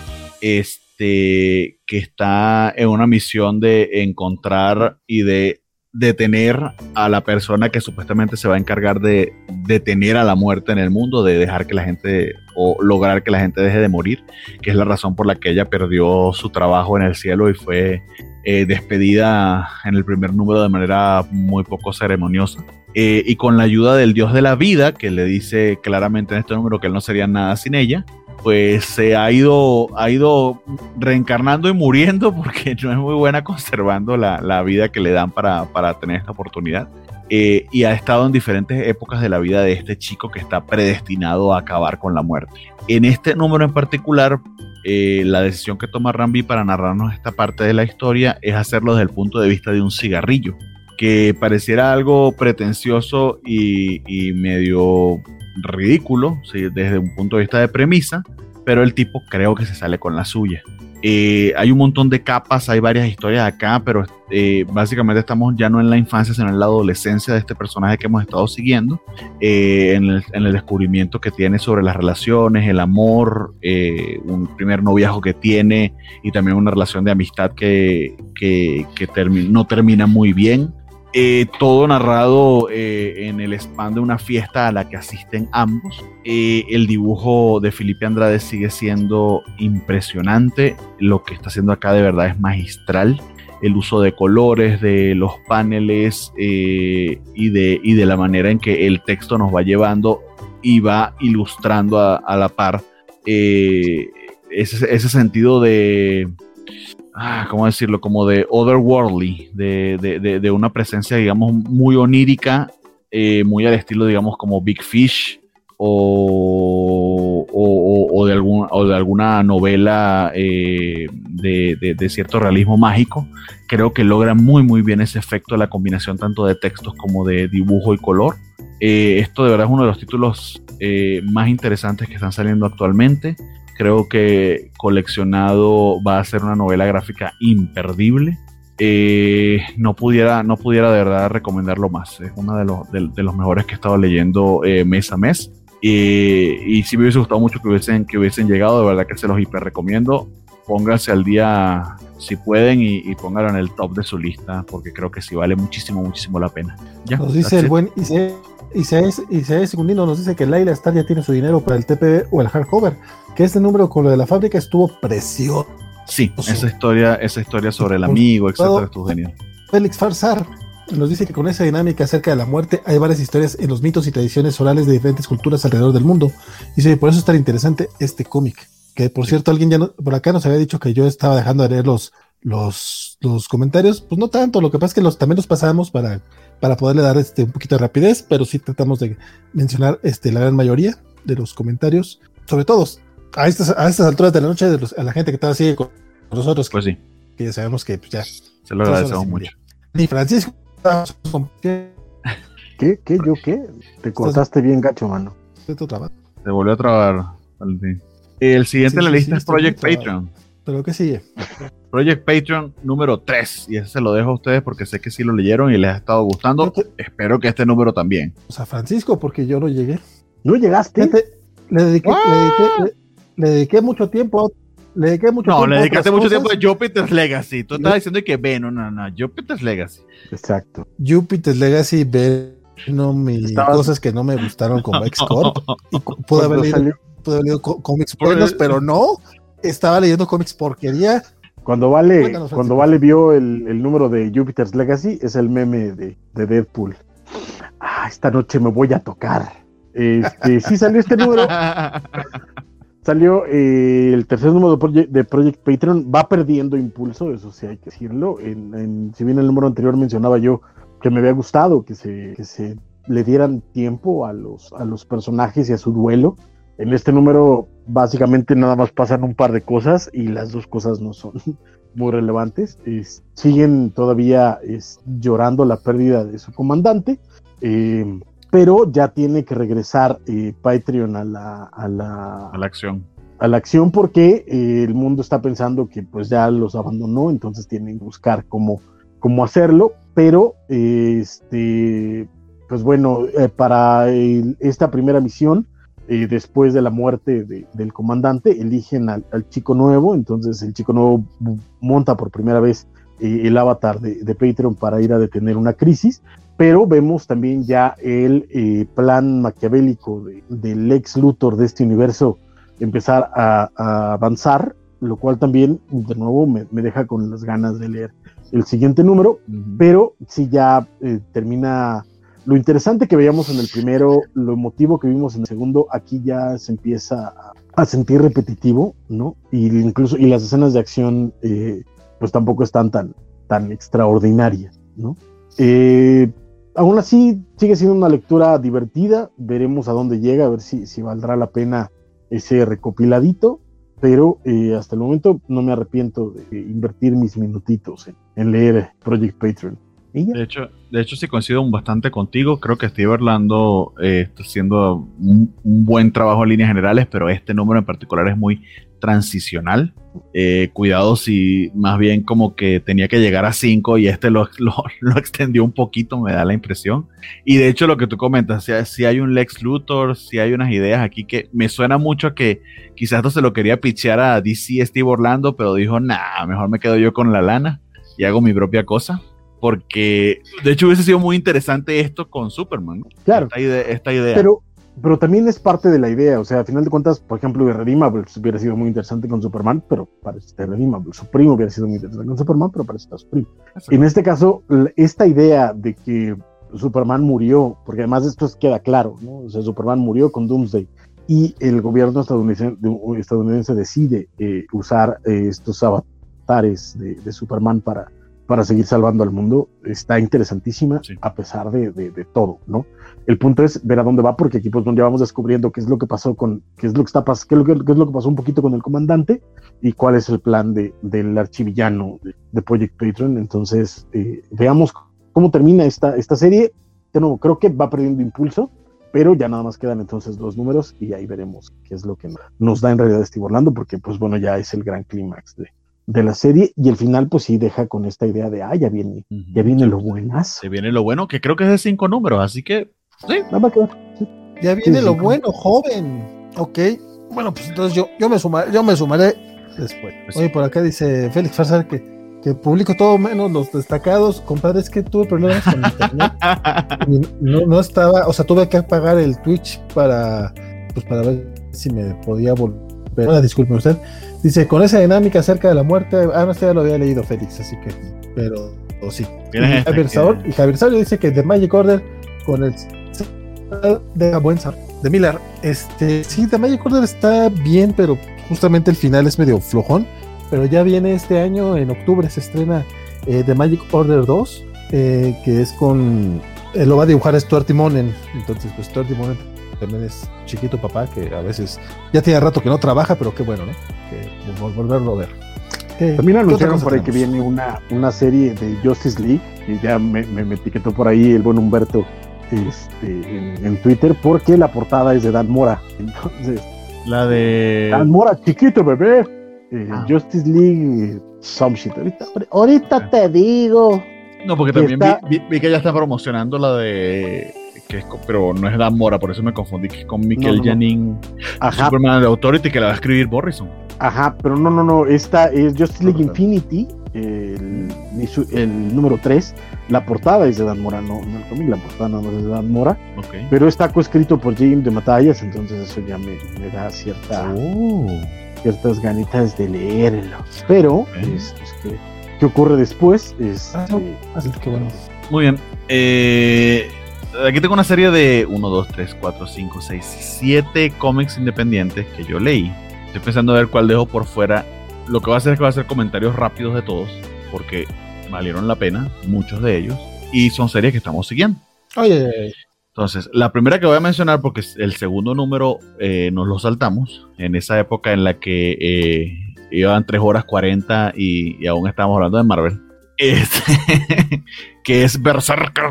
este, que está en una misión de encontrar y de detener a la persona que supuestamente se va a encargar de detener a la muerte en el mundo, de dejar que la gente o lograr que la gente deje de morir, que es la razón por la que ella perdió su trabajo en el cielo y fue eh, despedida en el primer número de manera muy poco ceremoniosa. Eh, y con la ayuda del dios de la vida, que le dice claramente en este número que él no sería nada sin ella, pues se ha ido, ha ido reencarnando y muriendo porque no es muy buena conservando la, la vida que le dan para, para tener esta oportunidad. Eh, y ha estado en diferentes épocas de la vida de este chico que está predestinado a acabar con la muerte. En este número en particular, eh, la decisión que toma Rambi para narrarnos esta parte de la historia es hacerlo desde el punto de vista de un cigarrillo, que pareciera algo pretencioso y, y medio ridículo, ¿sí? Desde un punto de vista de premisa, pero el tipo creo que se sale con la suya. Eh, hay un montón de capas, hay varias historias acá, pero eh, básicamente estamos ya no en la infancia, sino en la adolescencia de este personaje que hemos estado siguiendo, eh, en, el, en el descubrimiento que tiene sobre las relaciones, el amor, eh, un primer noviazgo que tiene y también una relación de amistad que, que, que termi- no termina muy bien. Eh, todo narrado eh, en el span de una fiesta a la que asisten ambos. Eh, el dibujo de Felipe Andrade sigue siendo impresionante. Lo que está haciendo acá de verdad es magistral. El uso de colores, de los paneles eh, y, de, y de la manera en que el texto nos va llevando y va ilustrando a, a la par eh, ese, ese sentido de... Ah, ¿cómo decirlo? Como de otherworldly, de, de, de, de una presencia, digamos, muy onírica, eh, muy al estilo, digamos, como Big Fish o, o, o, de, algún, o de alguna novela eh, de, de, de cierto realismo mágico. Creo que logra muy, muy bien ese efecto de la combinación tanto de textos como de dibujo y color. Eh, esto de verdad es uno de los títulos eh, más interesantes que están saliendo actualmente. Creo que coleccionado va a ser una novela gráfica imperdible. Eh, no pudiera, no pudiera de verdad recomendarlo más. Es uno de los, de, de los mejores que he estado leyendo eh, mes a mes. Eh, y si me hubiese gustado mucho que hubiesen, que hubiesen llegado, de verdad que se los hiper recomiendo. Pónganse al día si pueden y, y pónganlo en el top de su lista, porque creo que sí vale muchísimo, muchísimo la pena. Ya, nos dice el it. buen Isaías Isaías Secundino, nos dice que Layla Starr ya tiene su dinero para el T P B o el hardcover, que este número con lo de la fábrica estuvo precioso. Sí, esa historia, esa historia sobre el amigo, etcétera, estuvo genial. Félix Farsar nos dice que con esa dinámica acerca de la muerte hay varias historias en los mitos y tradiciones orales de diferentes culturas alrededor del mundo. Y dice, por eso es tan interesante este cómic. Que por cierto, alguien ya no, por acá nos había dicho que yo estaba dejando de leer los, los, los comentarios. Pues no tanto, lo que pasa es que los, también los pasamos para, para poderle dar este, un poquito de rapidez, pero sí tratamos de mencionar este, la gran mayoría de los comentarios, sobre todo a estas, a estas alturas de la noche, de los, a la gente que estaba así con nosotros. Pues sí. Que ya sabemos que pues, ya. Se lo agradecemos mucho. Ni Francisco. ¿Qué? ¿Qué? ¿Yo qué? Te cortaste bien gacho, mano. Te volvió a trabar, Valentín. El siguiente sí, en la sí, lista sí, es Project Patreon. ¿Pero qué sigue? Project Patreon número tres. Y ese se lo dejo a ustedes porque sé que sí lo leyeron y les ha estado gustando. Te... Espero que este número también. O sea, Francisco, porque yo no llegué. ¿No llegaste? Te... Le, dediqué, le, dediqué, le, le dediqué mucho tiempo. Le dediqué mucho no, tiempo. No, le dedicaste mucho cosas. tiempo a Jupiter's Legacy. Tú estabas diciendo que ve, no, no, no. Jupiter's Legacy. Exacto. Jupiter's Legacy, Venom y Estabas... cosas que no me gustaron como X-Corp. Pude haber leído. Pude haber leído cómics buenos, pero no, estaba leyendo cómics porquería. Cuando Vale, Cuéntanos, cuando Vale vio el, el número de Jupiter's Legacy, es el meme de, de Deadpool. Ah, esta noche me voy a tocar. Este, sí salió este número. Salió eh, el tercer número de Project, de Project Patreon. Va perdiendo impulso, eso sí hay que decirlo. En, en, si bien el número anterior mencionaba yo que me había gustado que se, que se le dieran tiempo a los, a los personajes y a su duelo, en este número básicamente nada más pasan un par de cosas y las dos cosas no son muy relevantes. Es, siguen todavía es, llorando la pérdida de su comandante, eh, pero ya tiene que regresar eh, Patreon a la, a, la, a la acción. A la acción porque eh, el mundo está pensando que pues ya los abandonó, entonces tienen que buscar cómo, cómo hacerlo, pero eh, este, pues bueno, eh, para el, esta primera misión, Eh, después de la muerte de, del comandante, eligen al, al chico nuevo, entonces el chico nuevo monta por primera vez eh, el avatar de, de Patreon para ir a detener una crisis, pero vemos también ya el eh, plan maquiavélico de, del Lex Luthor de este universo empezar a, a avanzar, lo cual también de nuevo me, me deja con las ganas de leer el siguiente número, uh-huh. Pero si ya eh, termina. Lo interesante que veíamos en el primero, lo emotivo que vimos en el segundo, aquí ya se empieza a, a sentir repetitivo, ¿no? Y incluso y las escenas de acción, eh, pues tampoco están tan, tan extraordinarias, ¿no? Eh, aún así, sigue siendo una lectura divertida. Veremos a dónde llega, a ver si, si valdrá la pena ese recopiladito. Pero eh, hasta el momento no me arrepiento de invertir mis minutitos en, en leer Project Patreon. De hecho, de hecho, sí coincido bastante contigo. Creo que Steve Orlando eh, está haciendo un, un buen trabajo en líneas generales, pero este número en particular es muy transicional. Eh, cuidado si más bien como que tenía que llegar a cinco y este lo, lo, lo extendió un poquito, me da la impresión. Y de hecho lo que tú comentas, si, si hay un Lex Luthor, si hay unas ideas aquí que me suena mucho a que quizás esto se lo quería pitchear a D C Steve Orlando, pero dijo, nah, mejor me quedo yo con la lana y hago mi propia cosa. Porque, de hecho, hubiese sido muy interesante esto con Superman, ¿no? Claro. Esta idea. Esta idea. Pero, pero también es parte de la idea. O sea, a final de cuentas, por ejemplo, Irredeemable hubiera sido muy interesante con Superman, pero para este Irredeemable. Su primo hubiera sido muy interesante con Superman, pero para este su primo. Exacto. En este caso, esta idea de que Superman murió, porque además esto queda claro, ¿no? O sea, Superman murió con Doomsday y el gobierno estadounidense, estadounidense decide eh, usar eh, estos avatares de, de Superman para... para seguir salvando al mundo, está interesantísima, sí. A pesar de, de, de todo, ¿no? El punto es ver a dónde va, porque aquí pues donde vamos descubriendo qué es lo que pasó con, qué es lo que está pas- qué es lo que, qué es lo que pasó un poquito con el comandante y cuál es el plan de, del archivillano de, de Project Patreon. Entonces, eh, veamos cómo termina esta, esta serie. De nuevo, creo que va perdiendo impulso, pero ya nada más quedan entonces dos números y ahí veremos qué es lo que nos da en realidad Steve Orlando, porque pues bueno, ya es el gran clímax de de la serie, y el final pues sí deja con esta idea de, ah, ya viene, uh-huh. ya viene lo buenazo. Ya viene lo bueno, que creo que es de cinco números, así que, sí. Nada más que sí. Ya viene sí, lo cinco. Bueno, joven. Ok, bueno, pues entonces yo, yo, me, sumaré, yo me sumaré después. Pues Oye, sí. Por acá dice Félix Farsar que, que publico todo menos los destacados. Compadre, es que tuve problemas con internet. y no, no estaba, o sea, tuve que apagar el Twitch para, pues para ver si me podía volver. Ah, disculpe usted. Dice, con esa dinámica acerca de la muerte, ah, no, este ya lo había leído Félix, así que, pero o sí. Y Javier, Saur, y Javier Saurio dice que The Magic Order con el de buen de Miller, este, sí, The Magic Order está bien, pero justamente el final es medio flojón, pero ya viene este año, en octubre se estrena eh, The Magic Order dos, eh, que es con, eh, lo va a dibujar Stuart Timonen, entonces pues Stuart Timonen también es chiquito papá, que a veces ya tiene rato que no trabaja, pero qué bueno, ¿no? Que volverlo a ver. ¿Qué, también anunciaron por ahí tenemos? Que viene una, una serie de Justice League, y ya me, me, me etiquetó por ahí el buen Humberto este, en, en Twitter, porque la portada es de Dan Mora. Entonces, la de Dan Mora, chiquito bebé. Eh, ah. Justice League, some shit. Ahorita, ahorita te digo. No, porque también está... vi, vi, vi que ya está promocionando la de... Que es, pero no es Dan Mora, por eso me confundí, que es con Michael no, no, Janin, no. Superman de Authority, que la va a escribir Morrison. Ajá, pero no, no, no, esta es Justice League Infinity, el, el número tres, la portada es de Dan Mora, no, no el cómic, la portada nada más es de Dan Mora, okay. Pero está coescrito por James de Matallas, entonces eso ya me, me da cierta, oh. ciertas ganitas de leerlo. Pero, okay. es, es que, ¿qué ocurre después? Es, ah, no. Así que bueno. Muy bien, eh... aquí tengo una serie de uno, dos, tres, cuatro, cinco, seis, siete cómics independientes que yo leí. Estoy pensando a ver cuál dejo por fuera. Lo que voy a hacer es que voy a hacer comentarios rápidos de todos, porque valieron la pena, muchos de ellos, y son series que estamos siguiendo. Oye, entonces, la primera que voy a mencionar, porque el segundo número eh, nos lo saltamos, en esa época en la que eh, iban tres horas cuarenta y, y aún estábamos hablando de Marvel, es, que es Berserker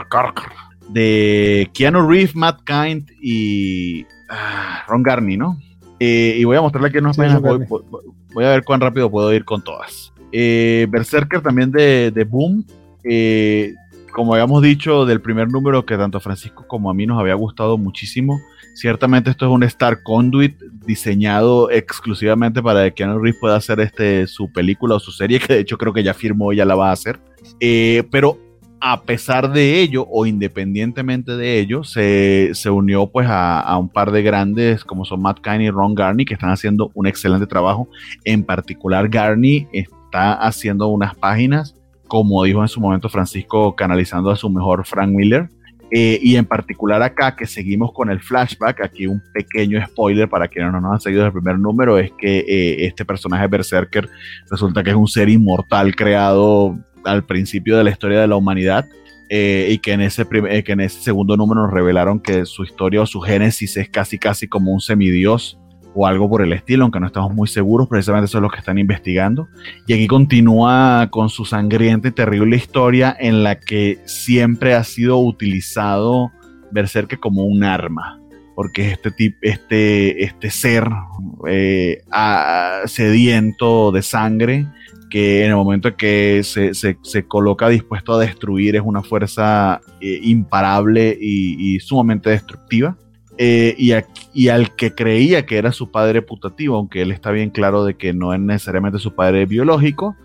de Keanu Reeves, Matt Kindt y ah, Ron Garney, ¿no? Eh, y voy a mostrarle aquí unas Sí, páginas, Ron voy, voy, voy a ver cuán rápido puedo ir con todas. Eh, Berserker también de, de Boom, eh, como habíamos dicho del primer número, que tanto a Francisco como a mí nos había gustado muchísimo. Ciertamente esto es un Star Conduit diseñado exclusivamente para que Keanu Reeves pueda hacer este, su película o su serie, que de hecho creo que ya firmó y ya la va a hacer. Eh, pero a pesar de ello, o independientemente de ello, se, se unió pues a, a un par de grandes como son Matt Kindt y Ron Garney, que están haciendo un excelente trabajo. En particular, Garney está haciendo unas páginas, como dijo en su momento Francisco, canalizando a su mejor Frank Miller. Eh, y en particular acá, que seguimos con el flashback, aquí un pequeño spoiler para quienes no nos han seguido desde el primer número, es que eh, este personaje Berserker resulta que es un ser inmortal creado al principio de la historia de la humanidad, eh, y que en, ese prim- eh, que en ese segundo número nos revelaron que su historia o su génesis es casi casi como un semidios o algo por el estilo, aunque no estamos muy seguros. Precisamente eso es lo que están investigando. Y aquí continúa con su sangrienta y terrible historia en la que siempre ha sido utilizado Berserker como un arma, porque este, tip, este, este ser eh, a, sediento de sangre, que en el momento en que se, se, se coloca dispuesto a destruir es una fuerza eh, imparable y, y sumamente destructiva. Eh, y, a, y al que creía que era su padre putativo, aunque él está bien claro de que no es necesariamente su padre biológico,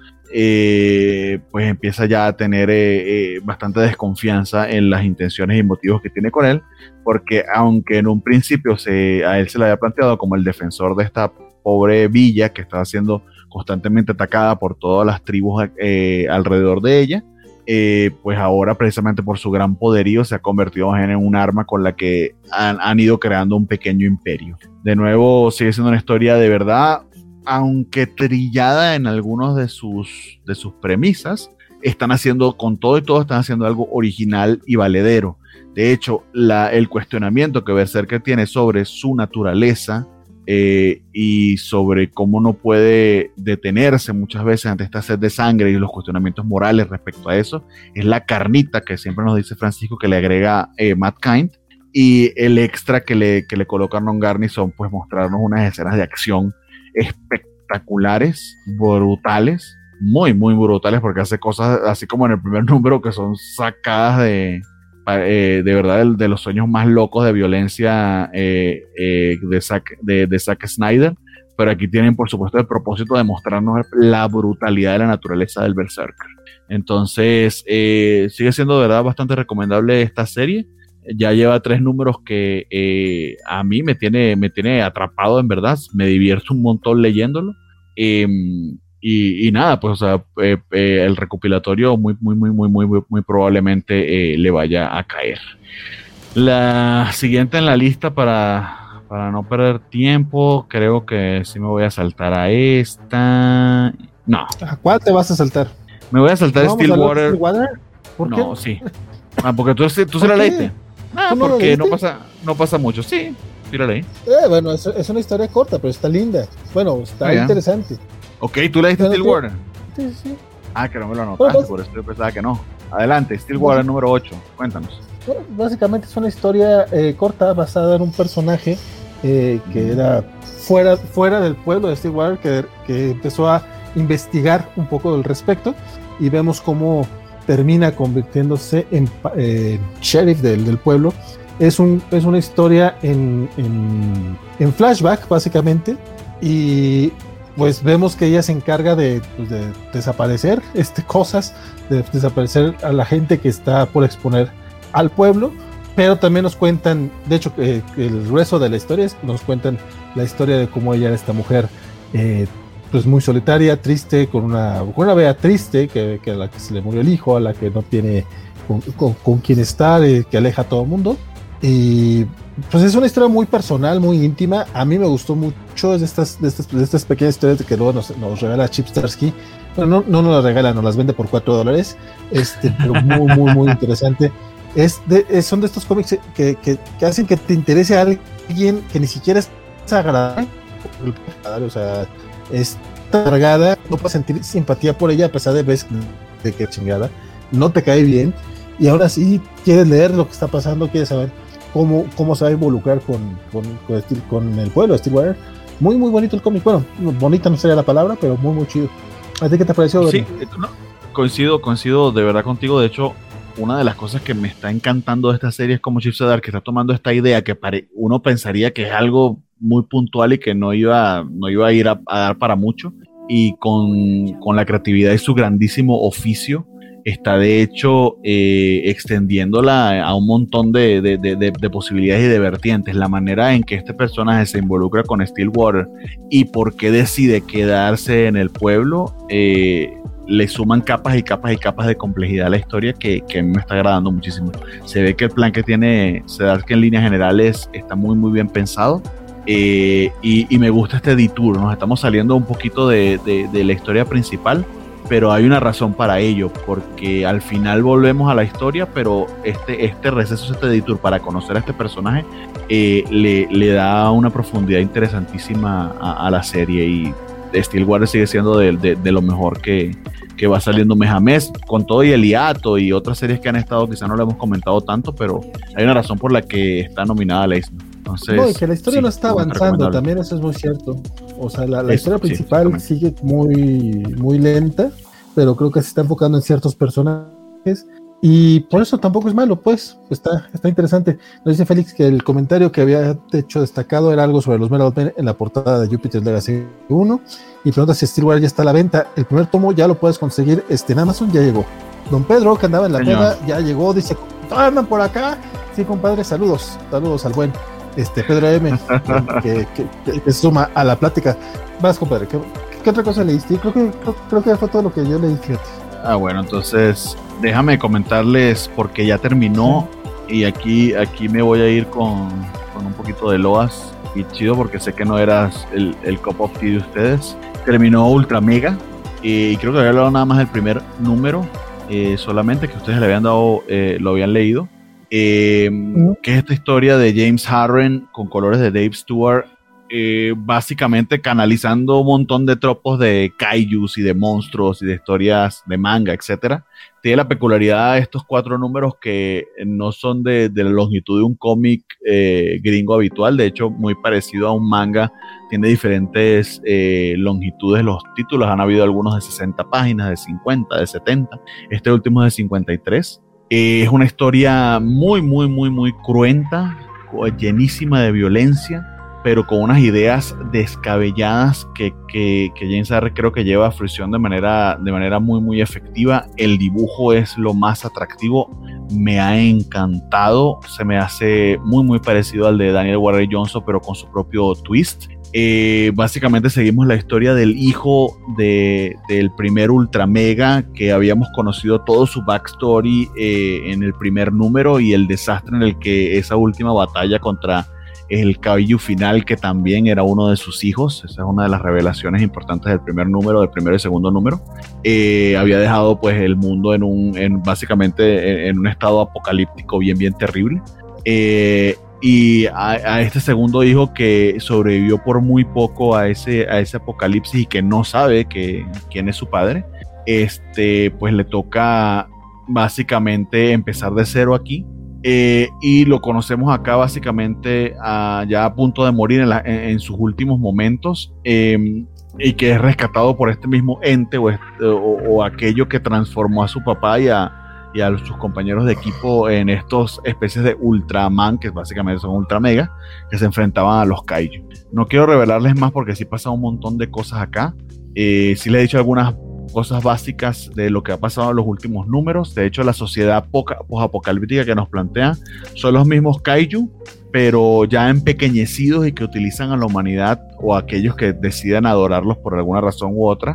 eh, pues empieza ya a tener eh, eh, bastante desconfianza en las intenciones y motivos que tiene con él, porque aunque en un principio se, a él se le había planteado como el defensor de esta pobre villa que estaba siendo constantemente atacada por todas las tribus eh, alrededor de ella, Eh, pues ahora precisamente por su gran poderío se ha convertido en un arma con la que han, han ido creando un pequeño imperio. De nuevo sigue siendo una historia de verdad, aunque trillada en algunos de sus, de sus premisas. Están haciendo, con todo y todo, están haciendo algo original y valedero. De hecho, la, el cuestionamiento que Berserker tiene sobre su naturaleza Eh, y sobre cómo no puede detenerse muchas veces ante esta sed de sangre y los cuestionamientos morales respecto a eso, es la carnita que siempre nos dice Francisco que le agrega eh, Matt Kindt, y el extra que le, que le colocan Ron Garney son pues mostrarnos unas escenas de acción espectaculares, brutales, muy muy brutales, porque hace cosas así como en el primer número que son sacadas de Eh, de verdad de, de los sueños más locos de violencia eh, eh, de, Zack, de, de Zack Snyder, pero aquí tienen por supuesto el propósito de mostrarnos la brutalidad de la naturaleza del Berserker. Entonces eh, sigue siendo de verdad bastante recomendable esta serie. Ya lleva tres números que eh, a mí me tiene, me tiene atrapado, en verdad, me divierto un montón leyéndolo. eh, Y, y nada, pues o sea, eh, eh, el recopilatorio muy, muy, muy, muy, muy, muy, muy probablemente eh, le vaya a caer. La siguiente en la lista, para, para no perder tiempo, creo que sí me voy a saltar a esta. No. ¿A cuál te vas a saltar? Me voy a saltar ¿No Stillwater. Stillwater? ¿Por qué? No, sí. Ah, porque tú, tú se la leíste. Ah, no porque no pasa, no pasa mucho. Sí, sí la leí. Eh, bueno, es, es una historia corta, pero está linda. Bueno, está ah, interesante. Ok, ¿tú leíste Stillwater? Sí, sí. Ah, que no me lo anotaste, Bueno, por eso yo pensaba que no. Adelante, Stillwater número ocho, cuéntanos. Bueno, básicamente es una historia eh, corta basada en un personaje eh, que mm. era fuera, fuera del pueblo de Stillwater, que, que empezó a investigar un poco al respecto, y vemos cómo termina convirtiéndose en eh, sheriff del, del pueblo. Es, un, es una historia en, en, en flashback, básicamente, y pues vemos que ella se encarga de, pues, de desaparecer este, cosas, de desaparecer a la gente que está por exponer al pueblo, pero también nos cuentan, de hecho, eh, el grueso de la historia es, nos cuentan la historia de cómo ella era esta mujer, eh, pues muy solitaria, triste, con una, con una vea triste, que, que a la que se le murió el hijo, a la que no tiene con, con, con quien está, eh, que aleja a todo el mundo. Y pues es una historia muy personal, muy íntima. A mí me gustó mucho de estas, de estas, de estas pequeñas historias que luego nos, nos regala Chip Zdarsky. Bueno, no, no nos las regala, nos las vende por cuatro dólares. Este, pero muy, muy, muy interesante. Es de, es, son de estos cómics que, que, que hacen que te interese a alguien que ni siquiera es agradable. O sea, es cargada, no puedes sentir simpatía por ella a pesar de ves de que chingada, no te cae bien, y ahora sí quieres leer lo que está pasando, quieres saber cómo, cómo se va a involucrar con, con, con, Steel, con el pueblo de Stillwater. Muy, muy bonito el cómic. Bueno, bonita no sería la palabra, pero muy, muy chido. ¿A ti qué te pareció? Sí, no, coincido, coincido de verdad contigo. De hecho, una de las cosas que me está encantando de esta serie es como Chip Zdarsky que está tomando esta idea que pare, uno pensaría que es algo muy puntual y que no iba, no iba a ir a, a dar para mucho, y con, con la creatividad y su grandísimo oficio está de hecho eh, extendiéndola a un montón de, de, de, de, de posibilidades y de vertientes. La manera en que este personaje se involucra con Stillwater y por qué decide quedarse en el pueblo, eh, le suman capas y capas y capas de complejidad a la historia que, que a mí me está agradando muchísimo. Se ve que el plan que tiene Zdarsky en líneas generales está muy muy bien pensado. Eh, y, y me gusta este detour. Nos estamos saliendo un poquito de, de, de la historia principal, pero hay una razón para ello, porque al final volvemos a la historia, pero este, este receso, este detour para conocer a este personaje eh, le, le da una profundidad interesantísima a, a la serie, y Stillwater sigue siendo de, de, de lo mejor que, que va saliendo mes a mes, con todo y el hiato y otras series que han estado, quizá no lo hemos comentado tanto, pero hay una razón por la que está nominada a la Eisner. Entonces, no, y que la historia sí, no está avanzando, también eso es muy cierto. O sea, la, la es, historia principal sí, sigue muy, muy lenta, pero creo que se está enfocando en ciertos personajes, y por eso tampoco es malo, pues, está, está interesante. Nos dice Félix que el comentario que había hecho destacado era algo sobre los Metal Men en la portada de Jupiter's Legacy uno, y pregunta si Stillwater ya está a la venta. El primer tomo ya lo puedes conseguir este, en Amazon, ya llegó. Don Pedro, que andaba en la peda, ya llegó, dice, andan por acá. Sí, compadre, saludos, saludos al buen Este, Pedro M, que, que, que, que suma a la plática. Vas, compadre, ¿qué, qué otra cosa leíste? Creo que, creo, creo que fue todo lo que yo leí, fíjate. Ah, bueno, entonces déjame comentarles, porque ya terminó, sí. Y aquí, aquí me voy a ir con, con un poquito de loas, y chido, porque sé que no eras el, el cup of tea de ustedes. Terminó Ultra Mega, y creo que había hablado nada más del primer número, eh, solamente, que ustedes le habían dado, eh, lo habían leído. Eh, uh-huh. Que es esta historia de James Harren con colores de Dave Stewart, eh, básicamente canalizando un montón de tropos de kaijus y de monstruos y de historias de manga, etcétera. Tiene la peculiaridad de estos cuatro números que no son de, de la longitud de un cómic eh, gringo habitual, de hecho muy parecido a un manga, tiene diferentes eh, longitudes los títulos, han habido algunos de sesenta páginas, de cincuenta, de setenta, este último es de cincuenta y tres. Eh, es una historia muy, muy, muy, muy cruenta, llenísima de violencia, pero con unas ideas descabelladas que, que, que James Harren creo que lleva a fruición de manera, de manera muy, muy efectiva. El dibujo es lo más atractivo, me ha encantado, se me hace muy, muy parecido al de Daniel Warren Johnson, pero con su propio twist. Eh, básicamente seguimos la historia del hijo de, del primer Ultra Mega, que habíamos conocido todo su backstory eh, en el primer número, y el desastre en el que esa última batalla contra el Kaiju final, que también era uno de sus hijos. Esa es una de las revelaciones importantes del primer número, del primero y segundo número. Eh, había dejado pues el mundo en un, en, básicamente en, en un estado apocalíptico bien bien terrible. Eh, y a, a este segundo hijo, que sobrevivió por muy poco a ese, a ese apocalipsis y que no sabe que, quién es su padre, este, pues le toca básicamente empezar de cero aquí, eh, y lo conocemos acá básicamente a, ya a punto de morir en, la, en, en sus últimos momentos, eh, y que es rescatado por este mismo ente o, este, o, o aquello que transformó a su papá y a y a sus compañeros de equipo en estos especies de Ultraman, que básicamente son Ultra Mega, que se enfrentaban a los Kaiju. No quiero revelarles más porque sí pasa un montón de cosas acá. Eh, sí les he dicho algunas cosas básicas de lo que ha pasado en los últimos números. De hecho, la sociedad post-apocalíptica que nos plantean son los mismos Kaiju, pero ya empequeñecidos y que utilizan a la humanidad o a aquellos que decidan adorarlos por alguna razón u otra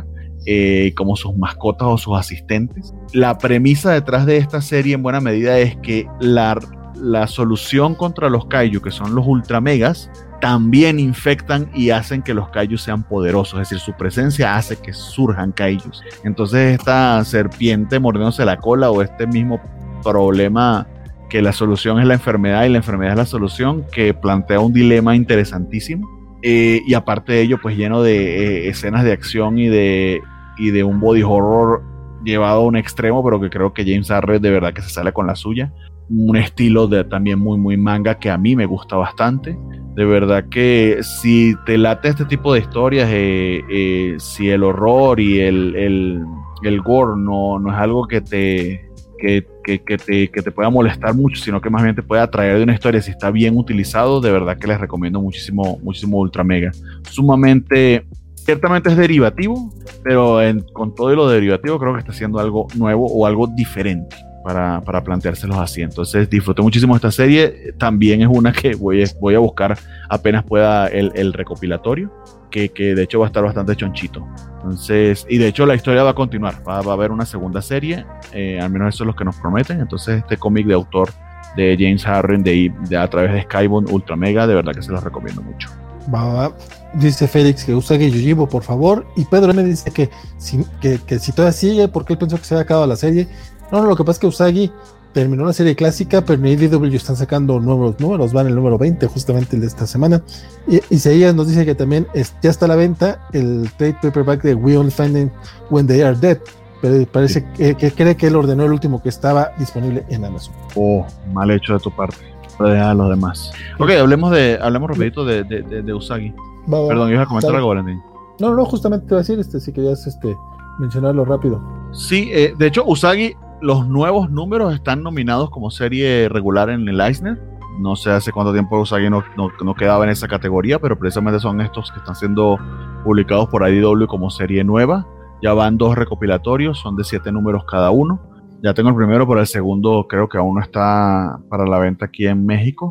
eh, como sus mascotas o sus asistentes. La premisa detrás de esta serie en buena medida es que la, la solución contra los kaiju, que son los ultramegas, también infectan y hacen que los kaijus sean poderosos, es decir, su presencia hace que surjan kaijus. Entonces esta serpiente mordiéndose la cola, o este mismo problema que la solución es la enfermedad y la enfermedad es la solución, que plantea un dilema interesantísimo, eh, y aparte de ello pues lleno de eh, escenas de acción y de, y de un body horror llevado a un extremo, pero que creo que James Arnett de verdad que se sale con la suya. Un estilo de, también muy muy manga, que a mí me gusta bastante. De verdad que si te late este tipo de historias, eh, eh, si el horror y el, el, el gore no, no es algo que te, que, que, que, te, que te pueda molestar mucho, sino que más bien te puede atraer de una historia, si está bien utilizado, de verdad que les recomiendo muchísimo, muchísimo Ultra Mega. Sumamente, ciertamente es derivativo, pero en, con todo y lo derivativo creo que está haciendo algo nuevo o algo diferente para, para planteárselos así. Entonces disfruté muchísimo esta serie. También es una que voy a, voy a buscar apenas pueda el, el recopilatorio, que, que de hecho va a estar bastante chonchito. Entonces, y de hecho la historia va a continuar, va, va a haber una segunda serie, eh, al menos eso es lo que nos prometen. Entonces este cómic de autor de James Harren de, de a través de Skybound Ultra Mega, de verdad que se los recomiendo mucho. Va, va. Dice Félix que Usagi Yojimbo, por favor. Y Pedro M dice que si, que, que si todavía sigue, porque él pensó que se había acabado la serie. No, no, lo que pasa es que Usagi terminó la serie clásica, pero en A D W están sacando nuevos números, van el número veinte, justamente el de esta semana. Y Isaías nos dice que también es, ya está a la venta el trade paperback de We Only Find Them When They Are Dead. Pero parece sí. que, que cree que él ordenó el último que estaba disponible en Amazon. Oh, mal hecho de tu parte. A los demás. Ok, hablemos de hablemos rapidito de, de, de, de Usagi. Va, va. Perdón, ibas a comentar algo, Valentín. No, no, justamente te iba a decir, este, si querías este, mencionarlo rápido. Sí, eh, de hecho, Usagi, los nuevos números están nominados como serie regular en el Eisner. No sé hace cuánto tiempo Usagi no, no, no quedaba en esa categoría, pero precisamente son estos que están siendo publicados por I D W como serie nueva. Ya van dos recopilatorios, son de siete números cada uno. Ya tengo el primero, pero el segundo creo que aún no está para la venta aquí en México.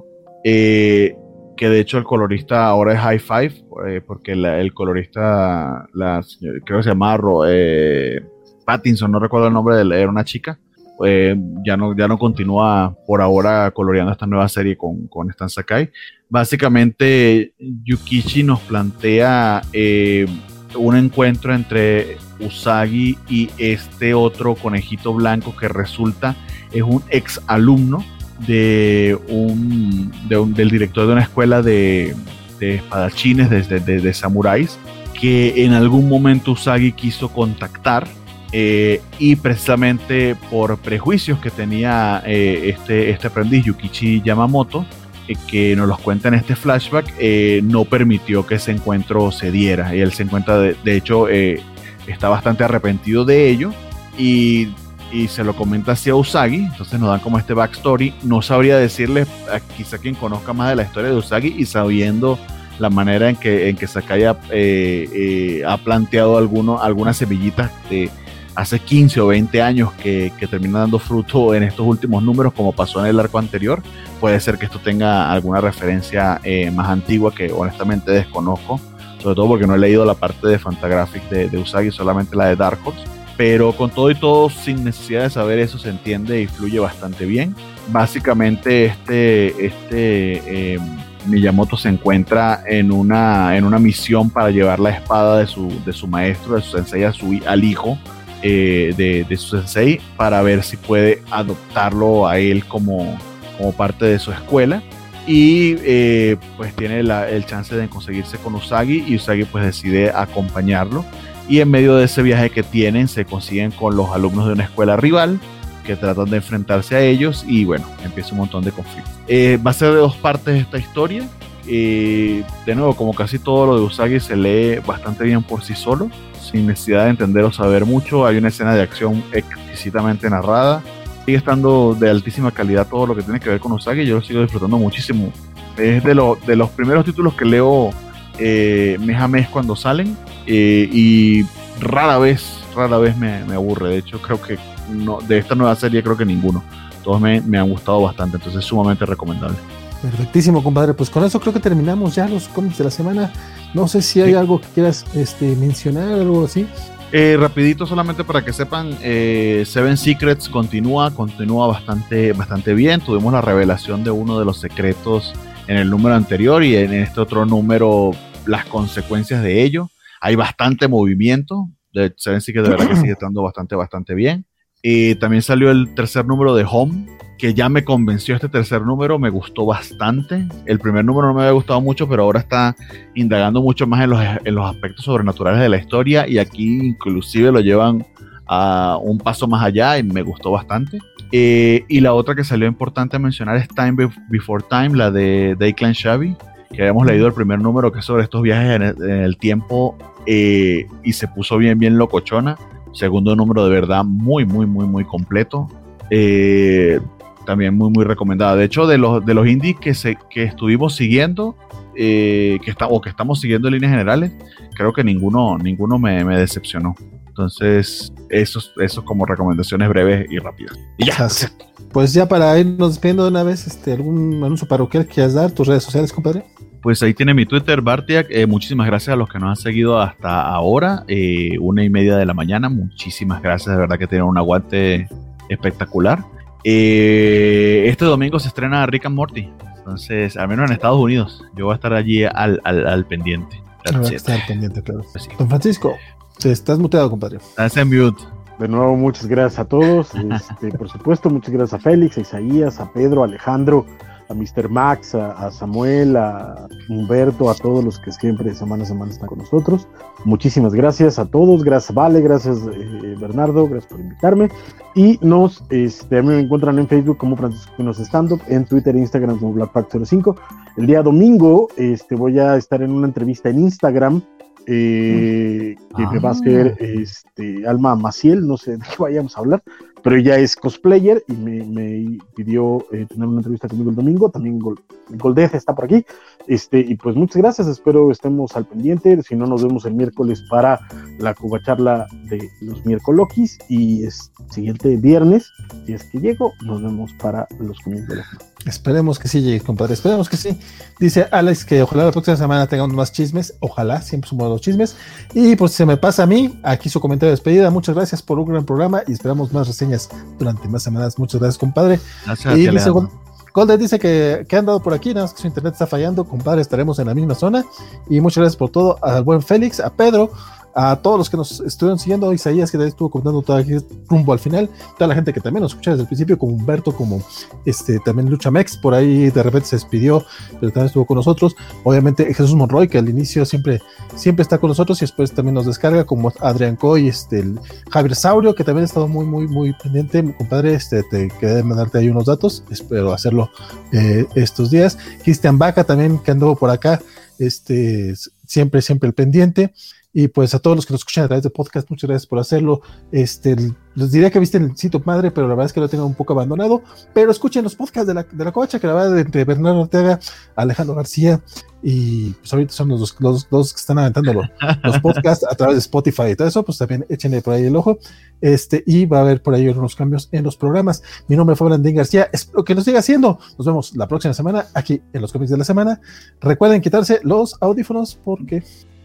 Eh, que de hecho el colorista ahora es High Five, eh, porque la, el colorista, la, creo que se llama eh, Pattinson, no recuerdo el nombre, de, era una chica. Eh, ya, no, ya no continúa por ahora coloreando esta nueva serie con, con Stan Sakai. Básicamente, Yukichi nos plantea eh, un encuentro entre Usagi y este otro conejito blanco que resulta es un ex alumno de un, de un del director de una escuela de, de espadachines, de, de, de, de samuráis, que en algún momento Usagi quiso contactar, eh, y precisamente por prejuicios que tenía eh, este, este aprendiz Yukichi Yamamoto, eh, que nos los cuenta en este flashback, eh, no permitió que ese encuentro se diera, y él se encuentra de, de hecho eh, está bastante arrepentido de ello, y, y se lo comenta hacia Usagi. Entonces nos dan como este backstory. No sabría decirles, a quizá quien conozca más de la historia de Usagi y sabiendo la manera en que, en que Sakai ha, eh, eh, ha planteado alguno, algunas semillitas de hace quince o veinte años que, que terminan dando fruto en estos últimos números, como pasó en el arco anterior. Puede ser que esto tenga alguna referencia eh, más antigua que honestamente desconozco, sobre todo porque no he leído la parte de Fantagraphic de, de Usagi, solamente la de Dark Horse, pero con todo y todo, sin necesidad de saber eso, se entiende y fluye bastante bien. Básicamente este, este eh, Miyamoto se encuentra en una, en una misión para llevar la espada de su, de su maestro, de su sensei, a su, al hijo eh, de, de su sensei, para ver si puede adoptarlo a él como, como parte de su escuela. Y eh, pues tiene la, el chance de conseguirse con Usagi, y Usagi pues decide acompañarlo, y en medio de ese viaje que tienen se consiguen con los alumnos de una escuela rival que tratan de enfrentarse a ellos, y bueno, empieza un montón de conflictos. Eh, va a ser de dos partes esta historia. Eh, de nuevo, como casi todo lo de Usagi, se lee bastante bien por sí solo, sin necesidad de entender o saber mucho. Hay una escena de acción exquisitamente narrada. Sigue estando de altísima calidad todo lo que tiene que ver con Usagi. Yo lo sigo disfrutando muchísimo. Es de, lo, de los primeros títulos que leo eh, mes a mes cuando salen, eh, y rara vez, rara vez me, me aburre. De hecho, creo que no, de esta nueva serie creo que ninguno. Todos me, me han gustado bastante, entonces es sumamente recomendable. Perfectísimo, compadre. Pues con eso creo que terminamos ya los cómics de la semana. No sé si hay sí. algo que quieras este, mencionar, algo así. Eh, rapidito, solamente para que sepan, eh, Seven Secrets continúa, continúa bastante, bastante bien. Tuvimos la revelación de uno de los secretos en el número anterior y en este otro número las consecuencias de ello. Hay bastante movimiento. De Seven Secrets de verdad que sigue estando bastante, bastante bien. Eh, también salió el tercer número de Home, que ya me convenció este tercer número, me gustó bastante. El primer número no me había gustado mucho, pero ahora está indagando mucho más en los, en los aspectos sobrenaturales de la historia, y aquí inclusive lo llevan a un paso más allá y me gustó bastante. Eh, y la otra que salió importante a mencionar es Time Before Time, la de Declan Shalvey, que habíamos leído el primer número, que es sobre estos viajes en el, en el tiempo, eh, y se puso bien, bien locochona. Segundo número de verdad muy, muy, muy, muy completo. Eh, también muy, muy recomendada. De hecho, de los, de los indies que, se, que estuvimos siguiendo, eh, que está, o que estamos siguiendo en líneas generales, creo que ninguno, ninguno me, me decepcionó. Entonces, esos, esos como recomendaciones breves y rápidas. Y ya. Pues ya para irnos despidiendo de una vez, este, ¿algún anuncio parroquial que quieras dar? ¿Tus redes sociales, compadre? Pues ahí tiene mi Twitter, Bartiak. Eh, muchísimas gracias a los que nos han seguido hasta ahora, eh, una y media de la mañana. Muchísimas gracias, de verdad que tienen un aguante espectacular. Eh, este domingo se estrena Rick and Morty, entonces, al menos en Estados Unidos, yo voy a estar allí al, al, al pendiente. Voy a estar al pendiente, claro. Pues sí. Don Francisco, te estás muteado, compadre. Estás en mute. De nuevo, muchas gracias a todos. Este, por supuesto, muchas gracias a Félix, a Isaías, a Pedro, a Alejandro, a mister Max, a, a Samuel, a Humberto, a todos los que siempre semana a semana están con nosotros. Muchísimas gracias a todos, gracias Vale, gracias eh, Bernardo, gracias por invitarme. Y nos, este, a mí me encuentran en Facebook como Francisco Quinos Stand Up, en Twitter e Instagram como Black Pack cero cinco. El día domingo este, voy a estar en una entrevista en Instagram eh, que ah. me va a hacer este, Alma Maciel, no sé de qué vayamos a hablar, pero ella es cosplayer y me, me pidió eh, tener una entrevista conmigo el domingo. También Gol, Goldez está por aquí, este, y pues muchas gracias, espero estemos al pendiente. Si no, nos vemos el miércoles para la cubacharla de los miércolokis, y es siguiente viernes, si es que llego, nos vemos para los comienzos de la semana. Esperemos que sí llegue, compadre, esperemos que sí. Dice Alex que ojalá la próxima semana tengamos más chismes, ojalá, siempre sumamos los chismes. Y pues si se me pasa a mí, aquí su comentario de despedida. Muchas gracias por un gran programa y esperamos más reseñas durante más semanas. Muchas gracias, compadre. Gracias. Y dice Golden dice que, que han dado por aquí, nada más que su internet está fallando, compadre, estaremos en la misma zona. Y muchas gracias por todo al buen Félix, a Pedro, a todos los que nos estuvieron siguiendo, Isaías, que estuvo comentando todo aquí rumbo al final, toda la gente que también nos escucha desde el principio, como Humberto, como este también Luchamex, por ahí de repente se despidió, pero también estuvo con nosotros. Obviamente Jesús Monroy, que al inicio siempre, siempre está con nosotros y después también nos descarga, como Adrián Coy, este, el Javier Saurio, que también ha estado muy, muy, muy pendiente, compadre, este, te quedé mandarte ahí unos datos, espero hacerlo eh, estos días. Cristian Vaca también, que anduvo por acá, este, siempre, siempre el pendiente. Y pues a todos los que nos escuchan a través de podcast, muchas gracias por hacerlo. Este, les diría que viste el sitio madre, pero la verdad es que lo tengo un poco abandonado. Pero escuchen los podcasts de la, de la Covacha, que la verdad, entre Bernardo Ortega, Alejandro García, y pues ahorita son los dos, los dos que están aventando los, los podcasts a través de Spotify y todo eso, pues también échenle por ahí el ojo. Este, y va a haber por ahí unos cambios en los programas. Mi nombre fue Brandín García, espero que lo siga haciendo. Nos vemos la próxima semana aquí en los cómics de la semana. Recuerden quitarse los audífonos porque